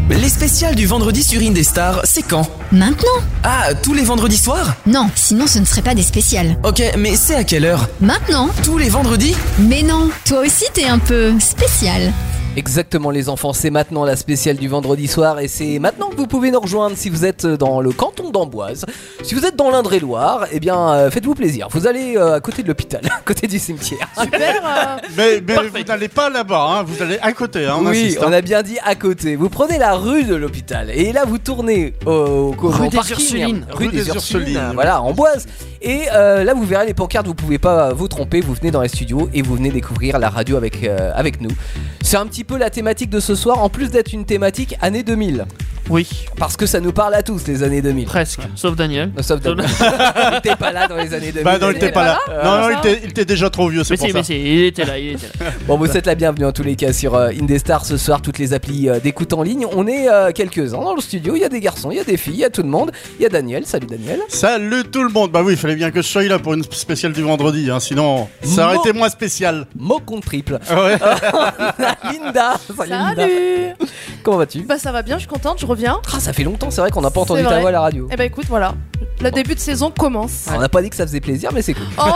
Les spéciales du vendredi sur Indestar, c'est quand? Maintenant? Ah, tous les vendredis soirs? Non, sinon ce ne serait pas des spéciales. Ok, mais c'est à quelle heure? Maintenant? Tous les vendredis? Mais non, toi aussi t'es un peu spécial. Exactement les enfants, c'est maintenant la spéciale du vendredi soir et c'est maintenant que vous pouvez nous rejoindre si vous êtes dans le canton d'Amboise. Si vous êtes dans l'Indre-et-Loire, eh bien faites-vous plaisir, vous allez à côté de l'hôpital, à côté du cimetière. Super. Mais vous n'allez pas là-bas, hein, vous allez à côté. Hein, oui, on a bien dit à côté. Vous prenez la rue de l'hôpital et là vous tournez au parking, Ursulines. rue des Ursulines, voilà, Amboise. Et là vous verrez les pancartes, vous pouvez pas vous tromper, vous venez dans les studios et vous venez découvrir la radio avec nous. C'est un petit peu la thématique de ce soir, en plus d'être une thématique année 2000. Oui. Parce que ça nous parle à tous les années 2000. Presque, sauf Daniel. Sauf Daniel. Il était pas là dans les années 2000. Bah non, il était pas là. Non, il était déjà trop vieux, c'est pour ça. Mais si, il était là. Bon, vous êtes la bienvenue en tous les cas sur Indestar ce soir, toutes les applis d'écoute en ligne. On est quelques-uns dans le studio, il y a des garçons, il y a des filles, il y a tout le monde. Il y a Daniel, salut Daniel. Salut tout le monde. Bah oui, il fallait bien que je sois là pour une spéciale du vendredi, hein, sinon ça aurait été moins spécial. Mot contre triple. Ouais. Linda. Salut Linda. Comment vas-tu? Bah ça va bien, je suis contente, je reviens. Ah, ça fait longtemps, c'est vrai qu'on n'a pas entendu C'est ta vrai. voix à la radio. Et bah écoute, voilà, le début de saison commence. On n'a pas dit que ça faisait plaisir, mais c'est cool. Oh.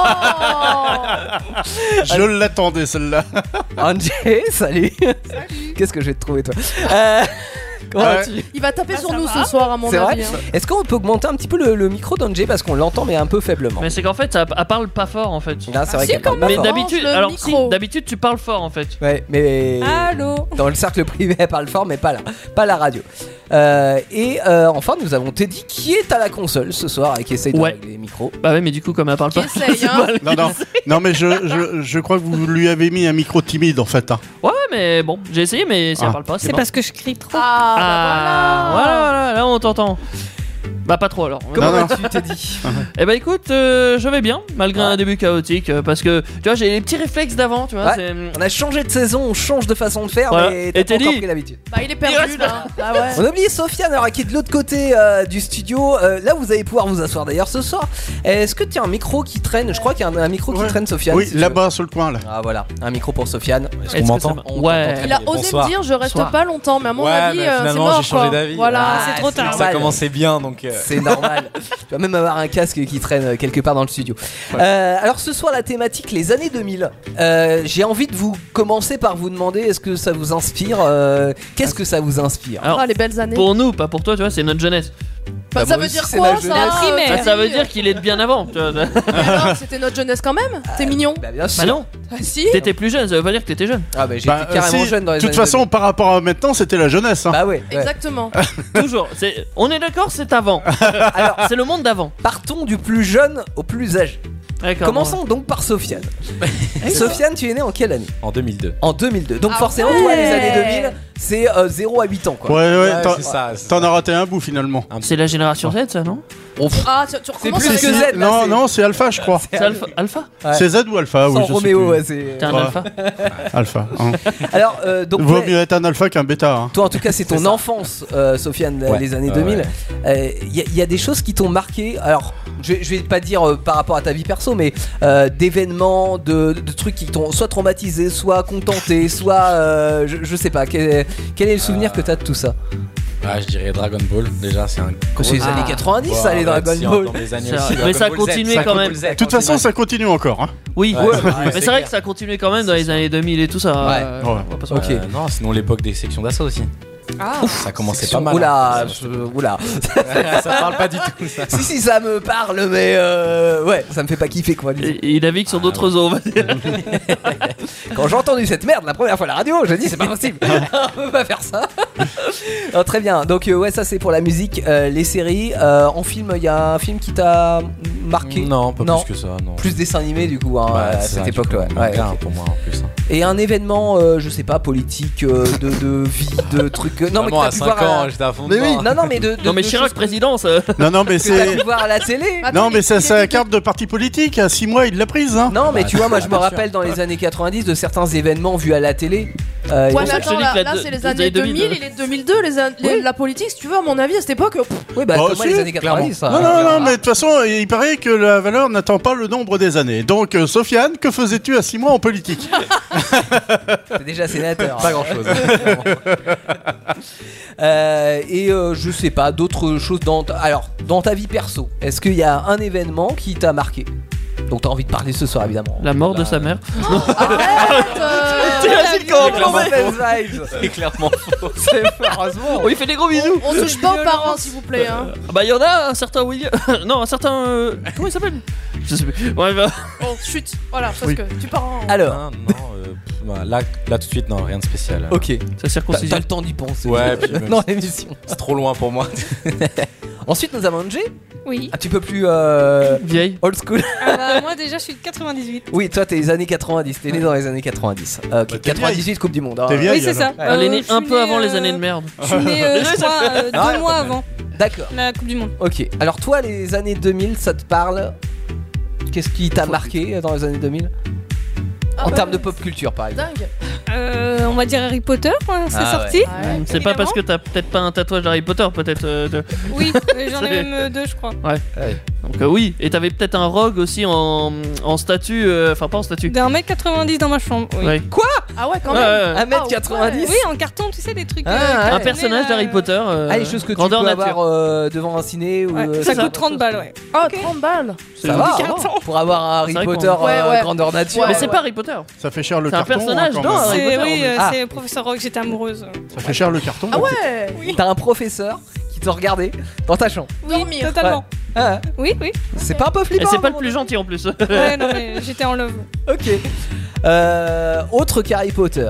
Je l'attendais celle-là. André, salut. Qu'est-ce que je vais te trouver toi? Comment vas-tu? Il va taper sur nous ce soir à mon C'est vrai avis. Hein. Est-ce qu'on peut augmenter un petit peu le micro d'André parce qu'on l'entend mais un peu faiblement? Mais c'est qu'en fait, elle parle pas fort en fait. Là, c'est vrai si, qu'elle quand parle pas Mais fort. d'habitude, le alors micro. si, d'habitude tu parles fort en fait. Ouais, mais Allô. dans le cercle privé elle parle fort mais pas là, pas la radio. Enfin nous avons Teddy qui est à la console ce soir et qui essaye de régler les micros. Bah ouais, mais du coup comme elle parle Qui pas. essaye, hein. Non, mais je crois que vous lui avez mis un micro timide en fait. Hein. Ouais, mais bon, j'ai essayé, mais si elle parle pas, c'est bon. parce que je crie trop. Ah, Voilà, là on t'entend. Bah pas trop alors. Comment vas-tu Teddy? Eh bah écoute, je vais bien, malgré un début chaotique, parce que tu vois j'ai les petits réflexes d'avant, tu vois. Ouais. On a changé de saison, on change de façon de faire, Voilà. mais Et t'as pas Teddy encore pris l'habitude. Bah il est perdu là. Ah ouais. On a oublié Sofiane alors qui est de l'autre côté du studio. Là vous allez pouvoir vous asseoir d'ailleurs ce soir. Est-ce que tu as un micro qui traîne? Je crois qu'il y a un micro qui traîne, Sofiane. Oui, si tu là-bas sur le coin là. veux. Ah voilà, un micro pour Sofiane. Est-ce qu'on m'entend? Ouais. Il a osé me dire je reste Bonsoir. pas longtemps, mais à mon avis mais c'est finalement mort j'ai changé quoi. d'avis. Voilà, Ah, c'est trop c'est tard. normal. Ça commençait bien donc. C'est normal. Tu vas même avoir un casque qui traîne quelque part dans le studio. Alors ce soir la thématique les années 2000. J'ai envie de vous commencer par vous demander est-ce que ça vous inspire qu'est-ce que ça vous inspire? Alors, Ah les belles années. pour nous, pas pour toi, tu vois, c'est notre jeunesse. Bah, Bah, ça moi veut dire aussi, c'est quoi ma ça? jeunesse. Primaire. Ça veut dire qu'il est de bien avant, tu vois. Mais alors, c'était notre jeunesse quand même. T'es mignon. Bah bien sûr. Bah non, Ah si. t'étais plus jeune, ça veut pas dire que t'étais jeune. Ah bah j'étais carrément si, jeune dans les de années toute façon, 2000. par rapport à maintenant, c'était la jeunesse. Hein. Bah ouais. Exactement. Toujours. On est d'accord, c'est avant. Alors C'est le monde d'avant. partons du plus jeune au plus âgé. D'accord. Commençons donc par Sofiane. Sofiane, tu es né en quelle année? En 2002. En 2002. Donc Ah forcément, ouais. toi, les années 2000, c'est 0 à 8 ans, quoi. Ouais, c'est ça. t'en as raté un bout finalement. C'est la génération Z, ça, non? Ah tu C'est recommences plus avec que ça. Z. là, Non, c'est- non, c'est Alpha, je crois. C'est Alpha. Ouais. C'est Z ou Alpha? Oui, Sans je sais Roméo, plus. ouais, c'est. T'es un Ouais. Alpha. Alpha. Hein. Alors, donc, Vaut ouais, mieux être un Alpha qu'un Bêta. Hein. toi, en tout cas, c'est ton C'est ça. enfance, Sofiane, Ouais. les années Ouais, 2000. Il y a des choses qui t'ont marqué. Alors, je vais pas dire par rapport à ta vie perso, mais d'événements, de trucs qui t'ont soit traumatisé, soit contenté, soit. Je sais pas. Quel est le souvenir que t'as de tout ça? Ah, je dirais Dragon Ball. Déjà, c'est un. C'est les années 90, Ouais, ça, les ouais, Dragon si, Ball. dans les années C'est aussi, vrai. Dragon Mais ça a Ball Z, continué ça quand continue. même. De toute façon, ça continue encore. Hein. Oui, Ouais, mais c'est vrai clair. que ça a continué quand même dans les années 2000 et tout ça. Ouais. on va pas se Ok. Non, sinon l'époque des sections d'assaut aussi. Ah. Ça commençait pas mal. Oula, hein. oula. Ça parle pas du tout. Ça. Si, ça me parle, mais ouais, ça me fait pas kiffer quoi. disons. Et il navigue sur d'autres eaux, on va dire. Quand j'ai entendu cette merde la première fois à la radio, j'ai dit c'est pas possible, on peut pas faire ça. Non, très bien, donc ouais, ça c'est pour la musique, les séries. En film, il y a un film qui t'a marqué? Non, pas Non. plus que ça. Non. Plus dessin animé du coup, hein, Ouais, à c'est cette ça, époque-là. du coup, Ouais, manga, ok. pour moi en plus. Hein. Et un événement, je sais pas, politique, de vie, de trucs. Non, mais que Vraiment, t'as à pu 5 voir à- ans, j'étais à fond Mais dedans. oui. Non, non, mais Non, mais de Chirac, choses présidence. Non, non, mais que t'as c'est. pu voir à la télé. Non, mais c'est il sa était- carte de parti politique. À 6 mois, il l'a prise. Hein. Non, mais Bah, tu vois, moi je me bien sûr. rappelle dans les années 90 de certains événements vus à la télé. Ouais, pour mais ça que je te attends, dis que là c'est les années 2000 et les 2002, la politique, si tu veux, à mon avis, à cette époque. Oui, bah, Oh, comme moi, si, les années 90. ça. Non, mais de toute façon, il paraît que la valeur n'attend pas le nombre des années. Donc, Sofiane, que faisais-tu à 6 mois en politique? T'es déjà sénateur. Pas grand chose. Je sais pas, d'autres choses alors, dans ta vie perso, est-ce qu'il y a un événement qui t'a marqué? Donc t'as envie de parler ce soir, évidemment. La mort de sa mère. T'imagines comment mauvaise vibe. C'est clairement faux. C'est heureusement. On lui fait des gros bisous. On touche pas aux parents, s'il vous plaît. Hein. Bah, il y en a un certain William. Non, un certain. Comment il s'appelle? Je sais plus. Ouais, bah. Bon, chut. Voilà, parce que tu pars en. Alors, Là tout de suite, non, rien de spécial. ok. Sa T'as circoncision. le temps d'y penser. Ouais, puis même dans si- l'émission. C'est trop loin pour moi. Ensuite, nous avons Angie, Oui. un petit peu plus Vieille. old school. Ah bah, moi déjà je suis de 98. Oui, toi, t'es les années 90. T'es né dans les années 90. Ok, t'es 98, Coupe du Monde. hein. T'es vieille, Oui, c'est ça. alors. Elle est née Je un suis peu née, avant les années de merde. Je suis née, je crois, 2 mois avant D'accord. la Coupe du Monde. Ok. Alors, toi, les années 2000, ça te parle? Qu'est-ce qui t'a marqué dans les années 2000? En termes de pop culture, par exemple. Dingue. On va dire Harry Potter, hein, c'est Ah, sorti. Ouais, C'est pas parce que t'as peut-être pas un tatouage d'Harry Potter, peut-être. Oui, mais j'en ai C'est- même 2, je crois. Donc oui, et t'avais peut-être un rogue aussi en statue, enfin pas en statue. D'un mètre 90 dans ma chambre. Oui. Ouais. Ah ouais, quand Ouais, même. ouais. 1m90. Oui, en carton, tu sais, des trucs. Ah, ouais. Un cartonnés, personnage là. d'Harry Potter. Ah, les choses que tu peux grandeur avoir nature. devant un ciné ou Ouais, c'est ça coûte 30 balles, ouais. Oh, 30 balles. ça va carton. hein, pour avoir un Harry C'est vrai Potter qu'on- Ouais, ouais. grandeur nature. Ouais, Mais c'est pas Harry Potter. Ça fait cher le C'est un carton. personnage quand dans même. Harry C'est Potter, oui, mais- Ah. c'est professeur Rogue, j'étais amoureuse. Ça fait cher le carton. Ah ouais. Oui, T'as un professeur qui te regardait dans ta chambre. Dormir. totalement. Ah, Oui, oui. c'est pas un peu Et flippant? c'est à pas un le plus gentil en plus. Ouais, non, mais j'étais en love. moment? Ok. Autre qu'Harry Potter.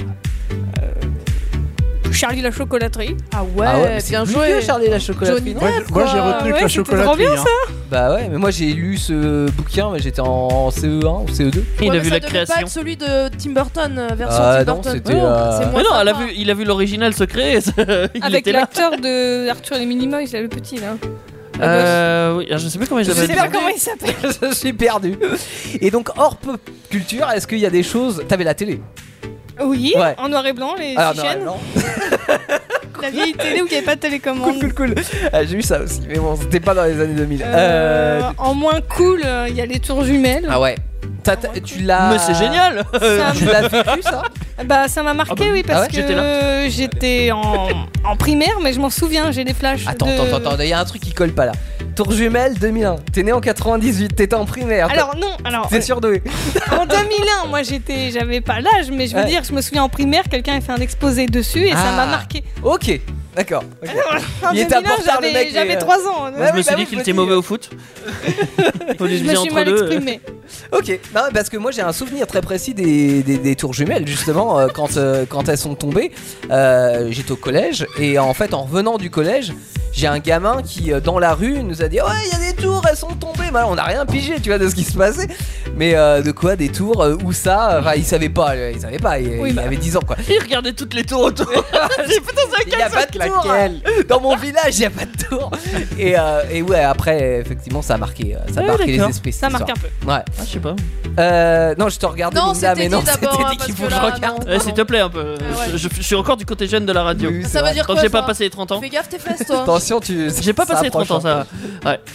Charlie la chocolaterie. Ah ouais, mais c'est bien plus joué. vieux, Charlie la chocolaterie. Johnny non Depp, Moi quoi. j'ai retenu que Ouais, la c'était trop chocolaterie. bien, hein. Bah ouais, mais moi j'ai lu ce bouquin, mais j'étais en CE1 ou CE2. Il Ouais, a mais vu ça la devait création. pas être celui de Tim Burton, version Ah Tim non, Burton. c'était, C'est euh, moins Mais non, sympa. il a vu l'original secret. Et il Avec était là. l'acteur de Arthur et les Minimoys, là, le petit, là. Oui, je sais pas comment il Je s'appelle. sais pas comment il s'appelle. Je suis perdu. Et donc hors pop culture, est-ce qu'il y a des choses? T'avais la télé? Oui, Ouais. en noir et blanc, les Alors, 6 non, chaînes. non. La vieille télé où il n'y avait pas de télécommande. Cool. Ah, j'ai eu ça aussi, mais bon, c'était pas dans les années 2000. En moins cool, il y a les tours jumelles. Ah ouais. Tu l'as. Mais c'est génial. Ça Tu l'as vécu ça? Bah ça m'a marqué, Ah bah, oui, parce ah ouais, que j'étais en primaire, mais je m'en souviens, j'ai des flashs. Attends, de... attends, il y a un truc qui colle pas là. Tour jumelle 2001. T'es né en 98, t'étais en primaire. Alors non, alors T'es surdoué. en 2001, moi j'avais pas l'âge, mais je veux Ouais. dire, je me souviens en primaire, quelqu'un a fait un exposé dessus et ça Ah. m'a marqué. Ok, d'accord. ok. En Il était à 2001, Portard, le mec, j'avais mais, 3 ans. Ouais, Je me oui, suis bah dit oui, qu'il je me était dis. mauvais au foot. Faut les Je diviser me suis entre mal deux. exprimée. Ok, non, parce que moi j'ai un souvenir très précis des tours jumelles justement quand elles sont tombées. J'étais au collège et en fait en revenant du collège, j'ai un gamin qui dans la rue nous a dit ouais il y a des tours, elles sont tombées. Bah, on n'a rien pigé tu vois de ce qui se passait. Mais de quoi des tours où ça? Enfin il savait pas, Oui, il bah. avait 10 ans quoi. Il regardait toutes les tours autour. Il n'y a pas de tour. Dans mon village, il n'y a pas de tour. Et ouais, après, effectivement, ça a marqué, Ah, les d'accord. esprits. Ça cette marque un peu. histoire. Ouais. Ah, je sais pas. Non, je te regardais, Non, Linda, c'était mais non, dit c'était d'abord, hein, dit qu'il parce faut que que je là, regarde. non. S'il te plaît, un peu. ouais. Je suis encore du côté jeune de la radio. Oui, c'est Ça veut vrai. dire Tant quoi que j'ai pas ça passé les 30 ans. Fais gaffe tes fesses, toi. Attention, J'ai pas ça passé les 30 ans, approche un ça. Ouais.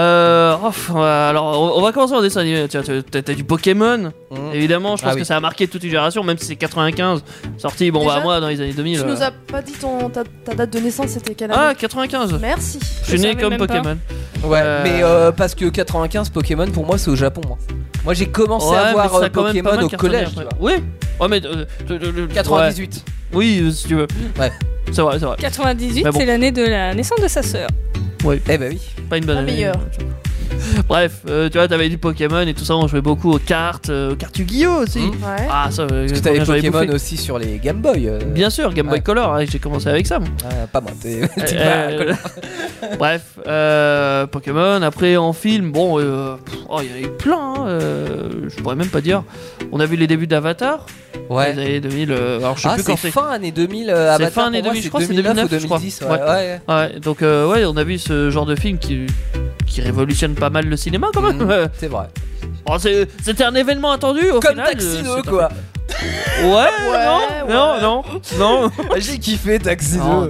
Alors, on va commencer en dessin animé. Tiens, t'as du Pokémon. peu. Évidemment, je pense Ah oui. que ça a marqué toute une génération, même si c'est 95 sorti. Bon, Déjà, bah, moi, dans les années 2000. Tu nous as pas dit ta date de naissance, c'était quelle Ah, année? 95. Merci. Je suis né savais comme même pas. Pokémon. Ouais, Euh, mais parce que 95 Pokémon, pour moi, c'est au Japon. Moi, j'ai commencé à Ouais, voir mais ça a quand même pas Pokémon mal au cartonné collège. après. Tu vois. Oui. Ouais, mais. 98. ouais. Oui, si tu veux. Ouais. C'est vrai, c'est vrai. 98, Mais bon. c'est l'année de la naissance de sa sœur. Eh ben oui. Pas une bonne La année. meilleure. Bref, tu vois, t'avais du Pokémon et tout ça, on jouait beaucoup aux cartes Yu-Gi-Oh aussi. Mhm. Ouais. Ah, ça, Parce que t'avais Pokémon aussi sur les Game Boy. Bien sûr, Game Boy Ouais. Color, hein, j'ai commencé avec ça. Moi. Pas moi. t'es pas Euh, Bref, Pokémon, après en film, bon, il y en a eu plein, hein, je pourrais même pas dire. On a vu les débuts d'Avatar, les Ouais. années 2000, alors je sais Ah, plus quand c'est fin année 2000. Avatar, fin année pour moi, 2000, je crois que c'est 2009 ou 2009, je crois. 2010. Ouais. Ouais. Ouais, donc ouais, on a vu ce genre de film qui révolutionne pas mal le cinéma quand même. Mhm. C'est vrai. Bon, c'était un événement attendu au Comme final. Taxi 2, c'est quoi. Non. J'ai kiffé Taxi 2. Non.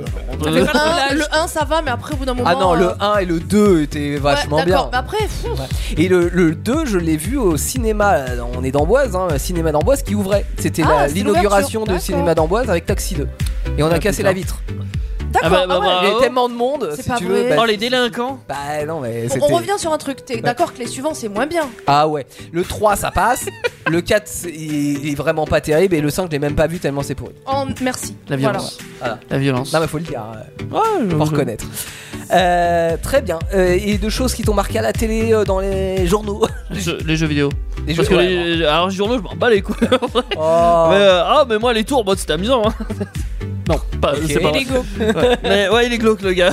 Le 1 ça va, mais après au bout d'un moment. Ah non, le 1 et le 2 étaient vachement bien. D'accord, mais après. Et le 2, je l'ai vu au cinéma. On est d'Amboise, cinéma d'Amboise qui ouvrait. C'était l'inauguration de l'ouverture. cinéma d'Amboise avec Taxi 2. Et on a cassé la vitre. D'accord, Ah bah, ouais. Il y avait tellement de monde, C'est si pas tu veux. vrai. Oh, les délinquants. Bah non, mais On c'était. revient sur un truc, t'es d'accord que les suivants c'est moins bien. Ah ouais. Le 3, ça passe. Le 4, il est vraiment pas terrible. Et le 5, je l'ai même pas vu tellement c'est pourri. Oh, merci. La violence. Voilà. La violence. Non, mais faut le dire. Ouais, Faut reconnaître. Très bien. Et de choses qui t'ont marqué à la télé, dans les journaux. Les jeux vidéo. Les Parce jeux- que ouais, alors, les journaux, je m'en bats les couilles. Oh. Mais moi, les tours, c'était amusant. Hein. Non, pas, Ok. c'est pas vrai. Lego. Ouais. Mais ouais, il est glauque le gars.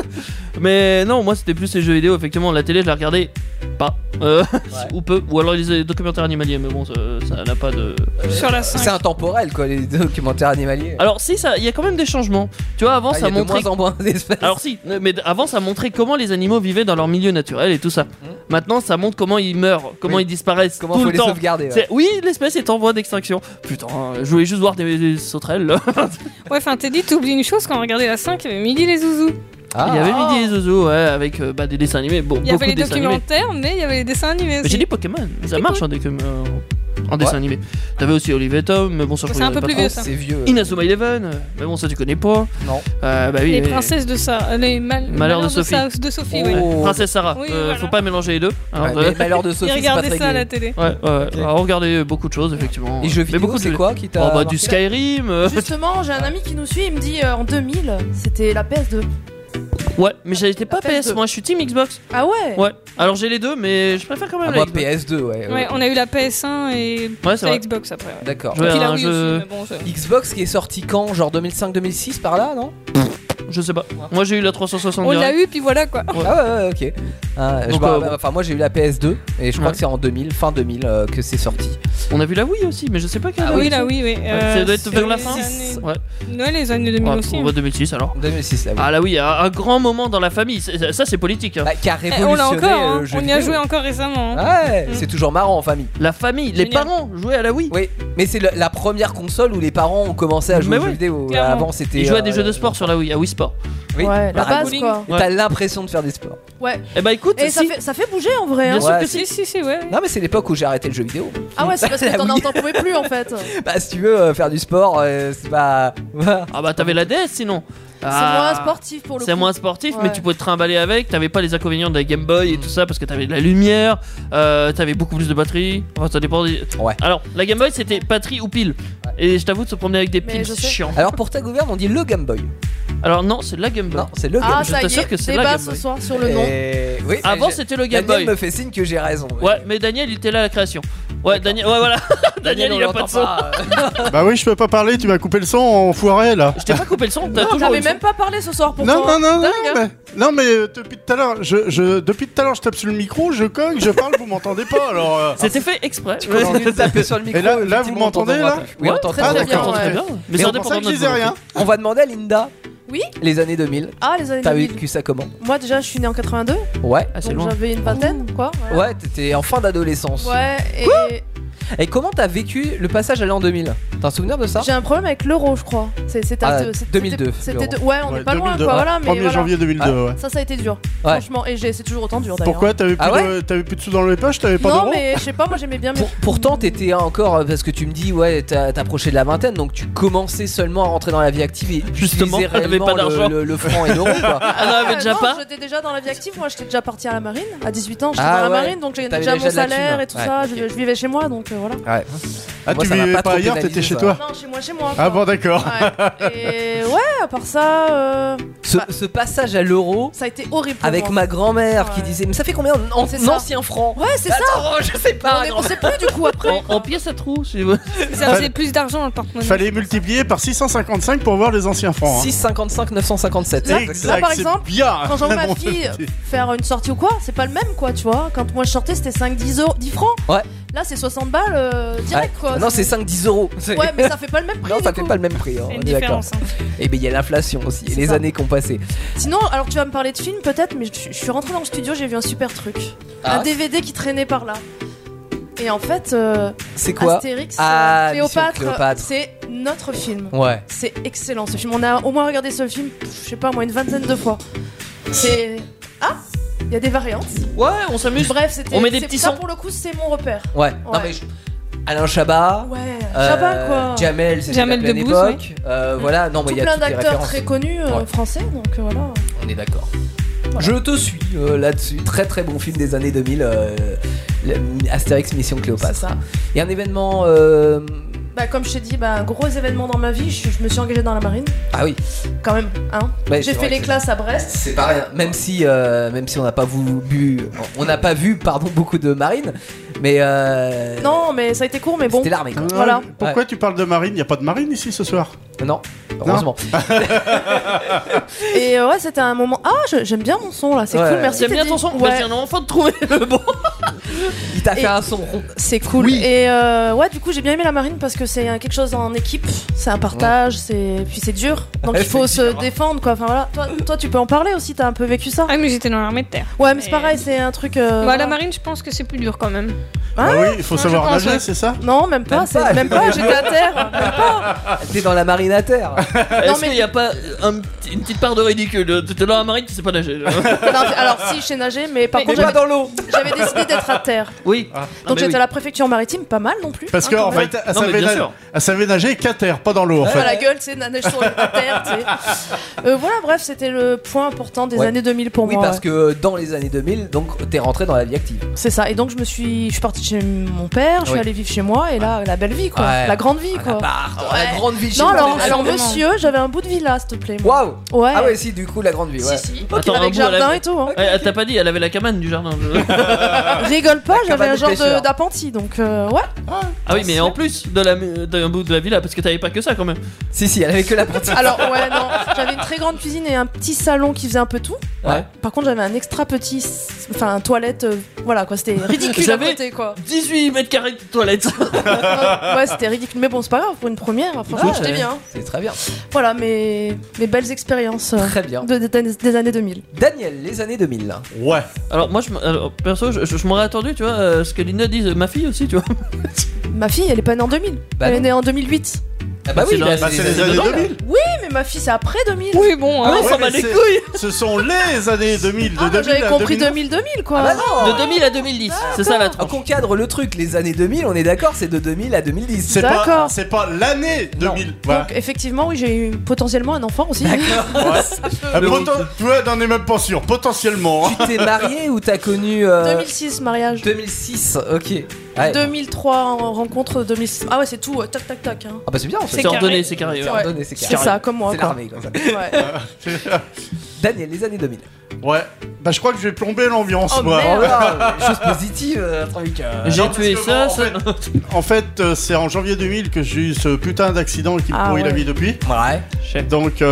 Mais non, moi c'était plus les jeux vidéo. Effectivement, la télé, je la regardais pas. Ou peu. Ou alors les documentaires animaliers. Mais bon, ça n'a pas de. Sur la 5. C'est intemporel, quoi, les documentaires animaliers. Alors, si, il y a quand même des changements. Tu vois, avant, Ah, il y ça a de montrait. moins en moins d'espèces. Alors, si, mais avant, ça montrait comment les animaux vivaient dans leur milieu naturel et tout ça. Maintenant, ça montre comment ils meurent, comment Oui. ils disparaissent. Comment tout faut le les temps. sauvegarder. Ouais. Oui, l'espèce est en voie d'extinction. Putain, je voulais juste voir des sauterelles là. Ouais, enfin, Teddy, t'oublies une chose, quand on regardait la 5, il y avait Midi les Zouzous. Il y avait Midi et Zouzou, ouais, avec des dessins animés. Il y Beaucoup avait les de dessins animés. documentaires, mais il y avait les dessins animés Mais aussi. j'ai dit Pokémon, ça marche en dessin animé. T'avais aussi Olive et Tom, mais bon, ça je C'est un connais peu pas plus trop. vieux, ça. C'est vieux. Inazuma Eleven, mais bon, ça tu connais pas. Non. Bah oui. Les princesses de ça, les malheurs de Sophie. de Sophie, Oh. oui. Ouais. Princesse Sarah. Oui, voilà. Faut pas mélanger les deux. Alors, Ouais, mais Malheur de Ils Sophie, c'est pas regardaient très ça à gay. la télé. ouais. Alors, regardez beaucoup de choses, effectivement. Et jeux Mais vidéo, beaucoup c'est de- quoi qui t'a. Oh, bah, marqué du Skyrim. Justement, j'ai un ami qui nous suit, il me dit en 2000, c'était la PS2. Ouais, mais j'étais pas La PS2. PS, moi je suis Team Xbox. Ah ouais. Ouais, alors j'ai les deux, mais je préfère quand même Ah, la moi, Xbox. PS2, ouais. Ouais, on a eu la PS1 et Ouais, c'est la vrai. Xbox après. Ouais. D'accord. Je- Puis la un Wii jeu- aussi, mais bon, Xbox qui est sorti quand? Genre 2005-2006 par là, non? Je sais pas. Moi j'ai eu la 360 on l'a direct. eu, puis voilà quoi. Ah ouais, ok. Je Donc, me rappelle- bon. Enfin, moi j'ai eu la PS2 et je crois Ouais. que c'est en 2000, fin 2000 que c'est sorti. On a vu la Wii aussi, mais je sais pas quelle. Ah oui, la Wii, oui. Ça doit être vers la les fin. années- Ouais. Ouais, les années 2000 Ouais, aussi. on va 2006 alors. 2006 là. Oui. Ah là oui, un grand moment dans la famille. Ça c'est politique. Hein. Bah, qui a Eh, révolutionné on l'a encore, hein. le jeu On y a vidéo. joué encore récemment. hein. Ouais, c'est toujours marrant en famille. La famille, les Génial. parents jouaient à la Wii. Oui, mais c'est la première console où les parents ont commencé à jouer Mais aux jeux ouais, vidéo. clairement. Avant c'était. Ils jouaient à des jeux de sport sur la Wii, à Wii Sport. Oui. Ouais, la Bah, base bowling. quoi. Et t'as l'impression de faire des sports. Ouais. Eh bah écoute, Et si- ça fait bouger en vrai. Bien hein. sûr Ouais, que Si, si. si, ouais. Non, mais c'est l'époque où j'ai arrêté le jeu vidéo. Ah ouais, c'est parce que La Wii. t'en pouvais plus en fait. Bah, si tu veux faire du sport, c'est pas. Ah bah t'avais la DS sinon. C'est Ah. moins sportif pour le coup. C'est moins sportif, mais Ouais. tu pouvais te trimballer avec. T'avais pas les inconvénients de la Game Boy et tout ça parce que t'avais de la lumière, t'avais beaucoup plus de batterie. Enfin, ça dépend. Ouais. Alors, la Game Boy c'était batterie ou pile. Et je t'avoue de se promener avec des Mais piles je sais. chiants. Alors pour ta gouverne, on dit le Game Boy. Alors, non, c'est la Game Boy. Non, c'est le Game Ah, Boy. Je ça y t'assure est, que c'est la débat Game ce Boy. soir sur le nom. Oui, Avant j'ai- c'était le Game Daniel Boy. me fait signe que j'ai raison. Ouais, mais Daniel il était là à la création. Ouais, Daniel, ouais, voilà. Daniel on il a pas l'entend de son. Bah oui, je peux pas parler, tu m'as coupé le son en foiré là. Je t'ai pas coupé le son, t'as Non, toujours j'avais eu le son. même pas parlé ce soir pour Non, toi. non, non, non, Dingue, hein. mais depuis tout à l'heure, depuis tout à l'heure, je tape sur le micro, je cogne, je parle, vous m'entendez pas alors. C'était fait exprès. Continue de taper sur le micro. Et là, vous effectivement, m'entendez, on t'entendra là plus. Oui, on t'entend très, Ah, très d'accord. bien, Très ouais. bien. Mais C'est ça pour dépend ça de que je notre disais volonté. rien. On va demander à Linda. Oui. Les années 2000. Ah, les années T'as 2000. vécu ça comment? Moi déjà, je suis née en 82, Ouais. Ah, c'est donc loin. j'avais une vingtaine, quoi. voilà. Ouais, t'étais en fin d'adolescence. Ouais, et Et comment t'as vécu le passage à l'an 2000? T'as un souvenir de ça? j'ai un problème avec l'euro, je crois. C'était Ah, 2002, C'était l'euro. ouais, on est pas loin, quoi. Voilà, mais 1er voilà. janvier 2002, ouais. Ça a été dur. Ouais. Franchement, et c'est toujours autant dur d'ailleurs. Pourquoi t'avais plus, Ah ouais t'avais plus de sous dans les poches, t'avais pas Non, d'euros mais je sais pas, moi j'aimais bien. Pourtant, t'étais encore, parce que tu me dis, ouais, t'approchais de la vingtaine, donc tu commençais seulement à rentrer dans la vie active et Justement, utiliser elle avait pas réellement d'argent. le franc et l'euro, quoi. Ah non, elle avait déjà non, pas. J'étais déjà dans la vie active. Moi, j'étais déjà partie à la marine. À 18 ans, j'étais Ah dans la ouais. marine, donc j'ai T'avais déjà déjà mon de la thune, salaire hein. et tout Ouais, ça. ok. Je vivais chez moi, donc voilà. Ouais. Ah, Moi, tu ça m'a vivais pas pas trop ailleurs, pénalisé, t'étais chez ça. toi. Non, chez moi. Ah quoi. bon, d'accord. Ouais. Et ouais, à part ça, Ce passage à l'euro ça a été horrible pour avec moi. ma grand-mère qui Ouais. disait, mais ça fait combien en C'est ça. anciens francs? Ouais, c'est ça. Attends, je sais pas. On sait plus du coup après. En pièces à trous, si vous. Ça faisait plus d'argent dans le porte-monnaie. Fallait multiplier par 655 pour voir les anciens francs. hein. 6,55, 957. Là, Exact, par c'est exemple, bien. Quand j'envoie ma Mon fille petit. faire une sortie ou quoi, c'est pas le même quoi, tu vois. Quand moi je sortais, c'était 5-10 euros, 10 francs. Ouais. Là, c'est 60 balles direct quoi. Non, c'est 5-10 euros. Ouais, mais ça fait pas le même prix. Non, ça du fait coup. pas le même prix. hein, Il y a on une est d'accord. différence. hein. Et ben il y a l'inflation aussi, et C'est les ça. années qu'on passé. Sinon, alors tu vas me parler de films peut-être, mais je suis rentrée dans le studio, j'ai vu un super truc. Ah. Un DVD qui traînait par là. Et en fait, C'est quoi? Astérix, Ah, Mission Cléopâtre, Cléopâtre. c'est notre film. Ouais. C'est excellent ce film. On a au moins regardé ce film, je sais pas moi, une vingtaine de fois. C'est. Ah, il y a des variantes. Ouais, on s'amuse. Bref, c'était. On met des petits ça sons. pour le coup, c'est mon repère. Ouais. Non mais Alain Chabat. Ouais, Chabat quoi. Jamel, c'était Jamel la pleine Debbouze, époque. Voilà, non mais Tout il y a plein toutes les d'acteurs références. très connus Ouais. français, donc voilà. On est d'accord. Je te suis là-dessus. Très très bon film des années 2000. Astérix Mission Cléopâtre. C'est ça. Il y a un événement. Bah, comme je t'ai dit, un gros événement dans ma vie. Je me suis engagée dans la marine, Ah oui. quand même. Hein. Ouais, J'ai c'est fait vrai les que classes à Brest. C'est pas rien. Même si on n'a pas on n'a pas vu beaucoup de marine, mais Non, mais ça a été court, mais bon. c'était l'armée. Quoi. Voilà. Pourquoi tu parles de marine? Y a pas de marine ici ce soir? Non, heureusement. Et ouais, c'était un moment. Ah, j'aime bien mon son là, c'est Ouais. cool, merci. T'aimes bien Teddy. ton son? Ouais. Bah, j'ai enfin de trouver le bon. Il t'a fait Et- un son rond. C'est cool. Oui. Et ouais, du coup, j'ai bien aimé la marine parce que c'est quelque chose en équipe, c'est un partage, puis c'est dur. Donc il faut se défendre quoi. Enfin voilà. Toi, tu peux en parler aussi. T'as un peu vécu ça. Ah, mais j'étais dans l'armée de terre. Ouais, mais c'est pareil, c'est un truc. Bah, voilà. la marine, je pense que c'est plus dur quand même. Ah, Bah oui, il faut je savoir pense, nager, ouais. c'est ça? Non, même pas. Même pas. J'étais à terre. Même pas. T'es dans la marine à terre. Est-ce mais- qu'il n'y a pas une petite part de ridicule? T'es dans la marine, tu sais pas nager. Non, alors si, je sais nager, mais par contre, pas dans l'eau. j'avais décidé d'être à terre. Oui. Donc j'étais à la préfecture maritime, pas mal non plus. Parce hein, qu'en quand même. fait, elle Non, mais savait, bien sûr. elle savait nager qu'à terre, pas dans l'eau en Ouais, fait. la gueule, c'est nage sur la terre, tu sais. Voilà, bref, c'était le point important des Ouais. années 2000 pour Oui, moi. parce ouais. que dans les années 2000, donc t'es rentré dans la vie active. C'est ça. Et donc je suis partie chez mon père, je suis Oui. allée vivre chez moi, et là, la belle vie, quoi. Ouais. La grande vie, Un quoi. appart, Ouais. la grande vie chez Non, moi, alors, déjà. alors Exactement. monsieur, j'avais un bout de villa, s'il te plaît. moi. Waouh. Ouais. Ah ouais, si, du coup, la grande vie. Ouais. Si, si. Attends, Avec un bout, jardin elle et tout. Hein. Ouais, t'as pas dit, elle avait la cabane du jardin. Rigole pas, La j'avais cabane un de genre pêcheur. d'appentis, donc ouais. Ah oui, mais en plus d'un bout de la villa, parce que t'avais pas que ça quand même. Si, elle avait que la partie. Alors, ouais, non, j'avais une très grande cuisine et un petit salon qui faisait un peu tout. Ouais. Par contre, j'avais un extra petit, enfin, toilette, voilà quoi, c'était ridicule à J'avais- côté quoi. 18 mètres carrés de toilette. Ouais, c'était ridicule, mais bon, c'est pas grave, pour une première, franchement, Ah, j'étais ouais. bien. C'est très bien. Voilà, mes belles expériences Très bien. des années 2000. Daniel, les années 2000. Ouais. Alors, moi, perso, je m'aurais attendu, tu vois, ce que Lina dise, ma fille aussi, tu vois. Ma fille, elle est pas née en 2000, Bah elle est non. née en 2008. Ah bah c'est oui, dans- là, Bah, c'est les années dedans, 2000. Oui, mais ma fille, c'est après 2000. Oui, bon, hein. on s'en Ouais, bat mais les c'est- couilles. Ce sont les années 2000. De Ah, moi, 2000 j'avais à compris 2009. 2000 quoi. Ah bah non. De 2000 à 2010, c'est ça la Ah, tranche. qu'on cadre le truc, les années 2000, on est d'accord, c'est de 2000 à 2010. D'accord. C'est pas l'année 2000. Voilà. Donc, effectivement, oui, j'ai eu potentiellement un enfant aussi. Ah, tu vois, n'en es même pas sûr. Potentiellement. hein. Tu t'es marié ou t'as connu 2006, mariage. 2006, ok. Ouais. 2003 en rencontre, 2006. Ah ouais, c'est tout, tac tac tac. Hein. Ah bah c'est bien, C'est ordonné, c'est carré. C'est ouais. ordonné, c'est C'est carré. ça, comme moi C'est quoi. l'armée comme ça. Ouais. Daniel, les années 2000. Ouais. Bah, je crois que je vais plomber l'ambiance, Oh, moi. merde. Oh là, chose positive, truc. J'ai Non, tué parce que ça, en ça. fait- En fait, c'est en janvier 2000 que j'ai eu ce putain d'accident qui me Ah pourrit la ouais. vie depuis. Ouais. Donc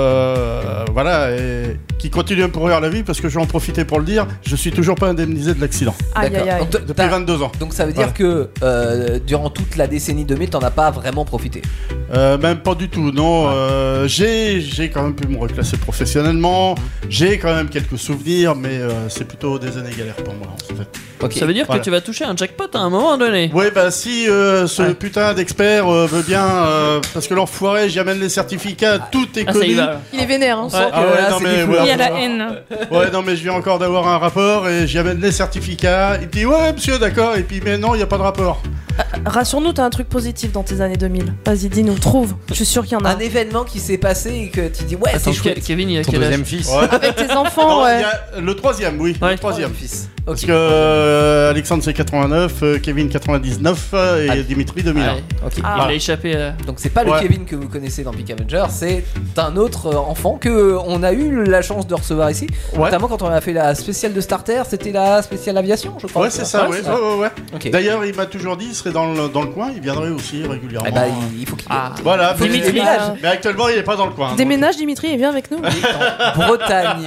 voilà, et qui continue à me pourrir la vie parce que je vais en profiter pour le dire, je suis toujours pas indemnisé de l'accident. Aïe aïe aïe. Donc, Depuis 22 ans. donc ça veut dire que durant toute la décennie 2000, t'en as pas vraiment profité. Même pas du tout, non. J'ai quand même pu me reclasser professionnellement, j'ai quand même quelques souvenirs, mais c'est plutôt des années galères pour moi en fait. Ok. Ça veut dire Voilà. que tu vas toucher un jackpot à un moment donné. Ouais, bah si ce Ouais. putain d'expert veut bien, parce que l'enfoiré, j'y amène les certificats, tout est Ah, ça y connu. va. Il est vénère. Hein. On sent Ouais. que Ah ouais, là, non, c'est mais du fou. ouais. Il y a la haine. Ouais, non, mais je viens encore d'avoir un rapport et j'y amène les certificats. Il dit, ouais, monsieur, d'accord. Et puis, mais non, il n'y a pas de rapport. Rassure-nous, t'as un truc positif dans tes années 2000. Vas-y, dis-nous, trouve. Je suis sûr qu'il y en a. Un événement qui s'est passé et que tu dis ouais, Attends, c'est chouette. Kevin, il a Ton quel âge? deuxième fils. Ouais. Avec tes enfants, Non, ouais. il y a le troisième, oui. Ouais. Le troisième. Fils. Parce Ok. que Alexandre c'est 89, Kevin 99 et Ah. Dimitri 2001. Ouais. Ok. Ah. Il a échappé à... Donc c'est pas le Ouais. Kevin que vous connaissez dans Peak Avenger, c'est un autre enfant que on a eu la chance de recevoir ici. Ouais, Notamment quand on a fait la spéciale de Starter, c'était la spéciale aviation, je crois. ouais c'est ça, ouais. Ouais. Ok. D'ailleurs, il m'a toujours dit, il serait dans le coin, il viendrait aussi régulièrement. Eh bah, il faut qu'il Ah. Voilà, mais, Dimitri. Déménage. mais actuellement, il est pas dans le coin. donc. Déménage, Dimitri, et viens avec nous. en Bretagne.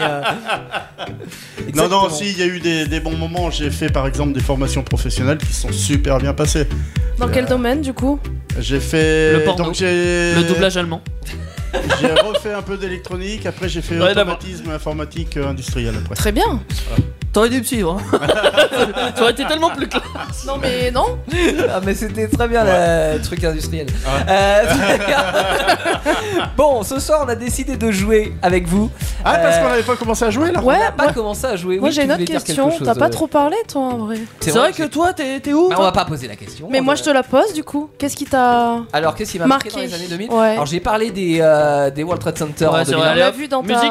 Non, Exactement. non, si, il y a eu des bons moments. J'ai fait par exemple des formations professionnelles qui sont super bien passées. Dans quel domaine, du coup? J'ai fait. Le porno. Donc j'ai. Le doublage allemand. J'ai refait un peu d'électronique, après j'ai fait Ouais, d'abord. automatisme informatique industriel après. Très bien. T'aurais dû me suivre. Hein. Ça aurait été tellement plus clair. Non mais non. Ah mais c'était très bien le truc industriel. Très bien. Bon, ce soir on a décidé de jouer avec vous. Ah, parce qu'on n'avait pas commencé à jouer là. Ouais. On n'a pas commencé à jouer. Moi Oui, j'ai tu une autre voulais dire question. quelque chose, T'as pas trop parlé toi en vrai. C'est vrai que toi, t'es où Bah, on va pas poser la question. Mais moi je te la pose du coup. Qu'est-ce qui t'a Alors qu'est-ce qui m'a marqué dans marqué les années 2000 Ouais. Alors j'ai parlé des World Trade Center Ouais, en c'est 2001. vrai. On Allez, l'a hop, vu dans musique.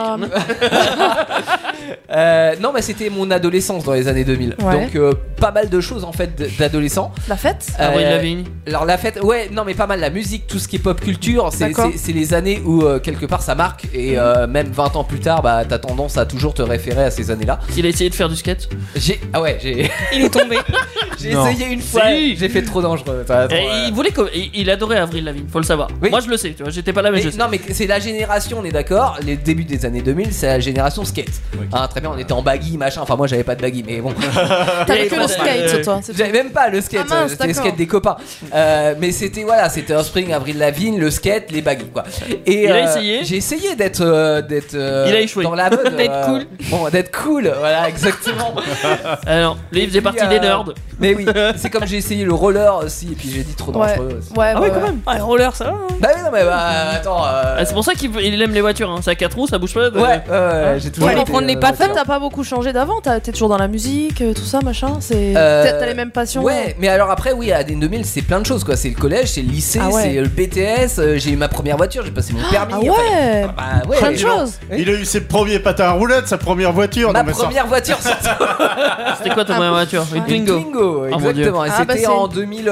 ta Non, mais c'était mon adolescence dans les années 2000. Ouais. Donc pas mal de choses en fait d'adolescents. la fête. Avril Lavigne. Alors la fête, ouais, non mais pas mal la musique, tout ce qui est pop culture, D'accord. c'est les années où quelque part ça marque et même 20 ans plus tard, bah t'as tendance à toujours te référer à ces années-là. Il a essayé de faire du skate. J'ai Il est tombé. j'ai Non. essayé une fois, Si. j'ai fait trop dangereux. Enfin, trop, Et il voulait il adorait Avril Lavigne, faut le savoir. Oui. Moi je le sais, tu vois, j'étais pas là mais mais je sais. non mais c'est la génération, on est d'accord. Les débuts des années 2000, c'est la génération skate. Hein, très bien, on était en baggy machin. Enfin moi j'avais pas de baggy, mais bon. T'avais que le bon, skate toi. c'est J'avais même pas le skate, Ah mince, c'était le d'accord. skate des copains. Mais c'était voilà, c'était Offspring, Avril Lavigne, le skate, les baggy quoi. Et Il a essayé. J'ai essayé d'être Il a échoué. dans la mode. D'être cool. Bon, d'être cool, voilà exactement. Alors, lui il faisait Et partie puis, des nerds. Mais oui, c'est comme j'ai essayé le roller aussi et puis j'ai dit trop Ouais. dangereux. aussi. Ouais, Ah ouais, quand même. Ah, les rollers, ça va. hein. Bah oui, non mais attends. Ah, c'est pour ça qu'il aime les voitures, hein. C'est à 4 roues, ça bouge pas. Ouais, j'ai toujours Ouais, été, pour prendre les En pattes. fait, t'as pas beaucoup changé d'avant. T'es toujours dans la musique, tout ça, machin. C'est. Euh, T'as les mêmes passions. Ouais, mais alors après, oui, à des 2000, c'est plein de choses quoi. C'est le collège, c'est le lycée, Ah ouais. c'est le BTS. J'ai eu ma première voiture, j'ai passé mon permis. Ah enfin, ouais. bah ouais. Plein de choses. Il a eu ses premiers patins à roulettes, sa première voiture. Ma non, mais ça- première voiture, surtout. C'était quoi ta première voiture? Une Une Twingo. Twingo, Oh, mon exactement. Et Dieu. Ah, bah, c'était c'est- en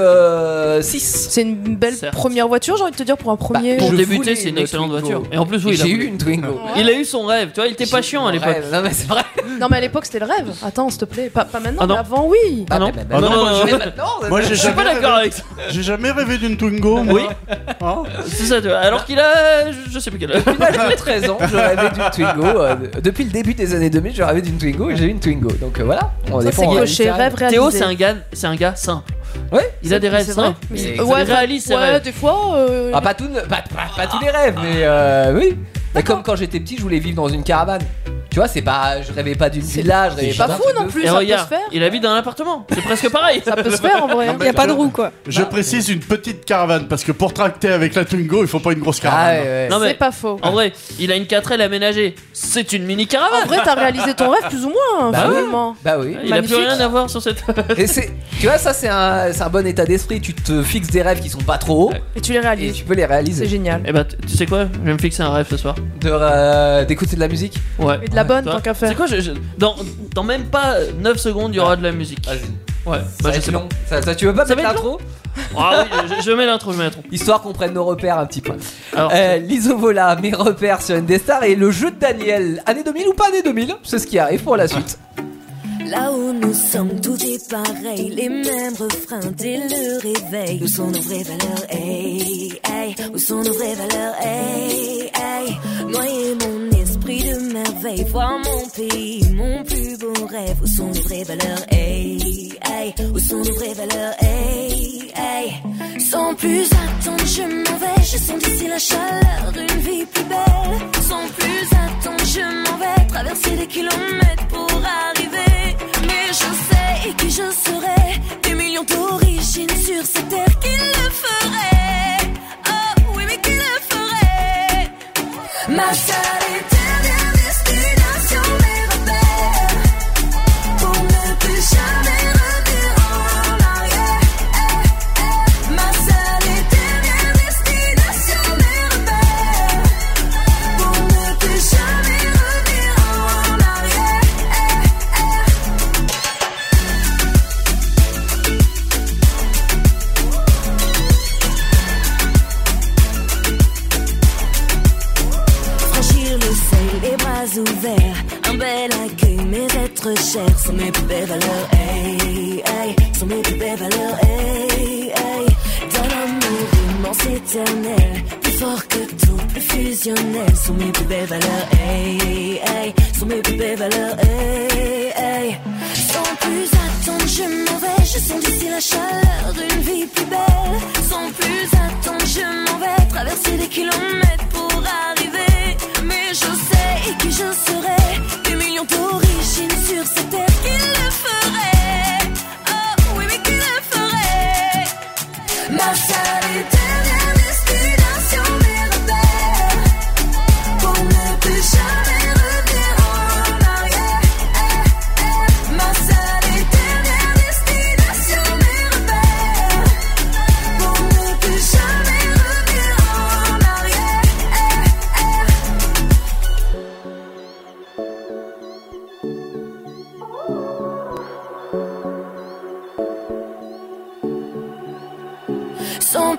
2006. C'est une belle Certes. première voiture, j'ai envie de te dire, pour un premier. Pour Je débuter, voulais c'est une une excellente Twingo. voiture. Et en plus, oui, J'ai eu une Twingo. il a eu son rêve, tu vois, il était pas chiant à l'époque. Ouais, non mais c'est vrai. Non, mais à l'époque, c'était le rêve. Attends, s'il te plaît. Pas maintenant, Ah non. mais avant, oui. Ah non. mais Ah non, moi, je l'ai non. maintenant. Moi, j'ai Je suis pas jamais d'accord rêvé- avec ça. J'ai jamais rêvé d'une Twingo. moi. Oui. Hein C'est ça, tu vois. Alors qu'il a. Je sais plus quel âge. Depuis l'âge de 13 ans, je rêvais d'une Twingo. Depuis le début des années 2000, je rêvais d'une Twingo et j'ai eu une Twingo. Donc voilà. On Ça, c'est coché, rêve réalisé. Théo, c'est un gars simple. Ouais. Il a des rêves C'est vrai. simples. Mais Il ouais, Ouais, réalise ses ouais, rêves. des fois. Ah, pas tous les rêves, mais oui. Mais comme quand j'étais petit, je voulais vivre dans une caravane. Tu vois, c'est pas, je rêvais pas d'une villa, je rêvais pas d'un fou truc non de plus, Et ça peut regarde, se faire. il habite dans un appartement. C'est presque pareil. Ça peut se faire en vrai. Non, Il y a pas de roue, quoi. Je précise une petite caravane parce que pour tracter avec la Twingo, il faut pas une grosse Ah caravane. ouais, ouais. Non, mais- C'est pas faux. En vrai, il a une 4L aménagée. C'est une mini En caravane. vrai, t'as réalisé ton rêve plus ou moins, Bah oui. finalement. Bah oui. Il a plus magnifique. rien à voir sur cette. Et c'est, tu vois, ça c'est un bon état d'esprit. Tu te fixes des rêves qui sont pas trop hauts Et tu les et réalises. tu peux les C'est réaliser. génial. Eh bah, tu sais quoi? Je vais me fixer un rêve ce soir. D'écouter de la musique. Ouais. Et de la bonne, Tu vois, tant qu'à faire. C'est quoi? Dans même pas 9 secondes, il y aura de la musique. Vas-y. Ouais. Ça Bah, va je être sais pas. long. Ça, tu veux pas Ça mettre va être l'intro Ah oui, je mets l'intro, je mets l'intro. histoire qu'on prenne nos repères un petit peu. Alors, L'Isovola, mes repères sur Indestar et le jeu de Daniel. Année 2000 ou pas année 2000, c'est ce qui arrive pour la suite. Là où nous sommes, tout est pareil. Les mêmes refrains dès le réveil. Où sont nos vraies valeurs, hey, hey. Où sont nos vraies valeurs, hey, hey. Noyer mon esprit de merveille. Voir mon pays, mon plus beau rêve. Où sont nos vraies valeurs, hey, hey. Où sont nos vraies valeurs, hey, hey. Sans plus attendre, je m'en vais. Je sens d'ici la chaleur d'une vie plus belle. Sans plus attendre, je m'en vais. Traverser des kilomètres pour arriver. Mais je sais qui je serai. Des millions d'origines sur cette terre qui le ferait. Oh oui, mais qui le ferait. Ma seule et dernière destination, mes repères. Pour ne plus jamais revenir en arrière. Ma seule et dernière destination, mes repères. Pour ne plus jamais revenir en arrière. Franchir le seuil, les bras ouverts, un bel accueil, mes êtres chers sont mes plus belles valeurs, hey, hey, sont mes plus belles valeurs, hey, hey. D'un amour immense éternel, plus fort que tout, plus fusionnel, sont mes plus belles valeurs, hey, hey, sont mes plus belles valeurs, hey, hey. Sans plus attendre, je m'en vais, je sens d'ici la chaleur d'une vie plus belle. Sans plus attendre, je m'en vais, traverser des kilomètres pour arriver. Mais je sais qui je serai, des millions d'origines sur cette terre qui le ferait. Oh oui, mais qui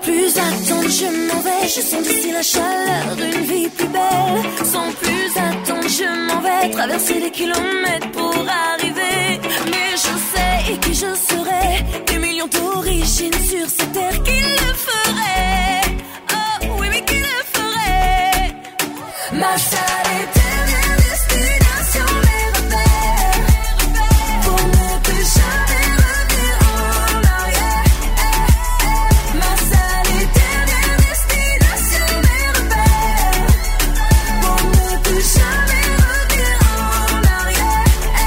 plus attendre, je m'en vais. Je sens d'ici la chaleur d'une vie plus belle. Sans plus attendre, je m'en vais. Traverser des kilomètres pour arriver. Mais je sais qui je serai. Des millions d'origines sur cette terre qui le feraient. Oh oui, mais qui le ferait. Ma seule éternelle destination, mes repères. Pour ne plus jamais revenir en arrière. Ma seule éternelle destination, mes repères. Pour ne plus jamais revenir en arrière.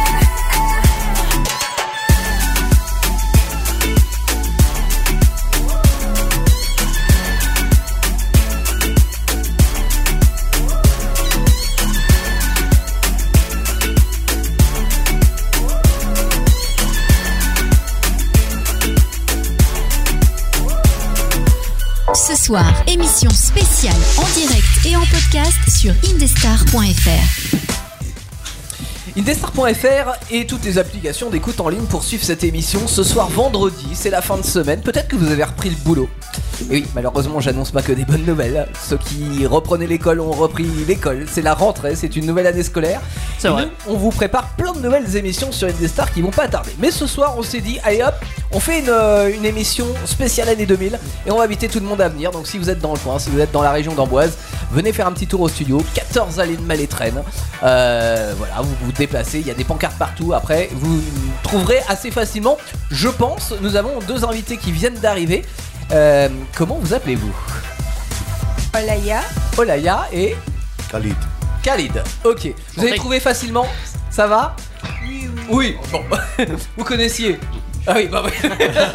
Ce soir, émission spéciale en direct et en podcast sur indestar.fr. Indestar.fr et toutes les applications d'écoute en ligne pour suivre cette émission. Ce soir vendredi, c'est la fin de semaine. Peut-être que vous avez repris le boulot. Et oui, malheureusement, j'annonce pas que des bonnes nouvelles. Ceux qui reprenaient l'école ont repris l'école. C'est la rentrée, c'est une nouvelle année scolaire. C'est vrai. Nous, on vous prépare plein de nouvelles émissions sur Indestar qui vont pas tarder. Mais ce soir, on s'est dit, allez hop, on fait une émission spéciale année 2000 et on va inviter tout le monde à venir. Donc si vous êtes dans le coin, si vous êtes dans la région d'Amboise, venez faire un petit tour au studio, 14 allées de Malétraine. Voilà, vous vous déplacez, il y a des pancartes partout. Après, vous trouverez assez facilement, je pense. Nous avons deux invités qui viennent d'arriver. Comment vous appelez-vous? Olaya. Olaya et Khalid. Khalid. Ok, vous avez trouvé facilement? Ça va? Oui, bon. Vous connaissiez? Ah oui, bah oui.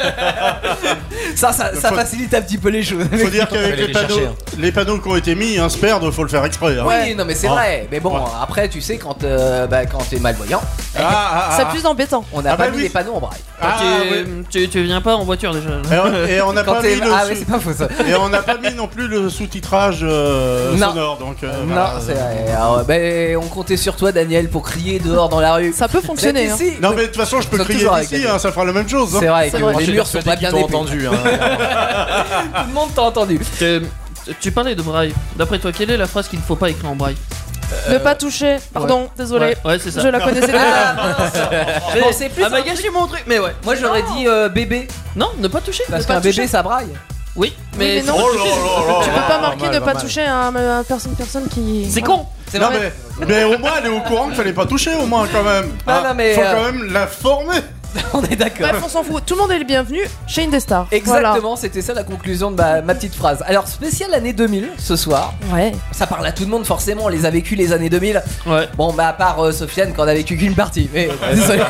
ça facilite un petit peu les choses. Faut dire qu'avec Fallait les panneaux qui ont été mis, se perdent, faut le faire exprès. Hein. Oui, non mais c'est vrai. Mais bon, après tu sais quand t'es malvoyant, C'est plus embêtant. on n'a Ah pas bah mis oui. les panneaux en braille. Tu viens pas en voiture déjà. Et on n'a Quand pas t'es- mis le ah oui, c'est pas faux ça. et on n'a pas mis non plus le sous-titrage sonore. Donc Non, voilà. c'est vrai. Alors, on comptait sur toi, Daniel, pour crier dehors dans la rue. Ça peut fonctionner. Vous hein. êtes ici. Non mais de toute façon je peux Ils sont crier toujours avec d'ici, Daniel. ça fera la même chose. C'est vrai C'est que vrai. les murs sont pas bien épais. entendu. Hein. Tout le monde t'a entendu. Tu parlais de braille. D'après toi, quelle est la phrase qu'il ne faut pas écrire en braille? Ne pas toucher. Pardon, désolé. Ouais, c'est ça. Je la connaissais déjà. Je pensais plus. Ah bah gâché mon truc. Mais ouais. Moi j'aurais dit bébé, Non, ne pas toucher. parce Ne pas qu'un bébé toucher. ça braille. Oui, mais non. Oh là là Tu là peux pas là, marquer mal, ne pas mal. toucher à une personne qui. C'est con. C'est Non vrai. mais au moins elle est au courant qu'il fallait pas toucher au moins quand même. Non, mais, faut quand même la former. On est d'accord. Bref, on s'en fout. Tout le monde est le bienvenu chez Indestar. Exactement, c'était ça la conclusion de ma petite phrase. Alors, spécial année 2000 ce soir. Voilà. Ouais. Ça parle à tout le monde, forcément, on les a vécu les années 2000. Ouais. Bon, bah, à part Sofiane, qu'on a vécu qu'une partie. Mais, désolé.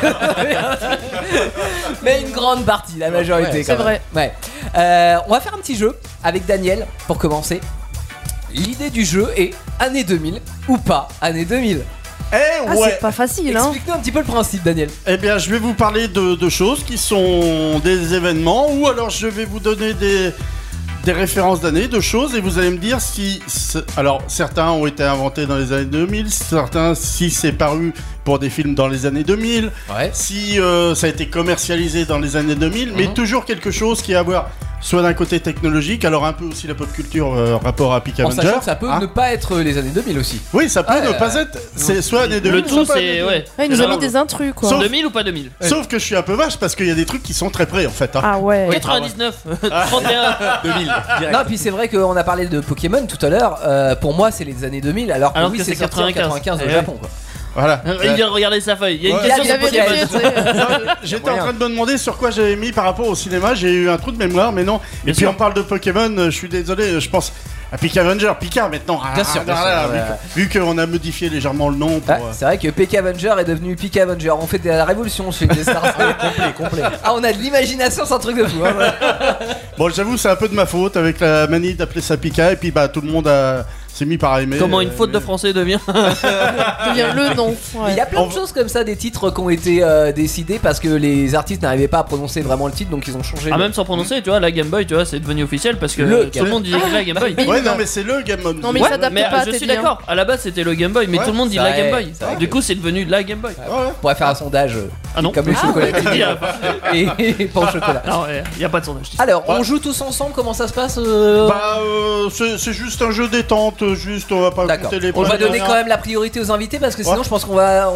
Mais une grande partie, la majorité, Ouais, quand c'est même. Ouais. On va faire un petit jeu avec Daniel pour commencer. L'idée du jeu est année 2000 ou pas année 2000. Eh Ah, ouais. c'est pas facile, hein. Explique-nous un petit peu le principe, Daniel. Eh bien, je vais vous parler de choses qui sont des événements, ou alors je vais vous donner des références d'années, de choses, et vous allez me dire si... Alors, certains ont été inventés dans les années 2000, certains si c'est paru pour des films dans les années 2000, Ouais. si ça a été commercialisé dans les années 2000, mais toujours quelque chose qui a à voir soit d'un côté technologique, alors un peu aussi la pop culture rapport à Peak En Avenger. sachant que ça peut hein. ne pas être les années 2000 aussi. Oui, ça peut Ouais, ne pas être... C'est soit années 2000, Le tout, soit pas années c'est 2000. ouais. Ouais, il nous a Alors, mis des intrus, quoi. Sauf- 2000 ou pas 2000? Sauf que je suis un peu vache parce qu'il y a des trucs qui sont très près en fait. Hein. Ah ouais. 99, 31. 2000. Non, puis c'est vrai qu'on a parlé de Pokémon tout à l'heure. Pour moi, c'est les années 2000, alors que Alors oui, que c'est c'est sorti en 95 95 au Eh Japon. Quoi. Voilà. Il vient de regarder sa feuille. Il y a une Ouais. question Il sur avait Pokémon. vérifié, tu sais. Non, j'étais en train de me demander sur quoi j'avais mis par rapport au cinéma. J'ai eu un trou de mémoire, mais non. Et Bien puis sûr. on parle de Pokémon. Je suis désolé. Je pense à Peak Avenger, Pika maintenant. Bien sûr, bien sûr, ouais. Vu qu'on a modifié légèrement le nom. Pour, Ouais, c'est vrai que Peak Avenger est devenu Peak Avenger. On fait de la révolution chez les stars. complet. Ah, on a de l'imagination, c'est un truc de fou. Hein. Bon, j'avoue, c'est un peu de ma faute avec la manie d'appeler ça Pika. Et puis bah tout le monde s'est mis par aimer. Comment une faute de français devient Devient le nom. Il y a plein de choses comme ça, des titres qui ont été décidés parce que les artistes n'arrivaient pas à prononcer vraiment le titre, donc ils ont changé. Ah, même sans prononcer, tu vois, la Game Boy, tu vois, c'est devenu officiel parce que Le tout Game le monde disait que la Game Boy. Ouais, non, mais c'est le Game Boy. Non, mais il s'adapte mais pas à je tes suis biens. d'accord, à la base c'était le Game Boy, mais Ouais, tout le monde dit c'est la vrai, Game Boy. c'est vrai Du coup, c'est devenu la Game Boy. Ouais, ouais. On pourrait faire un sondage. Ah non. Comme le chocolat. Et pas au chocolat. Non, y a pas de sondage. Alors, on joue tous ensemble, comment ça se passe C'est juste un jeu détente, juste on va pas D'accord. compter les On points. va donner quand même la priorité aux invités parce que sinon je pense qu'on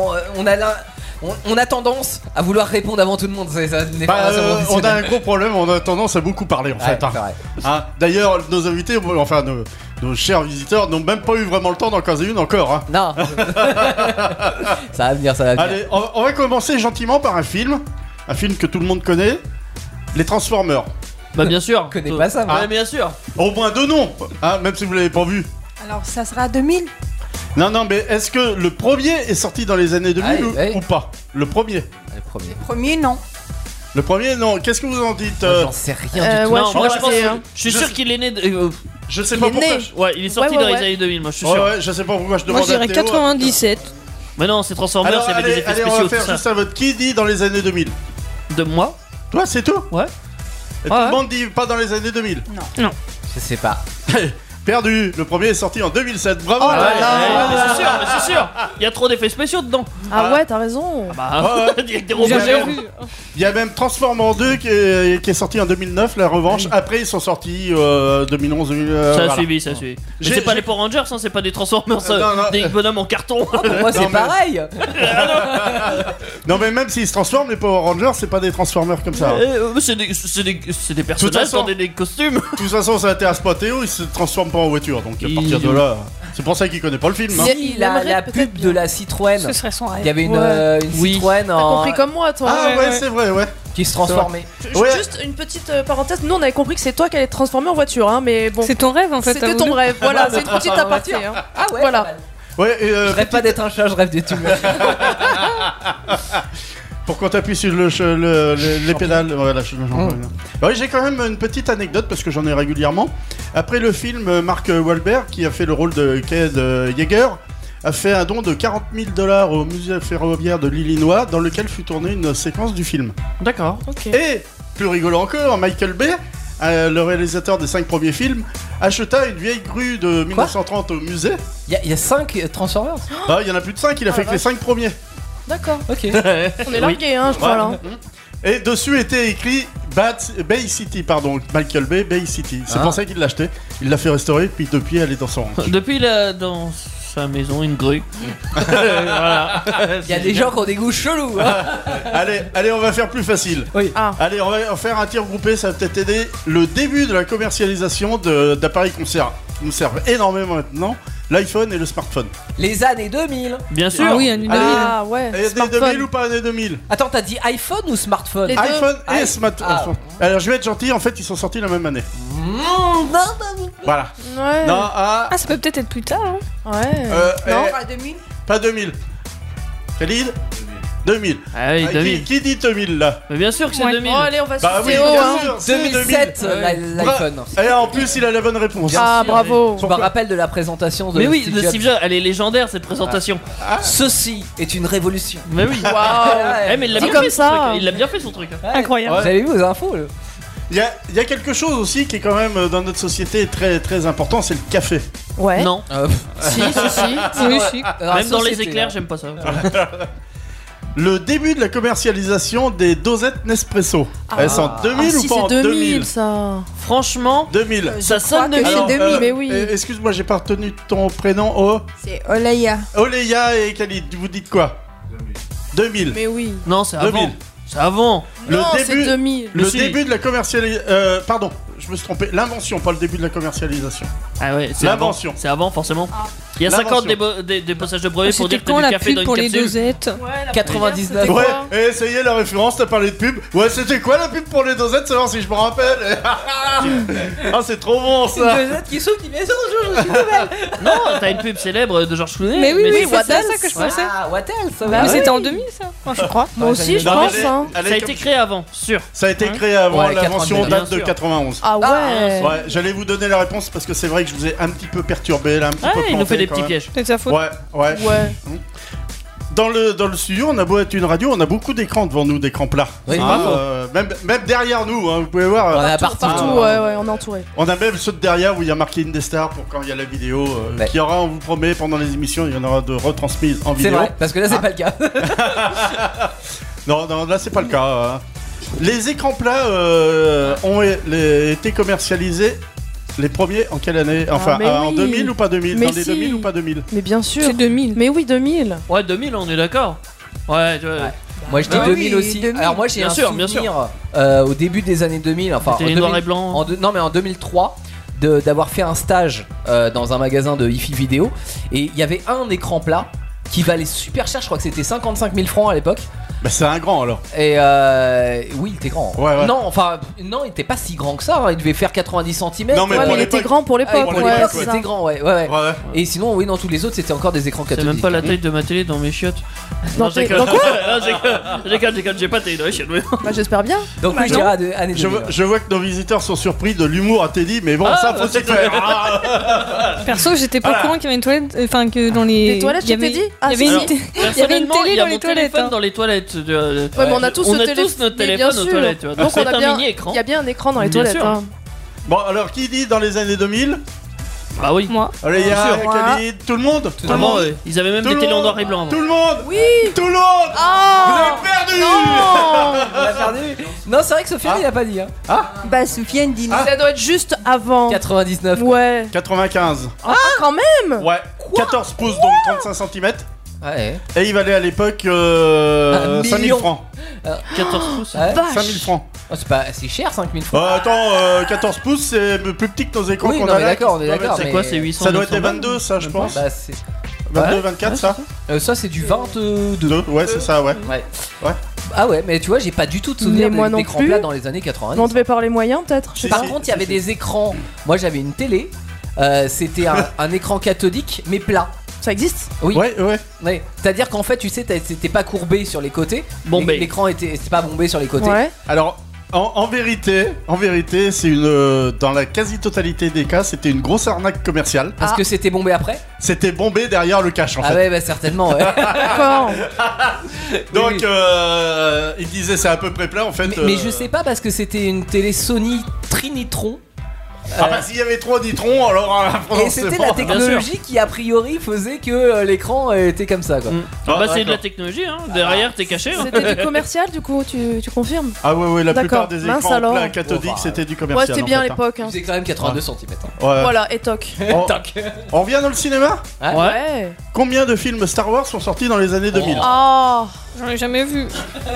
a tendance à vouloir répondre avant tout le monde. Ça n'est pas on a professionnel. un gros problème, on a tendance à beaucoup parler en fait. c'est vrai. D'ailleurs, nos invités, enfin nos chers visiteurs, n'ont même pas eu vraiment le temps d'en caser une encore. Hein. Non. Ça va venir, ça va venir. Allez, on va commencer gentiment par un film que tout le monde connaît, Les Transformers. Bah bien sûr. Je connais pas ça, moi. Ouais, bien sûr. Au moins deux noms, hein, même si vous l'avez pas vu. Alors ça sera 2000. Non, mais est-ce que le premier est sorti dans les années 2000 ou pas? Le premier. Le premier. Premier, non. Le premier, non. Qu'est-ce que vous en dites J'en sais rien du tout. Ouais, Non, moi je pense. hein. Je suis sûr qu'il est né. Je sais Il pas est pourquoi. né. Ouais, il est sorti Ouais, dans les ouais. années 2000, moi je suis sûr. Ouais, je sais pas pourquoi je Moi demande je à dirais Théo. 97. Mais non, c'est Transformers, Alors, il y avait des effets allez, on spéciaux, va faire tout ça. juste un vote. Qui dit dans les années 2000? De moi. Toi, c'est tout? Ouais. Et tout le monde dit pas dans les années 2000. Je sais pas. Perdu. Le premier est sorti en 2007. Bravo. Ouais, mais c'est sûr. Il y a trop d'effets spéciaux dedans. Ah ouais, t'as raison. Bah, il y a des robots J'ai géants. vu. Il y a même Transformers 2 qui est sorti en 2009, la revanche. Après, ils sont sortis 2011. Ça a voilà. suivi, ça a suivi. Mais J'ai- c'est pas j'ai- les Power Rangers, hein, c'est pas des Transformers, non. des bonhommes en carton. Pour moi, c'est Non, mais- pareil. Non, mais même s'ils se transforment, les Power Rangers, c'est pas des Transformers comme ça. C'est des personnages façon- dans des costumes. De toute façon, ça intéresse pas Théo, il se transforme pas en voiture. Donc à partir de là, c'est pour ça qu'il connaît pas le film. Hein. Si, la aimerait pub peut-être de la Citroën. Ce serait son Il y rêve. avait une, Ouais. une Oui. Citroën T'as en... compris comme moi, toi. Ah ouais, c'est vrai, ouais. qui se transformait. Ouais. Juste une petite parenthèse. Nous, on avait compris que c'est toi qui allais te transformer en voiture, hein, mais bon. C'est ton rêve en fait. C'était à ton vous rêve. Voilà, Ouais, c'est une petite transformer en aparté. voiture. Hein. Ah ouais, Voilà. pas mal. Ouais, et, Je rêve pas d'être un chat, je rêve d'être humain. pour qu'on t'appuie sur les pédales. Voilà, oui, j'ai quand même une petite anecdote parce que j'en ai régulièrement. Après le film, Mark Wahlberg, qui a fait le rôle de Ked Yeager, a fait un don de $40 000 au musée ferroviaire de l'Illinois, dans lequel fut tournée une séquence du film. D'accord. Ok. Et, plus rigolo encore, Michael Bay, le réalisateur des 5 premiers films, acheta une vieille grue de 1930 au musée. Il y a 5 Transformers. Ah, il y en a plus de 5, il a fait que les 5 premiers. D'accord. Ok. On est largués, hein, je crois là. Et dessus était écrit Bay City, pardon, Michael Bay, Bay City. C'est pour ça qu'il l'a acheté. Il l'a fait restaurer, puis depuis, elle est dans son ranch. Depuis dans sa maison, une grue. Voilà. Il y a des gens qui ont des goûts chelous. Hein. Allez, on va faire plus facile. Oui. Ah. Allez, on va faire un tir groupé, ça va peut-être aider. Le début de la commercialisation d'appareils qui nous servent énormément maintenant, l'iPhone et le smartphone. Les années 2000. Bien sûr. Ah oui, un 2000. Ah ouais. Années Smartphone. 2000 ou pas années 2000? Attends, t'as dit iPhone ou smartphone? Les deux. iPhone et Ah, smartphone. Alors, je vais être gentil, en fait, ils sont sortis la même année. Voilà. Ouais. Non, ah, Ah, ça peut peut-être être plus tard. Hein. Ouais. non, Pas 2000. pas 2000. Khalid 2000. Ah oui, Ah, 2000. qui dit 2000 là? Mais bien sûr que c'est Ouais. 2000. Bon, allez, on va Bah sur oui, Théo, bien hein. sûr, c'est 2007, 2000. l'iPhone. Et en plus, il a la bonne réponse. Ah, sûr, bravo. Je me rappelle de la présentation de Mais oui, Steve de Jobs. Steve Jobs, elle est légendaire cette présentation. Ceci est une révolution. Mais oui. Waouh. Eh, mais il l'a Dit bien comme fait ça. son truc. Il l'a bien fait son truc. Incroyable. Vous avez vu vos infos là? Il y a quelque chose aussi qui est quand même dans notre société très très important, c'est le café. Ouais. Non. Si. Oui, si. Même dans les éclairs, j'aime pas ça. Le début de la commercialisation des dosettes Nespresso. Elles sont en 2000 Ah, ou si, pas en c'est 2000, 2000? ça. Franchement, 2000. ça sonne que 2000. c'est 2000. mais oui. Excuse-moi, j'ai pas retenu ton prénom. Oh, C'est Olaya. Oleya et Khalid, vous dites quoi? 2000. Mais oui. Non, c'est 2000. avant. C'est avant. Le Non, début- c'est 2000. Le Mais si. début de la commercialisation. Pardon, je me suis trompé. L'invention, pas le début de la commercialisation. Ah ouais, c'est avant. L'invention. C'est avant, forcément. Il y a 50 déposages de brevets pour dire C'était que quand t'as du la café pub dans une pour les capsule. dosettes? Ouais, la 99. première, Ouais, c'était quoi et ça y est, la référence, t'as parlé de pub. Ouais, c'était quoi la pub pour les dosettes, savoir si je me rappelle. Ah, c'est trop bon ça. qui souffle, qui met ça. Non, t'as une pub célèbre de Georges Clooney. Mais oui, oui, c'est what ça else que je Ouais. pensais. Ah, what else? Bah Mais oui. c'était en 2000 ça, moi, je crois. Moi aussi, je Non, mais pense. Hein. Ça a été créé avant, sûr. Ça a été créé avant, Ouais, l'invention 89, date de bien sûr. 91. Ah ouais. Ouais, j'allais vous donner la réponse parce que c'est vrai que je vous ai un petit peu perturbé là, un petit Ah, peu il nous planté, fait des quand petits même. pièges. C'est de sa faute. Ouais, ouais. Ouais. Dans le studio, on a beau être une radio, on a beaucoup d'écrans devant nous, d'écrans plats. Oui, Hein, bravo. même derrière nous, hein, vous pouvez voir. On est partout. Partout, ouais, on est entouré. On a même ceux de derrière où il y a marqué Indestar pour quand il y a la vidéo. Ouais. Qu'il y aura, on vous promet, pendant les émissions, il y en aura de retransmises en C'est vidéo. vrai, parce que là c'est pas le cas. Non, là c'est pas le cas. Les écrans plats ont été commercialisés. Les premiers en quelle année? Enfin, mais en oui. 2000 ou pas 2000? Mais Dans les si. 2000 ou pas 2000? Mais bien sûr. C'est 2000. Mais oui, 2000. Ouais, 2000, on est d'accord. Ouais, tu vois. Moi je dis Ah 2000 oui, aussi. 2000. Alors moi j'ai Bien un sûr, bien souvenir au début des années 2000, enfin C'était en les noirs 2000 et blancs. Non mais en 2003 d'avoir fait un stage dans un magasin de hi-fi vidéo et il y avait un écran plat qui valait super cher, je crois que c'était 55 000 francs à l'époque. Bah c'est un grand alors. Et oui, il était grand. Ouais. Non, enfin, non, il était pas si grand que ça. Hein. Il devait faire 90 cm. Non, mais Ouais, pour mais il était l'époque- grand pour l'époque. pour ouais, l'époque, c'est c'était ça. grand, ouais. Ouais. Et sinon, oui, dans tous les autres, c'était encore des écrans C'est cathodiques. même pas la taille de ma télé dans mes chiottes. Dans Non, tes- j'ai dans quoi j'ai pas de télé dans les chiottes. mais- Bah, j'espère bien. Donc, oui, je dirais années 2000. Je vois que nos visiteurs sont surpris de l'humour à Teddy, mais bon, Ah, ça faut s'y faire. Ah. Perso, j'étais pas au courant qu'il y avait une toilette. Enfin, que dans les. Les toilettes, il y je t'ai avait- dit Ah, il y avait si, une si. té- il y avait une Personnellement, télé il y a dans les mon toilettes. téléphone hein. dans les toilettes. Ouais, mais on a tous on ce a téléphone. tous notre Mais bien téléphone aux sûr. toilettes. Tu vois. Donc, c'est on a un bien. mini-écran. Il y a bien un écran dans les Bien toilettes. sûr. hein. Bon, alors qui dit dans les années 2000? Bah oui. Moi. Allez, il y a Bien sûr. Khalid, tout le monde? Vraiment, ouais. Ils avaient même Tout des le télés en monde. noir et blanc avant. Tout le monde? Oui. Tout le monde? Oh Vous avez perdu! Non. On a perdu. Non, c'est vrai que Sofiane, il a pas dit. Hein. Bah, Soufiane dit non. Ça doit être juste avant. 99. Ouais. 95. Ah, quand même. Ouais. 14 pouces, donc 35 cm. Ouais. Et il valait à l'époque Un 5000 million. francs. 14 pouces. Ouais. Vache. 5000 francs. Oh, c'est pas si cher, 5000 francs. Attends, 14 pouces, c'est plus petit que nos écrans Oui, qu'on non, a mais là. d'accord, on est Ça doit d'accord. être- C'est mais- quoi, c'est 800 Ça doit être les 900 balles 22, ça, je pense. Bah, c'est. 22, Ouais. 24, ça? Ça, c'est du 22. Deux, ouais, c'est ça, ouais. Ouais. Ouais. Ah ouais, mais tu vois, j'ai pas du tout de souvenir Mais moi non d'écran plus. plat dans les années 90. On devait parler moyen, peut-être. Je sais Si, pas. Par contre, il y avait des écrans. Moi, j'avais une télé. C'était un écran cathodique, mais plat. Ça existe. Oui. Ouais. Ouais. C'est-à-dire qu'en fait, tu sais, c'était pas courbé sur les côtés. Bombé. L'écran c'était pas bombé sur les côtés. Ouais. Alors, en vérité, c'est une. Dans la quasi-totalité des cas, c'était une grosse arnaque commerciale. Parce que c'était bombé après. C'était bombé derrière le cache, en Ah fait. ouais, bah certainement. Ouais. D'accord. Donc, Oui. il disait c'est à peu près plein, en fait. mais je sais pas parce que c'était une télé Sony Trinitron. Ah bah, s'il y avait trop nitrons, alors. Et c'était la technologie qui a priori faisait que l'écran était comme ça quoi. Bah, Ah, c'est de la d'accord. technologie, hein. Derrière, t'es caché. Hein. C'était du commercial, du coup, tu confirmes? Ah ouais, la plupart D'accord. des Mince, écrans alors. plats cathodiques, Bon, bah, c'était du Ouais, commercial. c'était en bien à fait, hein. l'époque. hein. C'est quand même 82 cm. Ouais. Voilà, et toc. On revient dans le cinéma? Ouais. Ouais. Combien de films Star Wars sont sortis dans les années 2000? Oh. J'en ai jamais vu. Ouais,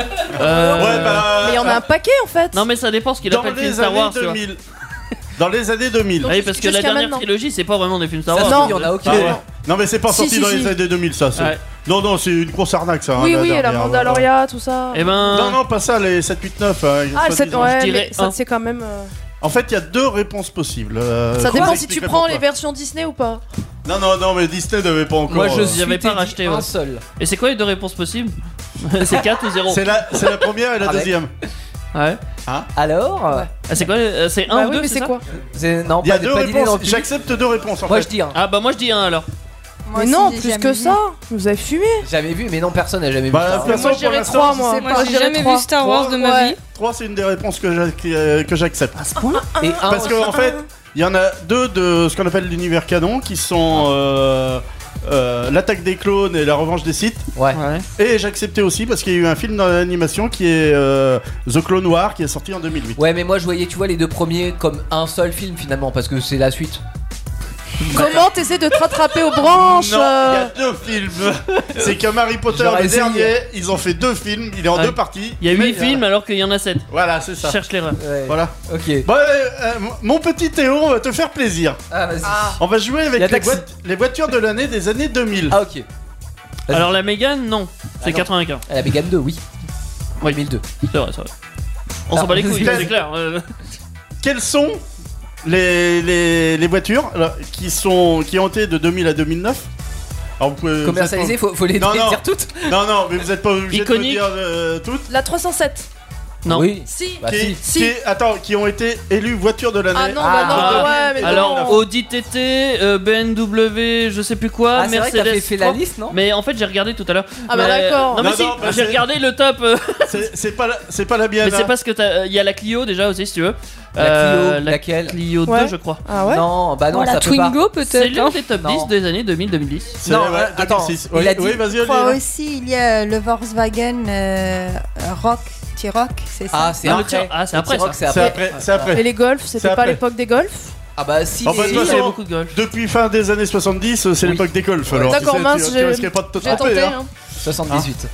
bah. Mais il y en a un paquet en fait. Non, mais ça dépend ce qu'il dans appelle film les Star années Wars. tu vois. 2000. Dans les années 2000. Oui, parce que la Jusqu'à dernière maintenant. trilogie, c'est pas vraiment des films Star Ça, Wars. si, Non. il y en a aucun. Ah ouais. Non, mais c'est pas Si, sorti si, dans si. les années 2000, ça. c'est- Ouais. Non, c'est une grosse arnaque, ça. hein, Oui, oui, la dernière, Mandalorian, tout ça. Eh ben. Non, pas ça, les 7, 8, 9. Ah, c'est ouais, dirais mais ça un. c'est quand même. En fait, il y a deux réponses possibles. Ça je vous dépend si tu expliquerai prends pourquoi. les versions Disney ou pas. Non, mais Disney n'avait pas encore. Moi je J'y avais suis pas racheté, un ouais. seul. Et c'est quoi les deux réponses possibles? C'est 4 ou 0? C'est la première et la Avec. deuxième. Ouais. Alors Ah, c'est quoi? C'est 1 Bah ou oui, 2? mais c'est ça quoi? non, Il y a pas, deux pas d'idée dans réponses. le public. J'accepte deux réponses en Moi fait. je dis un. Ah, bah moi je dis 1 alors. Moi Mais aussi, non, j'ai plus jamais que vu. ça. Vous avez fumé. Jamais vu, mais non, personne n'a jamais vu. Bah, ça. de toute façon, Moi je pour dirais l'instant, 3 je moi. sais Moi, Moi, je j'ai dirais jamais 3. vu Star Wars de ma Ouais. vie. 3, c'est une des réponses que j'accepte. À ce point-là. Et un Parce qu'en fait, il y en a deux de ce qu'on appelle l'univers canon qui sont l'attaque des clones et la revanche des Sith. Ouais. Ouais. Et j'acceptais aussi parce qu'il y a eu un film dans l'animation qui est The Clone War qui est sorti en 2008. Ouais, mais moi je voyais, tu vois, les deux premiers comme un seul film finalement, parce que c'est la suite. Comment t'essaies de te rattraper aux branches Non, il y a deux films. C'est comme Harry Potter, J'aurais le essayé. dernier, ils ont fait deux films, il est en Ouais. deux parties. Il y a 8 Mais, films alors qu'il y en a 7. Voilà, c'est ça. Cherche l'erreur. Ouais. Voilà. Ok. Bon, mon petit Théo, on va te faire plaisir. Ah, vas-y. On va jouer avec La les, taxi. les voitures de l'année des années 2000. Ah, ok. Vas-y. Alors la Mégane, non. C'est non. 95. La Mégane 2, oui. Oui. 2002. C'est vrai, c'est vrai. On s'en bat les couilles, Quel- c'est clair. Quelles sont les voitures alors, qui ont été de 2000 à 2009 alors, vous pouvez, Commercialisé, vous faut les Non, non. dire toutes. êtes pas- Non, mais vous n'êtes pas obligé de me Iconique. dire toutes. La 307. Non. Oui. Si. Bah, si. Qui ont été élues voitures de l'année. Ah non, Ah, bah non, ouais, mais Alors non. Audi TT, BMW, je sais plus quoi, Ah, c'est vrai que Mercedes. t'avais fait la 3. liste, non? Mais en fait j'ai regardé tout à l'heure. Ah bah Mais- d'accord. Non mais Non, si, non, bah, j'ai c'est- regardé le top. C'est pas la mienne. Mais c'est hein. parce que il y a la Clio déjà aussi si tu veux. La Clio, la laquelle Clio 2 Ouais. je crois. Ah ouais. Non, bah non, Oh, ça la peut pas. Twingo C'est peut-être. l'une hein. des top Non. 10 des années 2000-2010. C'est Non, ouais, attends, 2006. il Oui, a dit- oui, vas-y, Je crois Olivier. aussi, il y a le Volkswagen Rock, T-Rock, c'est ça. Ah, c'est Non, le après. tir- ah, c'est Le après, T-Rock, ça. c'est C'est après. après. C'est après. Et les golfs, C'est c'était pas après. l'époque des golfs? Ah bah si. Oh, bah, les- de toute Il y avait façon, beaucoup de golf. Depuis fin des années 70, c'est Oui. l'époque des golfs. Alors, D'accord, tu sais, mince, tu risquais pas de te J'ai tromper. tenté, hein. hein. 78.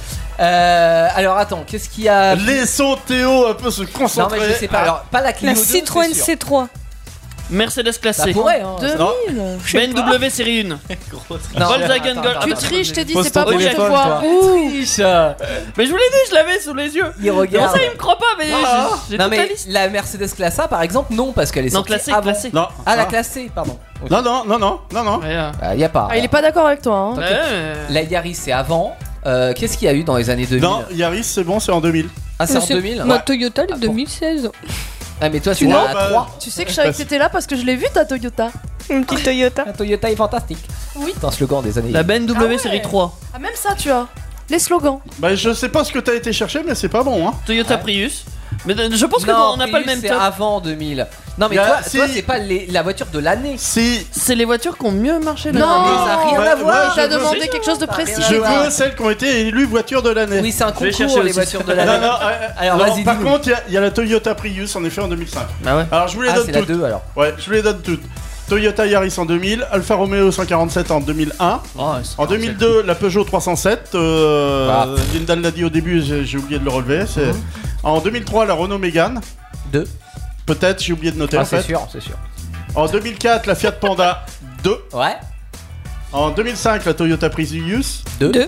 Alors attends, qu'est-ce qu'il y a? Laissons Théo un peu se Non concentrer. mais je sais pas. Alors pas la Clio La 2, Citroën c'est sûr. C3. Mercedes Ça classée. pourrait. Hein. 2000. BMW série 1. Non, Volkswagen attends, Golf. attends, Tu attends. triches, je t'ai dit, Pose c'est pas ton bon, je te téléphone, vois. toi. Ouh. Triche. Mais je vous l'ai dit, je l'avais sous les yeux. Il Comment regarde. ça, il me croit pas, mais j'ai Non toute la mais liste. la Mercedes Classe A par exemple non parce qu'elle est Non, sortie classée, avant. classée. Non. Ah la Classe C pardon. Ok. Non, non, non, non, non, non. Ouais, Y a pas. Ah, il est pas d'accord avec toi, hein. La Yaris c'est avant. Qu'est-ce qu'il y a eu dans les années 2000? Non, Yaris, c'est bon, c'est en 2000. Ah c'est en 2000. Ma Toyota de 2016. Ah mais toi c'est Tu la vois, bah, 3. Tu sais que je savais que t'étais là parce que je l'ai vu ta Toyota. Une petite Toyota. La Toyota est fantastique. Oui. C'est un slogan des années. La BMW Ah ouais. série 3. Ah, même ça, tu as. Les slogans. Bah, je sais pas ce que t'as été chercher, mais c'est pas bon, hein. Toyota Ouais. Prius. Mais je pense Non, qu'on n'a pas le même c'est top. avant 2000. Non mais Y a- toi, si. toi c'est pas la voiture de l'année. Si. C'est les voitures qui ont mieux marché Non, mais ça a rien bah, à voir. moi, Il t'a je veux- demandé quelque chose de Ça a rien précis. à Je voir. veux celles qui ont été élues voitures de l'année. Oui c'est un vais concours chercher les aussi. voitures de Non, l'année. non, Alors, non, vas-y, par dis-nous. contre, il y a la Toyota Prius en effet en 2005. Bah ouais. Alors je vous les Ah donne c'est la toutes. 2 alors. Ouais, je vous les donne toutes. Toyota Yaris en 2000, Alfa Romeo 147 en 2001. En 2002, la Peugeot 307. Ah. Linda l'a dit au début, j'ai oublié de le relever. C'est... En 2003, la Renault Mégane. 2. Peut-être, j'ai oublié de noter Ah en fait. c'est sûr, c'est sûr. En 2004, la Fiat Panda 2. Ouais. En 2005, la Toyota Prius. 2. Deux.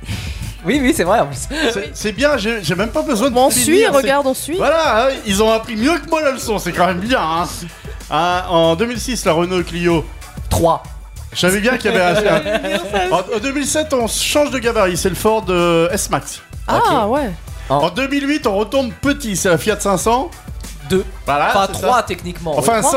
Oui c'est vrai en plus. C'est bien, j'ai même pas besoin de Bon, on finir, suit, c'est- regarde, on suit. Voilà, hein, ils ont appris mieux que moi la leçon, c'est quand même bien. Hein. En 2006, la Renault Clio. 3. Je savais bien qu'il y avait en 2007, on change de gabarit, c'est le Ford S-Max. Ah, ouais. En 2008, on retourne petit, c'est la Fiat 500. 2. Voilà, Enfin c'est 3 ça. techniquement. Enfin, oui.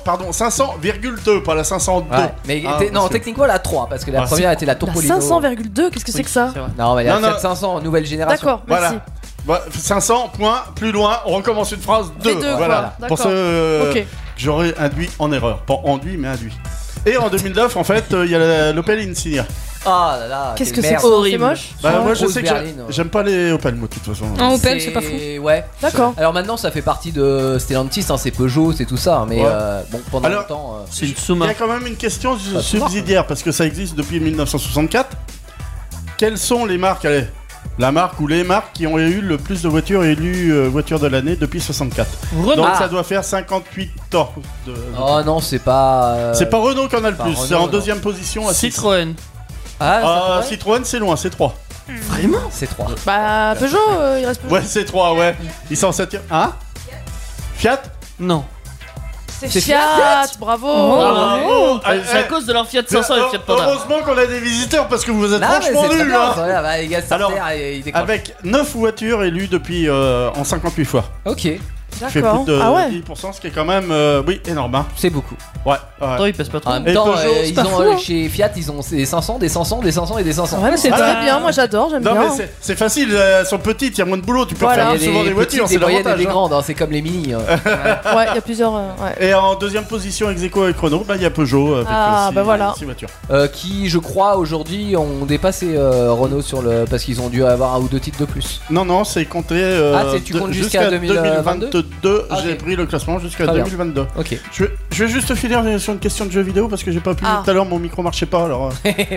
500,2, pas la 502. Ouais, mais Ah, non, parce que- techniquement la 3 parce que la Ah, première était la La Topolino. 500,2, qu'est-ce que c'est que ça? C'est vrai. Non, mais la Non, Fiat non. 500 nouvelle génération. D'accord, merci. Voilà. Bah, 500, point, plus loin, on recommence une phrase 2. Les deux, Voilà. quoi. Pour D'accord. ce Ok. que j'aurais induit en erreur. Pas enduit, mais induit. Et en 2009, en fait, il y a l'Opel Insignia. Ah là là. Qu'est-ce quelle que c'est que merde. ça? C'est Horrible. moche. Bah, moi, je Rose sais que berline, ouais. j'aime pas les Opel, moi, de toute façon. En Opel, c'est pas fou. Ouais. D'accord. Alors maintenant, ça fait partie de Stellantis, hein, c'est Peugeot, c'est tout ça. Mais Ouais. bon, pendant Alors- longtemps. C'est une Il y Suma. a quand même une question Pas subsidiaire, parce que ça existe depuis 1964. Quelles sont les marques, allez, la marque ou les marques qui ont eu le plus de voitures élues voitures de l'année depuis 64? Renault. Donc Ah. ça doit faire 58 ans. Oh non, c'est pas. C'est pas Renault qui en a le pas plus, Renault, c'est en non. deuxième position à 6. Citroën. Ah, Ah, Citroën, c'est loin, c'est 3. vraiment C'est 3. Bah, Peugeot, il reste Peugeot. Ouais, c'est 3, ouais. Ils sont en 7ème. Hein Fiat Non. C'est c'est Fiat, bravo. Bravo. C'est à cause de leur Fiat 500 et Fiat Panda. Heureusement qu'on a des visiteurs parce que vous êtes Non, mais franchement c'est très nuls, bien. hein. Voilà, bah, les gars, ça Alors, ils décrochent. Avec 9 voitures élues depuis en 58 fois. Ok, Ça fait D'accord. plus de Ah ouais. 10%, ce qui est quand même, oui, énorme. Hein. c'est beaucoup. Ouais, Attends, ils pèsent pas trop. En même Et temps, Peugeot, c'est ils pas ont fou, hein. chez Fiat, ils ont des 500, des 500, des 500 et des 500. Ouais, mais c'est Ah, très ouais. bien, moi j'adore, j'aime Non, bien. mais c'est facile, elles sont petites, il y a moins de boulot, tu peux Voilà. faire Il y a souvent des des petites, voitures, des c'est moyennes et l'avantage. des hein. grandes, hein, c'est comme les mini. Ouais, il y a plusieurs. Ouais. Et en deuxième position ex aequo avec Renault, bah, il y a Peugeot avec Ah, aussi, bah voilà. 6 voitures. Qui, je crois, aujourd'hui ont dépassé Renault sur le. Parce qu'ils ont dû avoir un ou deux titres de plus. Non, c'est compté Ah, tu comptes jusqu'à 2022? 2022. Ah, J'ai ok. pris le classement jusqu'à Très bien. 2022. Ok. Je vais juste finir sur une question de jeux vidéo parce que j'ai pas pu Ah. tout à l'heure, mon micro marchait pas alors.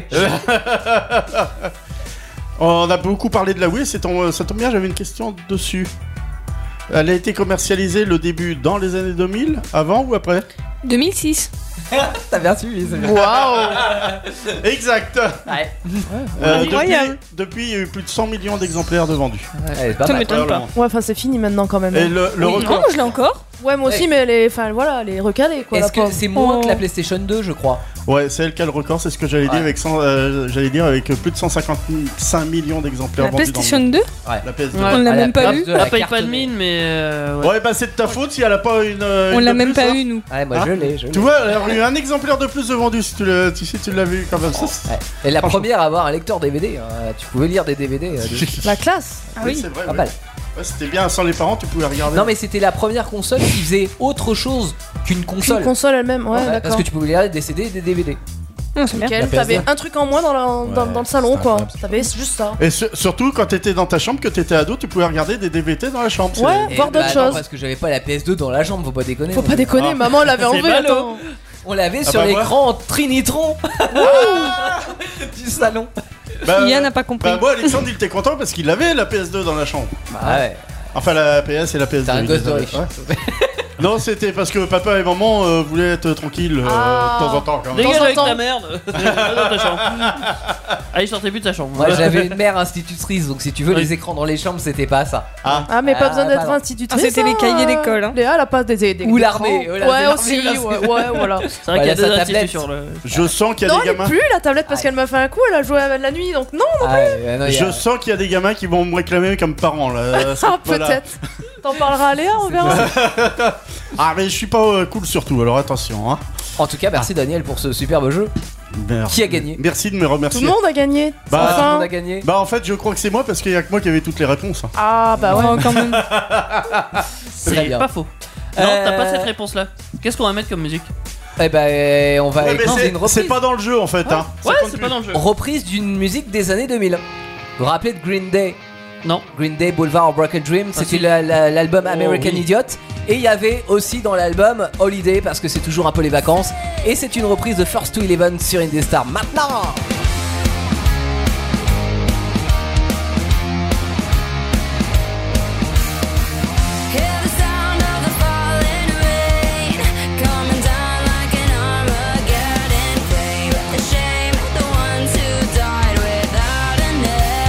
On a beaucoup parlé de la Wii, ça tombe bien, j'avais une question dessus. Elle a été commercialisée le début dans les années 2000, avant ou après 2006. T'as bien suivi, c'est bien. Waouh. Ouais. Exact. Incroyable. Depuis, il y a eu plus de 100 millions d'exemplaires de vendus. Ouais, c'est pas Ça mal. m'étonne pas. Ouais, enfin, c'est fini maintenant quand même. Et hein. le Non, record. moi je l'ai encore. Ouais, moi aussi, Ouais. mais elle est, enfin, voilà, elle est recalée quoi. Est-ce la que pauvre. c'est moins Oh. que la PlayStation 2, je crois? Ouais, c'est elle qui a le record, c'est ce que j'allais dire Ouais. avec avec plus de 155 millions d'exemplaires La vendus PlayStation dans 2. la PS2. Ouais. On l'a Ah, même la pas place eu. de la Elle paye pas de cartonnée. mine, mais. Ouais, bah c'est de ta faute si elle a pas une. On une l'a de même plus, pas hein. eu nous. Ouais, moi Ah. je l'ai. Tu vois, elle aurait eu un exemplaire de plus de vendu si tu l'avais eu quand même. Ça, Ouais. Et la Franchement. première à avoir un lecteur DVD, hein. Tu pouvais lire des DVD. dessus. La classe. Ah oui. c'est vrai. Pas ouais. mal. Ouais, c'était bien, sans les parents, tu pouvais regarder. Non, mais c'était la première console qui faisait autre chose qu'une Une console. console elle-même, ouais, Ouais, d'accord. parce que tu pouvais lire des CD et des DVD. c'est bien. Nickel, La t'avais PS2. un truc en moins dans le salon, c'est quoi. incroyable. T'avais juste ça. Et surtout quand t'étais dans ta chambre, que t'étais ado, tu pouvais regarder des DVD dans la chambre. c'est- Ouais. Et Voir d'autres non, choses. parce que j'avais pas la PS2 dans la jambe, faut pas déconner. Faut pas déconner, Ah. maman l'avait C'est enlevé, ballot. attends. On l'avait Ah sur bah, l'écran Trinitron du salon. Bah, Yann n'a pas compris. Bah moi Alexandre il était content parce qu'il avait la PS2 dans la chambre. Ah ouais. Enfin la PS et la PS2. T'es un il gosse les de avait. riche. Ouais. Non c'était parce que papa et maman voulaient être tranquilles Ah. de temps en temps quand même. Dégage temps en avec temps. ta merde. Va dans ta chambre. Ah, il sortait plus de sa chambre. Moi j'avais une mère institutrice, donc si tu veux, Oui. les écrans dans les chambres, c'était pas ça. Ah, mais pas besoin Ah, d'être bah non. institutrice. Ah, c'était les cahiers d'école, hein. Léa, elle a pas des Ou l'armée, Ouais, l'armée, aussi, là, ouais, voilà. C'est vrai qu'il y a Voilà, deux sa tablette. institutions là. Je sens qu'il y a Non, des elle est gamins. plus la tablette parce qu'elle m'a fait un coup, elle a joué la nuit, donc non. Ah ouais, non, il y a- Je sens qu'il y a des gamins qui vont me réclamer comme parents là. Ah, peut-être. T'en parleras à Léa, on verra. Ah mais je suis pas cool surtout alors attention hein. En tout cas, merci Daniel pour ce superbe jeu. Merci. Qui a gagné Merci de me Tout remercier. le monde a gagné. Bah, Tout le Enfin. monde a gagné. Bah en fait je crois que c'est moi parce qu'il y a que moi qui avait toutes les réponses. Hein. Ah, bah ouais. Oh, quand même. Très C'est bien. pas faux. Non, t'as pas cette réponse là. Qu'est-ce qu'on va mettre comme musique? Eh ben, on va Ouais, mais écouter c'est- une reprise. c'est pas dans le jeu en fait hein. Ça Ouais, compte c'est plus. pas dans le jeu. Reprise d'une musique des années 2000. Vous vous rappelez de Green Day? Non. Green Day Boulevard of Broken Dream, Ah, c'était si. l'album Oh, American oui. Idiot. Et il y avait aussi dans l'album Holiday, parce que c'est toujours un peu les vacances. Et c'est une reprise de First to Eleven sur Indestar. Maintenant! Hear the sound of the falling rain coming down like an Armageddon flame. The shame, the ones who died without a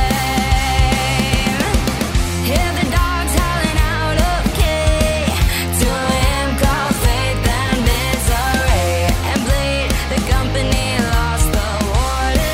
name. Hear the dogs howling out of key to him called faith and misery, and bleed. The company lost the war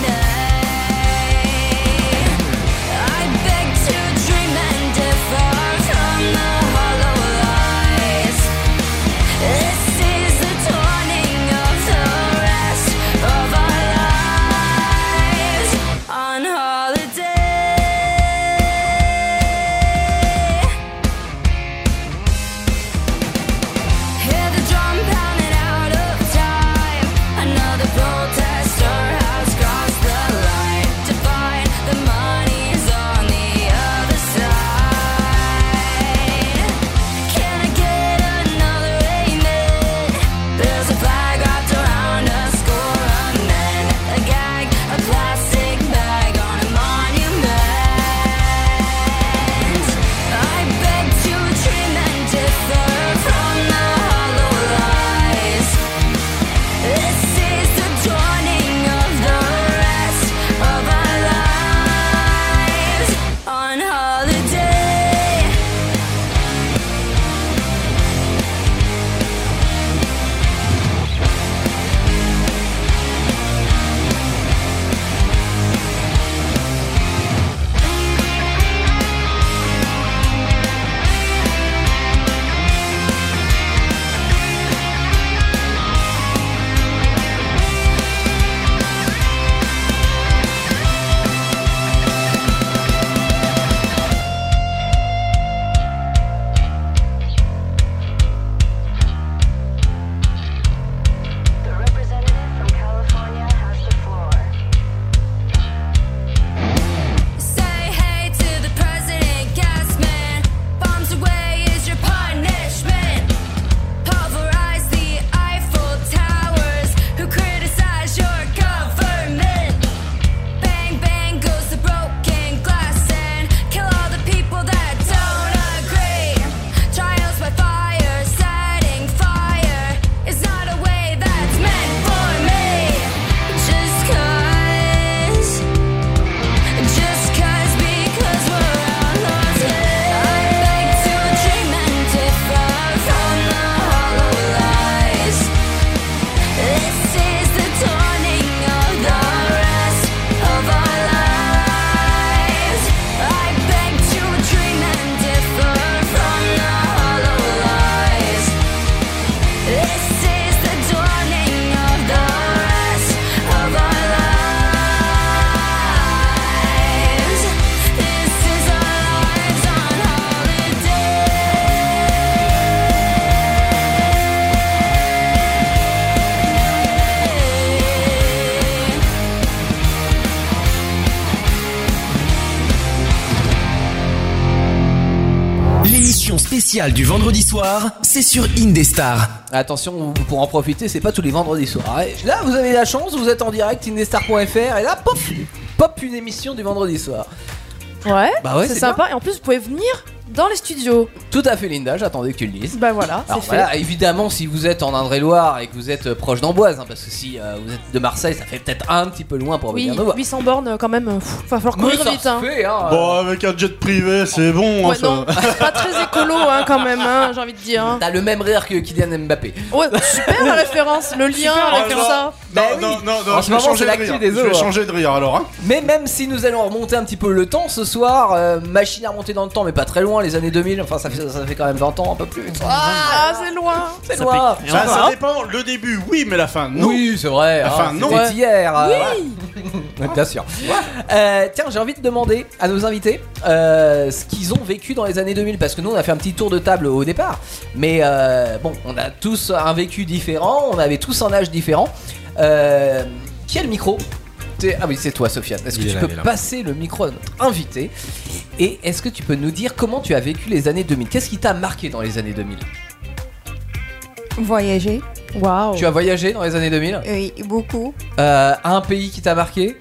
l'émission spéciale du vendredi soir, c'est sur Indestar. Attention, pour en profiter, c'est pas tous les vendredis soirs. Là, vous avez la chance, vous êtes en direct, indestar.fr, et là, pop, une émission du vendredi soir. Ouais, Bah ouais, c'est c'est sympa. Et en plus, vous pouvez venir dans les studios. Tout à fait, Linda, j'attendais que tu le dises. Bah voilà, Alors c'est fait. voilà, évidemment, si vous êtes en Indre-et-Loire et que vous êtes proche d'Amboise, parce que si vous êtes de Marseille, ça fait peut-être un petit peu loin pour Oui, venir nous voir. 800 bornes quand même, va falloir courir ça vite. se Hein. fait, hein. Bon, avec un jet privé, c'est bon. Ouais, ça. non, c'est pas très écolo hein, quand même, hein, j'ai envie de dire. Hein. T'as le même rire que Kylian Mbappé. Ouais, super la référence, le lien avec alors. ça. Bah Non, oui. non, En je ce vais moment, changer c'est de l'actu rire. des Je eaux, vais hein. changer de rire alors. Hein. Mais même si nous allons remonter un petit peu le temps ce soir, machine à remonter dans le temps, mais pas très loin, les années 2000, enfin ça fait quand même 20 ans, un peu plus. Ah, c'est loin. C'est loin. pique. Et Bah, encore, ça hein. dépend. Le début, oui, mais la fin, non. Oui, c'est vrai. Enfin, hein, non. c'était hier. Oui. Bien sûr. Tiens, j'ai envie de demander à nos invités ce qu'ils ont vécu dans les années 2000, parce que nous on a fait un petit tour de table au départ, mais bon, on a tous un vécu différent, on avait tous un âge différent. Qui a le micro? Ah oui, c'est toi, Sofiane. Est-ce que Il est tu là, peux il est là. passer le micro à notre invité? Et est-ce que tu peux nous dire comment tu as vécu les années 2000? Qu'est-ce qui t'a marqué dans les années 2000? Voyager, Waouh. Tu as voyagé dans les années 2000? oui, beaucoup. Un pays qui t'a marqué?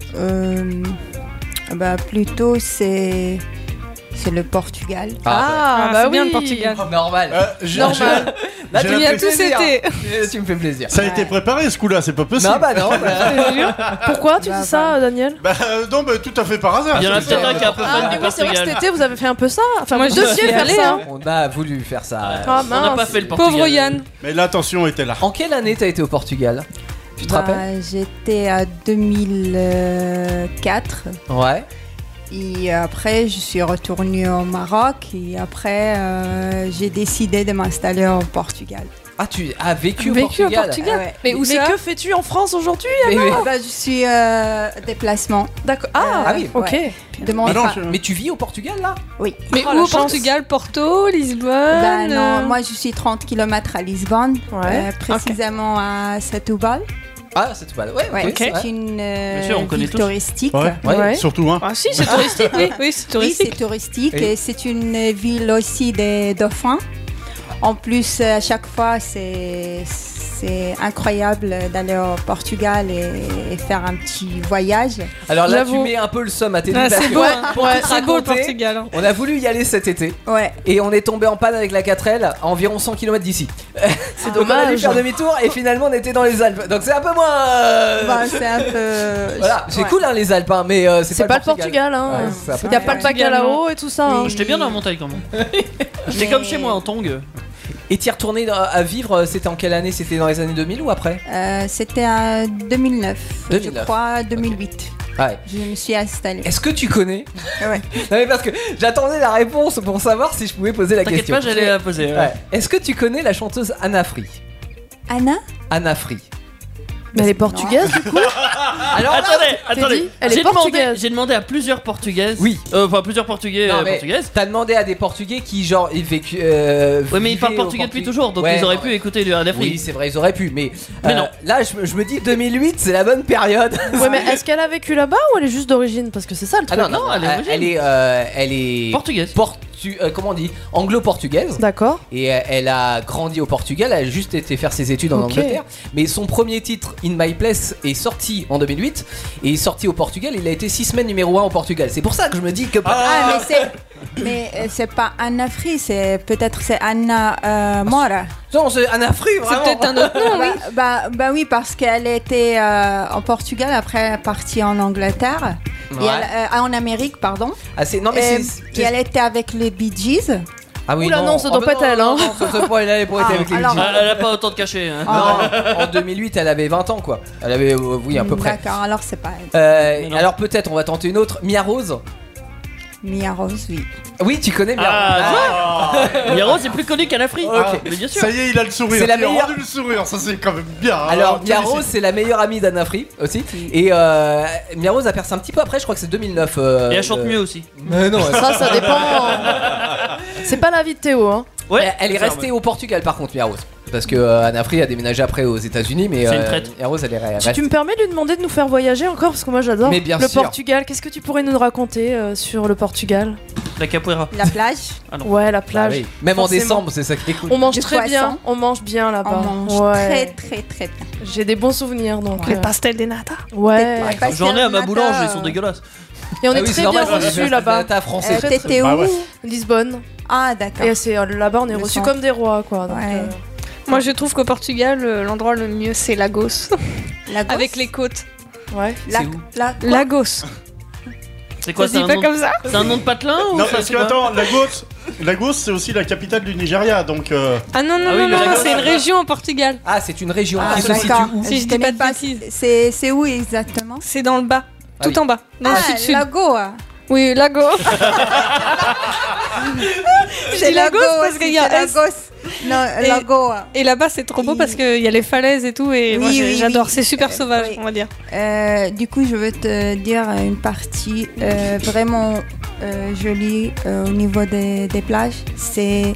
Bah plutôt c'est le Portugal. Ah, c'est bah bien oui. le Portugal. Normal. Normal. Là, j'ai tu Il y a tous plaisir. été. Tu me fais plaisir. Ça a été préparé ce coup-là, c'est pas possible. Non, bah non. Pourquoi tu dis ça, Daniel? Bah, non, bah, tout à fait par hasard. Il y en a C'est peut-être ça. un qui est un peu fan Ah, du mais oui, c'est vrai que cet Portugal. été vous avez fait un peu ça. Enfin, Moi, vous je deviez suis faire allée, ça. hein. On a voulu faire ça. Ah, On n'a pas mince. fait le Portugal. Pauvre Yann. Mais l'attention était là. En quelle année t'as été au Portugal? Tu te rappelles? J'étais à 2004 Ouais. et après je suis retournée au Maroc et après j'ai décidé de m'installer au Portugal. Ah, tu as vécu au Vécu au Portugal. Portugal. Ouais. Mais où Mais ça que fais-tu en France aujourd'hui? Mais, Bah, je suis déplacement. D'accord. Ah, Ah oui. ok. De mon Ah non, tra- mais tu vis au Portugal là? Oui. Mais Oh, où la au chance. Portugal? Porto, Lisbonne Bah non, moi je suis 30 km à Lisbonne, Ouais. précisément à Setúbal. Ah, c'est tout mal. Ouais, Ouais, ok. c'est ouais. une Bien sûr, on connaît ville tous. touristique. Ouais. Ouais. Surtout, hein. Ah si, c'est touristique, oui, oui, c'est Oui, touristique. c'est touristique Et- et c'est une ville aussi des dauphins. En plus, à chaque fois, c'est incroyable d'aller au Portugal et faire un petit voyage. Alors là, tu J'avoue. mets un peu le somme à tes Ah, parce c'est que beau, hein. pour Ouais, tout c'est beau le raconter, Portugal. Hein. On a voulu y aller cet été Ouais. et on est tombé en panne avec la 4L à environ 100 km d'ici. C'est Donc on a dû dommage. faire demi-tour et finalement on était dans les Alpes. Donc c'est un peu moins. Bah, c'est un peu. Voilà, c'est Ouais. cool hein, les Alpes, hein, mais c'est pas le Portugal, hein. Ouais, c'est un peu Y a pas le bacalao et tout ça. hein. Oui. J'étais bien dans la montagne quand même. J'étais Mais- comme chez moi en tongue. Et t'y es retourné à vivre, c'était en quelle année? C'était dans les années 2000 ou après? C'était en 2009, 2009. je crois, 2008. Ouais. Je me suis installée. Est-ce que tu connais? Ouais. Non mais parce que j'attendais la réponse pour savoir si je pouvais poser la T'inquiète question. pas, j'allais la poser. Ouais. Est-ce que tu connais la chanteuse Anna Free? Anna Anna Free. Mais elle est portugaise du coup. Alors là, Attendez. dit, elle est J'ai demandé- portugaise. J'ai demandé à plusieurs portugaises. Oui. Enfin, plusieurs portugais, non, mais portugaises. t'as demandé à des Portugais qui genre ils vécu. Ouais, mais ils vivaient parlent au portugais depuis Portugal. toujours, donc Ouais, ils auraient non, pu écouter du Anna Free. Oui, c'est vrai, ils auraient pu, mais Mais non. Là, je me dis 2008, c'est la bonne période. Ouais, mais est-ce qu'elle a vécu là-bas ou elle est juste d'origine? Parce que c'est ça le Ah truc. non, non, elle est origine. elle est Portugaise. comment on dit, anglo-portugaise. D'accord. Et elle a grandi au Portugal, elle a juste été faire ses études en Ok. Angleterre. Mais son premier titre, In My Place, est sorti en 2008 et est sorti au Portugal. Il a été 6 semaines numéro 1 au Portugal. C'est pour ça que je me dis que. Ah, mais c'est pas Anna Free, c'est peut-être c'est Anna Mora. Non, c'est Anna Free, vraiment. C'est peut-être un autre nom, oui. Bah oui, parce qu'elle était en Portugal, après elle est partie en Angleterre, Ouais. et en Amérique, pardon. Ah, non, mais Et elle était avec les Bee Gees. Ah oui, Oula, non, ça doit pas être elle, hein. Non, ça doit pas elle pour être Ah, avec les alors- Bee Gees. Elle a pas autant de cachets. Hein. Non, en 2008, elle avait 20 ans, quoi. Elle avait, oui, à peu près. D'accord, alors c'est pas elle. Non. Alors peut-être, on va tenter une autre. Mia Rose. Mia Rose, oui. Oui, tu connais Mia Rose. Ah, Mia Rose est plus connue qu'Anna Free. Ok. Mais bien sûr. Ça y est, il a le sourire. C'est la Il a meilleure- rendu le sourire, ça c'est quand même bien. hein. Alors, Mia félicite. Rose, c'est la meilleure amie d'Anna Free aussi. Et Mia Rose a percé un petit peu après, je crois que c'est 2009. Et elle chante mieux aussi. Mais non, Ça dépend. C'est pas la vie de Théo, hein. Ouais. elle est restée au Portugal par contre, Mia Rose. Parce que Anna Free a déménagé après aux États-Unis, mais C'est une traite. Mia Rose, elle est Si restée. tu me permets de lui demander de nous faire voyager encore, parce que moi j'adore Mais bien le sûr. Portugal. Qu'est-ce que tu pourrais nous raconter sur le Portugal? La capoeira. La plage. Ah non. Ouais, la Bah plage. oui. Même en Forcément. décembre, c'est ça qui est cool. On mange Du très poisson. bien. On mange bien là-bas. On mange Ouais. très très bien. J'ai des bons souvenirs donc. Les pastels des nata. Ouais. Pas J'en ai à ma nata. boulange, ils sont dégueulasses. Et on Ah est oui, c'est très bien normal, reçus là-bas. T'as français. T'étais où? Bah ouais. Lisbonne. Ah d'accord. Et c'est là-bas, on est Le reçus centre. comme des rois, quoi. Donc, Ouais. Moi, je trouve qu'au Portugal, l'endroit le mieux, c'est Lagos. Lagos. Avec les côtes. ouais. La, C'est où la- Lagos. C'est quoi, Ça c'est se un dit pas nom comme ça C'est un nom de patelin ou Non, ça, parce c'est que quoi attends, Lagos, c'est aussi la capitale du Nigeria, donc. Ah non, non, Ah oui, non, le non, Lagos. c'est une région au Portugal. Ah, c'est une région Ah, qui se situe d'accord. où Si je dis connais pas de bêtises. C'est où exactement? C'est dans le bas. Ah Tout oui. en bas. Dans le sud-sud. Lagoa. Oui, Lagos. Je dis Lagos parce qu'il y a S. Lagos. Non, Et- Lagoa. Et là-bas, c'est trop beau parce qu'il y a les falaises et tout. Et Oui, moi, oui, j'adore. oui. C'est super sauvage, oui. on va dire. Du coup, je veux te dire une partie vraiment jolie au niveau des plages. C'est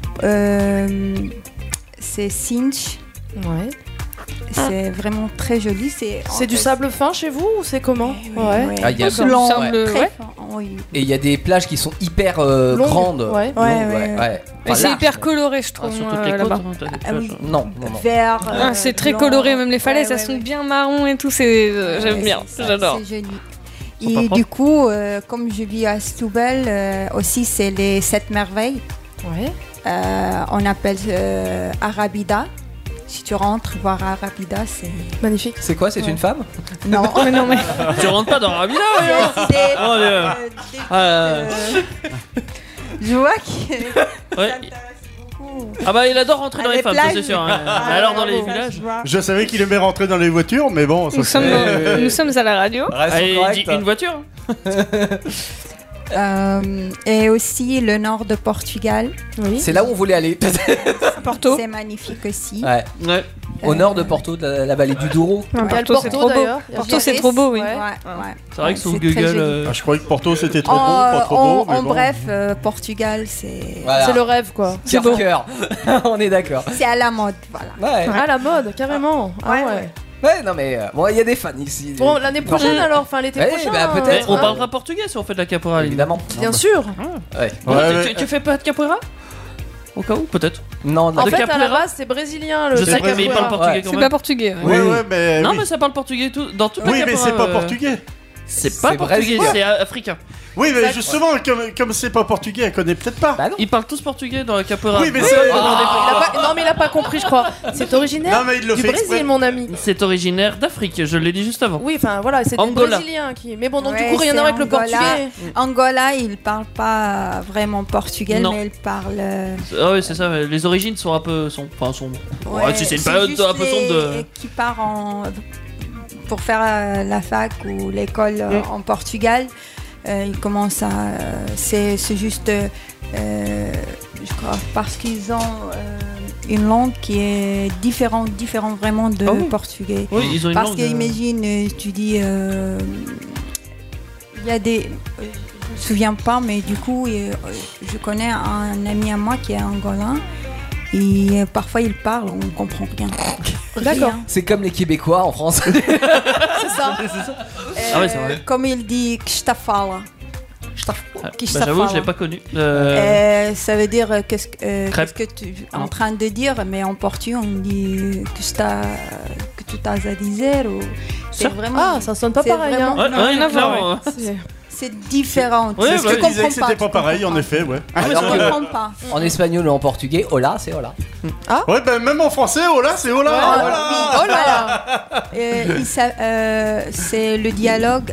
Sinch. Ouais. C'est vraiment très joli. C'est du sable fin chez vous ou c'est comment? Ouais. Ah, il y a Blanc, semble- très ouais. fin, oui. Et il y a des plages qui sont hyper grandes. Ouais. Longues, Ouais. Et Enfin, c'est larges, hyper ouais. coloré, je Ah, trouve, sur moi, toutes les côtes, là-bas. hein, t'as des Ah plages. oui. Non, non, non. Vert. Ah, c'est très blanc. coloré, même les falaises, Ouais, elles sont ouais. bien marron et tout. C'est, j'aime Ouais, bien, c'est ça, j'adore. C'est joli. Sont pas Et propres. du coup, comme je vis à Setúbal, aussi c'est les 7 merveilles. Ouais. On appelle Arabida. Si tu rentres voir Arabida, c'est... Magnifique. C'est quoi? C'est une femme? Non. Mais non, mais Tu rentres pas dans Rabila, C'est- c'est, Oh, Dieu. des- Ah, je vois que... ouais. Ah bah il adore rentrer dans Ah, les les femmes, ça, plages. c'est sûr. hein. Ah, Mais alors dans les bravo, villages. je vois. Je savais qu'il aimait rentrer dans les voitures, mais bon, ça nous sommes, c'est. nous sommes à la radio. Reste Allez, correct. dis une voiture. Et aussi le nord de Portugal. Oui. C'est là où on voulait aller. Porto. C'est magnifique aussi. Ouais. Ouais. Au nord de Porto, de la vallée du Douro. Il y a le Porto, c'est Porto trop beau. d'ailleurs. Il y a Porto, le c'est trop beau, oui. Ouais. Ouais. C'est vrai que sur C'est très Google. joli. Ah, je croyais que Porto c'était trop beau, pas trop beau. mais En bon. bref, Portugal, c'est... Voilà. C'est le rêve quoi. Cœur. On est d'accord. C'est à la mode, voilà. Ouais. À la mode, carrément. Ah Ouais, ouais. ouais. Ouais, non mais bon, il y a des fans ici. Bon, l'année prochaine alors, enfin l'été Ouais, prochain. bah, peut-être. On hein. parlera portugais si on fait de la capoeira. Évidemment. Bien sûr. Ouais. Bon, Ouais, tu- ouais. tu fais pas de capoeira? Au cas où, peut-être. Non, non. En De fait, à la capoeira base, c'est brésilien le Je sais, capoeira. mais il parle portugais Ouais. quand C'est même. pas portugais. Oui, Oui. ouais, mais. Non, oui. mais ça parle portugais dans toute la Oui, mais capoeira. c'est pas portugais. C'est pas C'est portugais, brésilien. c'est africain. Oui, mais justement, comme c'est pas portugais, elle connaît peut-être pas. Bah non. Ils parlent tous portugais dans la capoeira. Oui, mais Ouais, c'est- ouais, Il ouais, a pas- Non mais il a pas compris je crois. C'est originaire Non, mais il le du fait Brésil exprès. mon ami. c'est originaire d'Afrique, je l'ai dit juste avant. Oui enfin voilà c'est des Angola. Brésiliens qui. Mais bon donc Ouais, du coup rien c'est à voir avec le Angola. portugais. Angola, il parle pas vraiment portugais, Non. mais il parle... Ah oui, c'est ça, ouais, les origines sont un peu sombres. Ouais, si c'est une période juste un peu sombre de. qui part pour faire la fac ou l'école en Portugal. Ils commencent à... c'est juste... je crois parce qu'ils ont une langue qui est différente vraiment de Ah oui. portugais. Oui, ils ont une Parce langue. qu'imagine, tu dis... il y a des... je me souviens pas, mais du coup, je connais un ami à moi qui est angolin. Et parfois, il parle, on comprend rien. D'accord. Rien. C'est comme les Québécois en France. C'est ça. Ah ouais, c'est vrai. Comme il dit que je fala. Ah, qui bah, j'avoue, je l'ai pas connu. Ça veut dire qu'est-ce Crêpe. que tu es en train de dire, mais en portugais, on dit que tu t'as à dire. Ou... C'est vraiment. Ah ça sonne pas c'est pareil hein. vraiment- Ouais, rien à voir, clairement. C'est- C'est différent. Ouais, C'est Ce ce que que je disais que c'était pas pareil, en effet, ouais. Je comprends pas. En espagnol ou en portugais, hola, c'est hola. Ouais, ben même en français, oh là, c'est oh là. Ah, oh là. oui, oh là là. C'est le dialogue.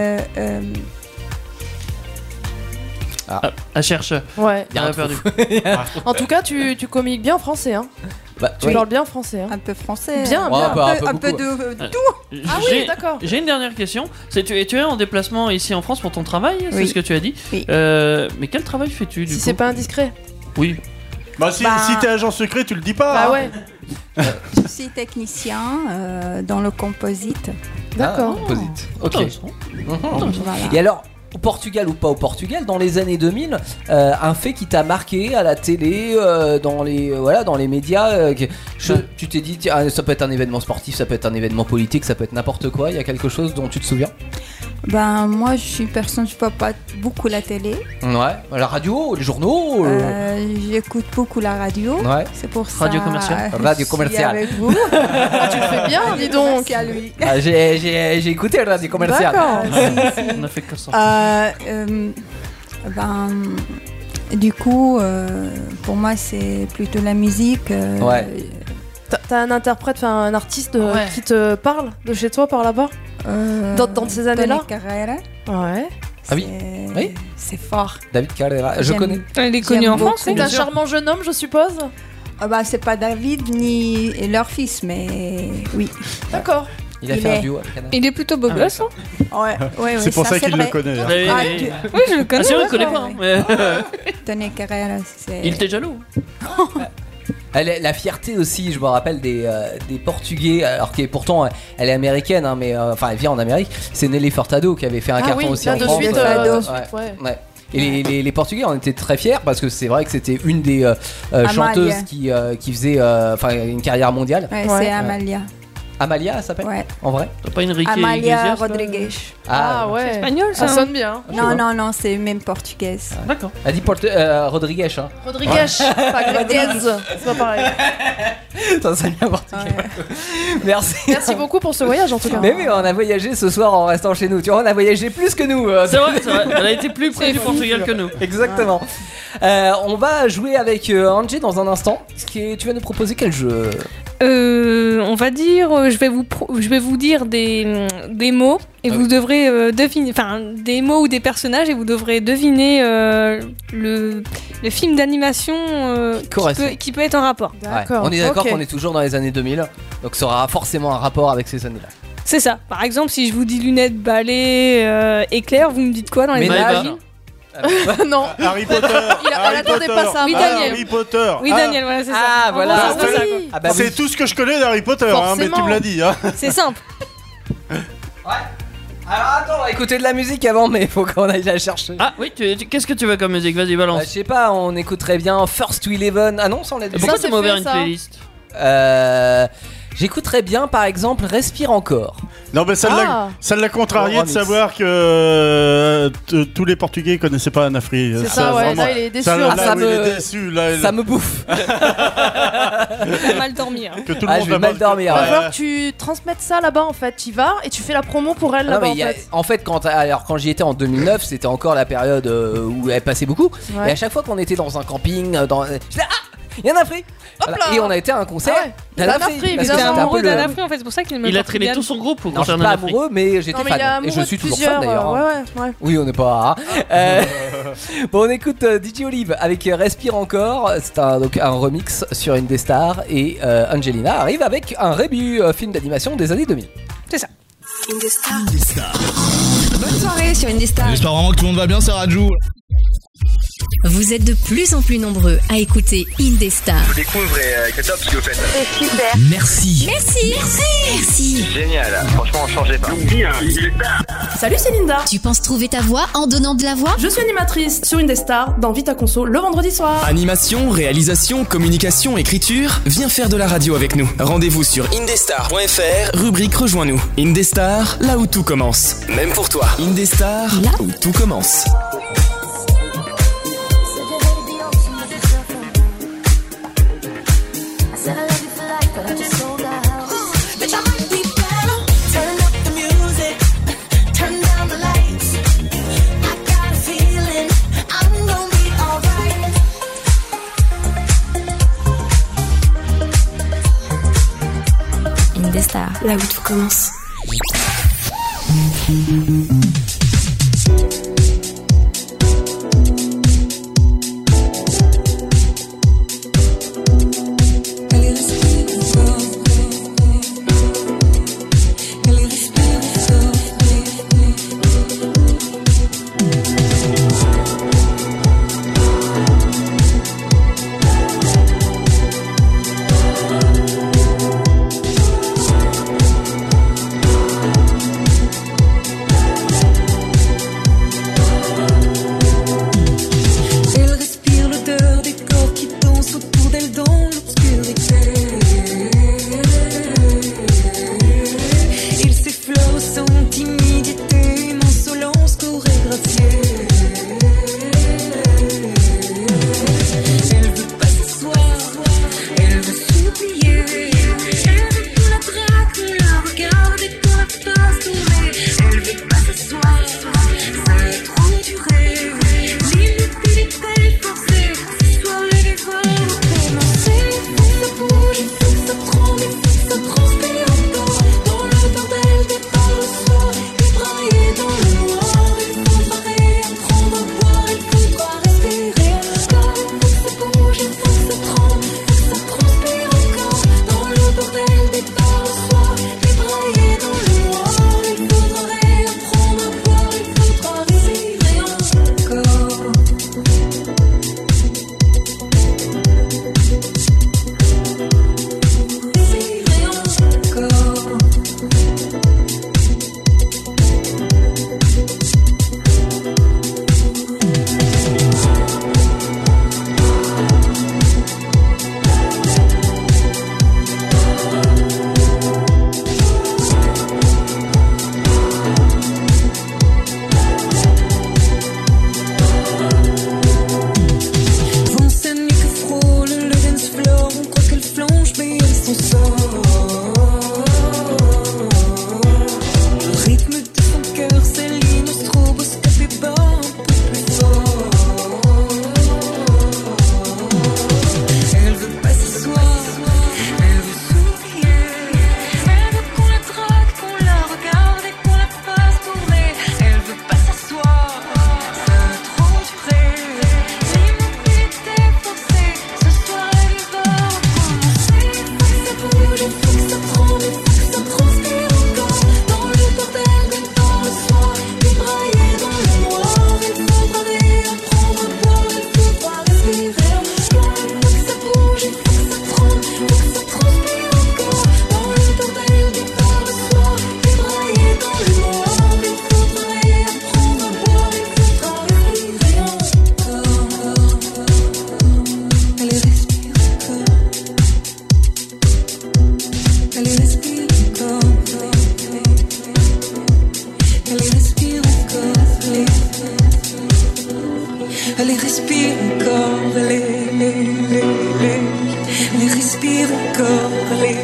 Elle cherche. Ouais. Y a Elle un a perdu. En tout cas tu communiques bien français hein. Bah, Tu oui. parles bien français hein. Un peu français. Bien, Ouais, bien. bah, Un peu beaucoup. de Ah oui d'accord. J'ai une dernière question. C'est tu es en déplacement ici en France pour ton travail, c'est Oui. ce que tu as dit. Oui. Mais quel travail fais-tu du Si coup c'est pas indiscret. Oui. Bah, si Bah. t'es agent secret, tu le dis pas. Bah hein. ouais. Je suis technicien dans le composite. D'accord. Ah, composite. Ok. Intéressant. Voilà. Et alors, au Portugal ou pas au Portugal, dans les années 2000, un fait qui t'a marqué à la télé, dans les médias, tu t'es dit, tiens, ça peut être un événement sportif, ça peut être un événement politique, ça peut être n'importe quoi. Il y a quelque chose dont tu te souviens? Ben, moi, je suis une personne, je vois pas beaucoup la télé. Ouais, la radio, les journaux. J'écoute beaucoup la radio. Ouais. C'est pour ça. Radio commerciale. Radio je suis commerciale. avec vous. Tu le fais bien, dis donc. Merci à lui. Ah, j'ai écouté la radio commerciale. D'accord. On a fait que ça. Ben, du coup, pour moi, c'est plutôt la musique. Ouais. T'as un interprète, enfin un artiste qui te parle de chez toi par là-bas dans ces années-là. Tony Carrera. Ouais. Ah oui. Oui. C'est fort. David Carrera, je J'aime- connais. Elle est connue J'aime en France. beaucoup. C'est un charmant jeune homme, je suppose. Ah bah, c'est pas David ni leur fils, mais oui. D'accord. Il a Il fait un est- duo avec Anna. Il est plutôt beau gosse. Hein. Ouais, C'est pour ça qu'il le vrai. connaît. hein. Oui, Ah, oui. tu- Oui, je le connais. Ah, c'est vrai, je d'accord. connais pas. Hein, mais- Tony Carrera, c'est. Il était jaloux. La fierté aussi, je me rappelle des Portugais, alors qu'elle pourtant elle est américaine, hein, mais enfin elle vit en Amérique. C'est Nelly Furtado qui avait fait un carton aussi en de France. suite, Ouais. Ouais. Et les Portugais en étaient très fiers parce que c'est vrai que c'était une des chanteuses qui faisait une carrière mondiale. Ouais, Ouais. c'est Amalia. Amalia, elle s'appelle Ouais. en vrai. T'as pas Enrique Amalia Iglesias là Rodriguez. Ah ouais. Espagnol, ça. Ça sonne bien. Non, c'est même portugaise. D'accord. Elle dit Rodriguez. Hein. Rodriguez, pas Rodriguez. C'est pas pareil. Ça sonne bien portugais. Merci. Merci beaucoup pour ce voyage en tout cas. Mais oui, on a voyagé ce soir en restant chez nous. Tu vois, on a voyagé plus que nous. C'est vrai, c'est vrai. Elle a été plus près du Portugal que nous. Exactement. On va jouer avec Angie dans un instant. Tu vas nous proposer quel jeu? On va dire, je vais vous dire des mots et vous devrez deviner, enfin des mots ou des personnages et vous devrez deviner le film d'animation qui peut être en rapport. D'accord. On est d'accord Ok. qu'on est toujours dans les années 2000, donc ça aura forcément un rapport avec ces années-là. C'est ça. Par exemple, si je vous dis lunettes, balai, éclair, vous me dites quoi dans les Ménage. mots? Non. Harry Potter. Il Harry attendait Potter. pas ça. Oui, Daniel. Harry Potter. Oui, Daniel, voilà, c'est ça. Ah, voilà. Ah, c'est ça. oui. Ah, bah oui. C'est tout ce que je connais d'Harry Potter, hein, mais tu Forcément. me l'as dit. Hein. C'est simple. Alors attends, on va écouter de la musique avant, mais il faut qu'on aille la chercher. Ah oui, qu'est-ce que tu veux comme musique? Vas-y, balance. Je sais pas, on écouterait bien First to Eleven. Ah non, ça on l'a dit. Pourquoi ça, tu c'est m'as ouvert fait, une ça. playlist? J'écouterais bien par exemple Respire encore. Non, mais ça l'a contrarié Oh, de remix. savoir que tous les Portugais connaissaient pas Anna Free. C'est ça, ouais, là, il est déçu. Ça, là, Ah, ça oui, il me- est déçu. Là, Ça me bouffe. T'as mal dormi. Hein. que tout le Ah, monde je vais a mal dormir. Il va Ouais. falloir que tu transmettes ça là-bas en fait. Tu y vas et tu fais la promo pour elle Non, là-bas mais en il y a- fait. en fait, quand j'y étais en 2009, c'était encore la période où elle passait beaucoup. Ouais. Et à chaque fois qu'on était dans un camping, je disais, il y en a pris. Hop là. Et on a été à un concert. Ah ouais. d'Anna D'Anna Free, Free, parce que J'étais c'était un peu amoureux le- d'Anna Free en fait, c'est pour ça qu'il me Il a porte traîné bien. tout son groupe pour Non, je suis concerner pas Anna Free. amoureux, mais j'étais Non, mais il est fan. Et amoureux je suis de toujours plusieurs, fan d'ailleurs. ouais. Oui, on n'est pas. Bon, on écoute DJ Olive avec Respire encore. C'est donc un remix sur Indestar. Et Angelina arrive avec un rébut film d'animation des années 2000. C'est ça. Bonne soirée sur Indestar. J'espère vraiment que tout le monde va bien, c'est Rajou. Vous êtes de plus en plus nombreux à écouter Indestar. Je découvre et c'est top ce que vous faites. Super. Merci. Merci. Merci. Génial, franchement, changez pas. Salut, c'est Linda. Tu penses trouver ta voix en donnant de la voix? Je suis animatrice sur Indestar dans Vita Conso le vendredi soir. Animation, réalisation, communication, écriture, viens faire de la radio avec nous. Rendez-vous sur indestar.fr, rubrique Rejoins-nous. Indestar, là où tout commence. Même pour toi. Indestar, là où tout commence. Indestar, là où tout commence. allez respire encore, allez respire encore, allez.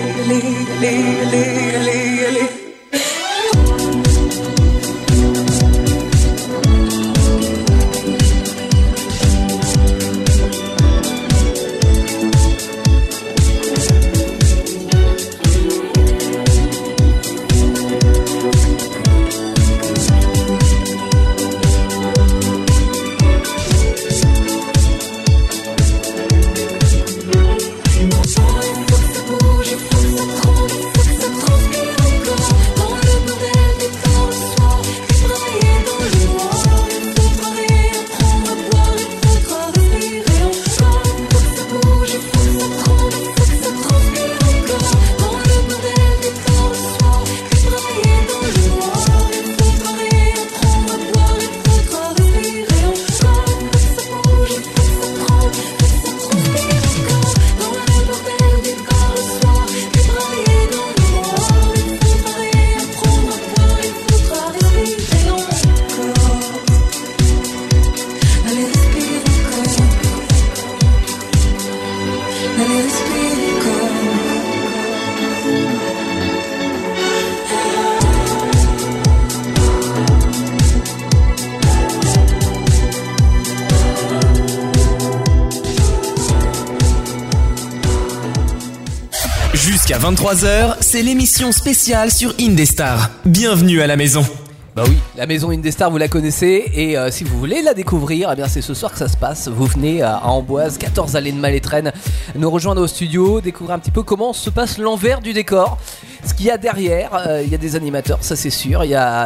Jusqu'à 23h, c'est l'émission spéciale sur Indestar. Bienvenue à la maison. Bah oui, la maison Indestar vous la connaissez et si vous voulez la découvrir, eh bien c'est ce soir que ça se passe. Vous venez à Amboise, 14 allées de Malétraine, nous rejoindre au studio, découvrir un petit peu comment se passe l'envers du décor. Ce qu'il y a derrière, il y a des animateurs, ça c'est sûr. Il y a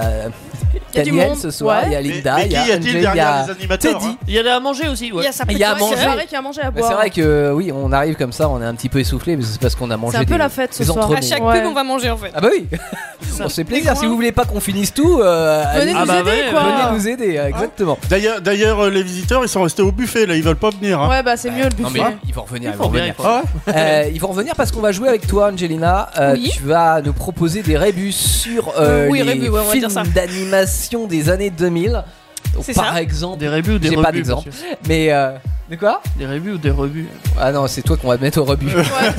Daniel ce soir, il y a Linda, il y a Angel, il y a Teddy. Il y a à manger aussi. Ouais. Il y a à manger. C'est vrai qu'il y a à manger à boire. C'est vrai que oui, on arrive comme ça, on est un petit peu essoufflé, mais c'est parce qu'on a mangé. C'est un peu la fête ce soir. À chaque pub, on va manger en fait. Ah bah oui. On se fait plaisir. Si vous voulez pas qu'on finisse tout, venez nous aider, exactement. D'ailleurs, les visiteurs, ils sont restés au buffet là, ils veulent pas venir. Ouais, bah c'est mieux le buffet. Non mais ils vont revenir. Ils vont revenir parce qu'on va jouer avec toi, Angelina. Tu vas nous proposer des rébus sur les films d'animation des années 2000. Par exemple, des rébus ou des j'ai rebus, pas d'exemple, mais de quoi? Des rébus ou des rebus? Ah non, c'est toi qu'on va mettre au rebut.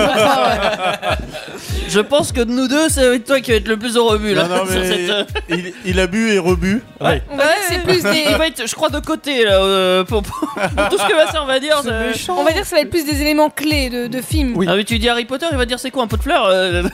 Je pense que de nous deux, c'est toi qui va être le plus au rebut là. Non, sur mais il a bu et rebu. Ouais. On va dire que c'est plus des. Il va être, je crois, de côté là, pour tout ce que va faire, on va dire. On va dire que ça va être plus des éléments clés de films. Oui. Ah mais tu dis Harry Potter, il va dire c'est quoi un pot de fleurs?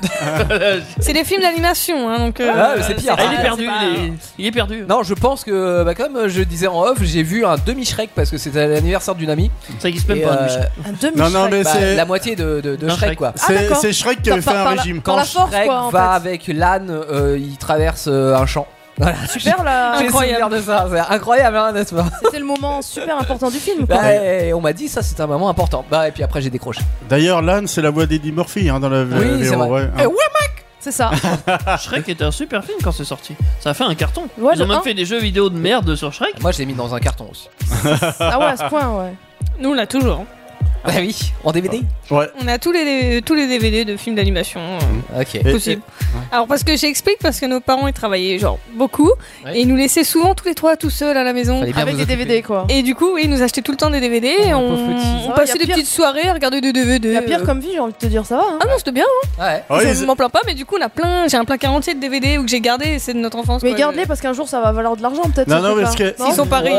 C'est des films d'animation, hein, donc. Ah, mais c'est pire. Il est perdu. Il est perdu. Non, je pense que, comme je disais en off, j'ai vu un demi-Shrek parce que c'était l'anniversaire d'une amie. Ça existe même pas. Un demi-Shrek. Non, mais c'est la moitié de Shrek quoi. C'est Shrek qui avait fait un régime. Quand Shrek va avec l'âne, il traverse un champ. Voilà. Super là. J'ai souvenir de ça, c'est incroyable, hein, n'est-ce pas? C'était le moment super important du film. Quoi. Et on m'a dit ça, c'est un moment important. Et puis après j'ai décroché. D'ailleurs, l'âne, c'est la voix d'Eddie Murphy dans la. Oui, c'est vrai. Ouais, mec. C'est ça. Shrek était un super film quand c'est sorti. Ça a fait un carton. Ouais, ils ont même fait des jeux vidéo de merde sur Shrek. Moi je l'ai mis dans un carton aussi. Ah ouais, à ce point, ouais. Nous on l'a toujours. Ah oui, en DVD. Ouais. On a tous les DVD de films d'animation possible. Alors parce que j'explique parce que nos parents ils travaillaient genre beaucoup et ils nous laissaient souvent tous les trois tout seuls à la maison avec des DVD quoi. Et du coup ils nous achetaient tout le temps des DVD et on passait des petites soirées à regarder des DVD. Il y a pire comme vie, j'ai envie de te dire, ça va. Ah non, c'était bien. Ouais. Je m'en plains pas, mais du coup on a j'ai un placard entier de DVD où que j'ai gardé, c'est de notre enfance. Mais garde-les parce qu'un jour ça va valoir de l'argent peut-être. Non, parce que s'ils sont pas rayés.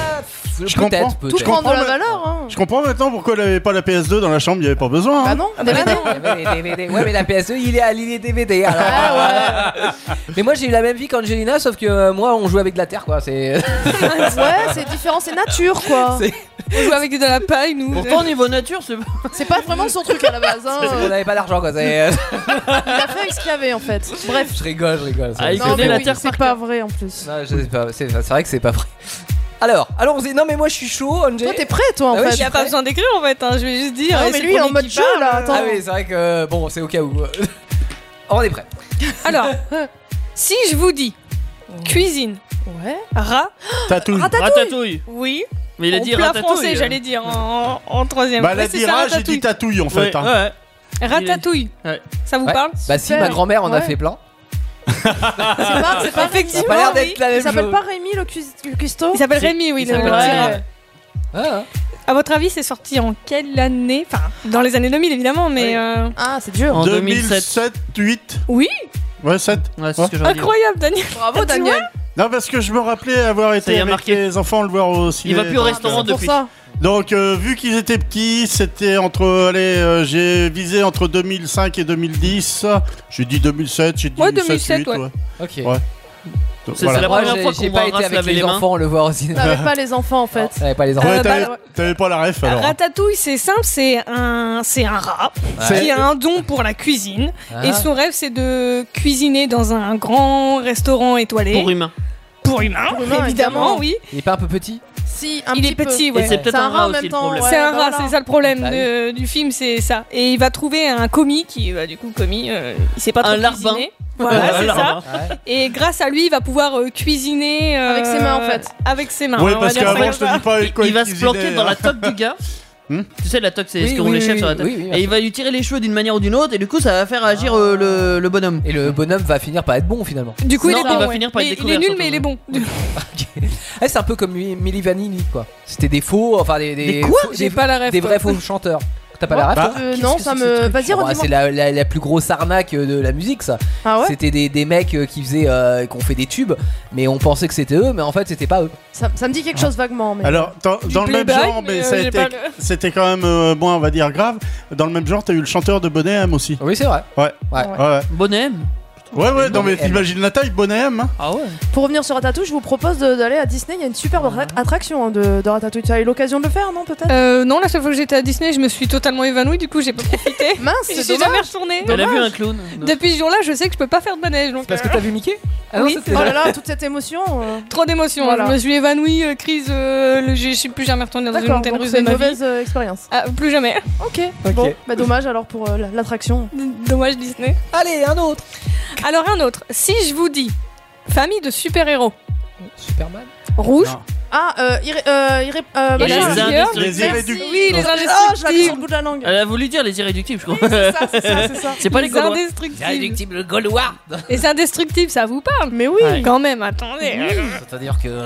Je comprends. Tout prend de la valeur. Je comprends maintenant pourquoi elle avait pas la PS2 dans la chambre, il y avait pas besoin. Bah non, DVD. Ouais, mais la PS2 il est à l'île DVD. Alors, mais moi j'ai eu la même vie qu'Angelina, sauf que moi on jouait avec de la terre quoi. C'est. Ouais, c'est différent, c'est nature quoi. On joue avec de la paille nous. Pourtant au niveau nature c'est pas vraiment son truc à la base. Hein. On avait pas d'argent quoi. Il a fait avec ce qu'il y avait en fait. Bref. Je rigole. Il non, connaît mais la terre. C'est pas vrai en plus. Non, je sais pas. C'est vrai que c'est pas vrai. Alors, allons-y. Non, mais moi je suis chaud, Angel. Toi, t'es prêt, toi, en fait. Il n'y a pas besoin d'écrire, en fait. Je vais juste dire. Non, mais lui, il est en mode jeu, là. Attends. Ah, oui, c'est vrai que. Bon, c'est au cas où. On est prêt. Alors, si je vous dis cuisine, ratatouille. Oui. Mais il a dit plat ratatouille. Français, j'allais dire en troisième. Bah, elle a dit j'ai dit tatouille, en fait. Ouais. Ratatouille. Ça vous parle? Bah, si, ma grand-mère en a fait plein. C'est pas effectivement. Ça a pas l'air d'être la même il s'appelle chose. pas Rémi le cuistot. Il s'appelle Rémi, oui. À votre avis, c'est sorti en quelle année? Enfin, dans les années 2000 évidemment, mais. Ah, c'est dur. En 2007, 8. Oui. Ouais, 7. Ouais, c'est ce que j'aurais dit. Incroyable, Daniel. Bravo, Daniel. Non, parce que je me rappelais avoir été y a avec marqué. les enfants le voir au cinéma. Il va plus au restaurant C'est pour depuis. ça. Donc, vu qu'ils étaient petits, c'était entre. Allez, j'ai visé entre 2005 et 2010. J'ai dit 2007, j'ai dit Ouais, 2007, 2007, ouais. Ok. Ouais. Donc, C'est la Moi, première fois j'ai qu'on pas voit été Ras avec laver les les mains. enfants le voir au cinéma. T'avais pas les enfants en fait. J'avais pas les enfants. Ouais, bah, t'avais pas la ref alors. Ratatouille, c'est simple, c'est un rat qui a un don pour la cuisine. Ah. Et son rêve, c'est de cuisiner dans un grand restaurant étoilé. Pour humains. Pour humains, Pour humains, évidemment, oui. Il est pas un peu petit? Si, un Il petit est petit, peu. ouais. Et c'est peut-être C'est un rat en aussi même le temps, problème. ouais. C'est un bah rat, voilà. c'est ça le problème Bah du film, c'est ça. Et il va trouver un commis qui, du coup, commis, il sait pas trop Un larbin. cuisiner. Voilà, c'est ça. larbin. Et grâce à lui, il va pouvoir cuisiner Avec ses mains, en fait. Avec ses mains. Oui, on va parce dire ça qu'avant, comme je te ça. dis pas avec quoi Il va se cuisiner, planquer dans la toque du gars. Tu sais, la toque, c'est ce qu'ont les chefs sur la toque. oui, Et il va lui tirer les cheveux d'une manière ou d'une autre, et du coup, ça va faire agir le bonhomme. Et le bonhomme va finir par être bon finalement. Du coup, Non, il est il bon. va ouais. finir par être Mais il est découvert, nul, surtout. mais il est bon. C'est un peu comme Milli Vanilli quoi. C'était des faux, enfin Des quoi? faux- J'ai pas la ref, Des quoi. vrais faux chanteurs. T'as pas la ref? Bah, toi Non, Qu'est-ce ça que c'est, me. ce truc Vas-y, Oh, bah, redis-moi. c'est la plus grosse arnaque de la musique ça. Ah ouais. C'était des mecs qui faisaient, qui ont fait des tubes, mais on pensait que c'était eux, mais en fait c'était pas eux. Ça me dit quelque chose vaguement. Mais... Alors, dans le même playback, genre, mais mais, ça a j'ai été, pas le- c'était quand même moins, on va dire, grave. Dans le même genre, t'as eu le chanteur de Bonnet M aussi. Oui, c'est vrai. Ouais. Ouais. Ouais, Bonnet. ouais, non, mais Bonnet M. t'imagines la taille, Bonnet M hein. Ah ouais. Pour revenir sur Ratatouille, je vous propose d'aller à Disney. Il y a une superbe attraction de Ratatouille. Tu as eu l'occasion de le faire, non peut-être Non, la seule fois que j'étais à Disney, je me suis totalement évanouie, du coup, j'ai pas profité. Mince, Et je c'est suis dommage. jamais retournée. Elle a vu un clown. Depuis ce jour-là, je sais que je peux pas faire de manège. Donc, Parce que t'as vu Mickey? Ah non, oui, c'était- Oh là là, toute cette émotion. trop d'émotions. Voilà. Je me suis évanouie, crise. Je suis plus jamais retournée dans une D'accord, montagne donc russe c'est de une ma vie. mauvaise expérience. Ah, plus jamais. Ok, bon, bah dommage alors pour l'attraction. Dommage Disney. Allez, un autre. Alors un autre. Si je vous dis famille de super-héros, Superman. rouge. Non. Ah, Et machin. les Machin. indestructibles. Les Merci. irréductibles. Oui, les Oh, je l'avais sur indestructibles. le bout de la langue. Elle a voulu dire les irréductibles, je crois. C'est ça, c'est ça, c'est ça. C'est pas les Gaulois. indestructibles. le Gaulois. Les indestructibles, ça vous parle? Mais oui. Ouais. Quand même, attendez. C'est-à-dire que.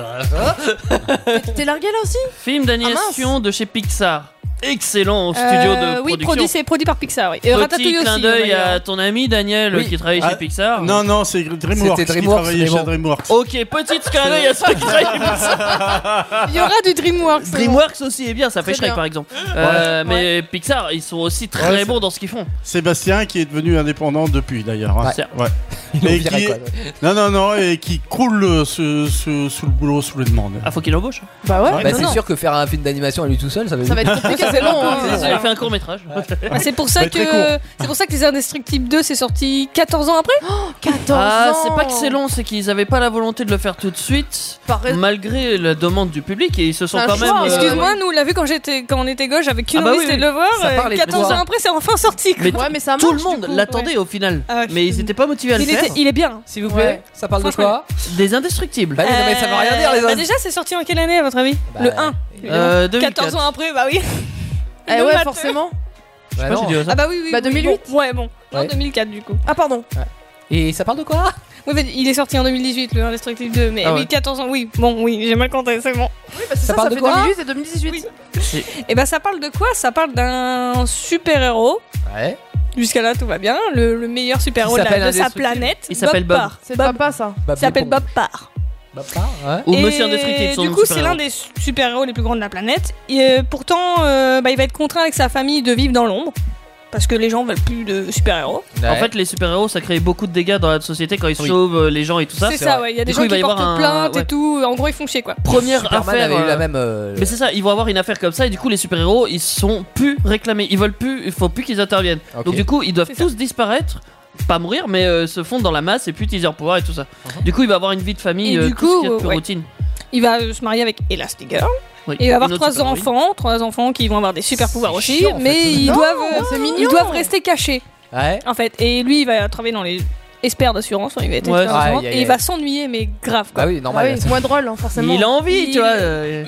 T'es largué là aussi Film d'animation de chez Pixar. Excellent studio de Oui, production. c'est produit par Pixar, oui. Et Petit Ratatouille clin aussi. d'œil d'ailleurs. à ton ami Daniel Oui. qui travaille Ah, chez Pixar. Non, non, c'est DreamWorks C'était qui DreamWorks, travaillait mais chez bon. DreamWorks. Ok, petit clin d'œil à ceux qui travaillent chez Pixar. Il y aura du DreamWorks. c'est bon. DreamWorks aussi est bien, ça fait Très Shrek bien. par exemple. Mais Pixar, ils sont aussi très Ouais, bons dans ce qu'ils font. Sébastien qui est devenu indépendant depuis d'ailleurs. hein. Ouais. Ouais. Ils l'ont Et viré, qui- quoi. Non, et qui croule sous le boulot, sous les demandes. Ah, faut qu'il embauche. Bah ouais, Bah, non, c'est non. sûr que faire un film d'animation à lui tout seul, ça va Ça va être compliqué, c'est long. hein. Il a fait un court métrage. Ah, c'est pour Ça va ça être très court. que Les Indestructibles 2 c'est sorti 14 ans après. 14 Ah, ans. c'est pas que c'est long, c'est qu'ils avaient pas la volonté de le faire tout de suite, malgré la demande du public, et ils se sont C'est un quand choix, même. Excuse-moi, nous on l'a vu quand on était gauche avec une Ah bah envie, oui, c'était oui. de le voir. Ça parle, 14 mais ans après, c'est enfin sorti. quoi. Mais Ouais, mais ça tout marche, le monde du coup, l'attendait au final, Ah, mais ils étaient pas motivés à le il, faire. il est bien. S'il vous plaît, Ouais. ça parle de Franchement, quoi? Des indestructibles. Bah oui, non, mais ça veut rien dire les Bah autres. déjà, c'est sorti en quelle année à votre avis? Bah, Le 1. évidemment. 2004. 14 ans après, bah oui. Eh Le ouais, matheux. forcément. Bah Je sais pas, non. j'ai dit ça. Ah bah oui, oui. Bah, oui, 2008. bon. Ouais, bon. Non, Ouais. 2004 du coup. Ah, pardon. Et ça parle de quoi? Oui, mais il est sorti en 2018, le Indestructible 2. Mais Ah ouais. oui, 14 ans, oui. Bon, oui, j'ai mal compté, c'est bon. Oui, bah c'est ça, parle ça de fait quoi 2008 et 2018. Et bah ça parle de quoi? Ça parle d'un super-héros. Ouais. Jusqu'à là, tout va bien. Le meilleur super-héros Qui de, s'appelle de sa Indestructible. planète. Il s'appelle Bob. Parr. C'est papa ça. Bah, Il s'appelle pour- Bob Parr. Bah, pas, ouais. Ou Et Monsieur Indestructible, son du nom coup, de c'est super-héros. l'un des super-héros les plus grands de la planète. Et, pourtant, bah, il va être contraint avec sa famille de vivre dans l'ombre. Parce que les gens veulent plus de super-héros. En Ouais. fait, les super-héros, ça crée beaucoup de dégâts dans la société quand ils Oui. sauvent les gens et tout ça. C'est ça, ouais. Il y a des Du coup, gens il va qui y avoir portent un- plainte ouais. et tout. En gros, ils font chier, quoi. Première Superman affaire. avait eu la même. Mais c'est ça, ils vont avoir une affaire comme ça et du coup les super-héros ils sont plus réclamés, ils veulent plus, il faut plus qu'ils interviennent. Ok. Donc du coup ils doivent C'est ça. tous disparaître, pas mourir mais se fondre dans la masse et plus utiliser leur pouvoir et tout ça. Du coup il va avoir une vie de famille, Et du tout ce coup, qu'il y a de plus ouais. routine. Il va se marier avec Elastigirl. Oui. Et il va avoir Une autre 3 super-héroïne. enfants qui vont avoir des super pouvoirs aussi. chiant, en fait. Mais ils Non, doivent, c'est mignon. ils doivent rester cachés. Ouais. En fait, et lui, il va travailler dans les experts d'assurance. Il va être Ouais. expert d'assurance, Aïe, aïe, et il aïe. va s'ennuyer, mais grave quoi. Bah oui, Ah normal. oui, c'est moins drôle, hein, forcément. Il a envie, Il- tu vois.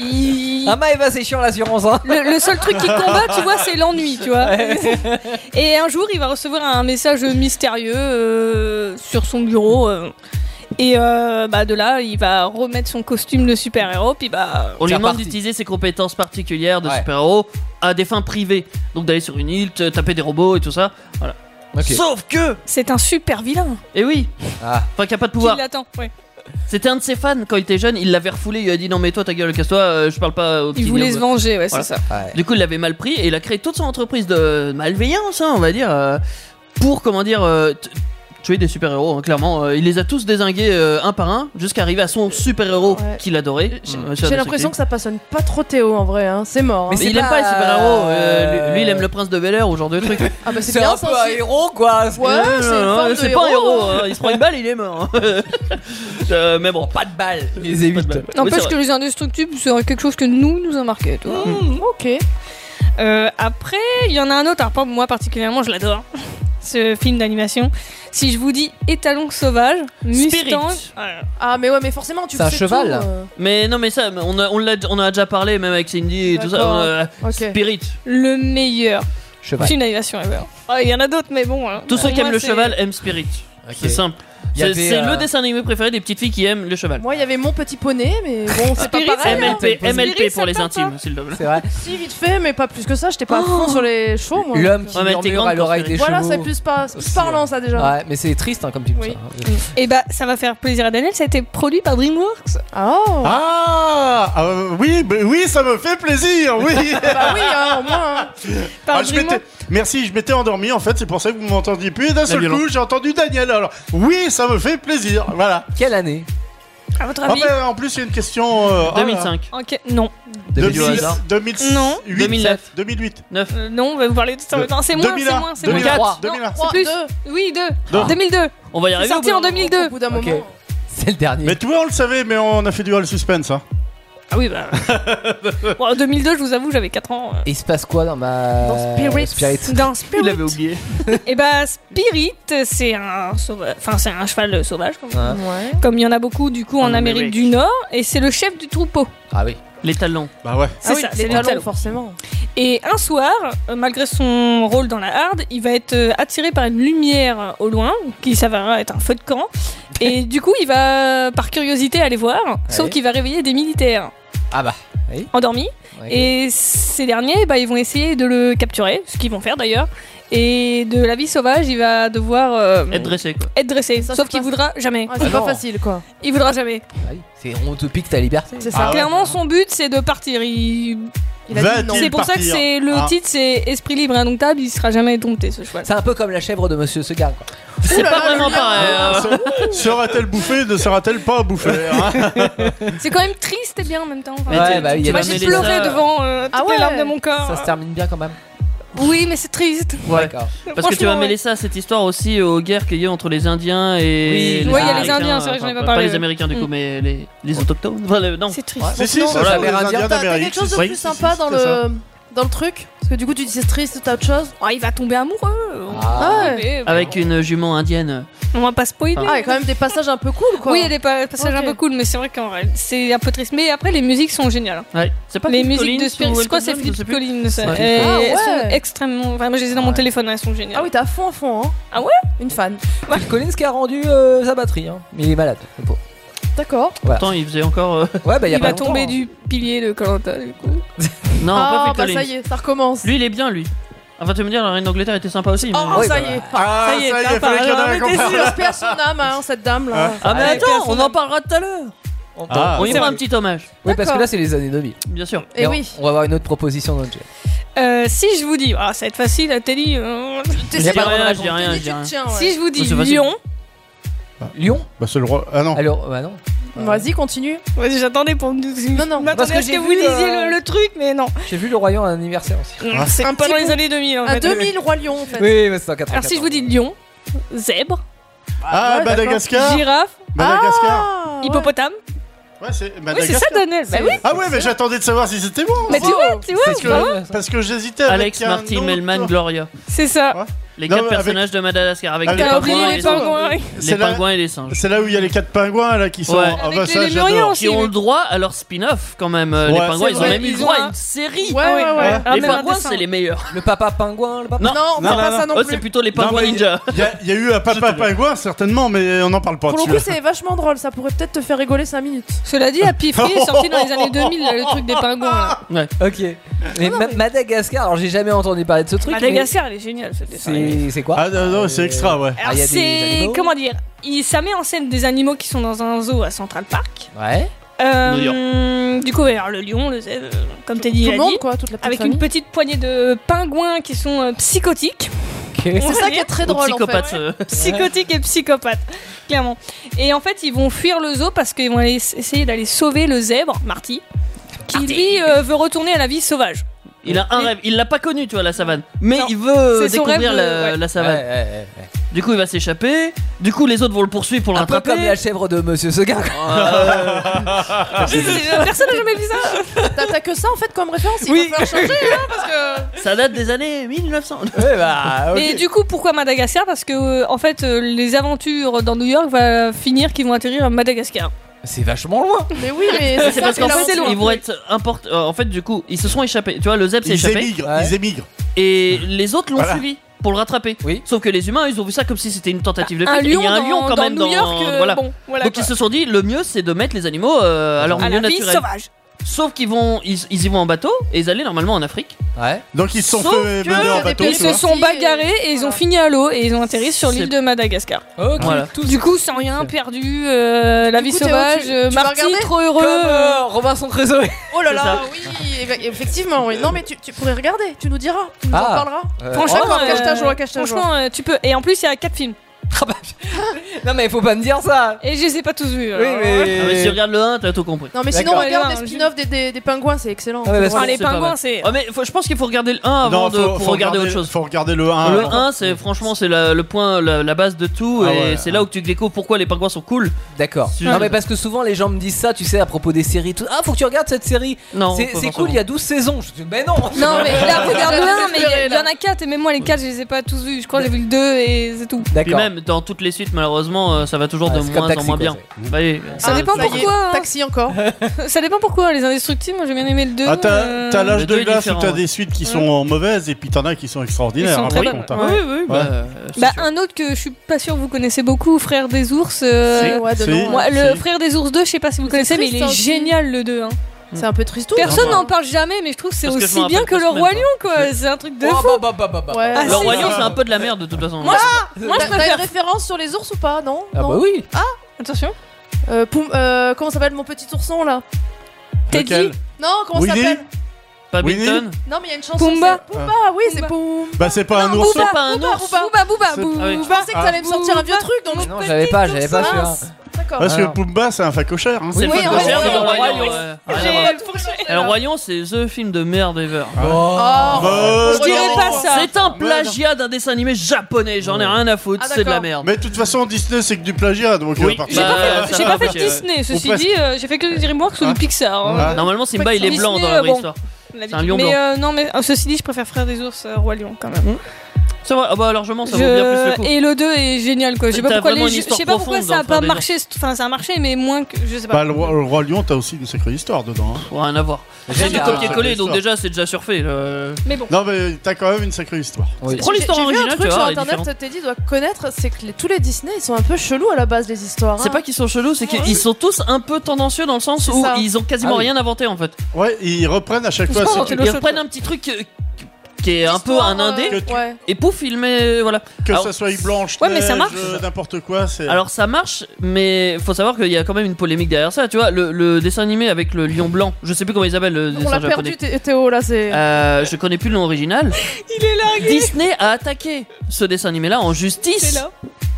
Il- Ah, Maëva, c'est chiant l'assurance, hein. Le seul truc qu'il combat, tu vois, c'est l'ennui, tu vois. Et un jour, il va recevoir un message mystérieux sur son bureau. Et de là, il va remettre son costume de super-héros, puis On lui C'est demande reparti. d'utiliser ses compétences particulières de super-héros à des fins privées. Donc d'aller sur une île, taper des robots et tout ça. Voilà. Ok. Sauf que. c'est un super vilain. Et oui. Ah. Enfin, qui a pas de Qui pouvoir. l'attend, ouais. C'était un de ses fans quand il était jeune. Il l'avait refoulé. Il lui a dit non, mais toi, ta gueule, casse-toi. Je parle pas au petit. Il voulait Guillaume. se venger, ouais, Voilà. c'est ça. Ouais. Du coup, il l'avait mal pris et il a créé toute son entreprise de malveillance, hein, on va dire, pour tuer des super-héros, hein, clairement. Il les a tous dézingués un par un jusqu'à arriver à son super-héros Ouais. qu'il adorait. J'ai l'impression que ça passionne pas trop Théo en vrai, hein. C'est mort. hein. Mais il aime pas les super-héros. Lui, il aime le prince de Bel-Air ou ce genre de truc. Ah bah c'est C'est bien un ça peu un aussi. héros quoi. Ouais, c'est une forme de c'est pas un héros. hein. Hein. Il se prend une balle, il est mort. Mais bon, Pas de balles. Il les évite. N'empêche que les indestructibles, c'est quelque chose que nous a marqué, tu vois. Ok. Après, il y en a un autre, alors pas moi particulièrement, je l'adore. Ce film d'animation. Si je vous dis Étalon sauvage, Mustang. Ah mais ouais, mais forcément tu C'est un sais cheval. tout, Mais non, mais ça, on a déjà parlé, même avec Cindy et tout ça. D'accord. Ok. Spirit. Le meilleur Cheval. film d'animation ever. Il y en a d'autres, mais bon. Tous ceux pour qui moi, aiment le c'est- cheval aiment Spirit. Ok. C'est simple. Il y avait, C'est le dessin animé préféré des petites filles qui aiment le cheval. Moi il y avait Mon Petit Poney, mais bon c'est pas Spirit, pareil. hein. MLP pour les intimes, s'il te plaît. C'est vrai. Si vite fait, mais pas plus que ça. J'étais pas à fond sur les chevaux moi. L'homme qui Ouais, mais t'es murmure grande à l'oreille pour des Voilà, chevaux. c'est plus Aussi, parlant ça déjà. Ouais, mais c'est triste hein, comme film. Oui. Ça. Et bah, ça va faire plaisir à Daniel, ça a été produit par DreamWorks. Oh. Oui, ça me fait plaisir, oui. Bah oui, hein, au moins. hein. Par Ah, Merci, je m'étais endormi en fait, c'est pour ça que vous m'entendiez plus. Et d'un seul violence. coup, j'ai entendu Daniel. Alors, oui, ça me fait plaisir. Voilà. Quelle année? À votre Ah, avis ben, en plus, il y a une question. 2005. Ok, non. 2006, hasard. 2006, Non. 2009. 2008. 9. Non, on va vous parler de ça. Non, c'est moins, 2001, c'est moins, c'est moins. 2004, Non, 2001. c'est plus. Oui, 2. 2002. On va y C'est arriver. sorti en 2002. Au bout d'un Ok. moment. C'est le dernier. Mais tu vois, on le savait, mais on a fait du all suspense. Hein. Ah oui, bah. Bon, en 2002, je vous avoue, j'avais 4 ans. Et il se passe quoi dans ma. Dans Spirit. Dans Il Spirit. l'avait oublié. Et bah, Spirit, c'est un c'est un cheval sauvage, Ouais. comme il y en a beaucoup du coup en En Amérique Amérique. du Nord, et c'est le chef du troupeau. Ah oui. Les talons. Bah ouais. C'est Ah oui, ça, les c'est talons, talons. forcément. Et un soir, malgré son rôle dans la Harde, il va être attiré par une lumière au loin, qui s'avérera être un feu de camp. Et du coup, il va, par curiosité, aller voir, sauf Ouais. qu'il va réveiller des militaires Ah bah. Oui. endormis. Ok. Et ces derniers, ils vont essayer de le capturer, ce qu'ils vont faire d'ailleurs. Et de la vie sauvage, il va devoir Être dressé, quoi. être dressé. Ça, Sauf c'est qu'il pas- voudra jamais. Ouais, c'est Ah pas non. facile quoi. Il voudra jamais. Ah oui. C'est on te pique ta liberté. C'est ça. Ah ouais. Clairement, son but, c'est de partir. Il Il a dit non. Va-t-il C'est pour ça que partir c'est le Ah. titre, c'est Esprit libre et indomptable. Il sera jamais dompté ce cheval. C'est un peu comme la chèvre de Monsieur Seguin. Quoi. C'est pas vraiment pareil. Sera-t-elle bouffée, ne sera-t-elle pas bouffée hein. C'est quand même triste et bien en même temps. Enfin, Mais Ouais, bah oui, il y a moi des- j'ai mêler pleuré ça- devant toutes Ah ouais. les larmes de mon corps. Ça se termine bien quand même. Oui, mais c'est triste. Ouais. D'accord. Parce que tu vas Franchement, mêler ça, cette histoire aussi aux guerres qu'il y a eu entre les Indiens et Oui, ouais, il y a les Américains, Indiens, c'est vrai que j'en ai pas Pas parlé. les Américains du coup, mais les autochtones. Enfin, non. C'est triste. Si, si, Non, c'est voilà, ça, les Amérindien. Indiens T'as d'Amérique. quelque chose de si, plus si, sympa si, dans c'était ça. le truc? Parce que du coup tu dis c'est triste, t'as autre chose? Oh, il va tomber amoureux. Ah ouais. Mais, Avec une jument indienne. on va pas spoiler. Ah, il y a quand même des passages un peu cool quoi. Oui, il y a des passages Ok. un peu cool, mais c'est vrai qu'en vrai, c'est un peu triste. Mais après, les musiques sont géniales. Ouais. C'est pas Les Phil musiques Collins de Spirit, ou c'est quoi, Elton c'est John, je Phil sais plus. Collins. Ouais. Et Ah elles sont ouais. extrêmement. Enfin, moi, je les ai dans mon téléphone, elles sont géniales. Ah oui, t'es à fond, hein. Ah ouais? Une fan. Phil Collins qui a rendu sa batterie. Hein. Mais il est malade. le pauvre. D'accord. Pourtant, il faisait encore. Ouais, bah il y a Il pas va longtemps, tomber hein. du pilier de Koh-Lanta, du coup. Non, Ah, pas bah Phil ça Collins. y est, ça recommence. Lui, il est bien, lui. Enfin, tu veux me dire, la reine d'Angleterre était sympa aussi. mais- Oh, Oui, ça bah, y est. Ah, Ça y est, ça y est, t'as fallait qu'il y en ait pas- un qu'on mais t'es parle. sûr. J'espère son âme, hein, cette dame là. Ah, mais Allez, attends, personne on n'a- en parlera tout à l'heure. Ah, On y c'est fera vrai. un petit hommage, Oui, parce que D'accord. là c'est les années 2000. bien sûr. Et Mais oui. On va avoir une autre proposition dans le jeu. Si je vous dis, ah, ça va être facile, Teddy. Je dis rien, je dis rien, je dis rien. Tiens, Si je vous dis Oh, c'est facile. Lyon, Lyon. Bah, c'est le roi. Ah non. Alors, bah non. Vas-y, continue. ouais, j'attendais pour me. non. M'attendais Parce que à ce que j'ai vous vu, lisiez le truc, mais non. J'ai vu le Royaume à un anniversaire aussi. C'est Un pas petit dans les bout. années 2000. En Un fait. 2000 Roi Lion en fait. Oui, mais c'est en 94. Alors si je vous dis lion, zèbre, Ah, ouais, Madagascar. girafe, Madagascar. Ah, ouais. hippopotame. Ouais, c'est Oui, c'est Madagascar. ça, Daniel. Bah oui. Ah ouais, mais j'attendais de savoir si c'était bon. Mais tu vois, C'est bravo. Parce que j'hésitais avec Alex, un Marty, autre. Melman, Gloria. C'est ça. Ouais. Les Non, 4 mais personnages de Madagascar avec avec- les T'as oublié pingouins, les les pingouins, oui. C'est là- pingouins et les singes. C'est là où il y a les 4 pingouins là qui sont. Ouais. Ah, Avec bah, les ça, lémuriens j'adore. aussi. Qui ont le droit à leur spin-off quand même. Les Ouais. pingouins, C'est ils ont vrai, même eu ils le droit ont à un- une série. Ouais, ouais, ouais. Ah, Les même un pingouins, dessin. c'est les meilleurs. Le papa pingouin, le papa. Non, Non, on fait non, pas non. ça non eux, plus. c'est plutôt les Non, pingouins mais ninja. Il y a eu un papa pingouin certainement, mais on n'en parle pas Pour le dessus. coup, c'est vachement drôle, ça pourrait peut-être te faire rigoler 5 minutes. Cela dit, Happy Free est sorti dans les années 2000, le truc des pingouins. là. Ok. Mais Madagascar, alors j'ai jamais entendu parler de ce truc. Madagascar, elle est géniale cette mais dessin animé. c'est quoi Ah non, c'est extra, ouais. Alors il y a des c'est animaux comment dire, ça met en scène des animaux qui sont dans un zoo à Central Park. Ouais. Du coup, alors, le lion, le zèbre, comme t'as dit, Tout il le a monde, dit, quoi, toute la petite avec famille. une petite poignée de pingouins qui sont psychotiques. C'est ça qui est très Aux drôle en fait. psychopathes. Psychotiques et psychopathes, clairement. Et en fait, ils vont fuir le zoo parce qu'ils vont essayer d'aller sauver le zèbre, Marty, qui lui veut retourner à la vie sauvage. Il a un rêve, il l'a pas connu, tu vois, la savane. Mais Non. il veut C'est son découvrir rêve de- la savane. Ouais. Du coup, il va s'échapper. Du coup, les autres vont le poursuivre pour le Un peu rattraper. comme la chèvre de Monsieur Seguin. Personne n'a jamais vu ça. T'as que ça en fait comme référence, il Oui. va falloir changer hein, parce que. Ça date des années 1900. Ouais, bah, ok. Et du coup, pourquoi Madagascar? Parce que en fait, les aventures dans New York va finir qu'ils vont atterrir à Madagascar. C'est vachement loin. Mais oui, mais C'est ça parce qui qu'en est là fait, aussi. ils vont être importés. En fait, du coup, ils se sont échappés. Tu vois, le zèbre s'est Ils échappé. émigrent, Ouais. ils émigrent. Et les autres l'ont Voilà. suivi pour le rattraper. Oui. Sauf que les humains, ils ont vu ça comme si c'était une tentative de Un fuite. Et lion, il y a un lion quand dans même New York. Voilà. Bon, voilà. Donc quoi. ils se sont dit, le mieux c'est de mettre les animaux à leur à milieu la vie naturel. sauvage. Sauf qu'ils y vont en bateau et ils allaient normalement en Afrique. Ouais. Donc ils se sont Sauf fait que mener en des bateau. pays Ils tu se vois. sont bagarrés et ils ont fini à l'eau et ils ont atterri sur l'île C'est- de Madagascar. Ok. Voilà. Du coup, sans rien perdu, la vie coup, Théo, sauvage, tu vas Marty regarder trop heureux. Comme Robinson Crusoe. Oh là C'est là, ça. oui, effectivement, oui. Non, mais tu pourrais regarder, tu nous diras, tu nous en Ah. parleras. Franchement, D'accord, cache ta joie, cache ta joie. franchement, tu peux. Et en plus, il y a 4 films. Non mais faut pas me dire ça. Et je les ai pas tous vus. Oui alors. mais. Ah, mais si tu regardes le 1, t'as tout compris. Non, mais sinon, D'accord. regarde Ouais, les ouais, spin-offs des pingouins, c'est excellent. Ah ouais, C'est parce Ah, les C'est pas pingouins, mal. c'est. Oh, mais je pense qu'il faut regarder le 1 avant pour regarder autre chose. Faut regarder le 1. Le 1, c'est franchement c'est le point, la base de tout, Ah et ouais, c'est là où tu découvres pourquoi les pingouins sont cool. D'accord. Si Non je- mais parce que souvent les gens me disent ça, tu sais, à propos des séries. Tout. Ah faut que tu regardes cette série. Non, C'est pas cool, forcément. il y a 12 saisons. Je dis mais non. Non, mais là, regarde le 1, mais désespéré, il y en a 4, et même moi, les 4, je les ai pas tous vus. Je crois que j'ai vu le 2 et c'est tout. Puis D'accord. même dans toutes les suites, malheureusement, ça va toujours Ah, de c'est comme moins Taxi, en moins quoi, bien. Bah oui. Ça dépend ça y est, pourquoi. Taxi encore. Ça dépend pourquoi. Les Indestructibles, moi, j'ai bien aimé le 2. Ah, t'as l'âge Le de deux est glace où différent, t'as ouais. des suites qui sont mauvaises et puis t'en as qui sont extraordinaires. Ils sont hein, très par bonnes. contre, hein. Oui, oui, Ouais. c'est Bah, sûr. un autre que je suis pas sûr que vous connaissez beaucoup, Frère des ours. Ouais, de Si. nom, Moi, ouais. le Si. Frère des ours 2, je sais pas si vous C'est connaissez, mais triste, il est ça aussi. génial le 2. Hein. C'est un peu triste. Personne Ouais. n'en parle jamais, mais je trouve que c'est Parce que je aussi m'en bien rappelle que le presque Roi même Lion, quoi. C'est un truc de fou. Ouais. Ah, Le si. Roi Lion, c'est un peu de la merde de toute façon. Moi, je T'as une préfère. référence sur les ours ou pas? Non. Ah Non. bah oui. Attention. Comment s'appelle mon petit ourson là? Teddy. Lequel Non, comment Winnie ça s'appelle? Paddington. Non, mais il y a une chanson. Pumba. c'est Pumba, oui, c'est Pumba. Bah c'est pas un Non, ours. C'est pas un Booba, ours. Booba. Booba, C'est- Booba. Ah oui. Je pensais que t'allais me sortir un vieux truc, donc. Non j'avais pas celui-là. Mince. D'accord. Parce Ah, non. que Pumba c'est un facochère. Hein. C'est le Oui, facochère ouais, de le ouais, Roi ouais, Lion. ouais. Ouais. Rien à voir. Et le Roi Lion, c'est the film de merde ever. Oh, Je dirais pas ça. C'est un plagiat d'un dessin animé japonais, j'en ai rien à foutre, Ah, c'est de la d'accord. merde. Mais de toute façon Disney c'est que du plagiat donc Oui. partir- J'ai Bah, pas ça fait, j'ai va pas fait empêcher, Disney, ceci presque. dit, j'ai fait que des DreamWorks ou Ah. du Pixar. hein. Ah. Normalement, Simba il est blanc Disney, dans la vraie bon. histoire. L'habitude. un lion mais blanc. non, mais ceci dit, je préfère Frère des ours, Roi Lion quand même. C'est vrai, ah bah largement ça vaut bien plus le coup. Et le 2 est génial quoi. Je sais pas T'as pourquoi, vraiment une je histoire sais pas pourquoi profonde ça a dans pas Frère des marché. Enfin, ça a marché, mais moins que. Je sais pas. Bah le roi Lion t'as aussi une sacrée histoire dedans. hein. Rien à voir. C'est du Génial. copier-coller, donc Histoire. déjà c'est déjà surfait. Mais bon. Non mais t'as quand même une sacrée histoire. Oui. Prends l'histoire J'ai vu un originale, tu truc vas sur voir, elle est internet, différente. Teddy doit connaître, c'est que tous les Disney ils sont un peu chelous à la base les histoires. C'est hein. pas qu'ils sont chelous, c'est qu'ils sont tous un peu tendancieux dans le sens C'est où ça. ils ont quasiment Ah oui. rien inventé en fait. Ouais ils reprennent à chaque fois. pas c'est- inventé. Ils reprennent un petit truc qui est un peu un indé, Que tu- Ouais. et pouf, il met. Voilà. Que Alors- ça soit Blanche, Ouais, mais ça marche. n'importe quoi. C'est. Alors ça marche, mais faut savoir qu'il y a quand même une polémique derrière ça. Tu vois, le dessin animé avec le lion blanc, je sais plus comment ils appellent le On dessin l'a japonais. perdu Théo là, c'est. Je connais plus le nom original. Il est largué. Disney a attaqué ce dessin animé là en C'est justice là.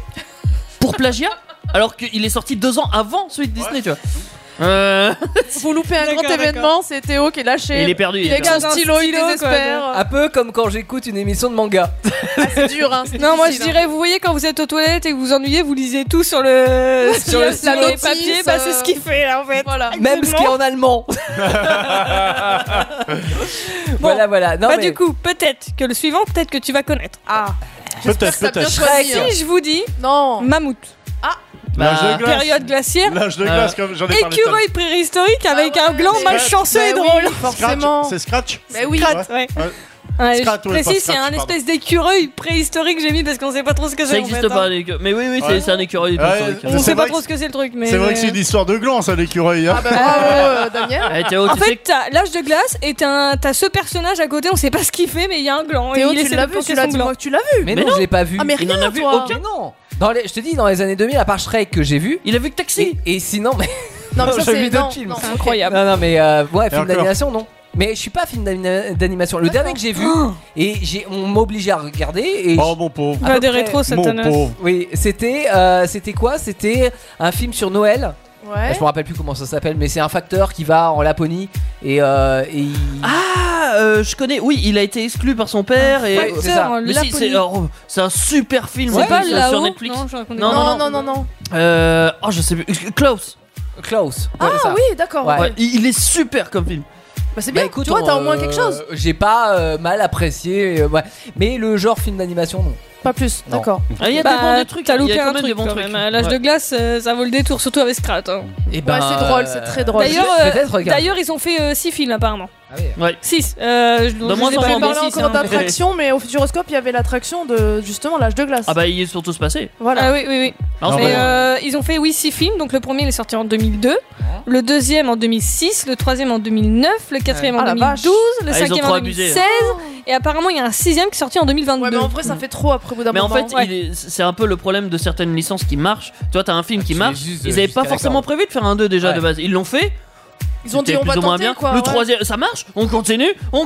pour plagiat, alors qu'il est sorti 2 ans avant celui de Disney, tu vois. Vous loupez un grand D'accord, événement, c'est Théo qui est lâché. Il est perdu. Il il est est avec un perdu. stylo, il stylo, désespère. Un peu comme quand j'écoute une émission de manga. C'est dur, hein. c'est Non, moi je difficile, hein. dirais, vous voyez quand vous êtes aux toilettes et que vous vous ennuyez, vous lisez tout sur le Sur le sur notice, les papiers, bah c'est ce qu'il fait là en fait. Voilà. Même ce qui est en allemand. Voilà. Non Bah mais du coup, peut-être que le suivant, peut-être que tu vas connaître. Ah. Peut-être. Si je vous dis, non. mammouth. L'âge de glace. Période glaciaire. L'âge de glace, comme j'en ai parlé. Écureuil préhistorique avec un gland malchanceux et drôle. Forcément. C'est Scratch. Mais oui. Scratch, ouais. Ouais, Scratch, je ouais, précise, pas c'est un Scratch, espèce d'écureuil préhistorique que j'ai mis parce qu'on sait pas trop ce que c'est. Ça existe pas, l'écureuil. Mais oui, c'est un écureuil. On sait pas trop ce que c'est le truc. Mais C'est vrai que c'est une histoire de gland, ça, l'écureuil. Ah bah bravo, Daniel. En fait, t'as l'âge de glace et t'as ce personnage à côté, on sait pas ce qu'il fait, mais il y a un gland. Théo, et il tu essaie l'as de vu, planter tu l'as son dit gland. moi que tu l'as vu. Mais non, je l'ai pas vu. Ah mais Il en a rien, vu toi. aucun. Non. Je te dis, dans les années 2000, à part Shrek que j'ai vu. Il a vu que Taxi. Et sinon, mais. Non, mais ça, j'ai c'est- vu d'autres non, films. non, C'est incroyable. Non, mais ouais, film encore. d'animation, non. Mais je suis pas film d'animation. Le dernier que j'ai vu, et on m'a obligé à regarder. Et Oh, mon pauvre. à peu Des près- rétros, ça Mon t'en a. pauvre. Oui, c'était quoi? C'était un film sur Noël. Ouais. Je me rappelle plus comment ça s'appelle, mais c'est un facteur qui va en Laponie et il... Je connais. Oui, il a été exclu par son père et. Ouais, c'est ça. Mais si, c'est un super film. C'est en pas plus, là-haut sur Netflix. Non, je raconte des Non, conneries. Non. Oh, je sais plus. Klaus. Klaus. Ah Ouais, c'est ça. oui, d'accord. Ouais. ok. Ouais, il est super comme film. Bah c'est bien. Bah, écoute, tu vois, t'as au moins quelque chose. J'ai pas mal apprécié, ouais. Mais le genre film d'animation, non. Pas plus. Non. D'accord. Ah, il y a Bah, des trucs. T'as il y loupé a quand un même des truc bons quand trucs. même. L'âge de glace, ça vaut le détour, surtout avec Scrat. Hein. Et Ouais, c'est drôle, c'est très drôle. D'ailleurs, ils ont fait 6 films apparemment. Ah oui. Ouais. 6. De moins en On moins, parlait mais encore d'attraction, mais au Futuroscope, il y il y avait l'attraction de justement l'âge de glace. Ah bah, il est surtout se passer. Voilà. Ah oui. Non, Et, c'est ils ont fait 6 films. Donc le premier il est sorti en 2002, le deuxième en 2006, le troisième en 2009, le quatrième en Ah, la 2012, le ils ont cinquième trop en abusé, 2016, et apparemment il y a un sixième qui est sorti en 2022. Ouais, mais en vrai, ça fait trop après au bout d'un Mais en moment. fait, c'est un peu le problème de certaines licences qui marchent. Tu vois, t'as un film qui marche. Ils avaient pas forcément prévu de faire un 2 déjà de base. Ils l'ont fait. Ils ont dit C'était on va plus ou moins tenter bien. quoi. Le ouais. troisième, ça marche. On continue.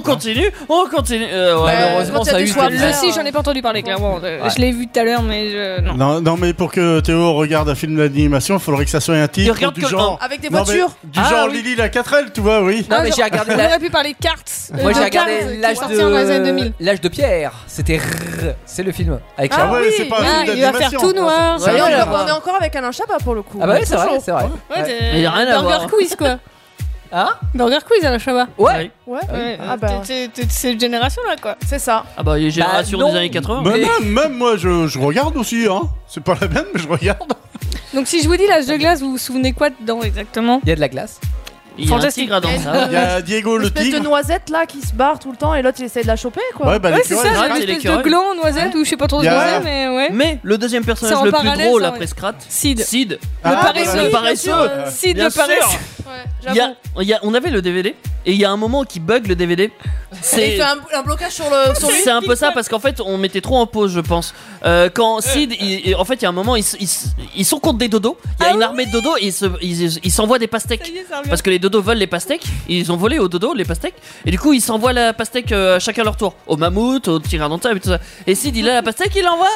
Malheureusement, quand il y a ça a des eu choix des- à Le faire. 6 j'en ai pas entendu parler clairement. Je l'ai vu tout à l'heure mais non. Non, mais pour que Théo regarde un film d'animation, il faudrait que ça soit un Il titre regarde du que genre. Avec des Non, mais voitures. Du genre oui. Lily la 4L, tu vois, oui. Non, mais genre, j'ai regardé on la- aurait pu parler de cartes. Moi j'ai de regardé Cars, qui est l'âge sorti dans les années 2000. l'âge de pierre. C'était c'est le film avec Ah Charles. ouais, oui. c'est pas un Ah, film il va faire d'animation. tout noir. Ça y est, Ouais, on est encore avec Alain Chabat pour le coup. Ah bah oui, c'est vrai, chaud. c'est vrai. Ouais, Mais y a rien à Burger voir. Quiz quoi. Hein? Burger Quiz à la Chabat. Ouais. Ouais. Ouais, Ah bah. c'est cette génération là quoi. C'est ça. Ah bah, il y a génération non. des années 80. Mais même moi, je regarde aussi, hein. C'est pas la même, mais je regarde. Donc si je vous dis l'âge de glace, vous vous souvenez quoi dedans exactement? Il y a de la glace. Il y a un Fantastique. tigre à dents, ça. Il y a Diego Une le espèce de tigre. noisette là qui se barre tout le temps et l'autre il essaie de la choper quoi. Ouais, bah Ouais c'est ça, l'écureuil. Ouais, j'ai c'est une espèce de l'écureuil. gland noisette ou je sais pas trop ce Y que a- c'est mais ouais. Mais le deuxième C'est personnage en le plus parallèle, drôle ça, après ouais. Scrat, Sid. Sid. Ah, Le paresseux. Le paresseux. Sid Bien le paresseux. sûr. Ouais, Il y a- on avait le DVD et il y a un moment qui bug le DVD. Et il C'est fait un blocage sur lui. c'est un peu ça parce qu'en fait on mettait trop en pause je pense. Quand Sid, en fait il y a un moment ils sont contre des dodos. Il y a une armée de dodos et ils s'envoient des pastèques. Ça y est, ça revient. Parce que les dodos veulent les pastèques, ils ont volé aux dodos les pastèques, et du coup ils s'envoient la pastèque chacun leur tour, au mammouth, au tyrannosaure et tout ça. Et Sid il a la pastèque, il l'envoie,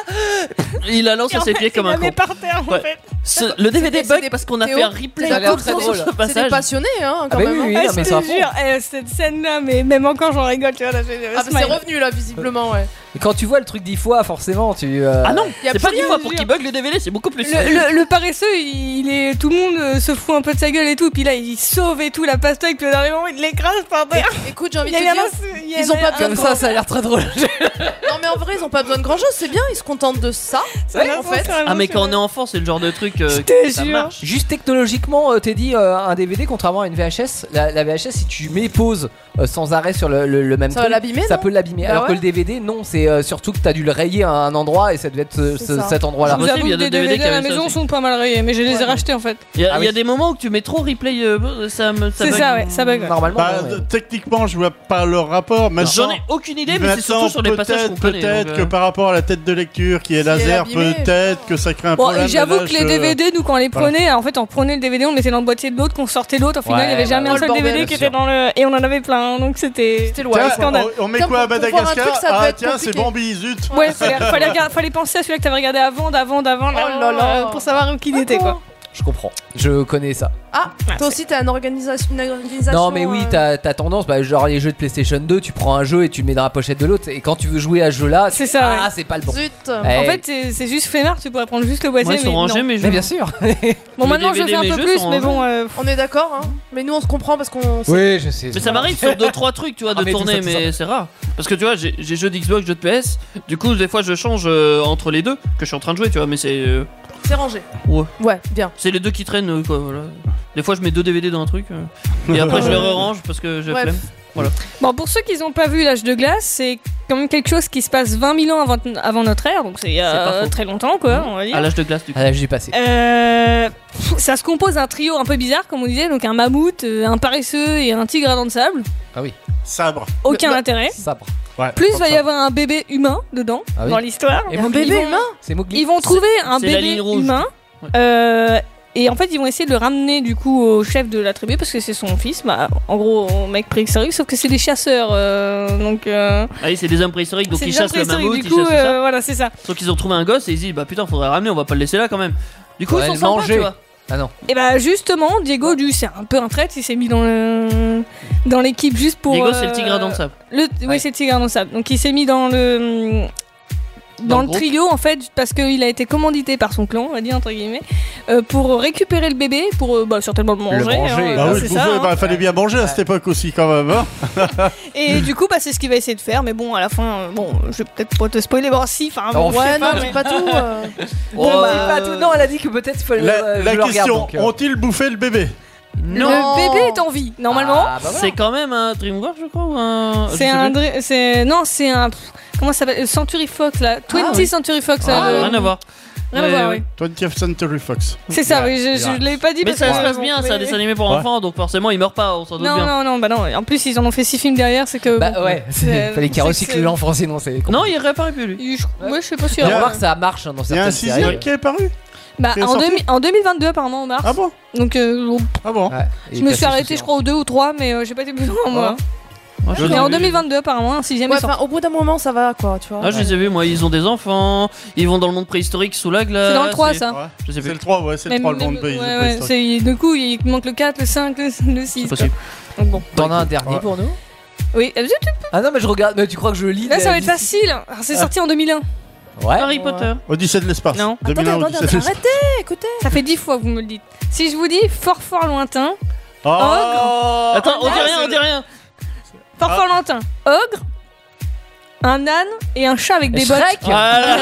il la lance Et à en ses fait, pieds comme il un la met con. par terre en Ouais. fait. Le DVD C'est bug des- parce qu'on a Théo, fait un replay ça a l'air tout très le temps drôle. sur ce C'est des passage. passionnés hein Ah quand bah même. oui, hein. oui, Ah, mais je c'est un te fond. jure, cette scène là, mais même encore j'en rigole, tu vois là, j'ai Ah bah c'est revenu là visiblement ouais. Et quand tu vois le truc 10 fois, forcément, tu. Ah non, Y a c'est pas plus 10 rien, fois je pour veux qu'il dire. bug le DVD, c'est beaucoup plus. Le paresseux, il est tout le monde se fout un peu de sa gueule et tout, puis là il sauve et tout la pastèque, puis au dernier moment il l'écrase par terre. Écoute j'ai envie Il de y a te dire. Ils ont pas besoin Comme de ça, ça a l'air très drôle. Non mais en vrai ils ont pas besoin de grand chose, c'est bien, ils se contentent de ça. En fait. Ah mais quand on est enfant c'est le genre de truc ça marche. Juste technologiquement, t'es dit un DVD, contrairement à une VHS, la VHS, si tu mets pause sans arrêt sur le même Ça va truc, l'abîmer, ça non peut l'abîmer. Bah Alors que ouais. le DVD, non, c'est surtout que t'as dû le rayer à un endroit et ça devait être ça. cet endroit-là. Je vous avoue il y a que des des DVD DVD à la qui avaient ça maison aussi. sont pas mal rayés, mais je les ai rachetés en fait. Il y a, Ah il y a oui. des moments où tu mets trop replay, ça C'est bug. ça, ouais, ça bug. ouais. Normalement, Bah, non, mais- techniquement, je vois pas le rapport. Maintenant, J'en ai aucune idée, mais c'est surtout maintenant, sur les passages qu'on connaît. peut-être donc, que par rapport à la tête de lecture qui est Si elle est laser, abîmée, peut-être que ça crée un Bon, problème. et j'avoue mais que là, les DVD, nous quand on les Voilà. prenait, en fait on prenait le DVD, on le mettait dans le boîtier de l'autre, qu'on sortait l'autre, au final Ouais, il y avait jamais bah, un seul le bordel, DVD qui bien était sûr. dans le. Et on en avait plein, donc c'était. C'était Tiens, loin. scandale. on met Tiens, quoi à pour voir un Madagascar? truc, ça peut Ah être tiens, c'est compliqué. Bambi, zut. Ouais, fallait penser à celui-là que t'avais regardé avant, Oh là là. pour savoir où qu'il était quoi. Je comprends. Je connais ça. Ah, toi aussi t'as une organisation. Non mais oui, t'as tendance, genre les jeux de PlayStation 2, tu prends un jeu et tu le mets dans la pochette de l'autre, et quand tu veux jouer à ce jeu-là, c'est ça. Ah, c'est pas le bon. Zut. En fait, c'est juste flemmard, tu pourrais prendre juste le boîtier. Moi, ils sont rangés, mes jeux. Mais bien sûr. Bon, maintenant je fais un peu plus, mais bon. On est d'accord, hein. Mais nous on se comprend parce qu'on. Oui, je sais. Mais ça m'arrive sur 2-3 trucs, tu vois, de tourner, mais c'est rare. Parce que tu vois, j'ai jeux d'Xbox, jeux de PS. Du coup, des fois, je change entre les deux que je suis en train de jouer, tu vois, mais c'est. C'est rangé. Ouais, bien. C'est les deux qui traînent, quoi, voilà. Des fois, je mets 2 DVD dans un truc, et après, je les re-range parce que j'ai flemme. Voilà. Bon, pour ceux qui n'ont pas vu l'âge de glace, c'est quand même quelque chose qui se passe 20 000 ans avant notre ère, donc c'est il y a très longtemps, quoi, on va dire. À l'âge de glace, du coup. À l'âge du passé. Ça se compose d'un trio un peu bizarre, comme on disait, donc un mammouth, un paresseux et un tigre à dents de sable. Ah oui. Sabre. Aucun intérêt. Sabre. Ouais, plus il va y avoir un bébé humain dedans, dans l'histoire. Et un bébé humain. C'est Mowgli. Ils vont trouver un c'est la bébé ligne rouge. humain. Et en fait, ils vont essayer de le ramener du coup au chef de la tribu parce que c'est son fils, en gros, au mec préhistorique, sauf que c'est des chasseurs, donc. Ah oui, c'est des hommes préhistoriques, donc ils chassent le mammouth, ils chassent ça. Voilà, c'est ça. Sauf qu'ils ont trouvé un gosse et ils disent, bah putain, faudrait ramener, on va pas le laisser là quand même. Du coup, ils sont sympas, tu vois. Ah non. Et bah justement, Diego, c'est un peu un traître, il s'est mis dans l'équipe juste pour. Diego, c'est le tigre à dents de sable. Oui, c'est le tigre à dents de sable. Donc il s'est mis dans le trio en fait parce qu'il a été commandité par son clan, on va dire entre guillemets, pour récupérer le bébé, pour certainement le manger. Bah oui, fallait bien manger à cette époque aussi quand même. Hein. Et du coup, c'est ce qu'il va essayer de faire, mais bon, à la fin, je vais peut-être pas te spoiler, bon si, enfin bon, ouais, non, mais pas tout. Pas tout. Non, elle a dit que peut-être il fallait. La question, ont-ils bouffé le bébé? Non. Le bébé est en vie, normalement. Ah, bah voilà. C'est quand même un DreamWorks, je crois, ou un. C'est un. Comment ça s'appelle? Century Fox là. 20th Century Fox. Rien à voir. Rien à voir, oui. 20th Century Fox. C'est ça, oui, je l'avais pas dit. Mais ça se passe bien, c'est un dessin animé pour enfants, donc forcément il meurt pas, on s'en doute bien. Non, non. En plus, ils en ont fait 6 films derrière, c'est que. Ouais, fallait qu'il recycle l'enfant, sinon c'est. Non, il réapparaît plus lui. Ouais, je sais pas sûr. On va voir que ça marche dans certaines séries. Il y a un 6ème qui est paru. En 2022 apparemment en mars. Ah bon? Donc ah bon? Ouais, je me suis arrêté je crois au 2 ou 3 mais j'ai pas été plus loin moi. Mais en 2022 apparemment un 6ème au bout d'un moment ça va quoi tu vois. Ah je les ai vus moi, ils ont des enfants, ils vont dans le monde préhistorique sous la glace. C'est dans le 3 ça. Ouais. Je sais plus. C'est le 3 ouais, c'est le 3 le monde préhistorique. Du coup il manque le 4, le 5, le 6. C'est possible. Donc bon. T'en as un dernier pour nous? Oui. Ah non mais je regarde, mais tu crois que je lis? Là ça va être facile. C'est sorti en 2001. Ouais. Harry Potter. Odyssée de l'espace. Non. 2001, Attendez, arrêtez, écoutez. Ça fait 10 fois que vous me le dites. Si je vous dis fort lointain. Ogre. Attends, on dit rien. Fort lointain. Ogre. Un âne et un chat avec des bottes. Voilà.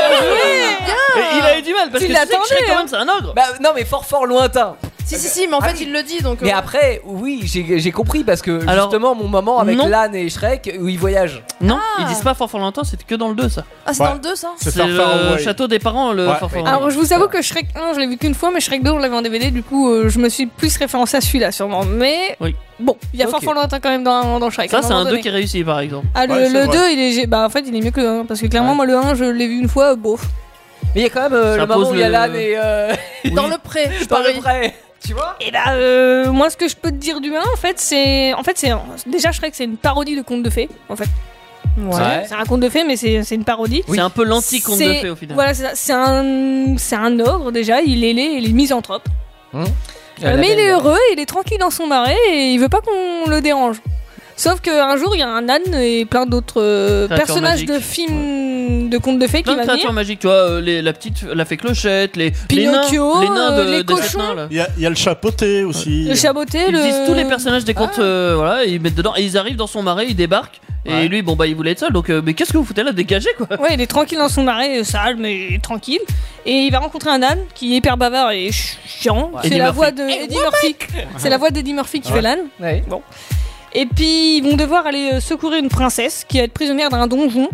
Il a eu du mal parce que Shrek quand même c'est un ogre. Bah non mais fort lointain. Si, mais en fait il le dit donc. Mais après, oui, j'ai compris parce que justement mon moment avec l'âne et Shrek où ils voyagent. Non, ils disent pas fort longtemps, c'est que dans le 2 ça. Ah, c'est dans le 2 ça? C'est le château des parents, le fort longtemps. Alors je vous avoue que Shrek 1 je l'ai vu qu'une fois, mais Shrek 2 on l'avait en DVD, du coup je me suis plus référencé à celui-là sûrement. Mais bon, il y a fort lointain quand même dans Shrek. Ça c'est un 2 qui réussit par exemple. Ah le 2 il est en fait il est mieux que le 1 parce que clairement moi le 1 je l'ai vu une fois, bof. Mais il y a quand même le moment où il y a l'âne et dans le pré, dans le pré. Tu vois? Et moi ce que je peux te dire du 1 en fait c'est déjà Shrek c'est une parodie de conte de fées en fait. Ouais. C'est un conte de fées mais c'est une parodie. C'est un peu l'anti-conte de fées au final. Voilà, c'est un ogre déjà, il est laid, il est misanthrope. Mais il est heureux, il est tranquille dans son marais et il veut pas qu'on le dérange. Sauf qu'un jour, il y a un âne et plein d'autres personnages de films de contes de fées qui va venir. Plein de créatures magiques, tu vois, la fée Clochette, les Pinocchio, nains les de cochons. nains, là. Il y a le chapeauté aussi. Le chaboté, ils disent tous les personnages des contes, voilà, ils mettent dedans et ils arrivent dans son marais, ils débarquent. Et lui, il voulait être seul, donc mais qu'est-ce que vous foutez là, dégagez quoi. Ouais, il est tranquille dans son marais, sale mais tranquille. Et il va rencontrer un âne qui est hyper bavard et chiant. C'est la voix de Eddie Murphy. C'est la voix d'Eddie Murphy qui fait l'âne. Ouais. Bon. Et puis ils vont devoir aller secourir une princesse qui va être prisonnière d'un donjon.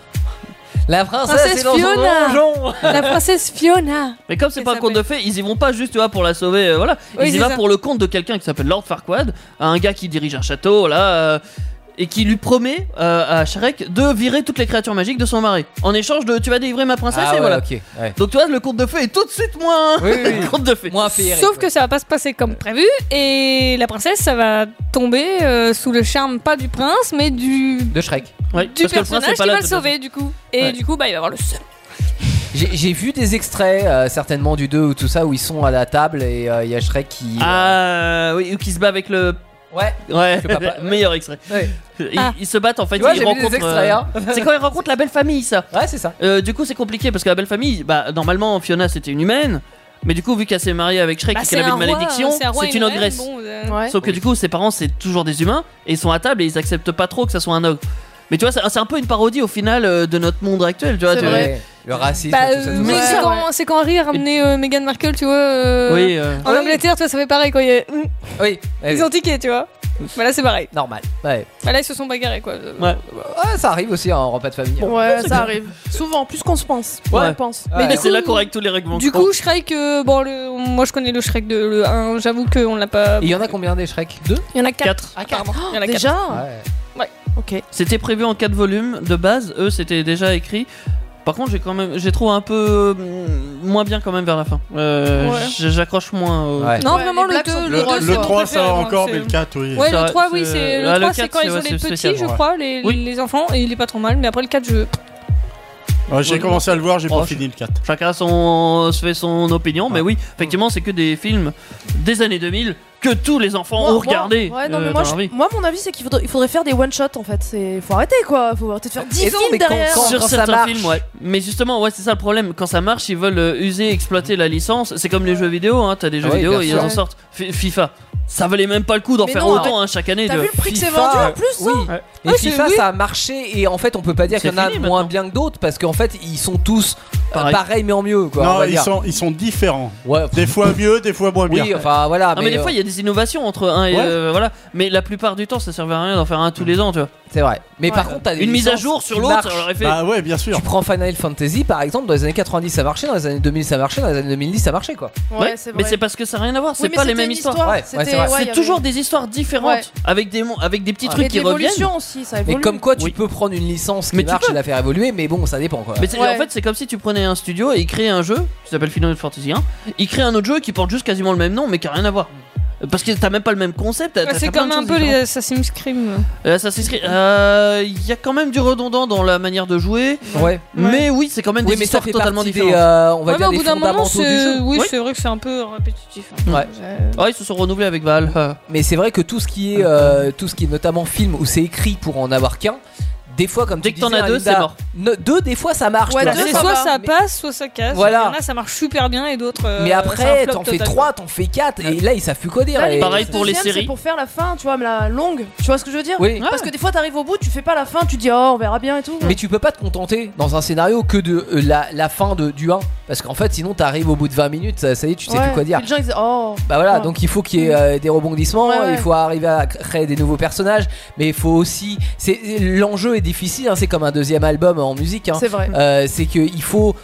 La princesse est dans son donjon. La princesse Fiona. Mais comme c'est pas un conte de fées, ils y vont pas juste tu vois, pour la sauver, voilà. Ils y vont pour le compte de quelqu'un qui s'appelle Lord Farquaad, un gars qui dirige un château, là. Et qui lui promet à Shrek de virer toutes les créatures magiques de son marais. En échange de tu vas délivrer ma princesse et voilà. Okay, ouais. Donc tu vois le conte de fées est tout de suite moins conte de fées. Moins féerique. Sauf que ça va pas se passer comme prévu et la princesse ça va tomber sous le charme pas du prince mais de Shrek. Du personnage qui va le sauver du coup. Et du coup il va avoir le seum. J'ai vu des extraits, certainement du 2 ou tout ça, où ils sont à la table et il y a Shrek qui. Ah oui, ou qui se bat avec le. Ouais, meilleur extrait. Ouais. Ils se battent en fait. Tu vois, ils j'ai vu des extraits, hein. C'est quand ils rencontrent la belle famille, ça. Ouais, c'est ça. Du coup, c'est compliqué parce que la belle famille, normalement, Fiona c'était une humaine. Mais du coup, vu qu'elle s'est mariée avec Shrek et qu'elle avait une malédiction, c'est une ogresse. Sauf que du coup, ses parents, c'est toujours des humains et ils sont à table et ils acceptent pas trop que ça soit un ogre. Mais tu vois, c'est un peu une parodie au final de notre monde actuel, tu vois. C'est vrai. Le racisme, tout ça. Mais c'est quand Harry a ramené Meghan Markle, tu vois, en Angleterre, tu vois, ça fait pareil quand il y a. Oui. Ils ont tiqué, tu vois. Bah là, c'est pareil. Normal. Ouais. Bah là, ils se sont bagarrés, quoi. Ouais. Ça arrive aussi en repas de famille. Ouais, ça arrive. Souvent, plus qu'on se pense. Ouais. On pense. Mais c'est là qu'on règle tous les règlements. Du coup, Shrek, moi je connais le Shrek de le 1, j'avoue qu'on l'a pas. Et il y en a combien des Shrek 2 Il y en a 4. Ah, carrément. Il y en a 4. Déjà Ouais. Ok. C'était prévu en 4 volumes de base, eux c'était déjà écrit. Par contre, j'ai trouvé un peu moins bien quand même vers la fin. J'accroche moins. Non, vraiment le 2, le 3 ça va encore, mais le 4 oui. Ouais, le 3 oui, c'est le 3 c'est quand ils ont les petits, spécial, je crois, les enfants, et il est pas trop mal, mais après le 4 j'ai commencé à le voir, j'ai pas fini le 4. Chacun se fait son opinion, mais oui, effectivement, c'est que des films des années 2000 que tous les enfants ont regardé. Ouais, non, mais moi, mon avis, c'est qu'il faudrait faire des one-shots en fait. Faut arrêter quoi. Faut arrêter de faire 10 films derrière. Sur certains films, ouais. Mais justement, ouais, c'est ça le problème. Quand ça marche, ils veulent user, exploiter la licence. C'est comme les jeux vidéo, hein. T'as des jeux vidéo et ils en sortent. FIFA. Ça valait même pas le coup d'en faire autant chaque année. T'as vu le prix que c'est vendu en plus? Oui. Et FIFA, ça a marché et en fait, on peut pas dire qu'il y en a moins bien que d'autres parce qu'en fait, ils sont tous pareils mais en mieux. Quoi, non, ils sont différents. Ouais. Des fois mieux, des fois moins bien. Oui, enfin voilà. Non, mais des fois, il y a des innovations entre un et voilà. Mais la plupart du temps, ça servait à rien d'en faire un tous les ans, tu vois. C'est vrai. Mais par contre, t'as des une mise à jour sur l'autre, ça aurait fait. Ah ouais, bien sûr. Tu prends Final Fantasy par exemple, dans les années 90 ça marchait, dans les années 2000 ça marchait, dans les années 2010 ça marchait quoi. Ouais, c'est vrai. Mais c'est parce que ça n'a rien à voir, c'est pas les mêmes histoires. C'est toujours des histoires différentes avec des petits trucs qui reviennent. Aussi, ça évolue. Mais comme quoi tu peux prendre une licence qui marche et la faire évoluer, mais bon, ça dépend quoi. Mais en fait, c'est comme si tu prenais un studio et il crée un jeu qui s'appelle Final Fantasy 1, il crée un autre jeu qui porte juste quasiment le même nom mais qui a rien à voir. Parce que t'as même pas le même concept. C'est comme un peu les Assassin's Creed. Assassin's Creed, il y a quand même du redondant dans la manière de jouer. Ouais. Mais oui, c'est quand même des histoires totalement différentes. On va dire des fondamentaux du jeu. Oui, c'est vrai que c'est un peu répétitif. Ouais. Ils se sont renouvelés avec Val. Mais c'est vrai que tout ce qui est notamment film où c'est écrit pour en avoir qu'un. Des fois, comme dès tu que t'en as deux, c'est mort. Deux, des fois, ça marche. Ouais, soit ça passe, soit ça casse. Voilà. Il y en a, ça marche super bien et d'autres. Mais après, t'en fais 3, t'en fais 4 et là, ils savent plus quoi dire. Pareil pour les séries. C'est pour faire la fin, tu vois, mais la longue. Tu vois ce que je veux dire? Oui. Parce que des fois, t'arrives au bout, tu fais pas la fin, tu dis on verra bien et tout. Mais tu peux pas te contenter dans un scénario que de la fin du 1. Parce qu'en fait, sinon, t'arrives au bout de 20 minutes, ça y est, tu sais plus quoi dire. Les gens ils disent Bah voilà, donc il faut qu'il y ait des rebondissements, il faut arriver à créer des nouveaux personnages, mais il faut aussi. L'enjeu est difficile, hein, c'est comme un deuxième album en musique. Hein. C'est vrai. C'est qu'il faut,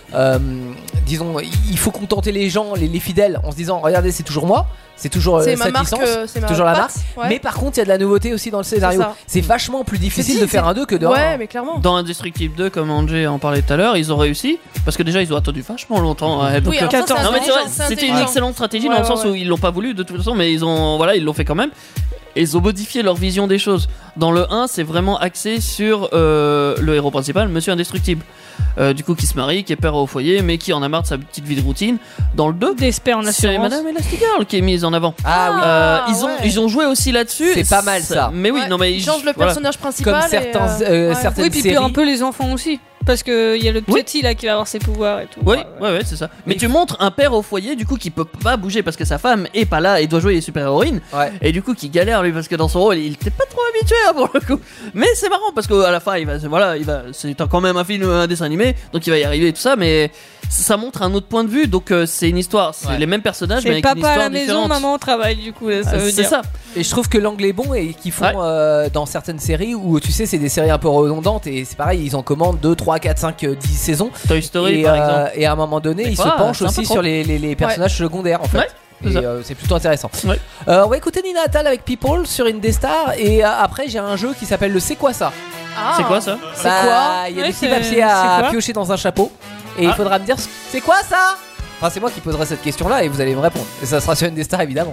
disons, il faut contenter les gens, les fidèles, en se disant regardez, c'est toujours moi. C'est toujours cette licence, c'est toujours la marque. Mais par contre, il y a de la nouveauté aussi dans le scénario. C'est vachement plus difficile de faire un 2 que de un. Ouais, mais clairement. Dans Indestructible 2, comme Angé en parlait tout à l'heure, ils ont réussi parce que déjà ils ont attendu vachement longtemps. Donc, oui, alors ça, non, mais c'est vrai, c'était une excellente stratégie dans le sens où ils l'ont pas voulu de toute façon, mais ils l'ont fait quand même. Et ils ont modifié leur vision des choses. Dans le 1, c'est vraiment axé sur le héros principal, Monsieur Indestructible. Du coup, qui se marie, qui est père au foyer, mais qui en a marre de sa petite vie de routine. Dans le 2, c'est Madame Elastigirl qui est mise en avant. Ah oui. Ils ont joué aussi là-dessus. C'est pas mal ça. Mais oui, non mais ils changent le personnage principal. Comme certaines oui, puis séries. un peu les enfants aussi. Parce qu'il y a le petit là qui va avoir ses pouvoirs et tout. Oui, ouais, c'est ça. Mais tu montres un père au foyer, du coup, qui peut pas bouger parce que sa femme est pas là et doit jouer les super-héroïnes. Ouais. Et du coup, qui galère lui parce que dans son rôle, il était pas trop habitué pour le coup. Mais c'est marrant parce qu'à la fin, c'est quand même un film, un dessin animé, donc il va y arriver et tout ça, mais ça montre un autre point de vue. Donc c'est une histoire, c'est les mêmes personnages, mais avec une histoire différente. Papa à la maison, maman au travail, du coup, ça veut dire. C'est ça. Et je trouve que l'angle est bon et qu'ils font dans certaines séries où tu sais, c'est des séries un peu redondantes et c'est pareil, ils en commandent 2, 3, 4, 5, 10 saisons. Toy Story par exemple. Et à un moment donné, ils se penchent aussi sur les personnages secondaires en fait. Et c'est plutôt intéressant. On va écouter Nina Attal avec People sur Indestar et après j'ai un jeu qui s'appelle le C'est quoi ça? C'est quoi ça? C'est quoi? Il y a des petits papiers à piocher dans un chapeau et il faudra me dire c'est quoi ça? Enfin c'est moi qui poserai cette question là et vous allez me répondre. Et ça sera sur Indestar évidemment.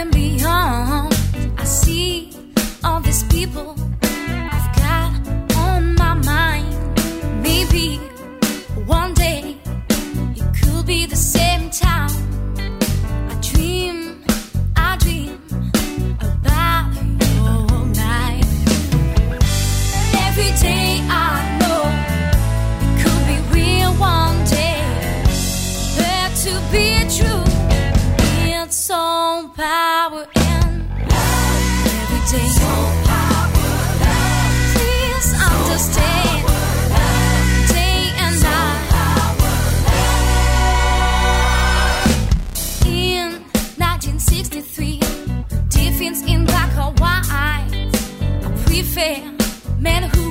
I see all these people. I've got day. Please understand, day and night. In 1963, difference in black or white. I prefer men who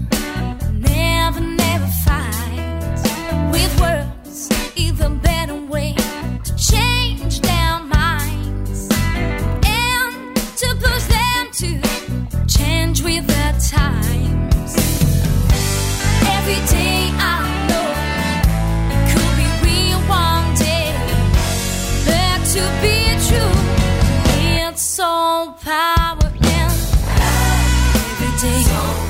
never fight. With words, either better way to change their minds and to push them to change with the times. Every day I know it could be real one day, but to be true, it's all power and every day.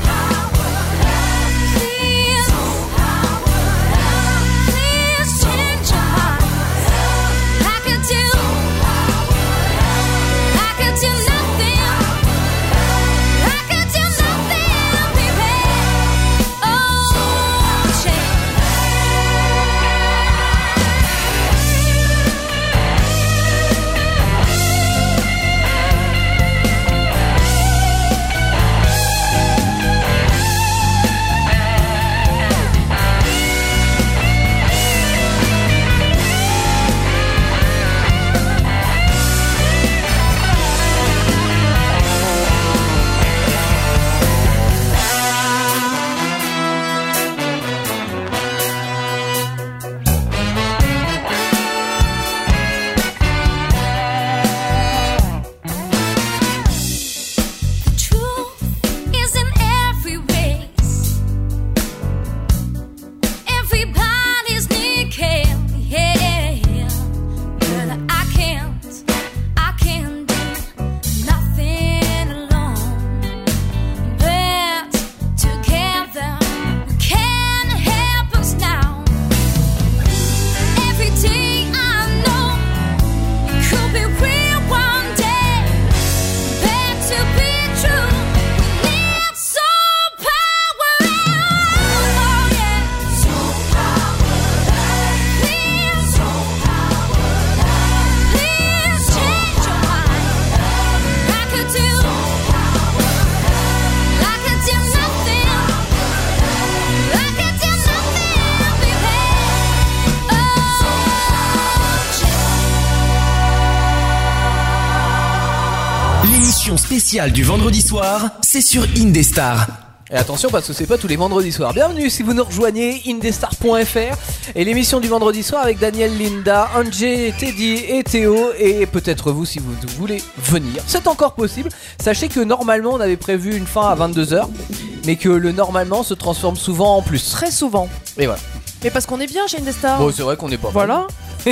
Spéciale du vendredi soir, c'est sur Indestar. Et attention parce que c'est pas tous les vendredis soirs. Bienvenue si vous nous rejoignez, indestar.fr et l'émission du vendredi soir avec Daniel, Linda, Angé, Teddy et Théo et peut-être vous si vous voulez venir. C'est encore possible. Sachez que normalement on avait prévu une fin à 22h mais que le normalement se transforme souvent en plus. Très souvent. Et voilà. Mais parce qu'on est bien chez Indestar. Bon c'est vrai qu'on est pas Voilà.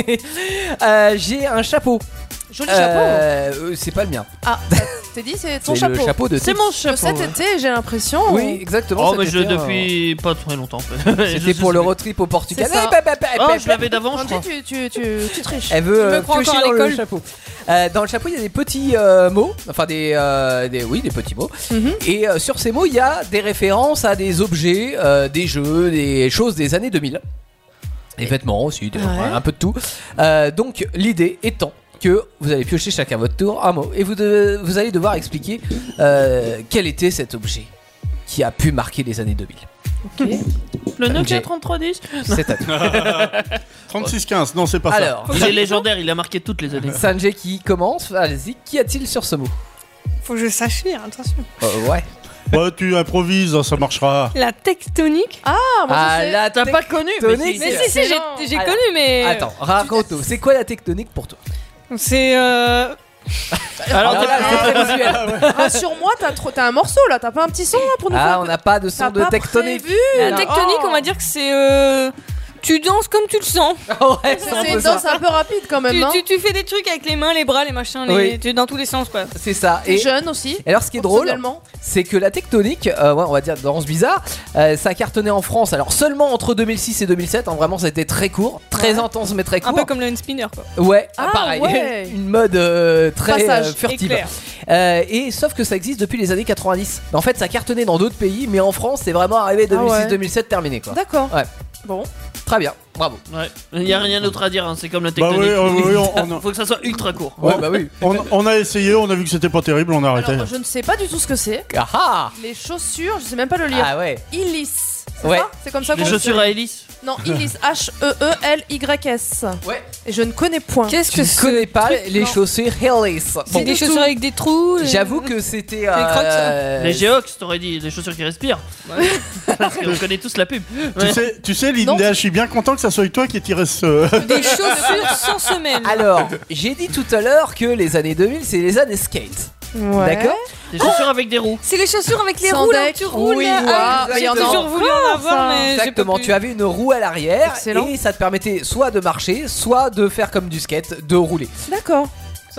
J'ai un chapeau. Joli chapeau. C'est pas le mien. Ah, t'es dit c'est ton C'est chapeau. le chapeau de C'est mon chapeau. Cet été, j'ai l'impression. Oui, exactement. Oh, mais cet je été, depuis pas très longtemps. En fait. C'était pour le road trip au Portugal. C'est ça. Oh, je l'avais d'avant, je crois. Tu triches. Elle Tu veut me crois piocher encore à dans le l'école. chapeau. Dans le chapeau, il y a des petits mots, enfin des petits mots. Et sur ces mots, il y a des références à des objets, des jeux, des choses des années 2000. Des vêtements aussi, un peu de tout. Donc l'idée étant que vous allez piocher chacun votre tour un mot et vous allez devoir expliquer quel était cet objet qui a pu marquer les années 2000. Ok. Le Nokia 3310. C'est à toi. 3615, non c'est pas Alors, Il est légendaire, il a marqué toutes les années. Sanjay qui commence, allez-y, qu'y a-t-il sur ce mot? Faut que je sache lire, attention. Ouais. Ouais, tu improvises, ça marchera. La tectonique. Ah, moi je sais. la T'as pas connu tectonique. Mais si, j'ai Alors, connu, mais. Attends, raconte-nous, c'est quoi la tectonique pour toi? C'est. Alors, là, c'est très visuel. Rassure-moi, t'as un morceau là, t'as pas un petit son là pour nous Ah, faire. on n'a pas de son T'as de pas tectonique. prévu, La là. tectonique, Oh. on va dire que c'est. Tu danses comme tu le sens. Ouais, C'est une danse un peu rapide quand même, non? Tu fais des trucs avec les mains, les bras, les machins, Oui. tu es dans tous les sens quoi. C'est ça. T'es jeune aussi. Alors ce qui est drôle, Optionnellement. c'est que la tectonique, ouais, on va dire danse bizarre, ça a cartonné en France. Alors seulement entre 2006 et 2007, hein, vraiment ça a été très court, très intense mais très court. Un peu comme le hand spinner quoi. Ouais, Ah, pareil, ouais. une mode très Passage, furtive. éclair. Et sauf que ça existe depuis les années 90. En fait, ça a cartonné dans d'autres pays, mais en France, c'est vraiment arrivé 2006-2007 terminé quoi. D'accord. Ouais. Bon. Très bien, bravo. Ouais. Il y a rien d'autre à dire, hein. C'est comme la Bah tectonique. oui, Faut que ça soit ultra court. Ouais, bah oui. On a essayé, on a vu que c'était pas terrible, on a arrêté. Alors, je ne sais pas du tout ce que c'est. Ah Les chaussures, je sais même pas le lire. Ah ouais. Illis. C'est Ouais. ça C'est comme ça qu'on Les chaussures à hélice. Non, Illis. H-E-E-L-Y-S. Ouais. Et je ne connais point. Qu'est-ce Tu que ne c'est connais pas les Non. chaussures Hillis. C'est des chaussures avec des trous. J'avoue que c'était. Les Geox, t'aurais dit, des chaussures qui respirent. Parce qu'on connaît tous la pub. Ouais. Tu sais, Linda, je suis bien content que ça soit toi qui ait tiré ce. Des chaussures sans semelle. Alors, j'ai dit tout à l'heure que les années 2000, c'est les années skate. Ouais. D'accord. Des chaussures avec des roues. C'est les chaussures avec les Sans roues là où deck. tu roules. Oui, Ah, ouais, j'ai y en a toujours voulu en avoir, mais j'ai pas Exactement, pu. tu avais une roue à l'arrière Excellent. et ça te permettait soit de marcher, soit de faire comme du skate, de rouler. D'accord.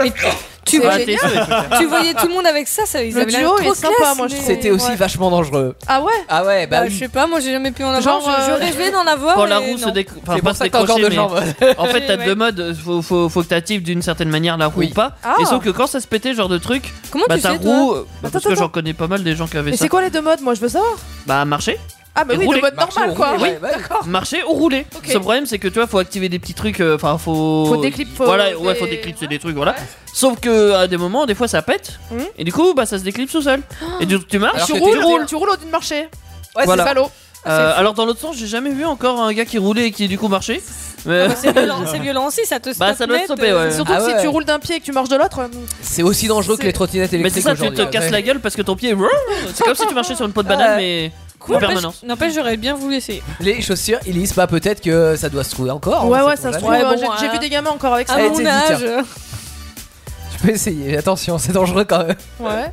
Tu C'est voyais, génial. tu voyais tout le monde avec ça, ils Le avaient l'air duo trop est sympa, classe, moi, je mais- trouve. C'était aussi Ouais. vachement dangereux. Ah ouais. Ah ouais, bah Bah, oui. je sais pas, moi j'ai jamais pu en avoir. Genre, je rêvais d'en avoir. Pour la mais roue non. se C'est pas pour se ça que t'as encore décrocher, deux mais jambes. en fait t'as Ouais. deux modes, faut que t'actives d'une certaine manière la roue Oui. ou pas. Ah. Et sauf que quand ça se pétait ce genre de truc, Comment bah tu ta sais, toi roue, parce Attends, que j'en attends. connais pas mal des gens qui avaient Mais ça. c'est quoi les deux modes? Moi, je veux savoir. Bah marcher, Ah bah Et oui, rouler. le mode Marcher normal ou quoi. rouler, ouais, D'accord. marcher ou rouler. Ok. Ce problème c'est que tu vois faut activer des petits trucs, enfin Faut déclipser. Voilà, ouais, faut déclipser des trucs, voilà. Sauf que à des moments, des fois ça pète, Mhm. et du coup, bah ça se déclipse tout seul. Et du coup, tu marches, Alors Tu que roules, t'es- tu roules au lieu de marcher. Ouais, Voilà. C'est salaud. alors dans l'autre sens, j'ai jamais vu encore un gars qui roulait et qui du coup marchait. Mais... Ah bah, c'est violent aussi, ça te stoppe Bah, ça doit net, stopper, ouais. Surtout Ah que ouais. si tu roules d'un pied et que tu marches de l'autre. C'est aussi dangereux que les trottinettes Mais c'est électriques ça, tu aujourd'hui. te casses Ouais. la gueule parce que ton pied. C'est comme si tu marchais sur une peau de banane, mais en permanence. N'empêche, j'aurais bien voulu essayer. Les chaussures, ils lisent pas, peut-être que ça doit se trouver encore. Ouais, on ouais, sait ça se pas trouve. jamais. Ouais, bon, J'ai vu des gamins encore avec ça. À Eh, mon t'hésites, âge. tiens. Tu peux essayer, attention, c'est dangereux quand même. Ouais.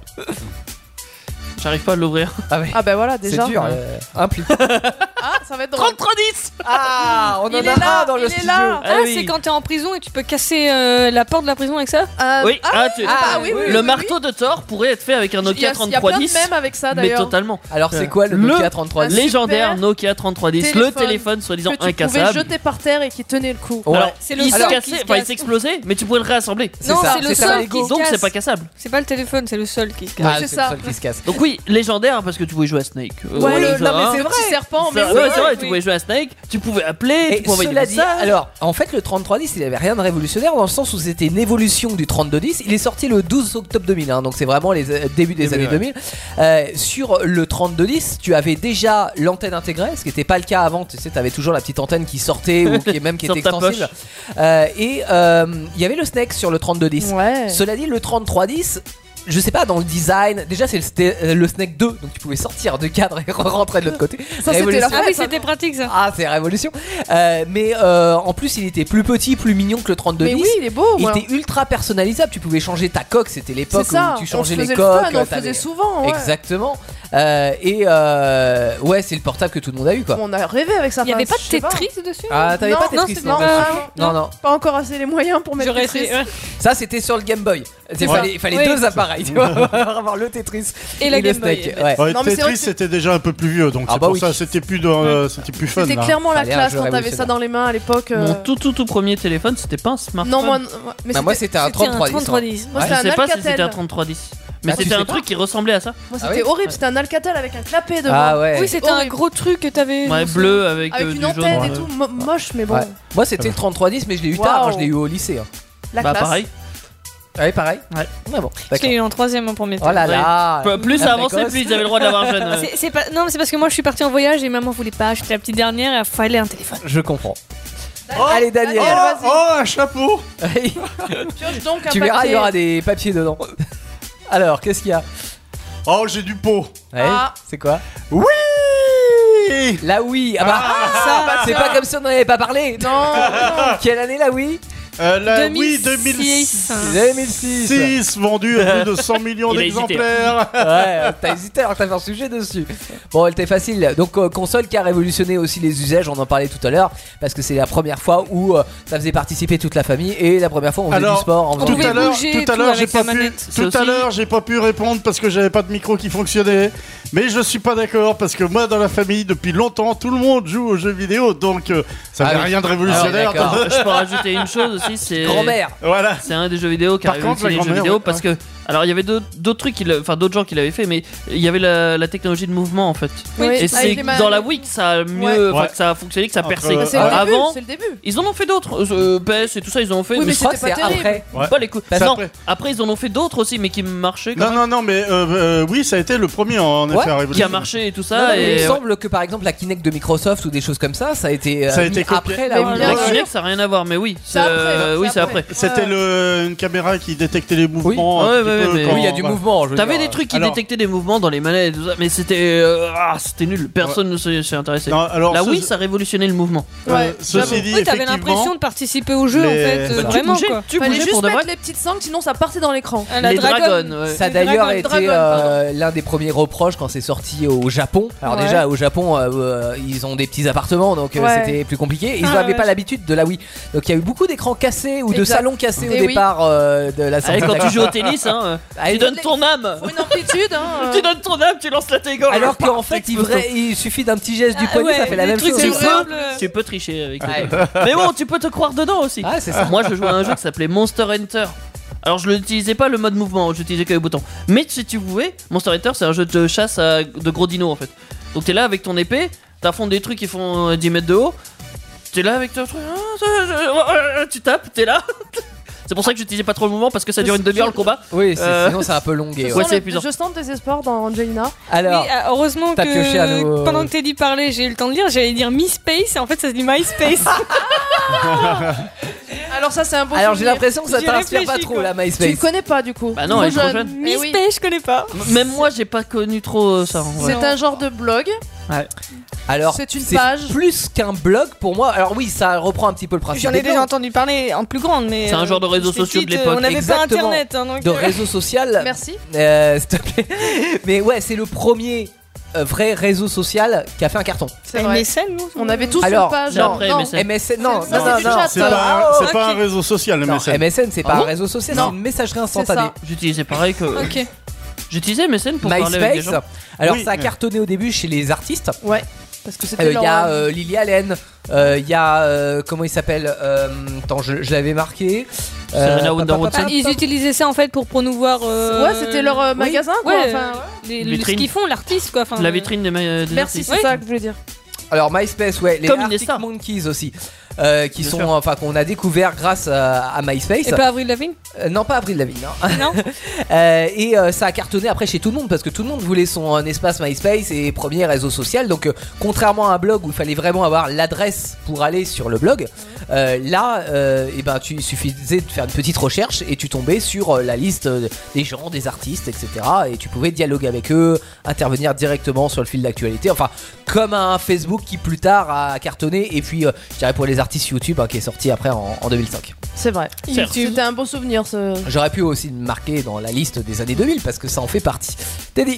J'arrive pas à l'ouvrir. Ah ouais. Ah bah voilà, C'est déjà. dur, implique. Ah, ça va être drôle. 3310. Ah, on en Il est a là, un dans le il est studio. là. Ah, oui. c'est quand t'es en prison et tu peux casser la porte de la prison avec ça. Oui, Ah, tu- Ah, oui, oui, le oui, marteau de Thor pourrait être fait avec un Il y a Nokia plein de 3310. mèmes avec ça Mais d'ailleurs. totalement. Alors c'est quoi le Le Nokia 33 super Légendaire Nokia 3310, le téléphone téléphone soi-disant que tu pouvais incassable. jeter par terre et qui tenait le coup. Ouais. Alors, C'est le il se seul qui cassait, se enfin il casse. s'explosait, mais tu pouvais le réassembler. Non, ça, c'est le c'est ça, sol Lego. qui se Donc c'est casse. pas cassable. C'est pas le téléphone, c'est le sol qui se casse. Ah, c'est c'est ça. le seul qui se casse. Donc oui, légendaire parce que tu pouvais jouer à Snake. Ouais, Oui, le, ça, non, mais hein. c'est le petit serpent, mais Ça, oui, ouais, c'est vrai, oui. tu pouvais jouer à Snake, tu pouvais appeler, tu Et pouvais envoyer des cela dit, messages. alors en fait le 3310 il avait rien de révolutionnaire dans le sens où c'était une évolution du 3210. Il est sorti le 12 octobre 2001, donc c'est vraiment les débuts des années 2000. Sur le 3210, tu avais déjà l'antenne intégrée, ce qui n'était pas le cas avant. Tu sais, tu avais toujours la petite antenne qui sortait ou qui même qui Sur était ta extensible. Et il y avait le Snake sur le 3210. Ouais. Cela dit, le 3310. Je sais pas, dans le design, déjà c'était le Snake 2, donc tu pouvais sortir du cadre et rentrer de l'autre côté. Ça, c'était Révolution. la Ah oui, fête, c'était pratique ça. Ah, c'est révolution. Mais en plus, il était plus petit, plus mignon que le 3210. Mais oui, il est beau. Il ouais. était ultra personnalisable. Tu pouvais changer ta coque. C'était l'époque C'est ça. où tu changeais on se les faisait coques. le fun, on le t'avais- faisait souvent. Ouais. Exactement. Ouais, c'est le portable que tout le monde a eu quoi. On a rêvé avec ça. Il y avait enfin, pas de je sais Tetris dessus. Ah, t'avais Non, pas non, Tetris c'est- non, non, dessus. non, non. Pas encore assez les moyens pour mettre J'aurais Tetris. essayé. Ouais. Ça, c'était sur le Game Boy. Il ça. fallait Oui. deux appareils, tu vois, pour avoir le Tetris Et la le Game Boy. Snake. Ouais. Ouais, Non, mais c'est vrai Tetris que c'est- c'était déjà un peu plus vieux, donc Ah c'est bah pour oui. ça c'était plus c'était plus fun. C'était là. clairement la Fallait un classe jeu quand t'avais ça révolutionnaire. dans les mains à l'époque. Mon tout premier téléphone, c'était pas un smartphone. Non, moi, mais Bah, moi, c'était un C'était un 3310. 3310. moi, Ouais. Je c'était sais un pas si c'était un Alcatel. 3310. Mais Ah, tu c'était sais un pas truc qui ressemblait à ça. Moi, Ah c'était oui horrible. C'était un Alcatel avec un clapet devant. Ah ouais. Oui, c'était un Horrible. gros truc que t'avais. Ouais, bleu avec, Avec du une jaune. antenne et ouais. tout, moche, mais bon. Ouais. Moi, c'était le 3310, mais je l'ai eu tard. Waouh. Hein, je l'ai eu au lycée. Hein. La Bah classe. pareil. Ouais, pareil. Ouais. Ah bon. Je D'accord. l'ai eu en troisième en premier temps. Oh là là. Plus ça La avançait, précoce. plus ils avaient le droit de l'avoir jeune. ouais. C'est pas... Non, mais c'est parce que moi je suis partie en voyage et maman voulait pas. J'étais la petite dernière et il fallait un téléphone. Je comprends. Allez, Daniel. Daniel, vas-y. Oh, un chapeau. Pioche donc un Tu verras, il y papier. aura des papiers dedans. Alors, qu'est-ce qu'il y a? Oh, j'ai du pot. Ouais, Ah. c'est quoi? Oui. La Wii. Ah bah, ça, c'est pas comme si on n'en avait pas parlé. Non. Quelle année la Wii? La Wii 2006. 2006. 2006, vendu à plus de 100 millions Il a hésité. d'exemplaires. Ouais, t'as hésité alors que t'as fait un sujet dessus. Bon, elle était facile. Donc, console qui a révolutionné aussi les usages, on en parlait tout à l'heure, parce que c'est la première fois où ça faisait participer toute la famille et la première fois on faisait Alors, du sport en on faisant pouvait Tout à l'heure, bouger tout et à tout l'heure, j'ai avec la pas pu. manette. C'est Tout à aussi- l'heure, j'ai pas pu répondre parce que j'avais pas de micro qui fonctionnait. Mais je suis pas d'accord parce que moi, dans la famille, depuis longtemps, tout le monde joue aux jeux vidéo, donc ça Ah n'a oui. rien de révolutionnaire. Ah oui, d'accord. Je peux rajouter une chose aussi, c'est. grand-mère. Voilà. C'est un des jeux vidéo qui a Par contre, réussi les la jeux grand-mère, vidéo ouais, parce que Alors il y avait d'autres trucs, d'autres gens qui l'avaient fait, mais il y avait la technologie de mouvement en fait. Oui, et c'est dans la Wii que ça a mieux, que ça a fonctionné, que ça a percé. C'est Avant, le début. ils en ont fait d'autres. PS et tout ça, ils en ont fait. Oui, mais je crois que c'était c'est pas terrible. après. Pas les coups. C'est Non, après. après ils en ont fait d'autres aussi, mais qui marchaient. Non, mais oui, ça a été le premier en effet à révolutionner. Qui a marché et tout ça. Non, non, et il me semble que par exemple la Kinect de Microsoft ou des choses comme ça a été, mis copié. après la Wii. La Kinect, ça n'a rien à voir, mais oui. C'est après, Oui, c'est c'est après. C'était une caméra qui détectait les mouvements. Oui, un petit ouais, peu mais quand- Oui, il y a du voilà. mouvement. T'avais des trucs qui détectaient des mouvements dans les manettes et tout ça, mais c'était nul. Personne ne s'est intéressé. Non, alors, La Wii, ça révolutionnait le mouvement. Ceci dit, Oui, t'avais effectivement, l'impression de participer au jeu en les- fait, Bah, tu vraiment bougeais, quoi. tu Fallait bougeais juste pour de vrai. mettre les petites sangles, sinon ça partait dans l'écran. La Les Dragon. dragons, ouais. Ça a d'ailleurs Dragon, été pardon. l'un des premiers reproches quand c'est sorti au Japon. Alors Ouais. déjà au Japon ils ont des petits appartements donc Ouais. c'était plus compliqué. Ils Ah, n'avaient ouais. pas l'habitude de la Wii. Donc il y a eu beaucoup d'écrans cassés ou de Exact. salons cassés au Et oui. départ de la sortie. Allez, quand de la tu joues au tennis, hein, Ah, tu et- donnes ton âme. Faut une amplitude, hein. Tu donnes ton âme, tu lances la Tego. Alors qu'en fait il suffit d'un petit geste du Ah, poignet, ouais, ça fait la les même trucs chose. c'est Tu simple. peux, tu peux tricher avec Ouais. le Mais bon, tu peux te croire dedans aussi. Ah, c'est ça. Moi, je jouais à un jeu qui s'appelait Monster Hunter. Alors, je n'utilisais pas le mode mouvement, j'utilisais que les boutons. Mais si tu voulais, Monster Hunter, c'est un jeu de chasse de gros dinos en fait. Donc, t'es là avec ton épée, t'affrontes des trucs qui font 10 mètres de haut. T'es là avec ton truc, tu tapes, t'es là. C'est pour ça que j'utilisais pas trop le mouvement parce que ça dure une demi-heure le combat. Oui, sinon c'est un peu longué. Je ouais. sens c'est le- épuisant. Je sens le désespoir dans Angelina. Alors Oui, heureusement t'as pioché à nos- que pendant que Teddy parlait, j'ai eu le temps de lire. J'allais dire MySpace, et en fait ça se dit MySpace. Alors ça c'est un beau j'ai souvenir. l'impression que ça J'y t'inspire pas réfléchis, trop quoi. la Tu le MySpace. connais pas du coup. Bah non, elle est trop jeune. Eh oui. MySpace, je connais pas. Même moi, j'ai pas connu trop ça. Ouais. C'est un genre de blog. Alors C'est une page. plus qu'un blog pour moi. Alors oui, ça reprend un petit peu le principe J'en des ai déjà blogs. entendu parler en plus grande, mais. C'est un genre de réseaux j'étais sociaux de petite, l'époque. On n'avait pas Exactement. internet, hein, donc. de réseau social. Merci. S'il te plaît. Mais ouais, c'est le premier vrai réseau social qui a fait un carton. C'est vrai. MSN, nous On avait tous Alors, une page. c'est après non. MSN. MSN, non, C'est- non, c'est non, du non. chat. C'est pas, Ah, c'est pas ok. un réseau social, le Non, MSN. MSN, c'est Ah pas bon un réseau social, Non. c'est une messagerie instantanée. ça. J'utilisais pareil que. Ok. J'utilisais MSN pour parler avec des MySpace. gens. Alors Oui. ça a cartonné au début chez les artistes. Ouais. Parce que c'était Il y leur- a Lily Allen, il y a comment il s'appelle attends, je l'avais marqué. Serena Wonderwood. Enfin, ils utilisaient ça en fait pour promouvoir. Ouais, c'était leur magasin quoi. Ouais, Enfin, ce Vitrine. qu'ils font, l'artiste quoi. Enfin, La vitrine des Merci, artistes. c'est ça que je voulais dire. Alors MySpace, ouais, les Comme Arctic Indestar. Monkeys aussi, qui Bien sont, sûr. enfin qu'on a découvert grâce à MySpace. Et pas Avril Lavigne. Non, pas Avril Lavigne. Non. Non. Et ça a cartonné après chez tout le monde parce que tout le monde voulait son espace MySpace et premier réseau social. Donc contrairement à un blog où il fallait vraiment avoir l'adresse pour aller sur le blog, là, et ben il suffisait de faire une petite recherche et tu tombais sur la liste des gens, des artistes, etc. Et tu pouvais dialoguer avec eux, intervenir directement sur le fil d'actualité. Enfin, comme un Facebook qui plus tard a cartonné. Et puis, je dirais pour les artistes YouTube qui est sorti après en 2005. C'est vrai. Certes. C'était un beau souvenir ce. J'aurais pu aussi le marquer dans la liste des années 2000 parce que ça en fait partie. Teddy.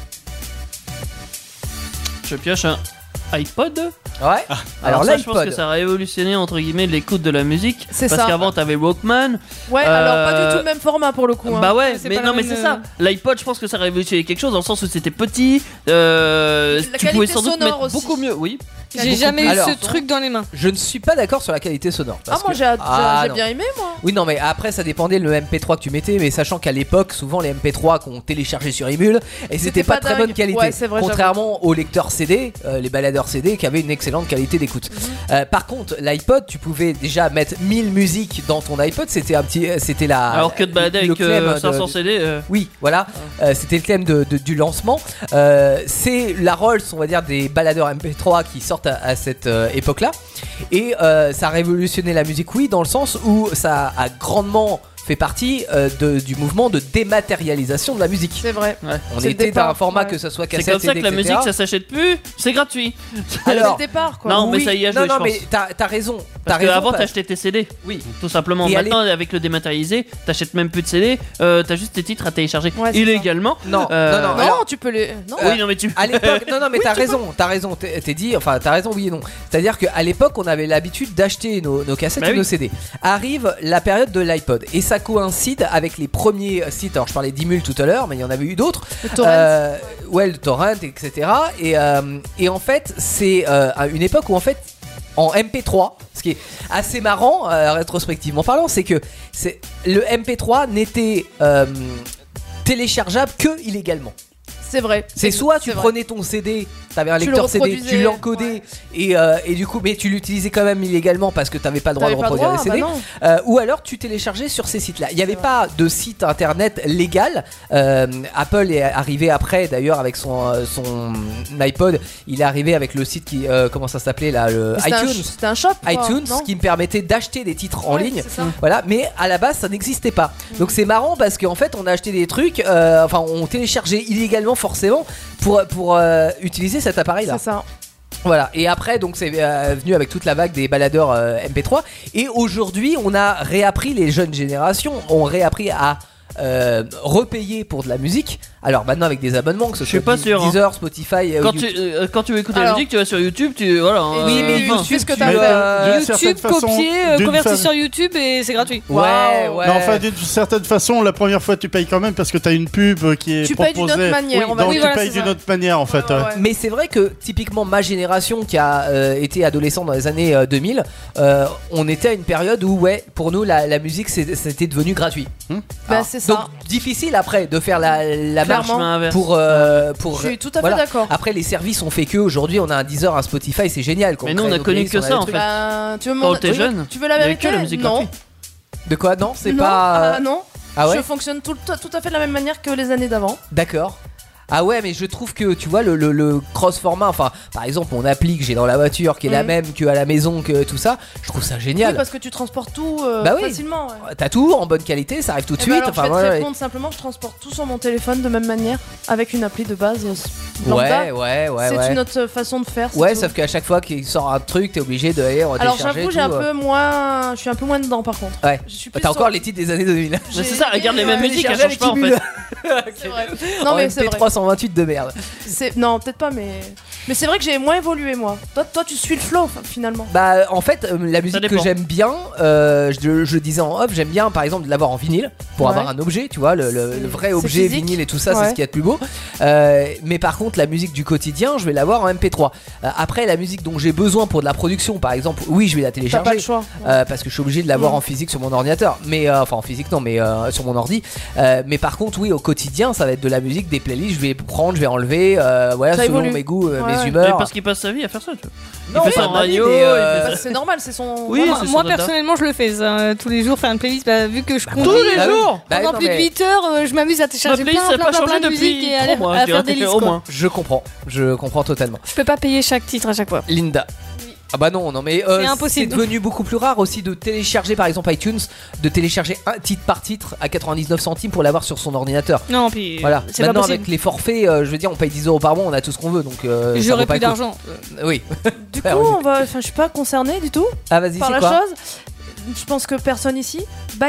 Je pioche un iPod. Ouais. Alors ça, je pense que l'iPod. ça a révolutionné entre guillemets l'écoute de la musique. C'est Parce ça. qu'avant t'avais Walkman. Ouais, alors pas du tout le même format pour le coup. hein. Bah ouais, C'est mais pas non la mais même, c'est ça. L'iPod, je pense que ça a révolutionné quelque chose dans le sens où c'était petit. Tu qualité pouvais sans doute sonore mettre aussi. beaucoup mieux. Oui. J'ai beaucoup jamais plus. eu Alors, ce truc dans les mains. Je ne suis pas d'accord sur la qualité sonore. Ah, parce moi que- j'ai Ah, non. bien aimé moi. Oui, non, mais après ça dépendait le MP3 que tu mettais, mais sachant qu'à l'époque, souvent les MP3 qu'on téléchargeait sur Emule, et c'était pas très dingue. bonne qualité. Ouais, c'est vrai, Contrairement aux lecteurs CD, les baladeurs CD qui avaient une excellente qualité d'écoute. Par contre, l'iPod, tu pouvais déjà mettre 1000 musiques dans ton iPod, c'était un petit, c'était la. Alors que de balader le avec clem de- 500 CD. Oui, voilà, c'était le thème du lancement. C'est la Rolls, on va dire, des baladeurs MP3 qui sortent à cette époque-là. Et ça a révolutionné la musique, oui, dans le sens où ça a grandement fait partie du mouvement de dématérialisation de la musique. C'est vrai. On C'est le était départ, dans un format ouais. que ce soit C'est cassette, comme ça que CD, la etc. musique ça s'achète plus, c'est gratuit. Alors, C'est le départ quoi. Non, mais oui, ça y a joué, non, je mais pense. t'as raison. Parce T'as raison, qu'avant parce- t'achetais tes CD. Oui. Tout simplement. Et Maintenant, avec le dématérialisé, t'achètes même plus de CD, t'as juste tes titres à télécharger Ouais, c'est illégalement. Non, non, non. Non, alors- tu peux les. Non. Oui, non, mais tu. À l'époque, non, mais t'as raison, t'es dit, enfin, t'as raison, oui et non. C'est-à-dire qu'à l'époque, on avait l'habitude d'acheter nos cassettes Bah et oui. nos CD. Arrive la période de l'iPod et ça coïncide avec les premiers sites. Alors, je parlais d'Emule tout à l'heure, mais il y en avait eu d'autres. Le torrent. Ouais, le torrent, etc. Et en fait, c'est à une époque où en fait, en MP3, ce qui est assez marrant, rétrospectivement parlant, c'est que le MP3 n'était téléchargeable que illégalement. C'est vrai. C'est soit tu vrai. prenais ton CD, t'avais un Tu lecteur le CD, reproduisais, tu l'encodais et du coup, mais tu l'utilisais quand même illégalement parce que t'avais pas le droit T'avais de pas le reproduire droit, les CD. bah Ou alors tu téléchargeais sur ces sites-là. Il n'y avait pas de site internet légal. Apple est arrivé après d'ailleurs avec son iPod. Il est arrivé avec le site qui comment ça s'appelait là, le iTunes. C'était un shop. quoi, iTunes non qui me permettait d'acheter des titres en Ouais, ligne, c'est ça. voilà, mais à la base ça n'existait pas. Donc c'est marrant parce qu'en fait on a acheté des trucs, enfin on téléchargeait illégalement forcément pour utiliser cet appareil là. C'est ça. Voilà, et après donc c'est venu avec toute la vague des baladeurs MP3 et aujourd'hui on a réappris, les jeunes générations ont réappris à repayer pour de la musique. Alors maintenant avec des abonnements, que ce soit Deezer, Spotify. Quand tu veux écouter la musique, tu vas sur YouTube, voilà. Oui, mais YouTube, YouTube, ce que t'as fait. YouTube copié, converti sur YouTube et c'est gratuit. Ouais. Mais enfin, d'une certaine façon, la première fois tu payes quand même parce que t'as une pub qui est Tu proposée. payes d'une autre manière, on va donc dire. tu Voilà, payes c'est d'une ça. autre manière en fait. Ouais. Mais c'est vrai que typiquement ma génération qui a été adolescent dans les années 2000, on était à une période où pour nous la musique c'était devenu gratuit. Bah, c'est ça. Donc difficile après de faire la marche Clairement. pour Je suis tout à fait d'accord. Après les services ont fait que aujourd'hui on a un Deezer, un Spotify, c'est génial. Mais nous on a connu que ça en fait. Tu veux Quand t'es jeune, tu veux la il y avait vérité? que la musique Non. gratuite. De quoi? Non, c'est Non, pas. non. Ah ouais? Je fonctionne tout à fait de la même manière que les années d'avant. D'accord. Ah ouais, mais je trouve que tu vois le cross format, enfin par exemple mon appli que j'ai dans la voiture qui est la même qu'à la maison, que tout ça, je trouve ça génial. Oui, parce que tu transportes tout Bah oui. facilement. Ouais. T'as tout en bonne qualité, ça arrive tout de Eh suite. ben alors, enfin, je vais te voilà. répondre simplement, je transporte tout sur mon téléphone de même manière avec une appli de base lambda. Ouais. C'est une autre façon de faire. c'est Ouais, tout. sauf qu'à chaque fois qu'il sort un truc, t'es obligé d'aller Alors télécharger. j'avoue, je suis un peu moins dedans par contre. Ouais. Je suis plus T'as sur- encore les titres des années 2000. Mais c'est ça, regarde les mêmes musiques, elles changent pas en fait. C'est vrai. Non mais c'est vrai. 328 de merde. Non, peut-être pas, mais c'est vrai que j'ai moins évolué moi. Toi, tu suis le flow finalement. Bah en fait la musique que dépend. j'aime bien, je disais en off, j'aime bien par exemple de l'avoir en vinyle pour Ouais. avoir un objet, tu vois, le vrai objet physique. vinyle et tout ça, c'est Ouais. ce qu'il y a de plus beau. Mais par contre la musique du quotidien, je vais l'avoir en MP3. Après la musique dont j'ai besoin pour de la production par exemple, oui je vais la T'as télécharger. pas le choix. Parce que je suis obligé de l'avoir en physique sur mon ordinateur, mais enfin en physique non, mais sur mon ordi. Mais par contre oui au quotidien ça va être de la musique, des playlists, je vais prendre, je vais enlever, voilà Ça selon évolue. mes goûts, Ouais, mes ouais. humeurs. Mais parce qu'il passe sa vie à faire ça, tu vois. Non, Il fait ça en pas ma vie, radio, mais, il fait ça. C'est normal, c'est son. Oui, Voilà. c'est Moi son dada. personnellement je le fais ça, tous les jours faire une playlist vu que je conduis Tous les Bah oui. jours. Bah pendant non, plus de mais 8 heures, je m'amuse à télécharger Ma playlist, elle a pas changé de musique depuis et à 3 mois, à je faire dirais des listes au quoi. moins. Je comprends totalement. Je peux pas payer chaque titre à chaque fois. Linda. Ah bah non, mais C'est c'est impossible. devenu beaucoup plus rare aussi de télécharger par exemple iTunes, de télécharger un titre par titre à 99 centimes pour l'avoir sur son ordinateur. Non, puis Voilà. c'est pas Maintenant possible. avec les forfaits, je veux dire, on paye 10 € par mois, on a tout ce qu'on veut, donc ça J'aurais vaut pas plus le coup. d'argent. Du Oui. coup, je suis pas concernée du tout Ah vas-y, par c'est la quoi? chose. Je pense que personne ici.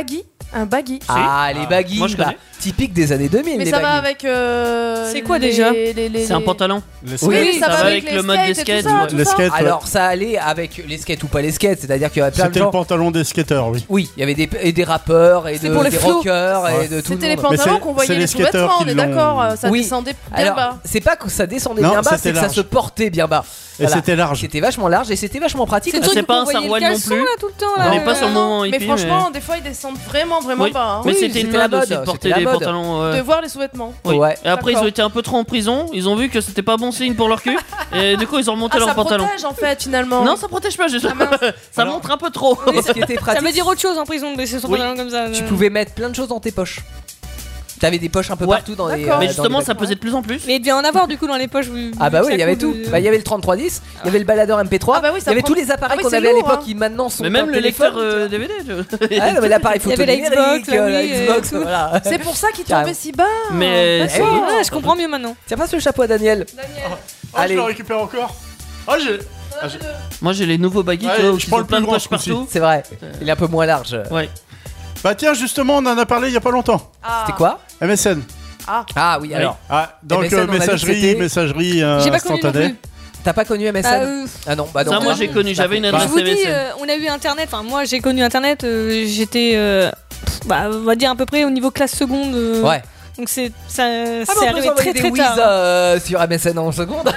Un baggy. Ah les baggy, Moi, je connais. typique des années 2000 Mais les ça va baggy. avec. C'est quoi déjà C'est un pantalon. Oui, ça va avec le les mode des skates et skates. tout ça, ouais. tout Les ça. skates, ouais. Alors ça allait avec les skates ou pas les skates, c'est-à-dire qu'il y avait plein de C'était le gens. pantalon des skateurs, oui. Oui, il y avait des rappeurs et C'est pour les des flots. rockers Ouais. et de tout le C'était les monde. pantalons c'est- qu'on c'est voyait les les skateurs sous-vêtements, qui on est l'ont- d'accord, ça Oui. descendait bien Alors, bas. c'est pas que ça descendait Non, bien bas, c'était c'est que ça large. se portait bien bas. Et c'était large. C'était vachement large et c'était vachement pratique. C'est le C'est truc pas où un on voyait le sarouel non caleçon plus. là tout le temps On là. n'est pas sur le moment Mais hippie. franchement, des fois, ils descendent vraiment Oui. bas. hein. Mais Oui, c'était une c'était la mode aussi de mode, porter c'était la des mode. pantalons. De voir les sous-vêtements. Oui. Ouais. Et après, ils D'accord. ont été un peu trop en prison. Ils ont vu que c'était pas bon signe pour leur cul. Et du coup, ils ont remonté Ah, leurs ça pantalons. protège en fait finalement. Non, ça protège pas, justement. Ah, mince. Ça montre un peu trop. Et ce qui était Ça pratique, veut dire autre chose en prison de baisser son Oui. pantalon comme ça. tu pouvais mettre plein de choses dans tes poches. T'avais des poches un peu Ouais. partout dans les. D'accord. Mais dans justement, les ça bacs. pesait de plus en plus. Mais il devait en avoir du coup dans les poches. Ah bah oui, il y avait tout. Bah, il y avait le 3310, il y avait le baladeur MP3, Ah bah oui, il ça y avait prend- tous les appareils Ah oui, qu'on c'est avait à lourd, l'époque hein. qui maintenant sont. Mais même un le téléphone, lecteur tu vois. DVD, tu vois. Ah non, mais l'appareil Il y photo avait la numérique, Xbox, la la Wii, Xbox, tout. voilà. C'est pour ça qu'il Carrément. tombait si bas. Mais D'accord. oui. Ah, je comprends mieux maintenant. Tiens, passe le chapeau à Daniel. Ah, Allez. je le récupère encore. Ah, j'ai. Moi, j'ai les nouveaux baggy, Ouais, tu vois, où je ils prends ont le plein de plus grand poches ce coup-ci. partout. C'est vrai, il est un peu moins large. Ouais. Bah tiens, justement, on en a parlé il y a pas longtemps. C'était quoi? MSN. Ah oui, alors. Ah, donc MSN, on a dit que messagerie c'était- messagerie J'ai pas connu non instantanée. plus. T'as pas connu MSN? Ah non, bah non. Ça, moi, j'ai connu, j'avais une Je adresse vous dis, MSN. on a eu internet, enfin moi j'ai connu internet, j'étais, on va dire à peu près au niveau classe seconde. Ouais. Donc c'est on arrivé peut très des très whiz, tard. sur MSN en seconde.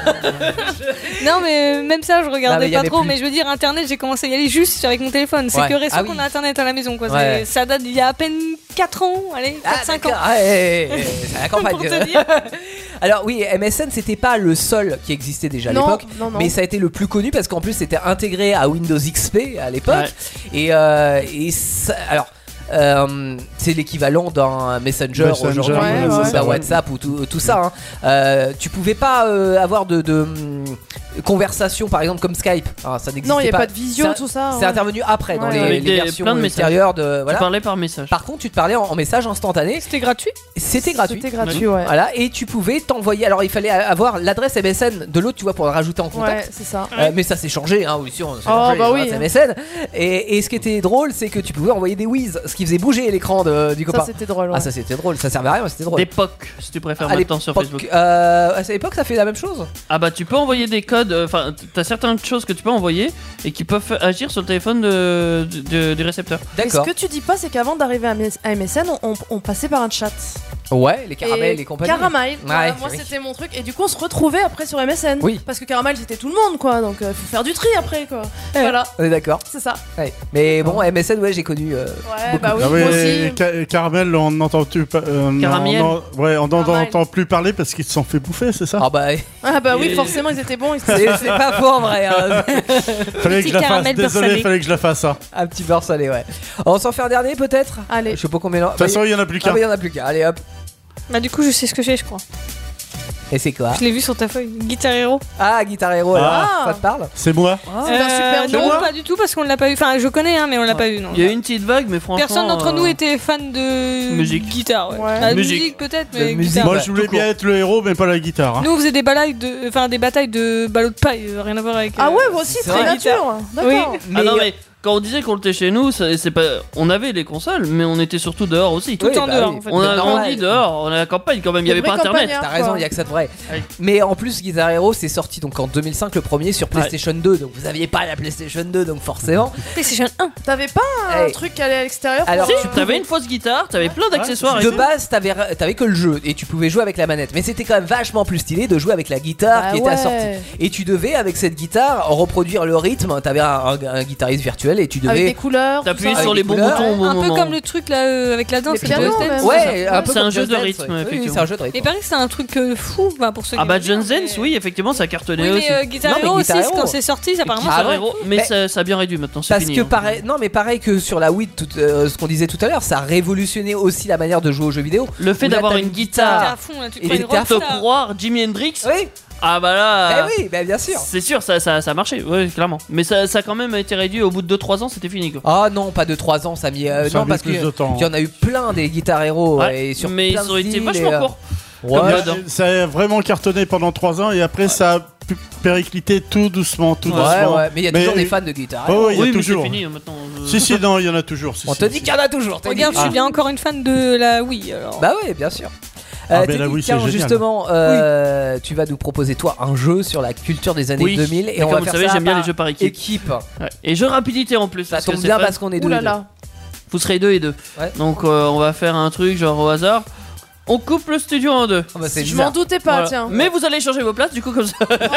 Non mais même ça je Non, mais regardais y pas avait trop. plus. Mais je veux dire internet, j'ai commencé à y aller juste avec mon téléphone. C'est Ouais. que récent Ah oui. qu'on a internet à la maison quoi. Ouais. Ça date d'il y a à peine 4 ans, allez 4-5 ans. C'est la campagne. Pour te dire. Alors oui, MSN c'était pas le seul qui existait déjà à Non, l'époque, non. mais ça a été le plus connu parce qu'en plus c'était intégré à Windows XP à l'époque. Et ça, alors. C'est l'équivalent d'un Messenger aujourd'hui, d'un WhatsApp ou tout ça. Hein. Tu pouvais pas avoir de conversation par exemple comme Skype. Ça n'existait pas. Non, il n'y a pas de visio, Ça- tout ça. C'est intervenu après dans Avec les versions plein de messages. ultérieures de. Voilà. Tu parlais par message. Par contre, tu te parlais en message instantané. C'était gratuit. C'était gratuit. C'était gratuit, ouais. Voilà, et tu pouvais t'envoyer. Alors, il fallait avoir l'adresse MSN de l'autre, tu vois, pour le rajouter en Ouais, contact. c'est ça. Mais ça s'est changé, hein, oui, si on s'est Oh, changé, bah les oui. adresses MSN. Et ce qui était drôle, c'est que tu pouvais envoyer des whiz, ce qui faisait bouger l'écran du copain. Ça, c'était drôle. Ouais. Ah, ça c'était drôle, ça servait à rien, mais c'était drôle. Des POC, si tu préfères À maintenant sur l'époque, Facebook. à cette époque, ça fait la même chose. Ah bah tu peux envoyer des codes, enfin t'as certaines choses que tu peux envoyer et qui peuvent agir sur le téléphone du récepteur. Mais ce que tu dis pas, c'est qu'avant d'arriver à MSN, on passait par un chat. Ouais, les caramels, les compagnies. Caramel, voilà, Ouais, moi oui. c'était mon truc. Et du coup, on se retrouvait après sur MSN. Oui. Parce que Caramel c'était tout le monde, quoi. Donc faut faire du tri après, quoi. Voilà. On est d'accord. C'est ça. Ouais. Mais bon, MSN, ouais, j'ai connu. Ouais, beaucoup. bah oui, Ah moi ouais, aussi. Caramel, on n'entend-tu pas. Caramiel. On n'entend plus parler parce qu'ils se sont fait bouffer, c'est ça? Ah bah. Ah bah oui, Et- forcément, ils étaient bons. C'est pas faux en vrai. Hein. Fallait que je la fasse, caramel beurre désolé, salé. fallait que je la fasse. Hein. Un petit beurre salé, ouais. On s'en fait un dernier peut-être. Allez. Je sais pas combien. De toute façon, il y en a plus Ah qu'un. bah, il y en a plus qu'un. Allez hop. Bah du coup je sais ce que j'ai je crois. Et c'est quoi? Je l'ai vu sur ta feuille. Guitar Hero. Ah, Guitar Hero, alors. Ah. Ça te parle? C'est moi. C'est un super non, jeu. pas du tout parce qu'on l'a pas eu. Enfin je connais mais on l'a pas eu non. Il y a eu une petite vague mais franchement... Personne d'entre nous était fan de Musique. guitare. Ouais. Ouais. Bah, Musique. musique peut-être De mais musique. guitare. Moi, bah, je voulais tout bien court. être le héros, mais pas la guitare. Hein. Nous on faisait des batailles de ballots de paille, rien à voir avec. Ah ouais, moi aussi, C'est très vrai. nature. D'accord. Ah non mais quand on disait qu'on était chez nous, c'est pas... on avait les consoles mais on était surtout dehors aussi. Tout le temps dehors, oui. en fait. On a C'est normal. grandi dehors, on a la campagne quand même, il y avait pas internet. T'as raison, il y a que ça de vrai. Ouais. Mais en plus, Guitar Hero c'est sorti donc en 2005 le premier sur PlayStation 2. Donc vous aviez pas la PlayStation 2, donc forcément. PlayStation 1. T'avais pas un Hey. truc qui allait à l'extérieur Alors, pour, tu T'avais une fausse guitare, t'avais plein d'accessoires et De tout. base, t'avais que le jeu et tu pouvais jouer avec la manette. Mais c'était quand même vachement plus stylé de jouer avec la guitare Bah qui était ouais. assortie. Et tu devais, avec cette guitare, reproduire le rythme. T'avais un guitariste virtuel et tu avec des devais. couleurs. T'appuyais Avec sur des les bons couleurs. boutons au bon Un peu moment. comme le truc là avec la danse. Les le pianos, Just Dance, même. c'est Ouais, ça. un peu C'est comme un jeu Just de Dance, rythme, ouais. Oui, effectivement. c'est un jeu de rythme. Mais il paraît que c'est un truc fou pour ceux qui Ah bah aiment bien, Just Dance, mais- oui, effectivement ça cartonnait Oui aussi. mais Guitar Non, mais Hero Guitar aussi Hero. quand c'est sorti ça apparemment Ah ça Guitar ouais. Hero, mais Mais- ça a bien réduit maintenant, c'est Parce fini. que hein. pareil, non mais pareil que sur la Wii, ce qu'on disait tout à l'heure, ça a révolutionné aussi la manière de jouer aux jeux vidéo. Le fait Où là, d'avoir t'as une T'es guitare à fond là, tu Il prends une était à te rockstar. croire Jimi Hendrix, Oui, ah bah là... oui, bah bien sûr. C'est sûr, ça a marché, oui, clairement. Mais ça a quand même été réduit au bout de 2-3 ans, c'était fini quoi. Ah non, pas de 3 ans, ça a mis. Ça a Non, mis parce plus qu'il de temps. y en a eu plein des Guitar Hero Ouais, et sur mais plein ils ont de été styles vachement et, courts. Ouais. Comme Blood, hein. Ça a vraiment cartonné pendant 3 ans et après ça a périclité tout doucement, tout Ouais, doucement. ouais, mais il y a toujours des fans de Guitar Oh, Hero. oui, il y a Oui, mais c'est toujours. fini maintenant. Si, non, il y en a toujours. si, On si, te si. dit qu'il y en a toujours. t'as Regarde, dit. je suis bien encore une fan de la Wii alors. Bah oui, bien sûr. Ah, ben Teddy, là, oui, tiens, c'est génial. justement, tu vas nous proposer toi un jeu sur la culture des années Oui, 2000 et mais on comme va vous faire savez, ça j'aime bien par les jeux par équipe. équipe. Ouais. Et jeu rapidité en plus. Ça parce que tombe c'est bien fun. parce qu'on est deux. Ouh là et deux. là. Vous serez 2 et 2. Ouais. Donc on va faire un truc genre au hasard. On coupe le studio en 2. Ah bah, c'est Je bizarre. m'en doutais pas, Voilà. tiens. Mais vous allez changer vos places du coup comme ça.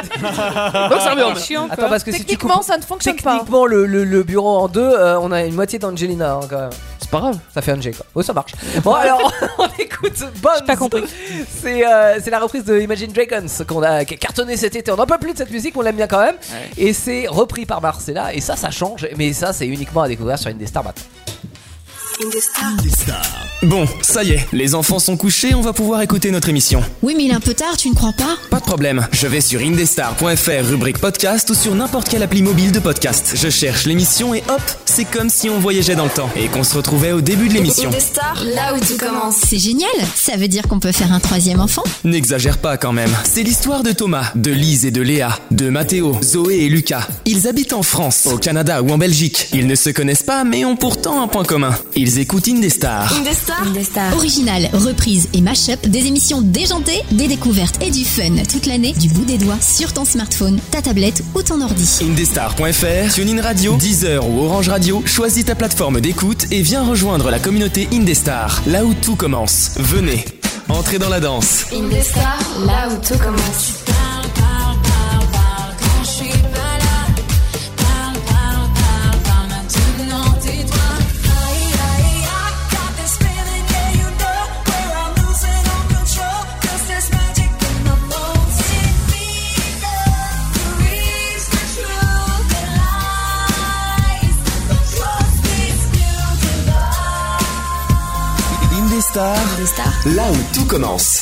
Donc ça revient en C'est chiant Attends, quoi. parce que si tu Techniquement, coupes ça ne fonctionne pas. techniquement le bureau en deux, on a une moitié d'Angelina hein, quand même. C'est pas grave. Ça fait un G quoi. Oh, ça marche. Bon, alors, on écoute Bones. J'ai pas compris. C'est la reprise de Imagine Dragons qui a cartonné cet été. On n'en peut plus de cette musique, on l'aime bien quand même. Ouais. Et c'est repris par Marcella. Et ça change. Mais ça, c'est uniquement à découvrir sur Indestar maintenant. Bon, ça y est, les enfants sont couchés, on va pouvoir écouter notre émission. Oui, mais il est un peu tard, tu ne crois pas? Pas de problème, je vais sur indestar.fr rubrique podcast ou sur n'importe quelle appli mobile de podcast. Je cherche l'émission et hop, c'est comme si on voyageait dans le temps et qu'on se retrouvait au début de l'émission. Indestar, là où tout commence. C'est génial, ça veut dire qu'on peut faire un troisième enfant? N'exagère pas quand même. C'est l'histoire de Thomas, de Lise et de Léa, de Mathéo, Zoé et Lucas. Ils habitent en France, au Canada ou en Belgique. Ils ne se connaissent pas mais ont pourtant un point commun. Ils écoutent Indestar. Indestar. Original, reprise et mash-up, des émissions déjantées, des découvertes et du fun toute l'année, du bout des doigts, sur ton smartphone, ta tablette ou ton ordi. Indestar.fr, TuneIn Radio, Deezer ou Orange Radio, choisis ta plateforme d'écoute et viens rejoindre la communauté Indestar, là où tout commence. Venez, Entrez dans la danse. Indestar, là où tout commence. Indestar, là où tout commence.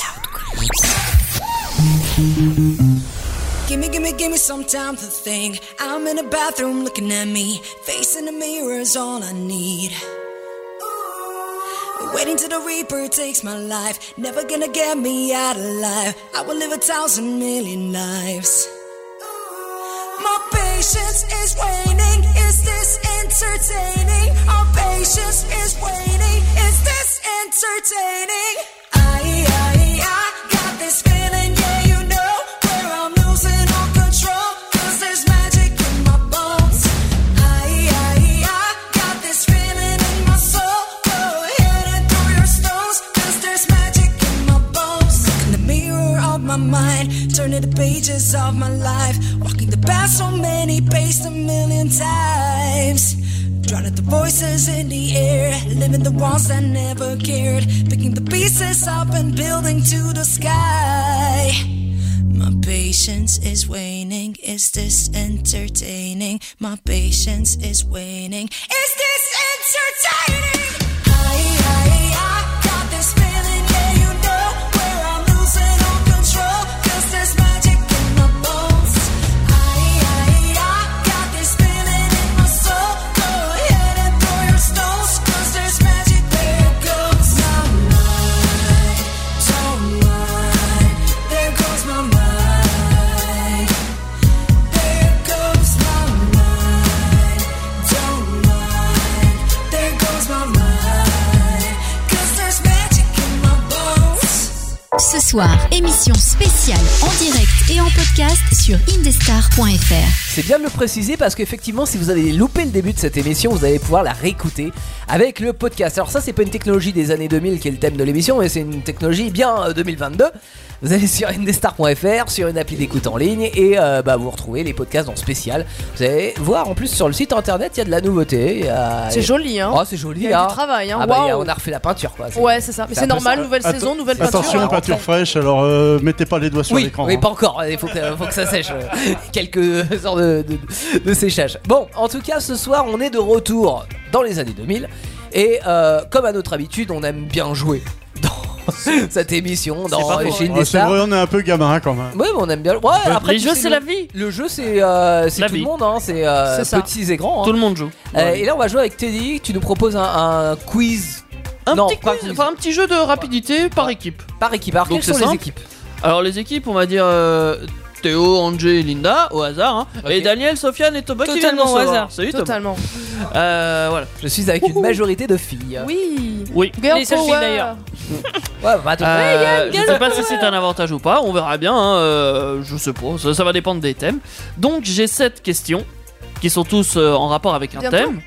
Give me some time to think. I'm in a bathroom looking at me. Facing the mirror is all I need. Waiting till the Reaper takes my life. Never gonna get me out alive. I will live 1,000,000,000 lives. My patience is waning. Is this entertaining? Our patience is waning. Is this entertaining? I got this feeling, yeah, you know, where I'm losing all control, 'cause there's magic in my bones. I got this feeling in my soul. Go ahead and throw your stones, 'cause there's magic in my bones. Look in the mirror of my mind, turning the pages of my life, walking the path so many paced 1,000,000 times. Drowning out the voices in the air, living the walls that never cared, picking the pieces up and building to the sky. My patience is waning, is this entertaining? My patience is waning, is this entertaining? I got this feeling, yeah, you know, where I'm losing all control, 'cause there's magic in my bones. I got this feeling in my soul. Go ahead and throw your stones, 'cause there's magic. There goes my mind, don't mind. There goes my mind. There goes my mind, don't mind. There goes my mind, 'cause there's magic in my bones. Ce soir, émission spéciale en direct et en podcast sur indestar.fr. C'est bien de le préciser parce qu'effectivement, si vous avez loupé le début de cette émission, vous allez pouvoir la réécouter avec le podcast. Alors ça, c'est pas une technologie des années 2000 qui est le thème de l'émission, mais c'est une technologie bien 2022. Vous allez sur indestar.fr, sur une appli d'écoute en ligne, et vous retrouvez les podcasts en spécial. Vous allez voir, en plus sur le site internet, il y a de la nouveauté. C'est joli, hein. Oh, c'est joli, Il y a hein. du travail, hein. Ah Waouh. on a refait la peinture, quoi. Ouais, c'est ça. Mais c'est normal, nouvelle saison, nouvelle peinture. Attention, peinture fraîche, alors mettez pas les doigts sur Oui, l'écran. oui, hein. pas encore, il faut que ça sèche. Quelques heures de séchage. Bon, en tout cas, ce soir, on est de retour dans les années 2000. Et comme à notre habitude, on aime bien jouer dans cette émission, dans C'est chez vrai, Indestar. on est un peu gamin quand même. Ouais, mais on aime bien. Ouais, après, les jeux, c'est la vie. Le jeu, c'est La tout vie. le monde, hein. C'est ça. petits et grands. Hein. Tout le monde joue. Et là, on va jouer avec Teddy. Tu nous proposes un quiz. Un Non, petit pas quiz, enfin un petit jeu de rapidité par équipe. par équipe. Alors, Donc, quelles c'est sont les simple. équipes? Alors les équipes, on va dire Théo, Angé et Linda au hasard, hein. Ok. Et Daniel, Sofiane et Thomas qui viennent Totalement d'en au savoir. hasard. Salut Thomas. Totalement. Voilà. Je suis avec une majorité de filles. Oui. Oui. Girl Les seules filles, power. d'ailleurs. Ouais, bah, attends. Je sais pas si c'est un avantage ou pas, on verra bien, hein, je sais pas, ça va dépendre des thèmes. Donc j'ai 7 questions qui sont tous en rapport avec un Bientôt. thème.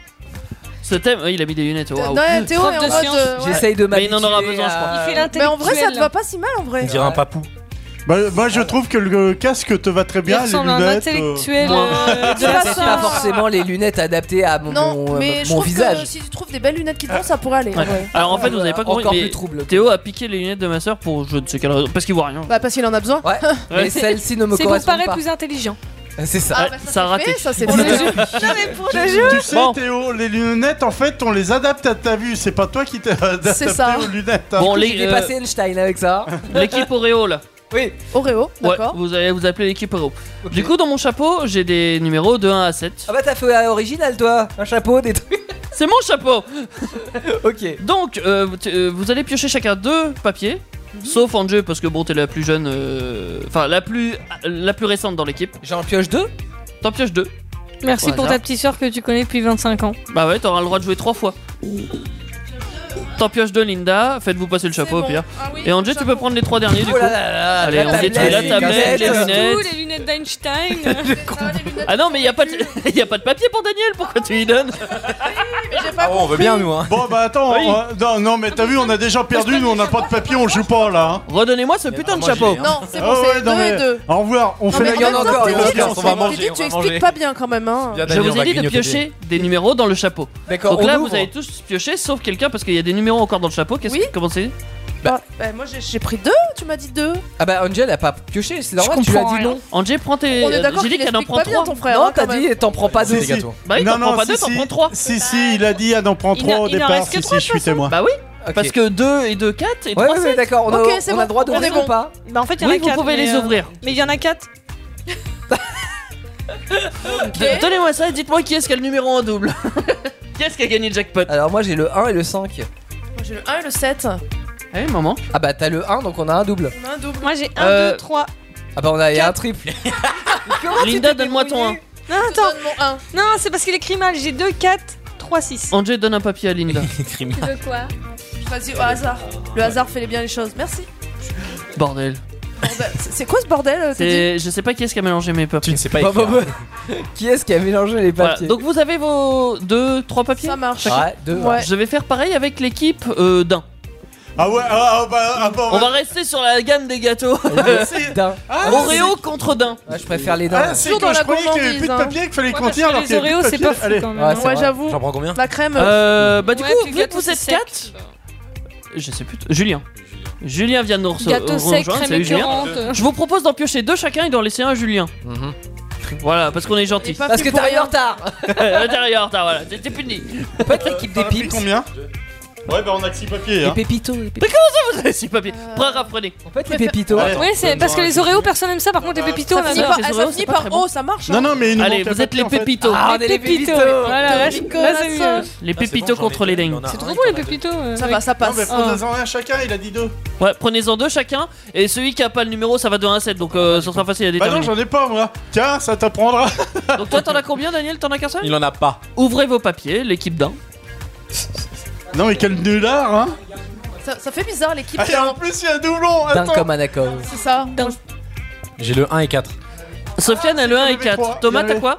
Ce thème, il a mis des lunettes, waouh. Ouais, Théo Prof est en de mode. science. Ouais. J'essaye de Mais il m'habituer. en aura besoin, je crois. à- Il fait Mais en vrai, ça te l'intellectuel. va pas si mal en vrai. On dirait un papou. Bah, moi je trouve que le casque te va très Il bien, les ressemble à un lunettes. intellectuel Moi. de C'est la pas science. forcément les lunettes adaptées à mon, Non, mon, mais je mon trouve visage. que si tu trouves des belles lunettes qui te vont, ça pourrait aller. en Ouais. vrai. Alors en fait, vous avez pas compris, Encore mais plus trouble. Théo a piqué les lunettes de ma soeur pour je ne sais quelle raison, parce qu'il voit rien. Bah, parce qu'il en a besoin. Ouais, mais celle-ci ne me C'est pour correspond paraître pas. plus intelligent. C'est ça. Ah, Ouais, bah, ça a c'est raté. fait, ça c'est Pour le fait. jeu. Tu sais, Bon. Théo, les lunettes, en fait, on les adapte à ta vue. C'est pas toi qui t'es adapté ça. aux lunettes. hein. Bon, J'ai dépassé Einstein avec ça. l'équipe Oreo là. Oui. Oreo, Ouais, d'accord. vous allez vous appeler l'équipe Oreo. Du coup, dans mon chapeau, j'ai des numéros de 1 à 7. Ah bah t'as fait original toi. Un chapeau, des trucs. C'est mon chapeau. Ok. Donc, vous allez piocher chacun 2 papiers. Sauf Angé parce que bon t'es la plus jeune, enfin la plus récente dans l'équipe. J'en pioche 2. T'en pioches 2. Merci Au pour hasard. ta petite soeur que tu connais depuis 25 ans. Bah ouais, t'auras le droit de jouer 3 fois. T'en pioches 2 Linda, faites-vous passer le chapeau au bon. pire. Ah oui, Et Angé tu peux chapeau. prendre les 3 derniers du Oh coup. là là là. Allez, on détruit la tablette, les lunettes. Tous les lunettes d'Einstein. Ah non, mais y a pas de papier pour Daniel, pourquoi tu lui donnes? On veut bien, nous, hein. Bon, bah attends, Oui. non, mais t'as vu, on a déjà perdu, nous on n'a pas de papier, on joue pas là. Hein. Redonnez-moi ce putain de moi, chapeau. Non, c'est bon, Ah ouais, c'est non, 2 mais- et 2. Au revoir, on fait la mais en gamme même temps, encore. Teddy, on va manger, Teddy, on tu va expliques manger. pas bien quand même, hein. Bien, Je Daniel, vous on ai va dit de grignoter piocher des numéros dans le chapeau. D'accord, Donc on là, ouvre. vous avez tous pioché, sauf quelqu'un, parce qu'il y a des numéros encore dans le chapeau. Oui. Comment c'est? Bah, moi j'ai pris 2, tu m'as dit 2. Ah bah Angel a pas pioché, c'est normal, Je tu lui as comprends dit rien. non. Angé, prends tes. On est d'accord J'ai dit qu'il qu'elle en explique prend pas bien 3. ton frère. Non, hein, t'as quand même. dit t'en prends pas deux. Si, si. gâteaux. Bah oui, t'en prends pas deux, t'en prends 3. Si, il a dit, elle en prend Il 3 en- au il en départ. reste que Si, trois, je suis témoin. Bah oui, Ok. parce que 2 et 2, 4 et Ouais, 3, ouais, 7. d'accord, Ok, on c'est a bon, le droit on est d'ouvrir bon. ou pas? Bah en fait, il y en Oui, a vous 4. pouvez les ouvrir. Mais il y en a 4. Donnez-moi ça et dites-moi qui est-ce qui a le numéro en double. Qui est-ce qui a gagné le jackpot? Alors moi j'ai le 1 et le 5. Moi, j'ai le 1 et le 7. Eh, maman. Ah bah t'as le 1 donc on a un double. On a un double. Moi j'ai 1, 2, 3. Ah bah on a y a un triple. Linda, donne-moi ton 1. Non, attends. Donne mon 1. Non, c'est parce qu'il écrit mal. J'ai 2, 4, 3, 6. Angé, donne un papier à Linda. Tu veux quoi? Vas-y, au hasard. Le hasard fait bien les choses. Merci. Bordel. Bordel. C'est quoi ce bordel, Teddy? C'est... Je sais pas qui est-ce qui a mélangé mes Tu papiers. ne sais pas Bah, écrire. bah, bah. Qui est-ce qui a mélangé les Voilà, papiers? donc vous avez vos 2, 3 papiers. Ça marche. Ouais, deux. Ouais. Je vais faire pareil avec l'équipe d'un. Ah ouais, bon, On va rester sur la gamme des gâteaux. D'un. Oreo contre d'un. Ouais, je préfère les dents. Ah, c'est Toujours que dans je la croyais qu'il y avait plus de gourmandise, papier qu'il fallait Ouais, compter parce que alors les qu'il y avait Oreos, plus de c'est papier. pas fou Allez. quand même. Ouais, c'est Ouais, vrai. j'avoue. J'en prends combien? La crème. Bah du Ouais, coup, puis vu que gâteau, vous êtes c'est 4, sec. je sais plus. Julien. Julien vient de nous Gâteau sec, rejoindre. crème Salut Julien. écœurante. Je vous propose d'en piocher 2 chacun et d'en laisser un à Julien. Mhm. Voilà, parce qu'on est gentil. Et pas Parce fait que pour t'arrives en rien. retard. L'intérieur, voilà, t'es puni. On peut être l'équipe des T'en as pris pips. combien? Ouais, bah on a que 6 papiers. Les Hein. pépitos. Mais comment ça vous avez 6 papiers? Reprenez. On peut être les pépitos. Allez. Ouais, c'est parce que les Oreos, personne n'aime ça. Par contre, les pépitos, on Ça finit adore. par, les ça Oreos, finit c'est pas par très bon. O, ça marche. Non, non, mais il nous Allez, manque un vous êtes papier, les en fait. pépitos. Ah, on est les pépitos. pépitos. Voilà, là, c'est mieux. Les pépitos contre les dingues. C'est trop bon les pépitos. Ça va, ça Non, passe. mais prenez-en un chacun, il a dit 2. Ouais, prenez-en 2 chacun. Et celui qui a pas le numéro, ça va de 1 à 7. Donc ça sera facile à Bah non, déterminer. j'en ai pas moi. Tiens, ça t'apprendra. Donc toi, t'en as combien, Daniel? T'en as qu'un seul? Il en a pas. Ouvrez vos papiers, l'équipe d'un. Non, mais quel nullard, hein. Ça fait bizarre l'équipe. Ah, et en plus, il y a un doublon. D'un Attends. comme Anako. C'est ça. J'ai le 1 et 4. Sofiane a le 1 et 4. Thomas, t'as quoi?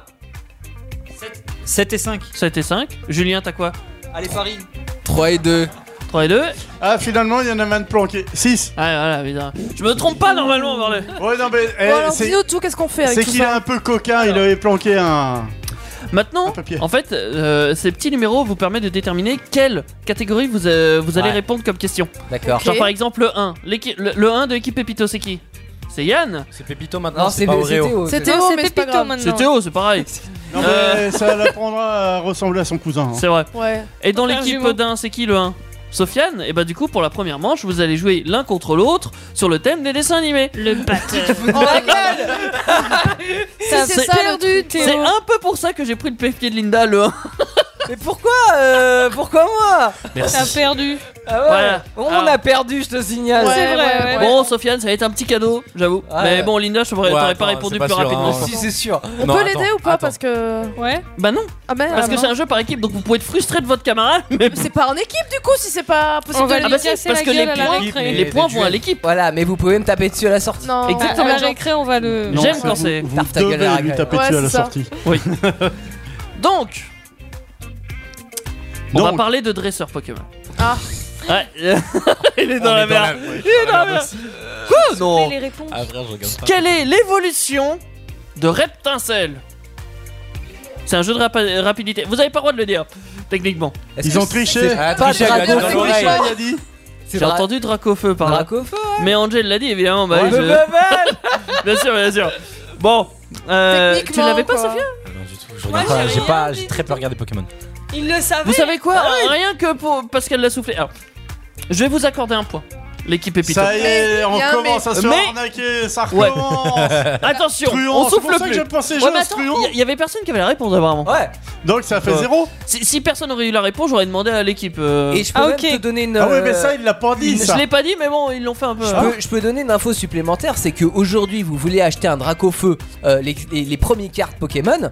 7 et 5. 7 et 5. Julien, t'as quoi? Allez, Farid. 3 et 2. 3 et 2. Ah, finalement, il y en a même planqué. 6. Ah, voilà, évidemment. Je me trompe pas normalement, bordel. Ouais, non, mais. Bon, alors dis-nous tout, qu'est-ce qu'on fait avec C'est tout qu'il est ça? un peu coquin, il avait planqué un. Maintenant, papier. en fait, ces petits numéros vous permettent de déterminer quelle catégorie vous allez Ouais. répondre comme question. D'accord. Ok. Genre par exemple le 1. Le 1 de l'équipe Pépito, c'est qui? C'est Yann? C'est Pépito maintenant, Non, c'est c'est pas c'est Oreo. Théo. C'est Non, Théo, c'est mais c'est pas Pépito grave. C'est maintenant. Théo, c'est pareil. Non, mais ça l'apprendra à ressembler à son cousin. hein. C'est vrai. Ouais. Et dans Frère l'équipe jumeau. d'un, c'est qui le 1? Sofiane? Et bah du coup pour la première manche vous allez jouer l'un contre l'autre sur le thème des dessins animés. Le batteur. Oh ma gueule. T'as C'est ça, le perdu, truc. Théo. C'est un peu pour ça que j'ai pris le papier de Linda le 1. Mais pourquoi moi? Merci. T'as perdu. Ah ouais. Voilà. On Alors. a perdu, je te signale. Ouais, C'est vrai, ouais. Bon Sofiane ça va être un petit cadeau j'avoue. Ouais. Mais bon Linda je t'aurais Ouais, pas attends, répondu c'est pas plus sûr, rapidement. hein. Si, c'est sûr. On Non, peut attends, l'aider ou pas attends. parce que. Ouais. Bah non. Ah merde. Parce que c'est un jeu par équipe donc vous pouvez être frustré de votre camarade. Mais C'est pas en équipe du coup si c'est pas possible On va de lui bah si, casser parce la que les gueule à la points, récré. les points vont à l'équipe. Voilà, mais vous pouvez me taper dessus à la sortie. Non. Exactement. À la récré, on va le. Non, J'aime ça, quand vous- c'est- Vous Tarte ta gueule à la devez lui gueule. taper Ouais, dessus à la c'est ça. sortie. Oui. Donc on va Donc. parler de dresseur Pokémon. Ah. Ouais. Il est dans On la est merde. ouais, Il est dans la merde. Quoi? Non. les réponses. Ah, frère, je regarde pas. Quelle est l'évolution de Reptincelle? C'est un jeu de rapidité. Vous avez pas le droit de le dire, techniquement. Est-ce Ils que ont c'est- triché. c'est Ah, pas triché, elle lui a dit Drago dans Feu, l'oreille. Il a dit. c'est J'ai Dra- entendu Dracofeu par là. Dracofeu, ouais. Mais Angel l'a dit évidemment. Bah, Oh, oui, le je- bebel. Bien sûr, bien sûr. Bon, tu Techniquement, l'avais pas, quoi. Sophia? Ah, non, du tout. Je Moi, regarde pas. j'ai J'ai rien pas. dit. J'ai très peu regardé Pokémon. Il le savait. Vous savez quoi? Ah Rien que parce qu'elle l'a soufflé. Alors, je vais vous accorder un point. L'équipe Pépito. Ça y est, on Bien, commence à se faire mais- arnaquer, ça Ouais. recommence. Attention, Truand, on c'est pour souffle ça que plus. j'ai pensé Ouais, jouer mais à attends, Truand. il y avait personne qui avait la réponse apparemment. Ouais. Donc ça fait Ouais. 0. Si personne aurait eu la réponse, j'aurais demandé à l'équipe. Et je peux Ah, même ok. te donner une. Ah ouais, mais ça, il l'a pas dit, Je ça. l'ai pas dit, mais bon, ils l'ont fait un peu. Je peux donner une info supplémentaire, c'est qu'aujourd'hui vous voulez acheter un Dracofeu, les premières cartes Pokémon.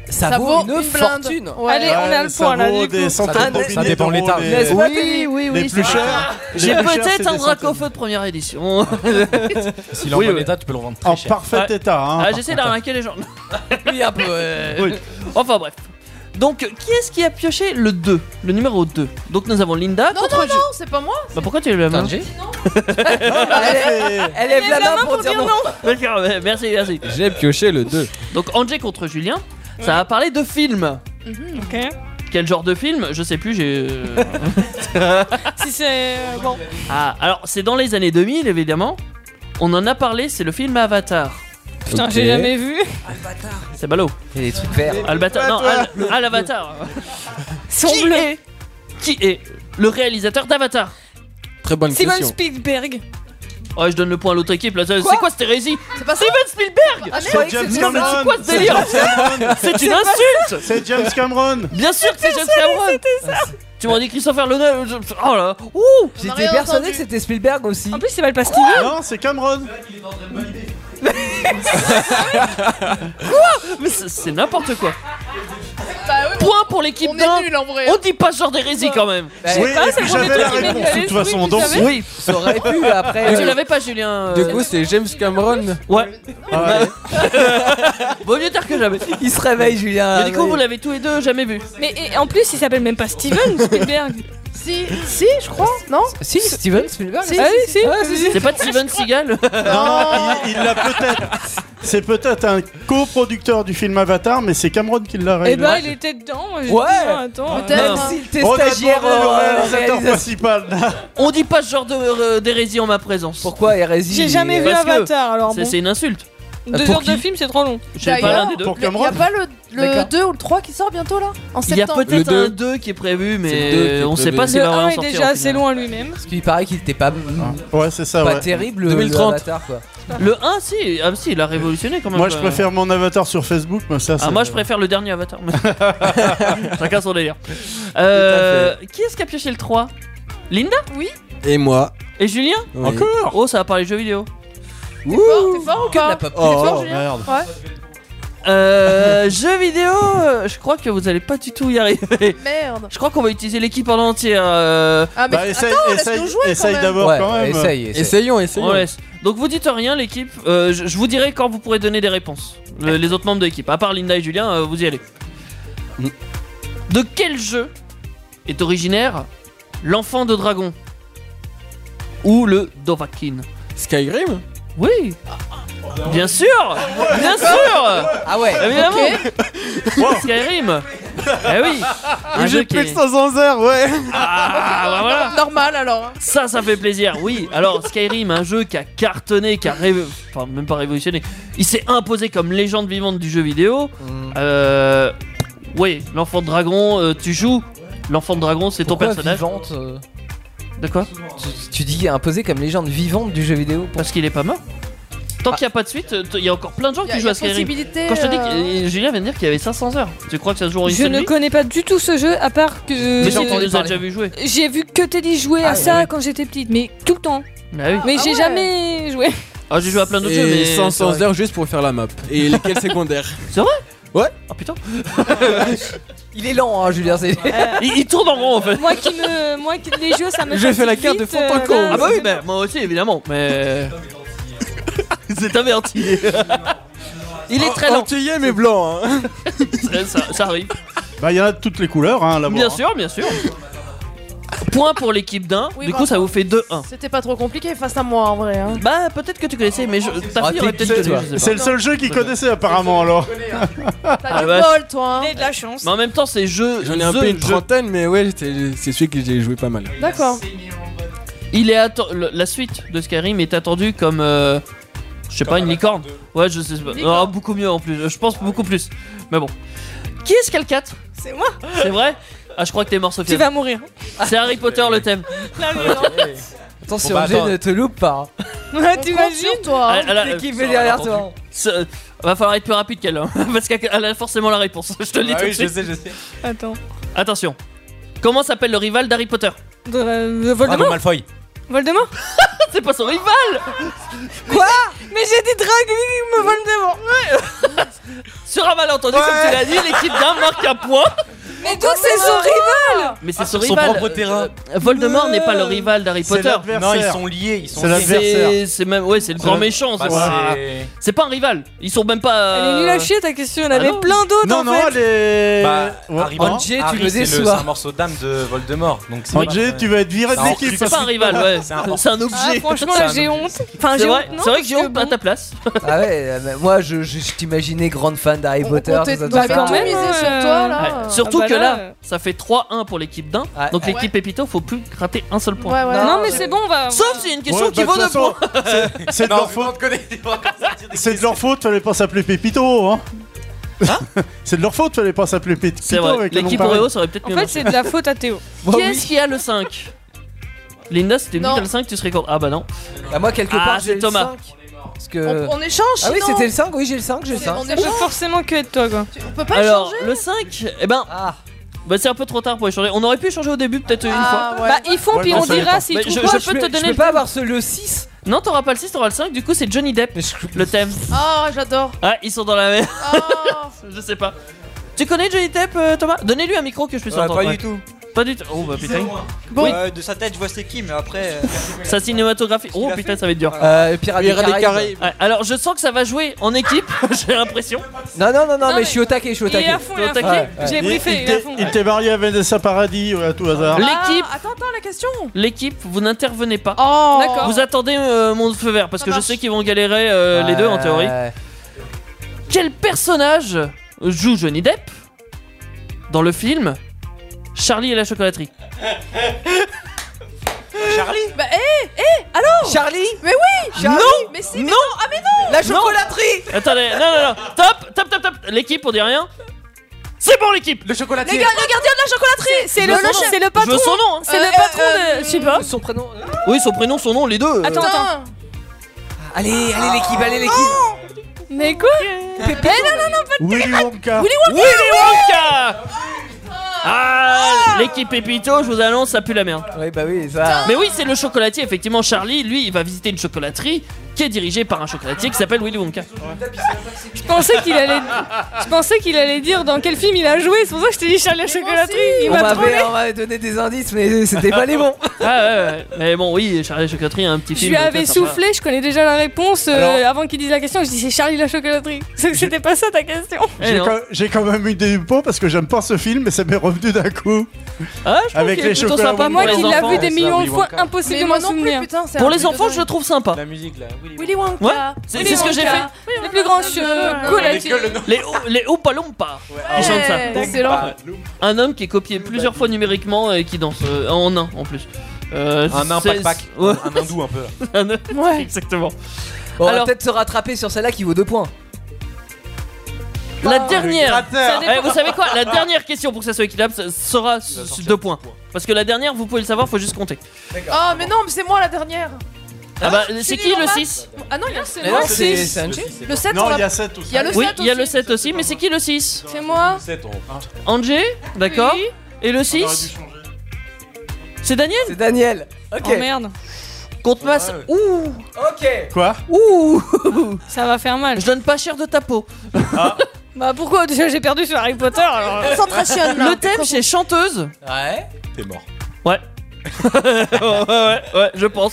Ça vaut une blinde. fortune. Ouais. Allez, on a le ça point là. vaut Du des coup. centaines de ça dépend de milliers l'état. d'euros, N'est-ce pas, Teddy? les plus chers. J'ai les plus chers, peut-être c'est un des drac au centaines. feu de première édition. S'il est en Oui, bon ouais. état, tu peux le vendre En très cher. parfait Ouais. état. Hein, Ah, j'essaie d'arnaquer les gens. Oui, un peu. Oui. Enfin bref. Donc, qui est-ce qui a pioché le 2, le numéro 2? Donc, nous avons Linda Non, contre non, Ju- non, c'est pas moi. Bah, pourquoi tu lèves la main? Tanji. Elle Elle lève la main pour dire non. D'accord, merci, merci. J'ai pioché le 2. Donc, Angé contre Julien, ça va parler de film. Ok. Quel genre de film? Je sais plus, j'ai. Si c'est bon. Ah, alors, c'est dans les années 2000, évidemment. On en a parlé, c'est le film Avatar. Putain, Ok. j'ai jamais vu. C'est ballot. Il y a des trucs verts. Albatar, non, l'Avatar. Son Qui bleu. est Qui est le réalisateur d'Avatar? Très bonne Steven question. Spielberg. Ouais, je donne le point à l'autre équipe là. C'est quoi cette hérésie? C'est pas ça. Steven Spielberg! Ah, C'est James Non, mais Cameron. c'est quoi ce délire? C'est une insulte! C'est James Cameron. Bien sûr que c'est James Cameron! Tu m'aurais dit Christopher Nolan. Oh là! Ouh! J'étais rien persuadé entendu. que c'était Spielberg aussi. En plus, c'est mal pas Steven. Non, c'est Cameron. Mais c'est n'importe quoi. Bah oui, Point pour l'équipe on d'un. est nuls en vrai. On dit pas ce genre d'hérésie quand même. Bah, Oui, pas, et c'est puis le premier j'avais la truc qui m'est réponse de venu à toute façon. l'esprit, Donc, vous savez. Oui, Ça aurait pu après. tu l'avais pas, Julien. Du coup, c'est James Cameron. Ouais. ah ouais. Vaut mieux tard que jamais. Il se réveille, Julien. Mais du coup, vous l'avez tous les deux jamais vu. Mais et en plus, il s'appelle même pas Steven Spielberg. Si, je crois. Non. Si, Steven Spielberg. Si, Ah oui, si. C'est pas de Steven Seagal? Non, il l'a peut-être. C'est peut-être un coproducteur du film Avatar, mais c'est Cameron qui l'a Eh réalisé. ben, il était dedans. Moi, j'ai Ouais. dit, non, attends. Peut-être. Même s'il était On a stagiaire demandé le en réalisateur réalisation. principal. On dit pas ce genre d'hérésie en ma présence. Pourquoi hérésie? J'ai jamais vu Parce que Avatar, alors bon. C'est une insulte. 2 pour heures de qui film, c'est trop long. Je sais pas l'un des deux. Pour Il y a Cameron. pas le D'accord. 2 ou le 3 qui sort bientôt là En Il y a septembre. peut-être Le un 2 qui est prévu, C'est le 2 qui mais est on sait prévu. pas s'il Le va 1 vraiment est sortir. déjà au assez final. loin lui-même. Parce qu'il paraît qu'il était pas, Ouais, c'est ça. pas Ouais. terrible. 2030. le Avatar, quoi. Le 1, si, ah, si, il a révolutionné quand même. Moi, je préfère mon avatar sur Facebook, mais ça, Ah, c'est. moi je préfère le dernier Avatar. Chacun son délire. Qui est-ce qui a pioché le 3? Linda? Et moi. Et Julien? Oui. Encore. Oh, ça va parler jeux vidéo. T'es fort ou Que de la pas pop. T'es fort, Oh, Julien merde. Ouais. Jeux vidéo, je crois que vous allez pas du tout y arriver. Merde. Je crois qu'on va utiliser l'équipe en entière. Ah, mais Bah, essaye, attends, essaye, laisse-nous jouer quand essaye même. d'abord Ouais, quand même. essaye. Essayons, On essayons. laisse. Donc vous dites rien l'équipe, je vous dirai quand vous pourrez donner des réponses. Les autres membres de l'équipe, à part Linda et Julien, vous y allez. De quel jeu est originaire l'enfant de dragon? Ou le Dovahkiin? Skyrim. Oui. Bien sûr. Bien sûr. Ah ouais. Évidemment. Skyrim. Eh oui. Un jeu J'ai qui plus de est... 500 heures, ouais. Ah bah voilà. Normal alors. Ça fait plaisir, oui. Alors Skyrim, un jeu qui a cartonné, qui a enfin même pas révolutionné. Il s'est imposé comme légende vivante du jeu vidéo. Oui, l'enfant de dragon, tu joues. L'enfant de dragon, c'est ton Pourquoi personnage. vivante, De quoi? tu dis imposé comme légende vivante du jeu vidéo. Parce qu'il est pas mort. Tant qu'il n'y a pas de suite, il y a encore plein de gens qui jouent à Skyrim. Quand je te dis que Julien vient de dire qu'il y avait 500 heures, tu crois que ça se joue en une Je seule ne nuit? connais pas du tout ce jeu, à part que. Mais si, tu nous as déjà vu jouer. J'ai vu que Teddy jouer à ça quand j'étais petite, mais tout le temps. Bah oui. Mais j'ai jamais joué. Ah, j'ai joué à plein d'autres jeux, Et mais. 500 heures juste pour faire la map. Et lesquels secondaires. C'est vrai? Ouais. Oh putain. Il est lent, hein, Julien. Il tourne en rond en fait. Moi qui les jeux, ça me. J'ai fait la fatigue carte de vite, fond en comble. Ah bah oui, bah, moi aussi évidemment, mais. C'est averti. Il est très lent. Antillais mais blanc. Hein. Ça arrive. Bah, il y en a de toutes les couleurs, hein, là-bas. Bien sûr, bien sûr. Point pour l'équipe d'un. Oui, Du bah, coup, ça vous fait 2-1. C'était pas trop compliqué face à moi en vrai. Hein. Bah, peut-être que tu connaissais, mais ta fille aurait peut-être connu, je sais C'est pas. le seul jeu qu'il connaissait apparemment alors. T'as du vache. bol toi. J'ai de la chance. Mais en même temps, c'est jeu. J'en ai un peu une trentaine, mais ouais, c'est celui que j'ai joué pas mal. D'accord. Il est la suite de Skyrim est attendue comme. Je sais pas, une licorne. Ouais, je sais pas. Non, beaucoup mieux en plus. Je pense beaucoup plus. Mais bon. Qui est-ce qui a le 4? C'est moi. C'est vrai? Ah, je crois que t'es mort, Sophie. Tu vas mourir. C'est Harry Potter le thème. La violence. Attention, Bon, bah, Angé, attends. ne te loupe pas. T'imagines toi. L'équipe est derrière toi. Va falloir être plus rapide qu'elle, hein, parce qu'elle a forcément la réponse. Je te le dis tout de suite. je sais. Attends. Attention. Comment s'appelle le rival d'Harry Potter? Voldemort. Malfoy. Voldemort. C'est pas son rival. Quoi? Mais j'ai dit Dragon Voldemort. Sur un malentendu, comme tu l'as dit, l'équipe d'un marque un point. Mais d'où c'est son rival? Mais c'est son son rival. propre terrain. Voldemort n'est pas le rival d'Harry Potter. Non, ils sont liés. Ils sont C'est liés. l'adversaire. C'est même, ouais, c'est le grand méchant. Bah, C'est pas un rival. Ils sont même pas. Elle est nulle à chier ta question, il y en avait non. plein d'autres Non, en non, fait. elle est. Bah, Ouais. Harry, Angie, tu Harry, me c'est déçois. un morceau d'âme de Voldemort. Donc c'est Angé, tu vas être viré de Ça l'équipe. C'est pas un rival, ouais. C'est un objet. Ah, franchement, là j'ai honte. Enfin, C'est j'ai vrai, honte, non, c'est vrai que j'ai parce honte à ta place. Ah ouais, moi je t'imaginais grande fan d'Harry Potter. On tout ça, tout doit ça. quand même miser sur toi là. Ouais. Surtout Ah bah que là, là, ça fait 3-1 pour l'équipe d'un. Ouais. Donc l'équipe Pépito, faut plus gratter un seul point. Ouais, ouais. Non, mais c'est bon, on va. Sauf si y a une question Ouais, qui bah, vaut de 2 toute façon, points. C'est de leur faute. C'est de leur faute, fallait pas s'appeler Pépito, hein. C'est de leur faute, fallait pas s'appeler Pépito. C'est vrai, avec le l'équipe nom pareil. Oreo, ça aurait peut-être En mieux fait, marché. c'est de la faute à Théo. Qui est-ce qui a le 5? Linda, si t'es Non. mis t'as le 5, tu serais contre. Ah bah non. Bah, moi quelque Ah, part c'est j'ai le Thomas. 5. Parce que... On échange. Ah oui, sinon. c'était le 5, oui j'ai le 5, j'ai le 5. On Ça peut échange. forcément que être toi, quoi. On peut pas Alors, échanger. le 5, eh ben, Ah, bah c'est un peu trop tard pour échanger. On aurait pu échanger au début, peut-être une fois. Ah, ouais. Bah, ils font, Ouais, puis bon, on ça dira dépend. s'ils Mais trouvent je pas. peux te je donner peux le pas thème. avoir le 6. Non, t'auras pas le 6, t'auras le 5. Du coup, c'est Johnny Depp, le thème. Ah, j'adore. Ah, ils sont dans la même. Ah. Je sais pas. Tu connais Johnny Depp, Thomas? Donnez-lui un micro que je puisse entendre. Pas Ouais. du tout. Pas du tout. Oh bah putain. Bon. De sa tête, je vois c'est qui, mais après. Sa cinématographie. Oh a putain, fait ça va être dur. Pirates des Caraïbes. Ouais, alors je sens que ça va jouer en équipe, j'ai l'impression. Non, non, non, non, Non, mais mais je suis au taquet, je suis au Il est taquet. à fond, il est à T'es au fond. taquet J'ai briefé, il est à fond. Il t'est marié à Vanessa Paradis, ouais, à tout hasard. L'équipe, Attends, la question. l'équipe, vous n'intervenez pas. Oh. D'accord. Vous attendez mon feu vert parce Ça que je marche. sais qu'ils vont galérer les deux en théorie. Quel personnage joue Johnny Depp dans le film Charlie et la chocolaterie? Charlie Bah, allô. Charlie. Mais oui. Non. Mais si. Non. Ah, mais non. La chocolaterie. Attendez, non. Top. L'équipe, on dit rien. C'est bon l'équipe. Le chocolatier. Les gars, le gardien de la chocolaterie. C'est Je le veux son nom. c'est le Je patron. veux son nom. Hein. C'est le patron de. Je sais pas. Son prénom. Oui, son prénom, son nom, les deux. Attends, attends. Allez, allez l'équipe, allez l'équipe. Mais quoi? Willy Wonka. Willy Wonka. Ah, l'équipe Pépito, je vous annonce, ça pue la merde. Oui, bah oui, ça. Mais oui, c'est le chocolatier, effectivement. Charlie, lui, il va visiter une chocolaterie qui est dirigée par un chocolatier qui s'appelle Willy Wonka. Je pensais qu'il allait dire dans quel film il a joué. C'est pour ça que je t'ai dit Charlie la chocolaterie. Il On m'a trollé. m'avait donné des indices, mais c'était pas les bons. Ah ouais. Mais bon, oui, Charlie la chocolaterie a un petit Je film. lui avais sympa. soufflé, je connais déjà la réponse Alors- avant qu'il dise la question. Je dis c'est Charlie la chocolaterie. C'était pas ça ta question. Eh non. J'ai quand même eu des pots parce que j'aime pas ce film, mais ça m'est revenu d'un coup. Ah, je trouve Avec qu'il est les plutôt chocolats sympa Willy Moi pour qui les l'ai enfants. vu des millions de Willy fois, Wonka. impossible Mais de moi m'en non plus, souvenir. putain. c'est Pour un les truc de enfants, dingue. je le trouve sympa. La musique là. Willy Wonka. Ouais, c'est ce que j'ai fait. Le plus grand chocolatier. Les Oompa Loompa. Ils chantent ça. Excellent. Un homme qui est copié plusieurs fois numériquement et qui danse en nain en plus. Un nain c'est- pack. Ouais. Un hindou un peu là. Un nain. Ouais. Exactement. Bon, on va Alors- peut-être se rattraper sur celle-là qui vaut 2 points. La dernière. Ça dépend. Vous savez quoi? La dernière question pour que ça soit équitable sera 2 points. Parce que la dernière, vous pouvez le savoir, faut juste compter. Oh, mais non, mais c'est moi la dernière. Ah bah, c'est Julie qui le Lombard. 6? Ah non, il y a c'est Mais moi. non, c'est Angie. Le 7, Non, on il y l'a. a 7 aussi. Il y a le Oui, 7 il y a aussi. le 7 aussi, mais c'est qui le 6? C'est moi. 7 Angé, d'accord. Oui. Et le 6? C'est Daniel? C'est Daniel. Ok. Oh merde, Compte masse. Ouais. Ouh, Ok. Quoi? ouh. ça va faire mal. Je donne pas cher de ta peau. Bah pourquoi? Déjà j'ai perdu sur Harry Potter alors. Concentration là. Le thème c'est chanteuse. Ouais. T'es mort. Ouais. ouais, je pense.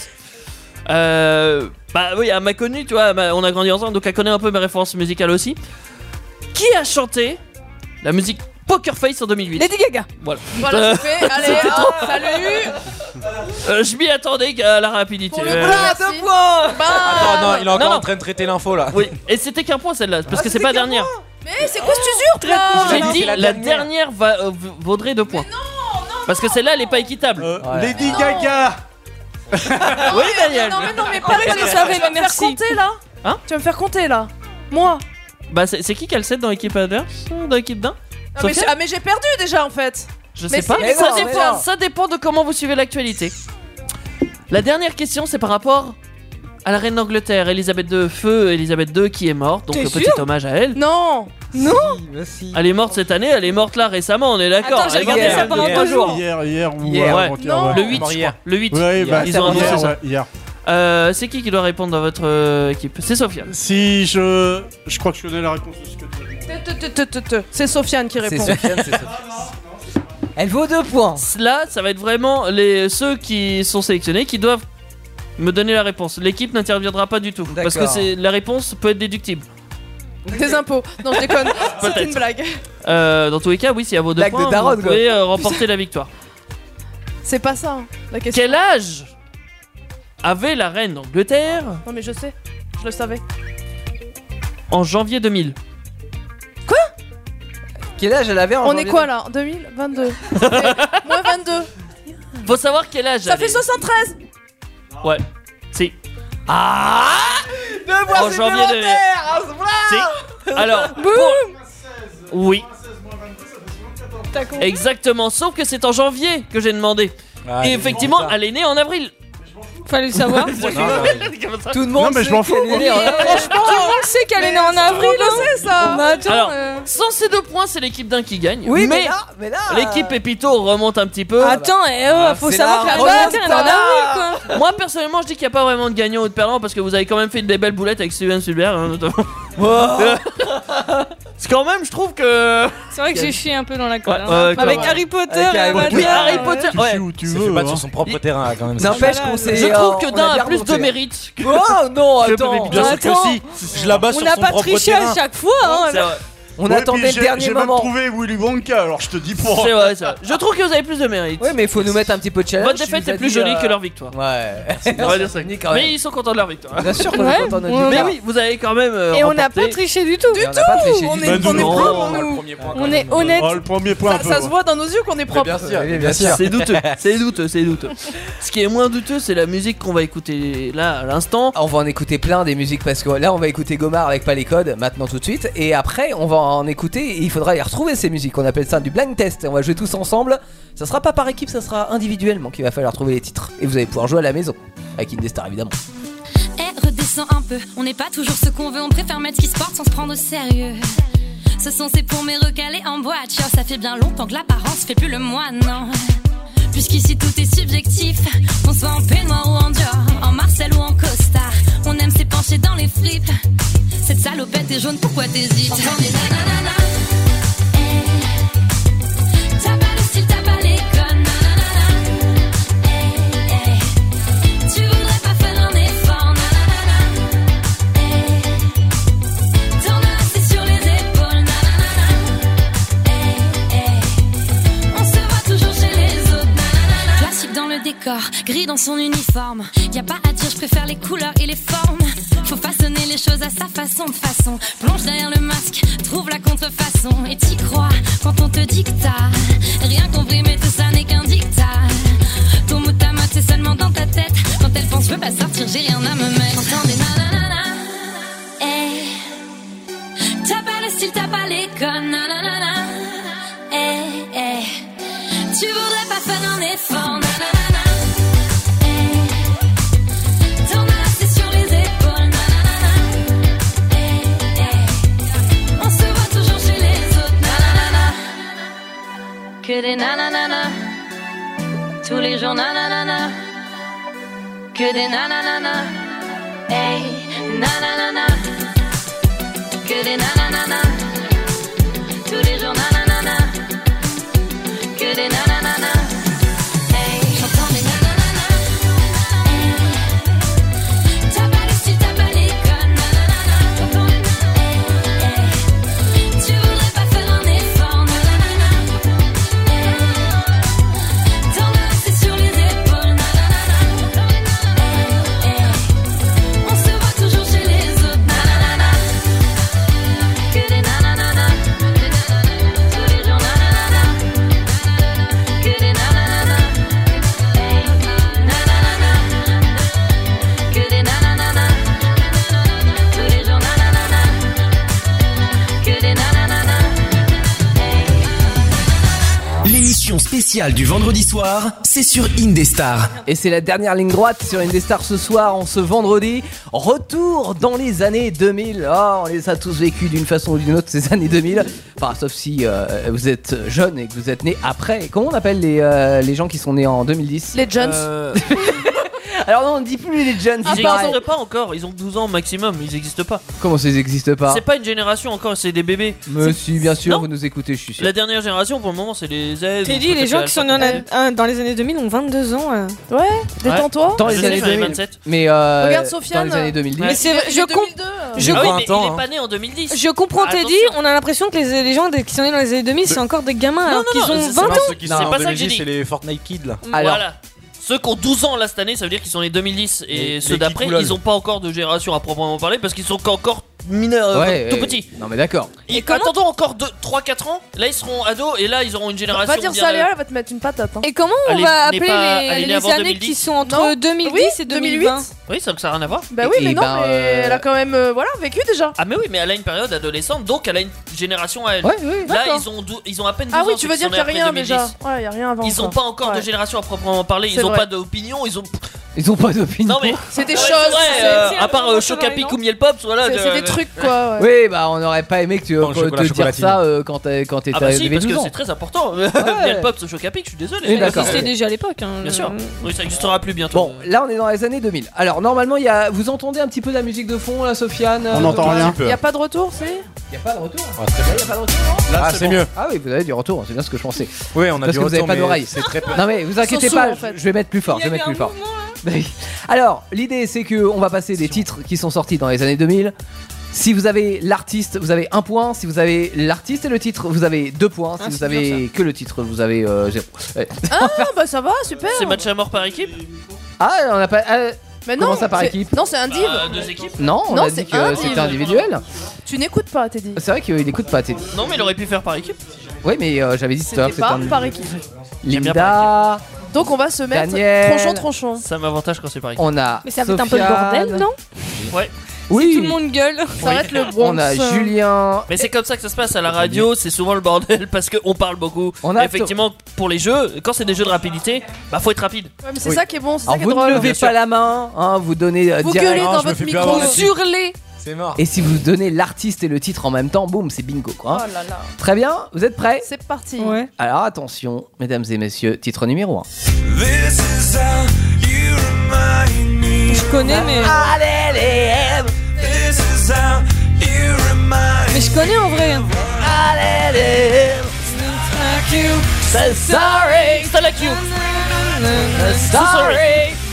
Bah oui, elle m'a connu, tu vois, on a grandi ensemble, donc elle connaît un peu mes références musicales aussi. Qui a chanté la musique Poker Face en 2008? Lady Gaga. Voilà. Voilà, c'est fait. Allez, salut. Je m'y attendais à la rapidité. Pour le Euh, plat, 2 points. Attends, non, il est encore non. en train de traiter l'info là. Oui, et c'était qu'un point celle-là, parce que c'est pas la dernière. Mais c'est quoi cette usure là? J'ai non, dit c'est la la dernière vaudrait 2 points. Parce que celle-là elle est pas équitable. Lady Gaga. Oui, Daniel. Non, mais pas Personne ne savait, mais merci. Tu vas me faire compter là? Hein? Tu vas me faire compter là? Moi? Bah c'est qui a le 7 dans l'équipe adverse? Dans l'équipe d'un? Mais j'ai perdu déjà en fait. Je Mais sais pas. si, mais Ça non, dépend, mais ça dépend de comment vous suivez l'actualité. La dernière question, c'est par rapport à la reine d'Angleterre, Elisabeth II, feu Elisabeth II qui est morte. Donc T'es petit sûr hommage à elle. Non. Merci. Elle est morte cette année, elle est morte là récemment, on est d'accord. Attends, j'ai Elle est regardé morte ça pendant hier. 2 jours. Hier ou Hier, ouais. avant-hier, Non. ouais. Le 8, je crois. Le 8. Ouais, bah, Ils ont annoncé hier, ça. ouais, hier. C'est qui doit répondre dans votre équipe? C'est Sofiane. Si je crois que je connais la réponse de ce que tu as dit. C'est Sofiane qui répond. Elle vaut 2 points. Là, ça va être vraiment ceux qui sont sélectionnés qui doivent me donner la réponse. L'équipe n'interviendra pas du tout. Parce que la réponse peut être déductible. Des impôts. Non, je déconne. C'est une blague. Dans tous les cas, oui, si à vos 2 Blague points, de daronne, vous pouvez remporter la victoire. C'est pas ça, la question. Quel âge avait la reine d'Angleterre Non, mais je sais. Je le savais. en janvier 2000? Quoi? Quel âge elle avait en On janvier est quoi là? En 2022. Ça fait moins 22. Faut savoir quel âge. Ça fait 73. Ouais. Si. Ah, en janvier 2000. Si. Alors. Oui. Exactement. Sauf que c'est en janvier que j'ai demandé. Et effectivement, elle est née en avril. Fallait le savoir. Tout le monde. Non, mais je m'en fous. Franchement, tout le monde sait qu'elle est née en avril. Je sais ça. Mais attends, Alors, sans ces 2 points, c'est l'équipe d'un qui gagne. Oui, mais là, l'équipe Pépito remonte un petit peu. attends, faut c'est savoir que la la reine elle est en remontada. avril quoi. Moi personnellement, je dis qu'il n'y a pas vraiment de gagnant ou de perdant parce que vous avez quand même fait des belles boulettes avec Steven Spielberg, hein, notamment. C'est quand même, je trouve que. C'est vrai que j'ai chié un peu dans la colle. Ouais, hein. quand Avec même. Harry Potter. Avec Harry Potter. Avatar, Oui, Harry Potter. Tu Ouais. sais où tu Il veux. se battre hein. sur son propre terrain quand même. N'empêche qu'on s'est. Je trouve que on a d'un bien a plus de remonté. mérite. que- Oh non, attends. Bien sûr que Attends. si. Je la bats On sur n'a son pas propre triché terrain. à chaque fois. Hein. C'est vrai. On Ouais, attendait puis le dernier J'ai moment. même trouvé Willy Wonka, alors je te dis pour. C'est vrai, c'est vrai. Je trouve que vous avez plus de mérite. Oui, mais il faut nous mettre un petit peu de challenge. Votre défaite est plus jolie que leur victoire. Ouais. On va dire ça. Quand même. Mais ils sont contents de leur victoire. Bien sûr qu'on Ouais. est content de notre Ouais. Mais victoire. oui, vous avez quand même. Et on n'a remporté. pas triché du tout. Et on n'a pas triché On du est tout. non. propre, Le nous. premier point, quand On même. est honnête. Oh, le premier point, un peu. Ça se voit dans nos yeux qu'on est propre. Bien sûr. Oui, bien sûr. C'est douteux, c'est douteux, c'est douteux. Ce qui est moins douteux, c'est la musique qu'on va écouter là à l'instant. On va en écouter plein des musiques parce que là on va écouter Gomard avec pas les codes maintenant tout de suite et après on va en écouter et il faudra les retrouver ces musiques. On appelle ça du blind test et on va jouer tous ensemble. Ça sera pas par équipe, ça sera individuellement qu'il va falloir trouver les titres et vous allez pouvoir jouer à la maison avec Indestar évidemment. Eh, redescends un peu, on n'est pas toujours ce qu'on veut, on préfère mettre ce qui se porte sans se prendre au sérieux. Ce sont ces pour mes recalés en boîte, Yo, ça fait bien longtemps que l'apparence fait plus le moine, non. Puisqu'ici tout est subjectif, qu'on soit en peignoir ou en Dior, en Marcel ou en costard, on aime s'épancher dans les fripes. Cette salopette est jaune, pourquoi t'hésites? J'entends des nanana. T'as pas le style, t'as pas les connes, nanana. Tu voudrais pas faire un effort, nanana. T'en as assez sur les épaules, nanana. On se voit toujours chez les autres, nanana. Classique dans le décor, gris dans son uniforme. Y a pas à dire, je préfère les couleurs et les formes. Faut façonner les choses à sa façon, de façon. Plonge derrière le masque, trouve la contrefaçon. Et t'y crois quand on te dicta. Rien compris, mais tout ça n'est qu'un dictat. Ton mot ta mode, c'est seulement dans ta tête. Quand elle pense, je peux pas sortir, j'ai rien à me mettre. J'entends des nanana. Hey. T'as pas le style, t'as pas les connes, nanana. Hey, hey. Tu voudrais pas faire un effort, nanana. Que des nanana, tous les jours nanana, que des nanana, hey, nanana, que des nanana, tous les jours nanana, que des nanana, hey, j'entends des nanana, hey, t'as pas le style, t'as pas les connes, nanana, hey, hey, tu voudrais pas faire un effort, nanana. L'émission spéciale du vendredi soir, c'est sur Indestar. Et c'est la dernière ligne droite sur Indestar ce soir, en ce vendredi. Retour dans les années 2000. Oh, on les a tous vécus d'une façon ou d'une autre ces années 2000. Enfin, sauf si vous êtes jeune et que vous êtes né après. Comment on appelle les gens qui sont nés en 2010? Les jeunes. Alors non, on dit plus les Gen Z. Ils n'existent pas encore, ils ont 12 ans maximum, ils n'existent pas. Comment ça, ils n'existent pas? C'est pas une génération encore, c'est des bébés. Mais si, bien sûr, Non. vous nous écoutez, je suis sûr. La dernière génération pour le moment, c'est les Z. T'es dit, les gens qui sont dans les années 2000 ont 22 ans. Ouais, détends-toi. Dans les Je années sais, j'en ai 2000. 27. Mais Regarde Sofiane. dans les années 2010. Mais c'est vrai, Il est 2002. je Ah oui, comprends. mais il est pas né en 2010. Je comprends Teddy, Attention. on a l'impression que les gens qui sont nés dans les années 2000 c'est encore des gamins alors qu'ils ont 20 ans. Ceux qui C'est sont pas en ça que j'ai 2010, dit. c'est les Fortnite Kids là. Alors. Voilà. Ceux qui ont 12 ans là cette année, ça veut dire qu'ils sont nés 2010. Et Les ceux d'après, Kikoulol. ils ont pas encore de génération à proprement parler parce qu'ils sont encore mineurs, tout petits. Non mais d'accord. Et attendons encore 3-4 ans, là ils seront ados et là ils auront une génération. Va dire ça à Léa, elle va te mettre une patate. Hein. Et comment on Elle va n'est appeler pas- elle est née les avant années 2010. qui sont entre Non. 2010 Oui, et 2020 Oui, ça n'a rien à voir. Bah oui, mais non, mais elle a quand même vécu déjà. Ah mais oui, mais elle a une période adolescente, donc elle a une génération à elle. Ouais, oui, Là d'accord. ils ont à peine 12 Ah ans. oui, ceux tu veux qui dire sont qu'il y a nés après rien 2010. déjà. Ouais, y a rien avant. Ils ont pas encore de génération à proprement parler, C'est ils ont vrai. pas d'opinion, ils ont pas d'opinion. Non mais c'est des Ouais, choses. c'est vrai, c'est- à part Chocapic ou Miel Pops, voilà. C'est des trucs quoi. Ouais. Oui, bah on aurait pas aimé que tu Dans le chocolat te dire chocolatine. ça quand t'étais Ah bah si, arrivé parce que 12 ans. c'est très important. Miel Pops, Chocapic, je suis désolé. Oui, d'accord. Ça existait déjà à l'époque. hein. Bien sûr. Oui, ça existera plus bientôt. Bon, là on est dans les années 2000. Alors normalement, vous entendez un petit peu de la musique de fond là, Sofiane? On n'entend rien. Y a pas de retour, c'est. Y a pas de retour. Ah, très bien. Là, y a pas de retour. Non Là, c'est mieux. Ah oui, vous avez du retour, c'est bien ce que je pensais. Oui, on a Parce du que vous avez retour, pas mais d'oreilles. c'est très peu. Non mais vous inquiétez Ils sont sourds, pas, en fait. je vais mettre plus fort, je vais mettre plus fort. Alors, l'idée c'est que on va passer des titres qui sont sortis dans les années 2000. Si vous avez l'artiste, vous avez 1 point. Si vous avez l'artiste et le titre, vous avez 2 points. Si vous c'est avez bien que le titre, vous avez 0. Ouais. Ah bah ça va, super. C'est match à mort par équipe. Ah, on a pas. Mais non. Comment ça par c'est- équipe? Non, c'est un div. 2 équipes. Non, on Non, a c'est dit que un c'était div. individuel. Tu n'écoutes pas, Teddy. C'est vrai qu'il écoute pas Teddy. Non, mais il aurait pu faire par équipe. Oui, mais j'avais dit tout à l'heure C'était que pas c'était par équipe. Linda, Donc on va se mettre Daniel. tronchon. Ça m'avantage quand c'est par équipe. on a. Mais ça va être un peu le Sofiane. bordel, non? Ouais. Oui. Tout le monde gueule. Ça va être le Bronx. On a Julien. Mais c'est comme ça que ça se passe à la radio, c'est souvent le bordel parce qu'on parle beaucoup. On a Et effectivement, pour les jeux, quand c'est des jeux de rapidité, bah faut être rapide. Ouais, mais c'est Oui. ça qui est bon, c'est ça Alors qui est vous drôle. ne levez Bien sûr. pas la main, hein, vous donnez Vous direct. gueulez Non, dans je me votre fais plus micro. avoir. Vous hurlez. C'est mort. Et si vous donnez l'artiste et le titre en même temps, boum, c'est bingo quoi. hein. Oh là là. Très bien, vous êtes prêts? C'est parti. Ouais. Alors attention, mesdames et messieurs, titre numéro 1. Je connais, mais. Mais je connais en vrai. Sorry, C'est la Q. sorry.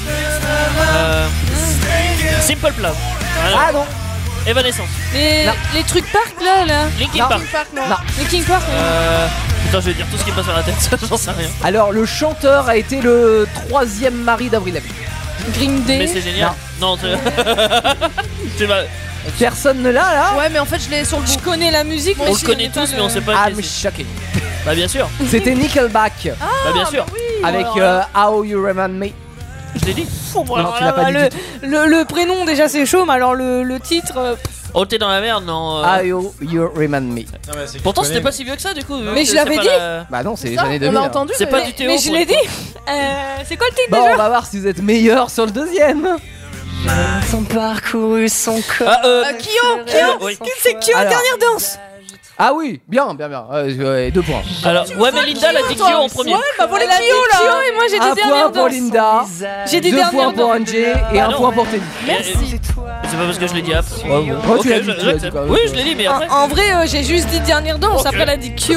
Simple Plan. Ah non. Evanescence. Les trucs park là. Linkin Non. Park. Non. Les King Park. Putain, je vais dire tout ce qui me passe par la tête, j'en sais rien. Alors le chanteur a été le 3e mari d'Avril Lavigne. Green Mais Day. c'est génial. Non, tu vas. Personne ne l'a là? Ouais, mais en fait, je l'ai sur le Je bout. connais la musique, mais On je le connaît connais pas tous, mais on sait pas Ah qui mais c'est. choqué. Bah bien sûr. C'était Nickelback Bah bien sûr. avec How You Remind Me. Je l'ai dit. Non, tu l'as pas dit du tout. le prénom déjà c'est chaud, mais alors le titre. Oh, t'es dans la merde, non. How You Remind Me. Pourtant, c'était pas si vieux que ça, du coup. Mais je l'avais dit. Bah non, c'est les Ça, années on 2000. l'a hein. entendu. C'est mais- pas du Théo. Mais je pour l'ai une fois. dit. C'est quoi le titre Bon, on déjà? va voir si vous êtes meilleur sur le deuxième. Son parcours, son corps. Ah, Kyo. oui. C'est Kyo, Alors. dernière danse. Ah oui, bien. 2 points. Alors, ouais, mais Linda l'a dit Kyo en premier. Ouais, bah pour les Elle a dit Kyo là. Kyo et moi j'ai Un dit point dernière pour danse. Linda, J'ai dit 2 dernière points pour danse. Angé et Bah 1 non. point pour Teddy. Merci. C'est pas parce que je l'ai dit après. Oh, tu l'as dit, tu l'as dit, quoi. Oui, je l'ai dit, mais après. En vrai, j'ai juste dit dernière danse. Ok. Après, elle a dit Kyo.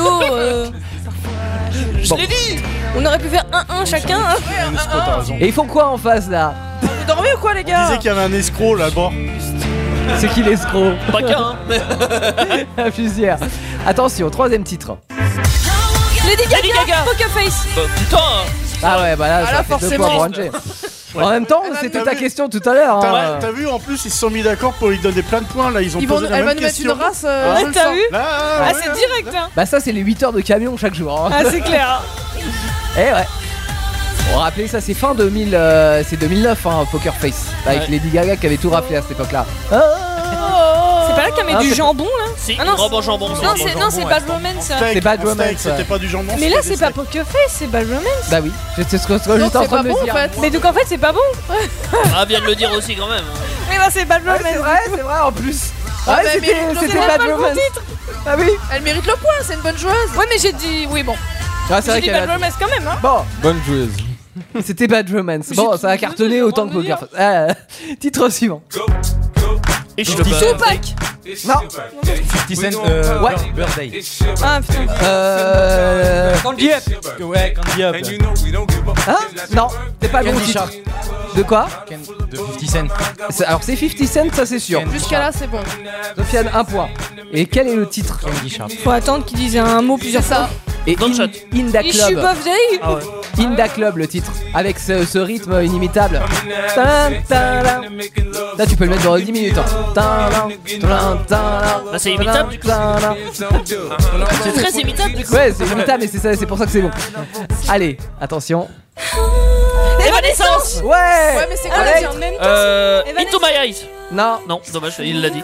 Je l'ai dit. On aurait pu faire 1-1 chacun. hein. Et ils font quoi en face là? Vous dormez ou quoi, les On gars? disait qu'il y avait un escroc là-bas. C'est qui l'escroc? Pas qu'un, hein. La fusière. Attention, 3ème titre. Lady Lady Gaga, Gaga. Poker Face. Bah, putain. Ah ouais, bah là, Ah ça là, fait 2 forcément. points pour Angé. En même temps, c'était ta question tout à l'heure. hein. T'as vu, en plus, ils se sont mis d'accord pour lui donner plein de points. Là, ils ont Ils vont, posé la elle va même nous mettre question. une race. Ah, je le t'as sens. vu? Là, Ah, ouais, c'est ouais. direct. Hein. Bah ça, c'est les 8 heures de camion chaque jour. hein. Ah, c'est clair. Eh ouais. On rappelez ça, c'est fin 2000, c'est 2009, hein, Poker Face, avec Ouais. Lady Gaga qui avait tout raflé à cette époque-là. C'est pas là qu'elle met Ah, du c'est- jambon là? Si, Ah non, une robe en jambon. Non, c'est- c'est Bad Romance. ça. Steak, C'est Bad en steak, Romance, C'était ouais. pas du jambon. Mais là, c'était c'est pas des steaks. Poker Face, c'est Bad Romance. Bah oui, j'étais ce que j'étais Donc juste en c'est train pas de me bon en dire. fait. Mais donc en fait, c'est pas bon. Ah, vient de le dire aussi quand même. Mais bah, c'est Bad Ouais, Romance. c'est vrai en plus. Ah, Ouais, bah, c'était mais le c'était point, Bad pas le bon Romance. Ah oui. Elle mérite le point, c'est une bonne joueuse. Ouais, mais j'ai dit. Oui, bon. Ah, c'est J'ai vrai dit qu'elle Bad a... Romance quand même. Hein. Bon, Bonne joueuse. C'était Bad Romance. Bon, ça a cartonné autant que Poker Face. Titre suivant. Et je Tupac. Non. 50 Cent, Ouais. Birthday. Ah putain. Candy Up. Ouais, Candy Up. Hein? Non, c'est pas le bon Candy titre. Shark. De quoi? De 50 Cent. Alors c'est 50 Cent, ça c'est sûr. Jusqu'à là, c'est bon. Sofiane, 1 point. Et quel est le titre? Candy Shark. Faut attendre qu'il dise un mot plusieurs fois. Et Inda Je suis Club. birthday. Ah ouais. Inda Club, le titre. Avec ce rythme inimitable. Là, tu peux le mettre dans 10 minutes. Bah, c'est imitable du coup. C'est très imitable du coup. Ouais, c'est imitable, mais c'est pour ça que c'est bon. Allez, attention. Evanescence. Ouais. Mais c'est quoi Avec- la en même Into My Eyes. Non. Non, dommage, il l'a dit.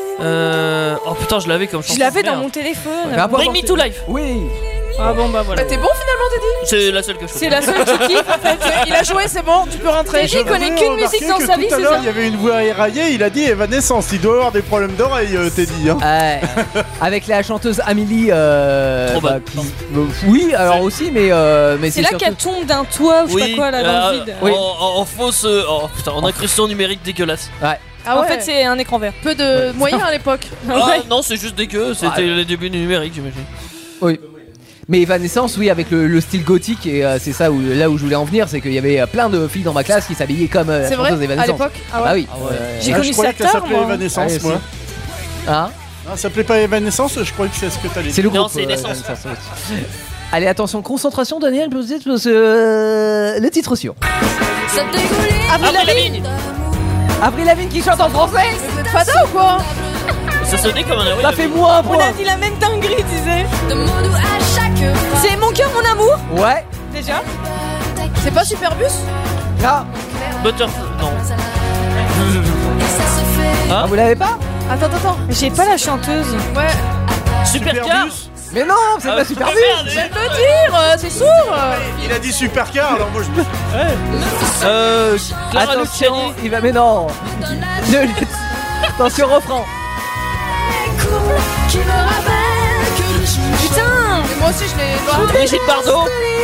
Oh putain, je l'avais comme chanson. Je l'avais dans Merde. mon téléphone. Bring Me to Life. Oui. Ah bon bah voilà. Bah t'es bon finalement Teddy. C'est la seule que je C'est la seule qui kiffe en fait. Il a joué, c'est bon, tu peux rentrer. Teddy connaît qu'une musique dans sa vie, Tout à c'est l'heure, ça. il y avait une voix éraillée, il a dit Evanescence. Il doit avoir des problèmes d'oreille, Teddy. Hein. Avec la chanteuse Amélie. Trop bonne. Oui, alors aussi, mais C'est là surtout- qu'elle tombe d'un toit ou je sais pas quoi là dans le vide. Oui. En fausse. Oh putain, en incrustation numérique dégueulasse. Ouais. Ah En ouais. fait c'est un écran vert. Peu de moyens à l'époque. Ah non, c'est juste dégueu. C'était les débuts du numérique, j'imagine. Oui. Mais Evanescence, oui, avec le style gothique, et c'est ça là où je voulais en venir, c'est qu'il y avait plein de filles dans ma classe qui s'habillaient comme la C'est vrai, chanteuse à Evanescence. l'époque. Ah ouais. Ah oui. J'ai Ah, connu je croyais ça que ça tard s'appelait moi. Evanescence, Ah, moi. Hein? Ah, ça s'appelait pas Evanescence, je croyais que c'est ce que t'allais dire. C'est le Non, groupe. c'est Naissance. Evanescence, oui. Allez, attention, concentration, Daniel, le titre suivant. Avril Lavigne. Avril Lavigne qui chante en français. Vous êtes fada ou quoi? Ça sonnait comme un héros. Ça fait moins un On point. a dit la même dinguerie disait. C'est mon cœur mon amour. Ouais. Déjà. C'est pas Superbus? Ah, Butterfly. Non. ah, vous l'avez pas? Attends. J'ai pas la chanteuse. Ouais. Supercar. Mais non, c'est pas super merde. Je viens de le dire, c'est sourd. Il a dit Supercar, alors moi je me Clara Attention, Luciani. il va, mais non. Attention, refrain. Putain. Mais moi aussi je l'ai. Brigitte Bardot.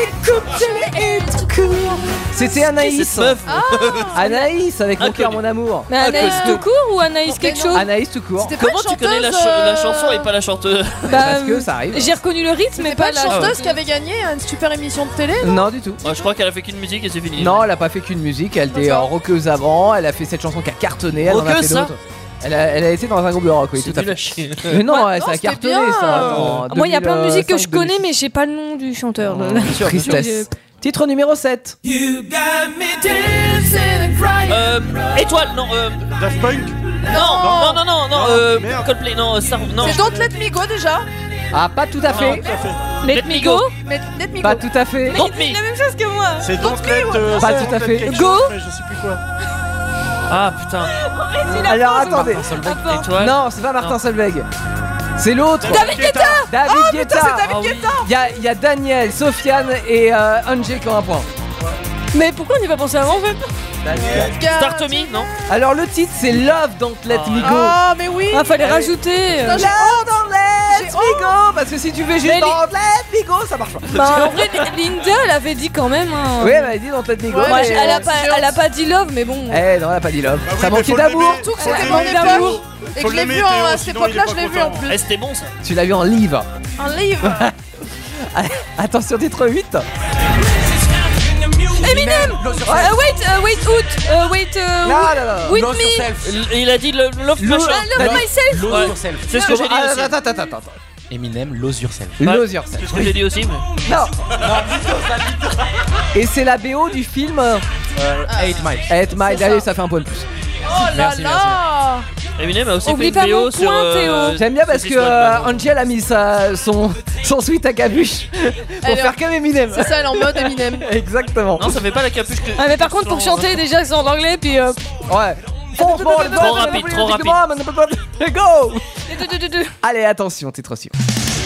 C'était Anaïs. Cette meuf. Anaïs avec mon cœur, Inconnu. mon amour. Mais Anaïs tout court ou Anaïs quelque chose? Anaïs tout court. C'était pas Comment une tu connais la chanteuse, chanson et pas la chanteuse? Parce que ça arrive. J'ai reconnu le rythme mais C'est pas pas une la chanteuse qui avait gagné une super émission de télé? Non, du tout. Je crois qu'elle a fait qu'une musique et c'est fini. Non, elle a pas fait qu'une musique. Elle était rockeuse avant. Elle a fait cette chanson qui a cartonné. Elle en a Rockeuse, fait ça d'autres. Elle a été dans un groupe de rock, oui, C'est tout à nul à fait. chier. Mais non, ça a c'était cartonné bien. ça. en Moi il y a plein de musiques que je 2005, connais mais j'ai pas le nom du chanteur. Tristesse. Titre numéro 7. Étoile, non. Daft Punk. Non. Merde. Coldplay, non. Non. C'est Don't Let Me Go déjà. Ah, pas tout à fait. Let me go. Mais Let Me Go. Pas tout à fait. Don't C'est Me. la même chose que moi. C'est Don't Let. Pas c'est tout à Don't fait. Let quelque Go. chose, mais je sais plus quoi. Ah putain. Alors attendez. Étoile. Non, c'est pas Martin Solveig. C'est l'autre. David Guetta. David Guetta. Ah oui. Il y a Daniel, Sofiane et Angé qui ont un point. Mais pourquoi on n'y a pas pensé avant en fait? Start Me, non. Alors le titre c'est Love Don't Let Me Go. Ah mais oui. Ah fallait rajouter. Putain, j'ai Love Don't Let Me Go. Parce que si tu fais juste Mais Don't Let Me Go, ça marche pas. Bah en vrai Linda elle avait dit quand même. Hein. Oui, elle m'a dit Don't Let Me Go. Ouais, Moi, mais- elle a pas dit love mais bon. Eh non, elle a pas dit Love. Bah oui, Ça mais manquait faut le d'amour. aimer. Surtout que Faut c'était le mon aimer, époque. Théo. Et Faut que je le l'ai aimer, vu Théo, à cette sinon il est époque-là, pas je l'ai vu content. en plus. Eh, c'était bon ça. Tu l'as vu en livre. Un livre. Attention, titre 8. Eminem. Wait Là. with me. Il a dit Love Passion. Love myself. Lose Ouais. yourself. C'est ce que j'ai dit aussi. Attends. Eminem, Lose Yourself. Lose Yourself. C'est ce que j'ai dit aussi. Mais... Non. Et c'est la BO du film 8 Mile. 8 Mile. Allez, ça fait un point de plus. Oh là là. Eminem a aussi Oublie fait pas une mon BO sur. point, Théo. J'aime bien parce sur que Fistball, pardon. Angel a mis son sweat à capuche pour Elle est faire en- comme Eminem. C'est ça, elle est en mode Eminem. Exactement. Non, ça fait pas la capuche que. Ah mais par contre pour chanter déjà c'est en anglais puis Ouais. Fonce, Trop rapide, trop rapide. Go. Allez, attention, titre suivant.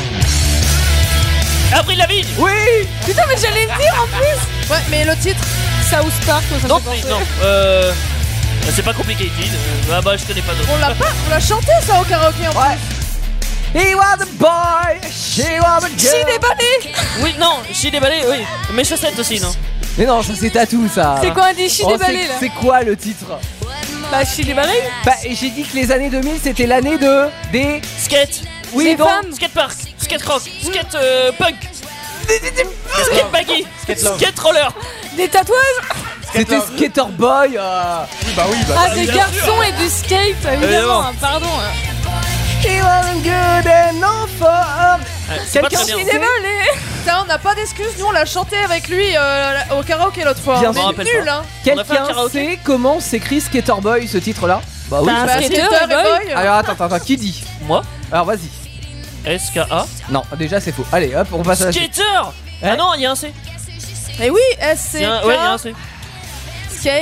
Avril Lavigne. Oui. Putain mais j'allais le dire en plus. Ouais, mais le titre. South Park ça me Non, fait penser. non. C'est pas compliqué, ah bah je connais pas d'autres. On l'a chanté ça au karaoké en plus. He was a boy, she was a girl. She déballé. Oui, non, She déballé, oui. Mes chaussettes aussi, non. Mais non, ça c'est Tatou ça. C'est quoi un déchi Oh, déballé là? C'est quoi le titre? Bah, Chi déballé. Bah, j'ai dit que les années 2000 c'était l'année des skate. Oui, des donc femmes. Skate-park, skate-rock, skate-punk, skate-baggy, skate-roller. Des tatouages. c'était Skater Boy. Bah oui, bah. Ah, des garçons et du skate, évidemment. Pardon. He wasn't good enough for C'est pas quelqu'un très bien. qui Désolé. Putain, on n'a pas d'excuses. Nous, on l'a chanté avec lui au karaoké l'autre fois. Bien On sûr. est rappelle nuls, pas. hein. On a fait un Quelqu'un karaoké. sait comment s'écrit Skater Boy ce titre là? Bah oui. Bah, ça- un skater Skater et boy. boy. Alors attends, qui dit? Moi. Alors vas-y. SKA. Non, déjà c'est faux. Allez, hop, on passe à la suite. Skater. Hein Ah non, il y a un C. Et oui, Ouais, il y a un C. Skate.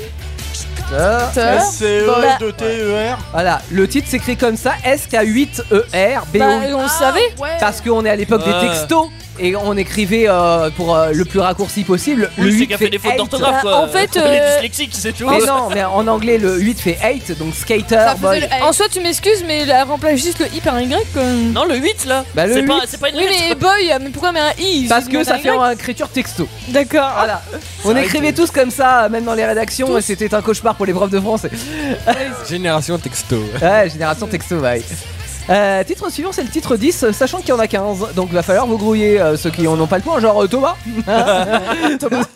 S-C-E-2-T-E-R. Voilà, le titre s'écrit comme ça, SK8ER Bah, BO. on le savait. Ouais. Parce qu'on est à l'époque Ouais. des textos et on écrivait pour le plus raccourci possible. Le Oui, c'est 8 qu'il a fait des fautes eight. d'orthographe Bah, quoi. en fait, Il est dyslexique, c'est tout. Mais non, mais en anglais le 8 fait 8, donc skater Ça boy. faisait le En soi, tu m'excuses, mais elle remplace juste le I par un Y. Quoi. Non, le 8 là. Bah, le c'est 8. pas une Oui, lettre. mais boy, mais pourquoi mettre un I Parce juste que mettre ça un fait Y en écriture texto. D'accord. Voilà. On écrivait tous comme ça, même dans les rédactions, et c'était un cauchemar pour les profs de français. Génération texto. Ouais, génération texto, ouais. Titre suivant, c'est le titre 10, sachant qu'il y en a 15. Donc va falloir vous grouiller ceux qui en ont pas le point, genre Thomas. Thomas.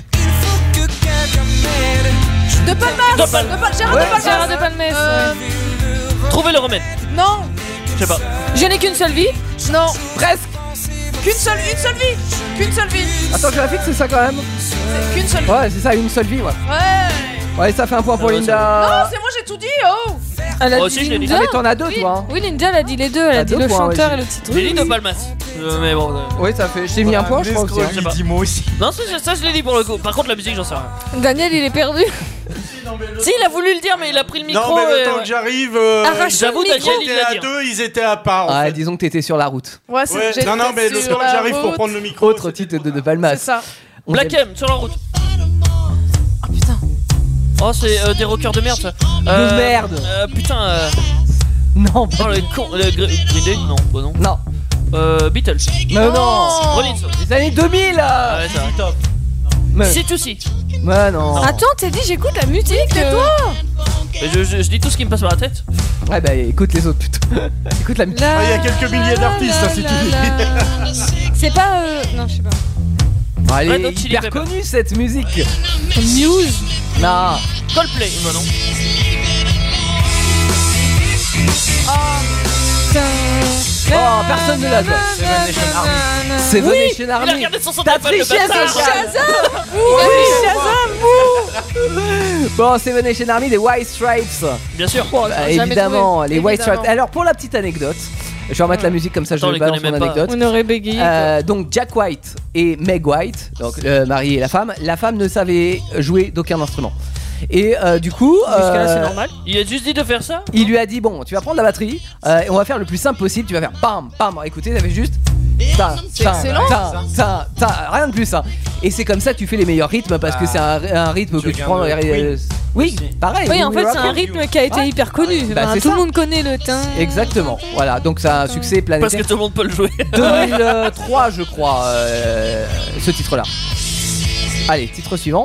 De Palmas. Gérard Ouais, de Palmas. Gérard de Palmès. Trouvez le remède. Non. Je sais pas. Je n'ai qu'une seule vie. Non. Presque. Une seule vie. Qu'une seule vie. Attends, je vérifie que c'est ça quand même. C'est qu'une seule vie. Ouais, c'est ça, une seule vie, ouais. Ouais. Ouais, ça fait un point pour ouais, Linda. Non, c'est moi, j'ai tout dit. Oh. Elle a Moi dit aussi, je l'ai dit. Linda. Ah, mais t'en as deux, Oui. toi. Hein. Oui, Linda, elle a dit les deux. Elle T'as a dit deux le points, chanteur ouais, et le titre. J'ai dit de Palmas. Mais bon. Oui, ça fait. Je t'ai mis un point, je crois aussi. hein. Je sais pas. Dis-moi aussi. Non, ça je l'ai dit pour le coup. Par contre, la musique, j'en sais rien. Daniel, il est perdu. Si, il a voulu le dire, mais il a pris le micro. Non, mais le et- temps que j'arrive, Arrache J'avoue, le Daniel, micro. il ils étaient l'a à dit. deux, ils étaient à part. En Ouais, fait. disons que t'étais sur la route. Ouais, c'est. Ouais, j'étais non, mais le sur temps que la j'arrive pour route. prendre le micro. Autre titre de Palmas. C'est ça. On Black aime- M, sur la route. Oh putain. Oh, c'est des rockers de merde ça. De merde. Putain. Non, Oh, le con. Green Day. Non, bah non. non. Beatles. Mais non. Rollins. Les années 2000 là. Ouais, ça. Mais, C2C. mais non. Attends, t'as dit j'écoute la musique. toi. Mais je dis tout ce qui me passe par la tête. Ouais, bah écoute les autres plutôt. Écoute la musique. Ah, il y a quelques milliers d'artistes, hein, si tu dis. C'est pas. Non, je sais pas. Oh, elle Red Hot est Chili hyper Pepper. connue cette musique. News. Non. Coldplay. Bah non. Oh, personne ne l'a, toi. Seven Nation Army. Seven Oui, Nation il a Army. regardé son T'as téléphone, le triché, bâtard. Bon, Seven Nation Army, des White Stripes. Bien sûr. Évidemment, les White Évidemment. Stripes. Alors, pour la petite anecdote, je vais remettre la musique comme ça, je Attends, vais on les balance connaît mon même pas. anecdote. On aurait bégayé. Donc Jack White et Meg White, donc le mari et la femme ne savaient jouer d'aucun instrument. Et du coup, Jusqu'à là, c'est normal. Il a juste dit de faire ça. il lui a dit bon, tu vas prendre la batterie et on va faire le plus simple possible. Tu vas faire pam pam. Écoutez, ça fait juste ta, C'est excellent. rien de plus. Hein. Et c'est comme ça que tu fais les meilleurs rythmes parce que c'est un rythme que tu prends. Oui, pareil. Oui, en fait, c'est un Rock. rythme qui a été hyper connu. Bah, Enfin, c'est tout ça. le monde connaît le teint. Exactement. Voilà, donc c'est un succès Parce planétaire. que tout le monde peut le jouer. 2003, je crois, ce titre-là. Allez, titre suivant.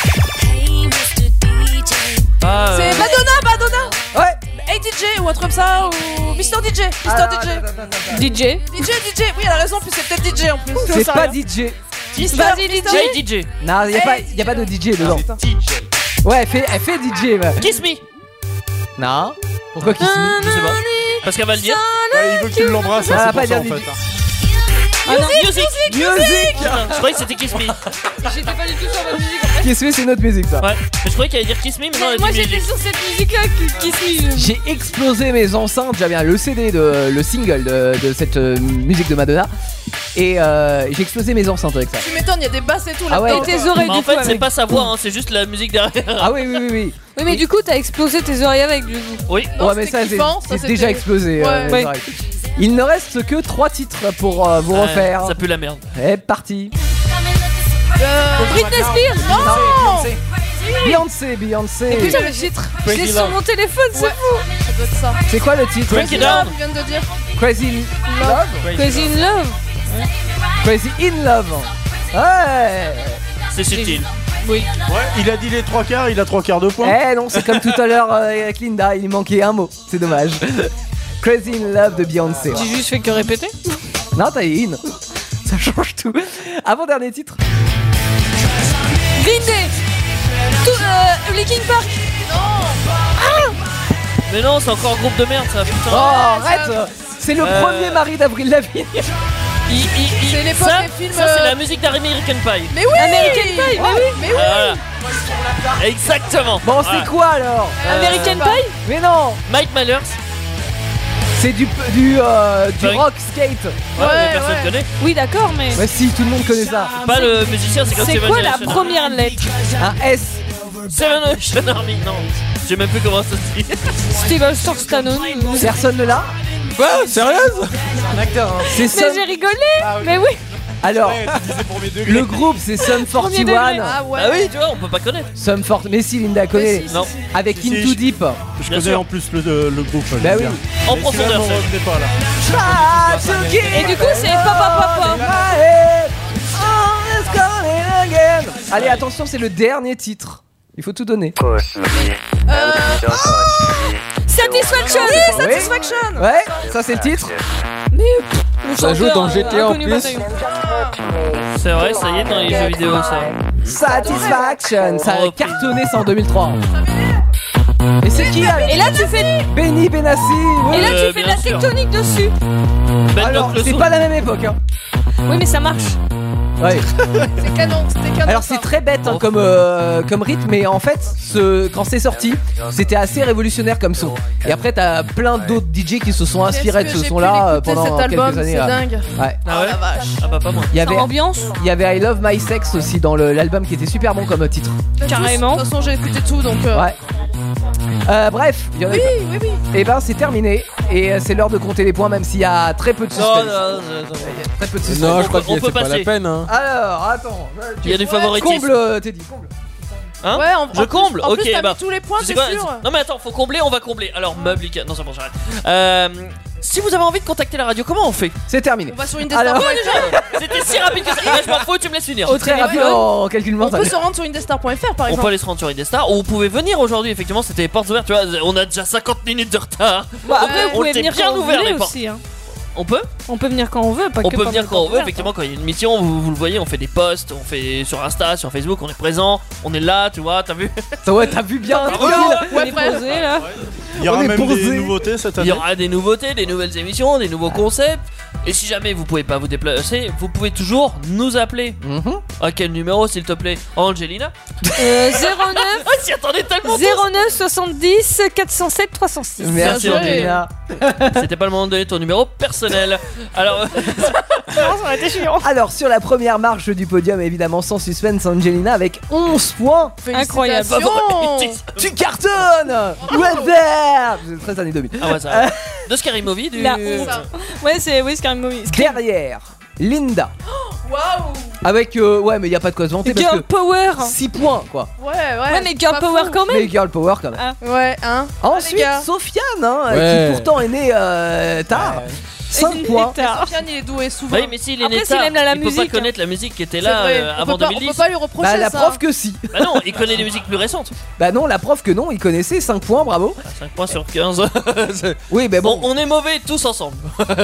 Ah, C'est Madonna. Ouais. Hey DJ ou un truc comme ça ou Mister DJ. DJ. DJ. Oui, elle a raison. Puis c'est peut-être DJ en plus. C'est Ça, pas rien. DJ. Vas-y, DJ. Jay DJ. Non, il y a pas de DJ dedans. Ouais, elle fait DJ. Mais... Kiss me. Non. Pourquoi Kiss Me? Je sais pas. Parce qu'elle va le dire. Ouais, il veut que tu l'embrasses, Ah, hein, c'est pas pour ça en dire fait. Music. Music. Je croyais que c'était Kiss me. J'étais pas du tout sur la musique en fait. Kiss Me, c'est notre musique, ça. Ouais. Mais je croyais qu'elle allait dire Kiss me, mais non, elle Moi a dit j'étais music. sur cette musique là qui suit. J'ai explosé mes enceintes. J'avais le CD, le single de cette musique de Madonna. Et j'ai explosé mes enceintes avec ça. Tu m'étonnes, il y a des basses et tout Ah ouais. là-dedans. Et tes quoi. oreilles Mais du en coup. fait, c'est avec. pas sa voix, hein, c'est juste la musique derrière. Ah oui. Oui, mais du coup, t'as explosé tes oreilles avec du coup. Oui. Non, Ouais, mais c'était ça, kiffant, ça, c'est c'était- déjà explosé. Ouais. mes Ouais. oreilles. Il ne reste que 3 titres pour vous Ouais, refaire. Ça pue la merde. Et parti. Britney Spears. Non. Beyoncé. Putain, le titre. Je l'ai sur mon téléphone, c'est Ouais. fou. Ça doit être ça. C'est quoi le titre? Break it Là, down. tu viens de dire. Crazy Love. Crazy in Love. Crazy in Love. Ouais. C'est subtil. Oui. Ouais, il a dit les 3 quarts, il a 3 quarts de points. Eh non, c'est comme tout à l'heure avec Linda, il lui manquait un mot, c'est dommage. Crazy in Love de Beyoncé. J'ai juste fait que répéter. Non, t'as eu une. Ça change tout. Avant-dernier titre. Green Day. Linkin Park. Mais non, c'est encore un groupe de merde ça, putain. Oh, arrête. C'est le premier mari d'Avril Lavigne. C'est l'époque Ça, des films. ça c'est la musique d'American Pie. Mais oui. American Pie, mais oui. Mais oui. Voilà. Exactement. Bon, Voilà. c'est quoi alors American Pie. Mais non. Mike Myers. C'est du rock skate. Ouais, mais personne connaît. Oui, d'accord, mais. Ouais, si, tout le monde connaît ça. Pas le musicien, c'est comme C'est Seven quoi la Nation première lettre? Un S. Seven Ocean Army, non. Je sais même plus comment ça se dit. Sylvester Stallone. Personne ne l'a. Quoi? Sérieuse? Un acteur, hein. C'est Mais Sum. j'ai rigolé. Mais oui. Alors, Ouais, tu disais premier degré. le groupe c'est Sum 41. degré. Ah ouais. Ah oui, tu vois, on peut pas connaître. Sum 40. Mais si, Linda connaît. si, Non. Avec Si, Into si, Deep. Je Bien connais sûr. en plus le groupe. Bah oui. En Mais profondeur, celui-là, ça. on revenait pas là. Et du coup, c'est papa. Allez, attention, c'est le dernier titre. Il faut tout donner. Satisfaction. Oui. Satisfaction. Ouais, ça c'est le titre. Ça joue dans GTA en plus. C'est vrai, ça y est, dans les jeux vidéo, ça. Satisfaction. Ça a Repris. cartonné ça en 2003. Et c'est qui là Et là, tu fais. Benny Benassi. Et là, tu fais de la bien sûr. tectonique dessus. Ben Alors, donc, le c'est son. pas la même époque. Hein. Oui, mais ça marche. Ouais. C'est canon. C'était canon. Alors ça. c'est très bête hein, comme rythme, mais en fait, quand c'est sorti, c'était assez révolutionnaire comme son. Et après, t'as plein d'autres DJ qui se sont inspirés de ce son-là pendant cet album, quelques années. c'est là. dingue. Ouais. Ah ouais. Ah bah pas moi. Il y avait, Ambiance. il y avait I Love My Sex aussi dans l'album qui était super bon comme titre. Carrément. De toute façon, j'ai écouté tout donc. Ouais. Bref, il y en a. Oui, oui, oui. Et ben c'est terminé et c'est l'heure de compter les points même s'il y a très peu de suspense. Très peu de suspense. Non, je crois on que peut c'est pas la passer. peine. Hein. Alors attends. Il y a du favoritisme. Comble, Teddy, comble. Hein Ouais, je comble. En Ok, plus, t'as bah. mis tous les points, Tu sais t'es quoi sûr? Non mais attends, faut combler, on va combler. Alors meuble, Ikea. Non c'est bon, j'arrête. Si vous avez envie de contacter la radio, comment on fait? C'est terminé. On va sur Alors- indestar.fr. C'était si rapide que ça. Bah, je m'en fous, tu me laisses finir. Très rapide en calcul On mental. peut se rendre sur indestar.fr par On peut exemple. aller se rendre sur Indestar ou vous pouvez venir aujourd'hui. Effectivement, c'était les portes ouvertes. Tu vois, on a déjà 50 minutes de retard. Bah, après, vous on pouvez était venir bien quand vous ouvert voulez les portes. aussi. Hein. On peut On peut venir quand on veut, pas On que peut pendant venir le quand on veut, concert. effectivement, quand il y a une mission, vous le voyez, on fait des posts, on fait sur Insta, sur Facebook, on est présent, on est là, tu vois, t'as vu? Ouais, t'as vu bien. On est posé là. Il y aura On est même posé. des nouveautés cette Il année. y aura des nouveautés, des nouvelles émissions, des nouveaux concepts. Et si jamais vous pouvez pas vous déplacer, vous pouvez toujours nous appeler. À quel numéro, s'il te plaît? Angelina? 09 Ah, s'y attendait tellement! 09 70 407 306. Merci Bien joué. Angelina. C'était pas le moment de donner ton numéro personnel. Alors, Ça aurait été chiant. Alors sur la première marche du podium, évidemment sans suspense, Angelina avec 11 points. Incroyable. Félicitations. Tu cartonnes. Weather. C'est très années 2000. ah ouais, ça. De Scary Movie, du. La honte. Ouais, c'est Scary Movie. Derrière, Linda. Waouh. Avec ouais, mais y a pas de quoi se vanter parce Girl que Power. 6 points quoi. Ouais, Ouais, mais Girl pas Power fou. quand Mais même. girl power quand même. Ah. Ouais, hein. Ensuite, les gars. Sofiane, hein, Ouais. qui pourtant est née tard. 5 points. Sofiane, il est doué souvent. Oui, mais s'il est Après, né s'il tard, aime la il peut musique, pas connaître la musique qui était C'est là vrai. avant on peut 2010. pas lui reprocher Bah la ça. prof que si. Bah non, il connaît des musiques plus récentes. Bah non, la prof que non, il connaissait 5 points, bravo. 5 points sur 15. Oui, mais bon. On est mauvais tous ensemble.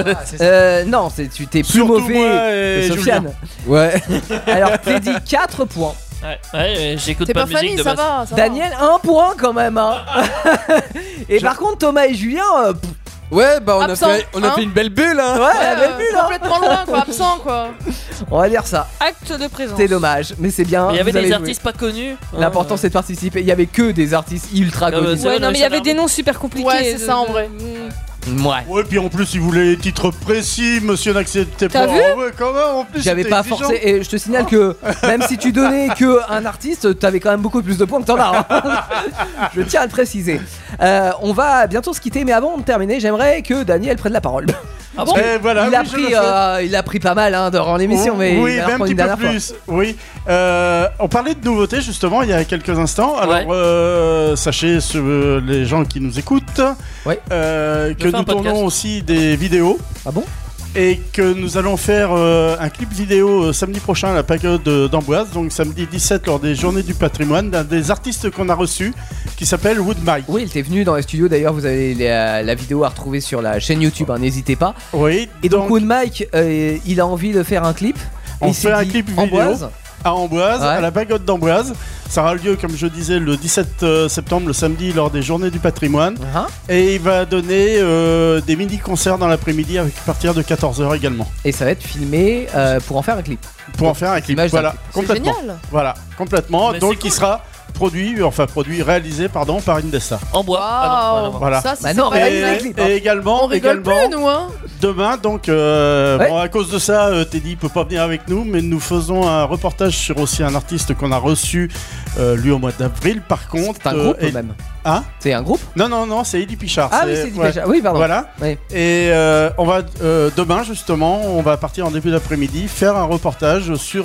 Non, tu t'es plus Surtout mauvais moi que et Sofiane. Ouais. Alors Teddy 4 points. Ouais, j'écoute T'es pas pas de musique Fanny, de ça base. va. ça va. Daniel 1 point quand même. Hein. Et par contre Thomas et Julien, Ouais, bah Absent, on a hein. fait une belle bulle, hein. ouais, la belle bulle, hein. Complètement loin, quoi. Absent, quoi. On va dire ça. Acte de présence. C'est dommage, mais c'est bien. Mais il y avait vous avez des joué. artistes pas connus. L'important c'est de participer. Il y avait que des artistes ultra Comme, connus. Ouais, non, mais il y avait Army. des noms super compliqués. Ouais, c'est ça, en vrai. Ouais. Ouais, puis en plus, il voulait les titres précis, monsieur n'acceptait T'as pas. vu Ouais, quand même, en plus. J'avais c'était pas exigeant. forcé. Et je te signale que même si tu donnais que un artiste, t'avais quand même beaucoup plus de points que t'en as. Hein. Je tiens à le préciser. On va bientôt se quitter, mais avant de terminer, j'aimerais que Daniel prenne la parole. Ah bon? Et voilà, il, a oui, je pris, le fais. il a pris pas mal hein, durant l'émission, mais oui, il va mais un reprendre petit une peu dernière fois. plus. Oui. On parlait de nouveautés justement il y a quelques instants. Alors, sachez les gens qui nous écoutent Ouais. que fais un nous tournons podcast. aussi des vidéos. Ah bon? et que nous allons faire un clip vidéo samedi prochain à la pagode d'Amboise, donc samedi 17 lors des Journées du Patrimoine, d'un des artistes qu'on a reçu qui s'appelle Wood Mike. Oui, il était venu dans les studios, d'ailleurs vous avez la vidéo à retrouver sur la chaîne YouTube, n'hésitez pas. Oui. Et donc Wood Mike, il a envie de faire un clip. On fait un clip vidéo à Amboise, à la pagode d'Amboise. Ça aura lieu, comme je disais, le 17 septembre, le samedi, lors des Journées du Patrimoine. Et il va donner des mini-concerts dans l'après-midi à partir de 14h également. Et ça va être filmé pour en faire un clip. Pour en faire un clip, voilà, complètement. Génial. Voilà, complètement. Donc il sera réalisé par Indestar. En bois. Voilà. Ça, c'est et également, plus, nous, hein. Demain, donc, à cause de ça, Teddy peut pas venir avec nous, mais nous faisons un reportage sur aussi un artiste qu'on a reçu lui au mois d'avril. Par contre, c'est un groupe même. Hein? C'est un groupe? Non, c'est Eddie Pichard. Ah oui, c'est Eddie Pichard. Oui, pardon. Voilà. Oui. Et on va demain justement, on va partir en début d'après-midi faire un reportage sur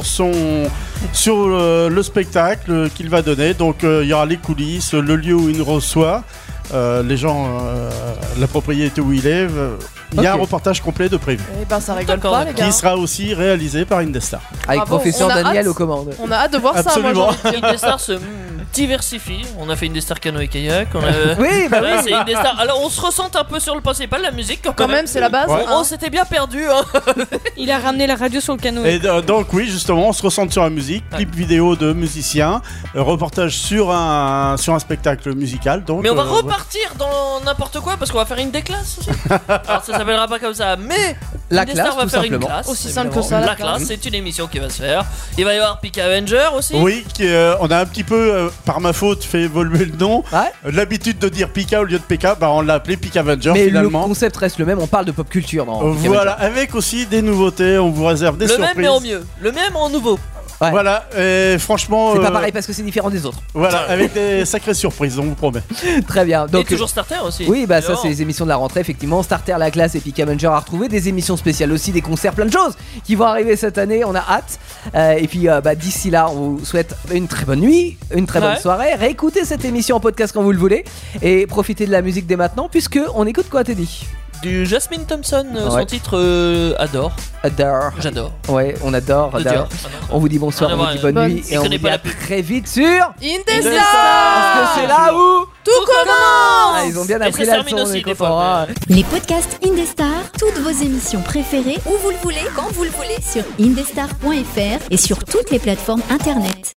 le spectacle qu'il va donner. Donc il y aura les coulisses, le lieu où il nous reçoit, les gens, la propriété où il est. Il y a un reportage complet de prévu. Et ben ça rigole pas, les gars. Qui sera aussi réalisé par Indestar. Avec professeur Daniel aux commandes. On a hâte de voir Absolument. ça. Moi, Indestar se diversifie. On a fait Indestar canoë et kayak. Oui, bah oui. C'est Indestar. Alors on se ressente un peu sur le principal, la musique quand même, c'est la base. Ouais. On s'était bien perdu. Il a ramené la radio sur le canoë. Et donc oui, justement, on se ressente sur la musique, clip vidéo de musiciens, reportage sur un spectacle musical. Donc, mais on va repartir dans n'importe quoi parce qu'on va faire une déclasse aussi. Alors ça s'appellera pas comme ça, mais la Indestar classe, va tout faire simplement. une classe. Aussi simple que ça. La classe, c'est une émission qui va se faire. Il va y avoir Pika Avenger aussi. Oui, on a un petit peu, par ma faute, fait évoluer le nom. L'habitude de dire Pika au lieu de PK, on l'a appelé Pika Avenger. Mais finalement. Le concept reste le même, on parle de pop culture dans voilà, avec aussi des nouveautés, on vous réserve des surprises. Le même mais en mieux, le même en nouveau. Ouais. Voilà, et franchement. C'est pas pareil parce que c'est différent des autres. Voilà, avec des sacrées surprises, on vous promet. Très bien. Donc, et toujours Starter aussi. Oui, bah ça, c'est les émissions de la rentrée, effectivement. Starter, la classe et Pika Avenger à retrouver. Des émissions spéciales aussi, des concerts, plein de choses qui vont arriver cette année. On a hâte. Et puis, d'ici là, on vous souhaite une très bonne nuit, une très bonne soirée. Réécoutez cette émission en podcast quand vous le voulez. Et profitez de la musique dès maintenant, puisque on écoute quoi, Teddy? Du Jasmine Thompson, son titre Adore. J'adore. Ouais, on adore. On vous dit bonsoir, on vous dit bonne nuit et on vous dit à très vite sur Indestar. Parce que c'est là où tout commence. Ils ont bien appris la leçon, les copains. Les podcasts Indestar, toutes vos émissions préférées, où vous le voulez, quand vous le voulez, sur indestar.fr et sur toutes les plateformes internet.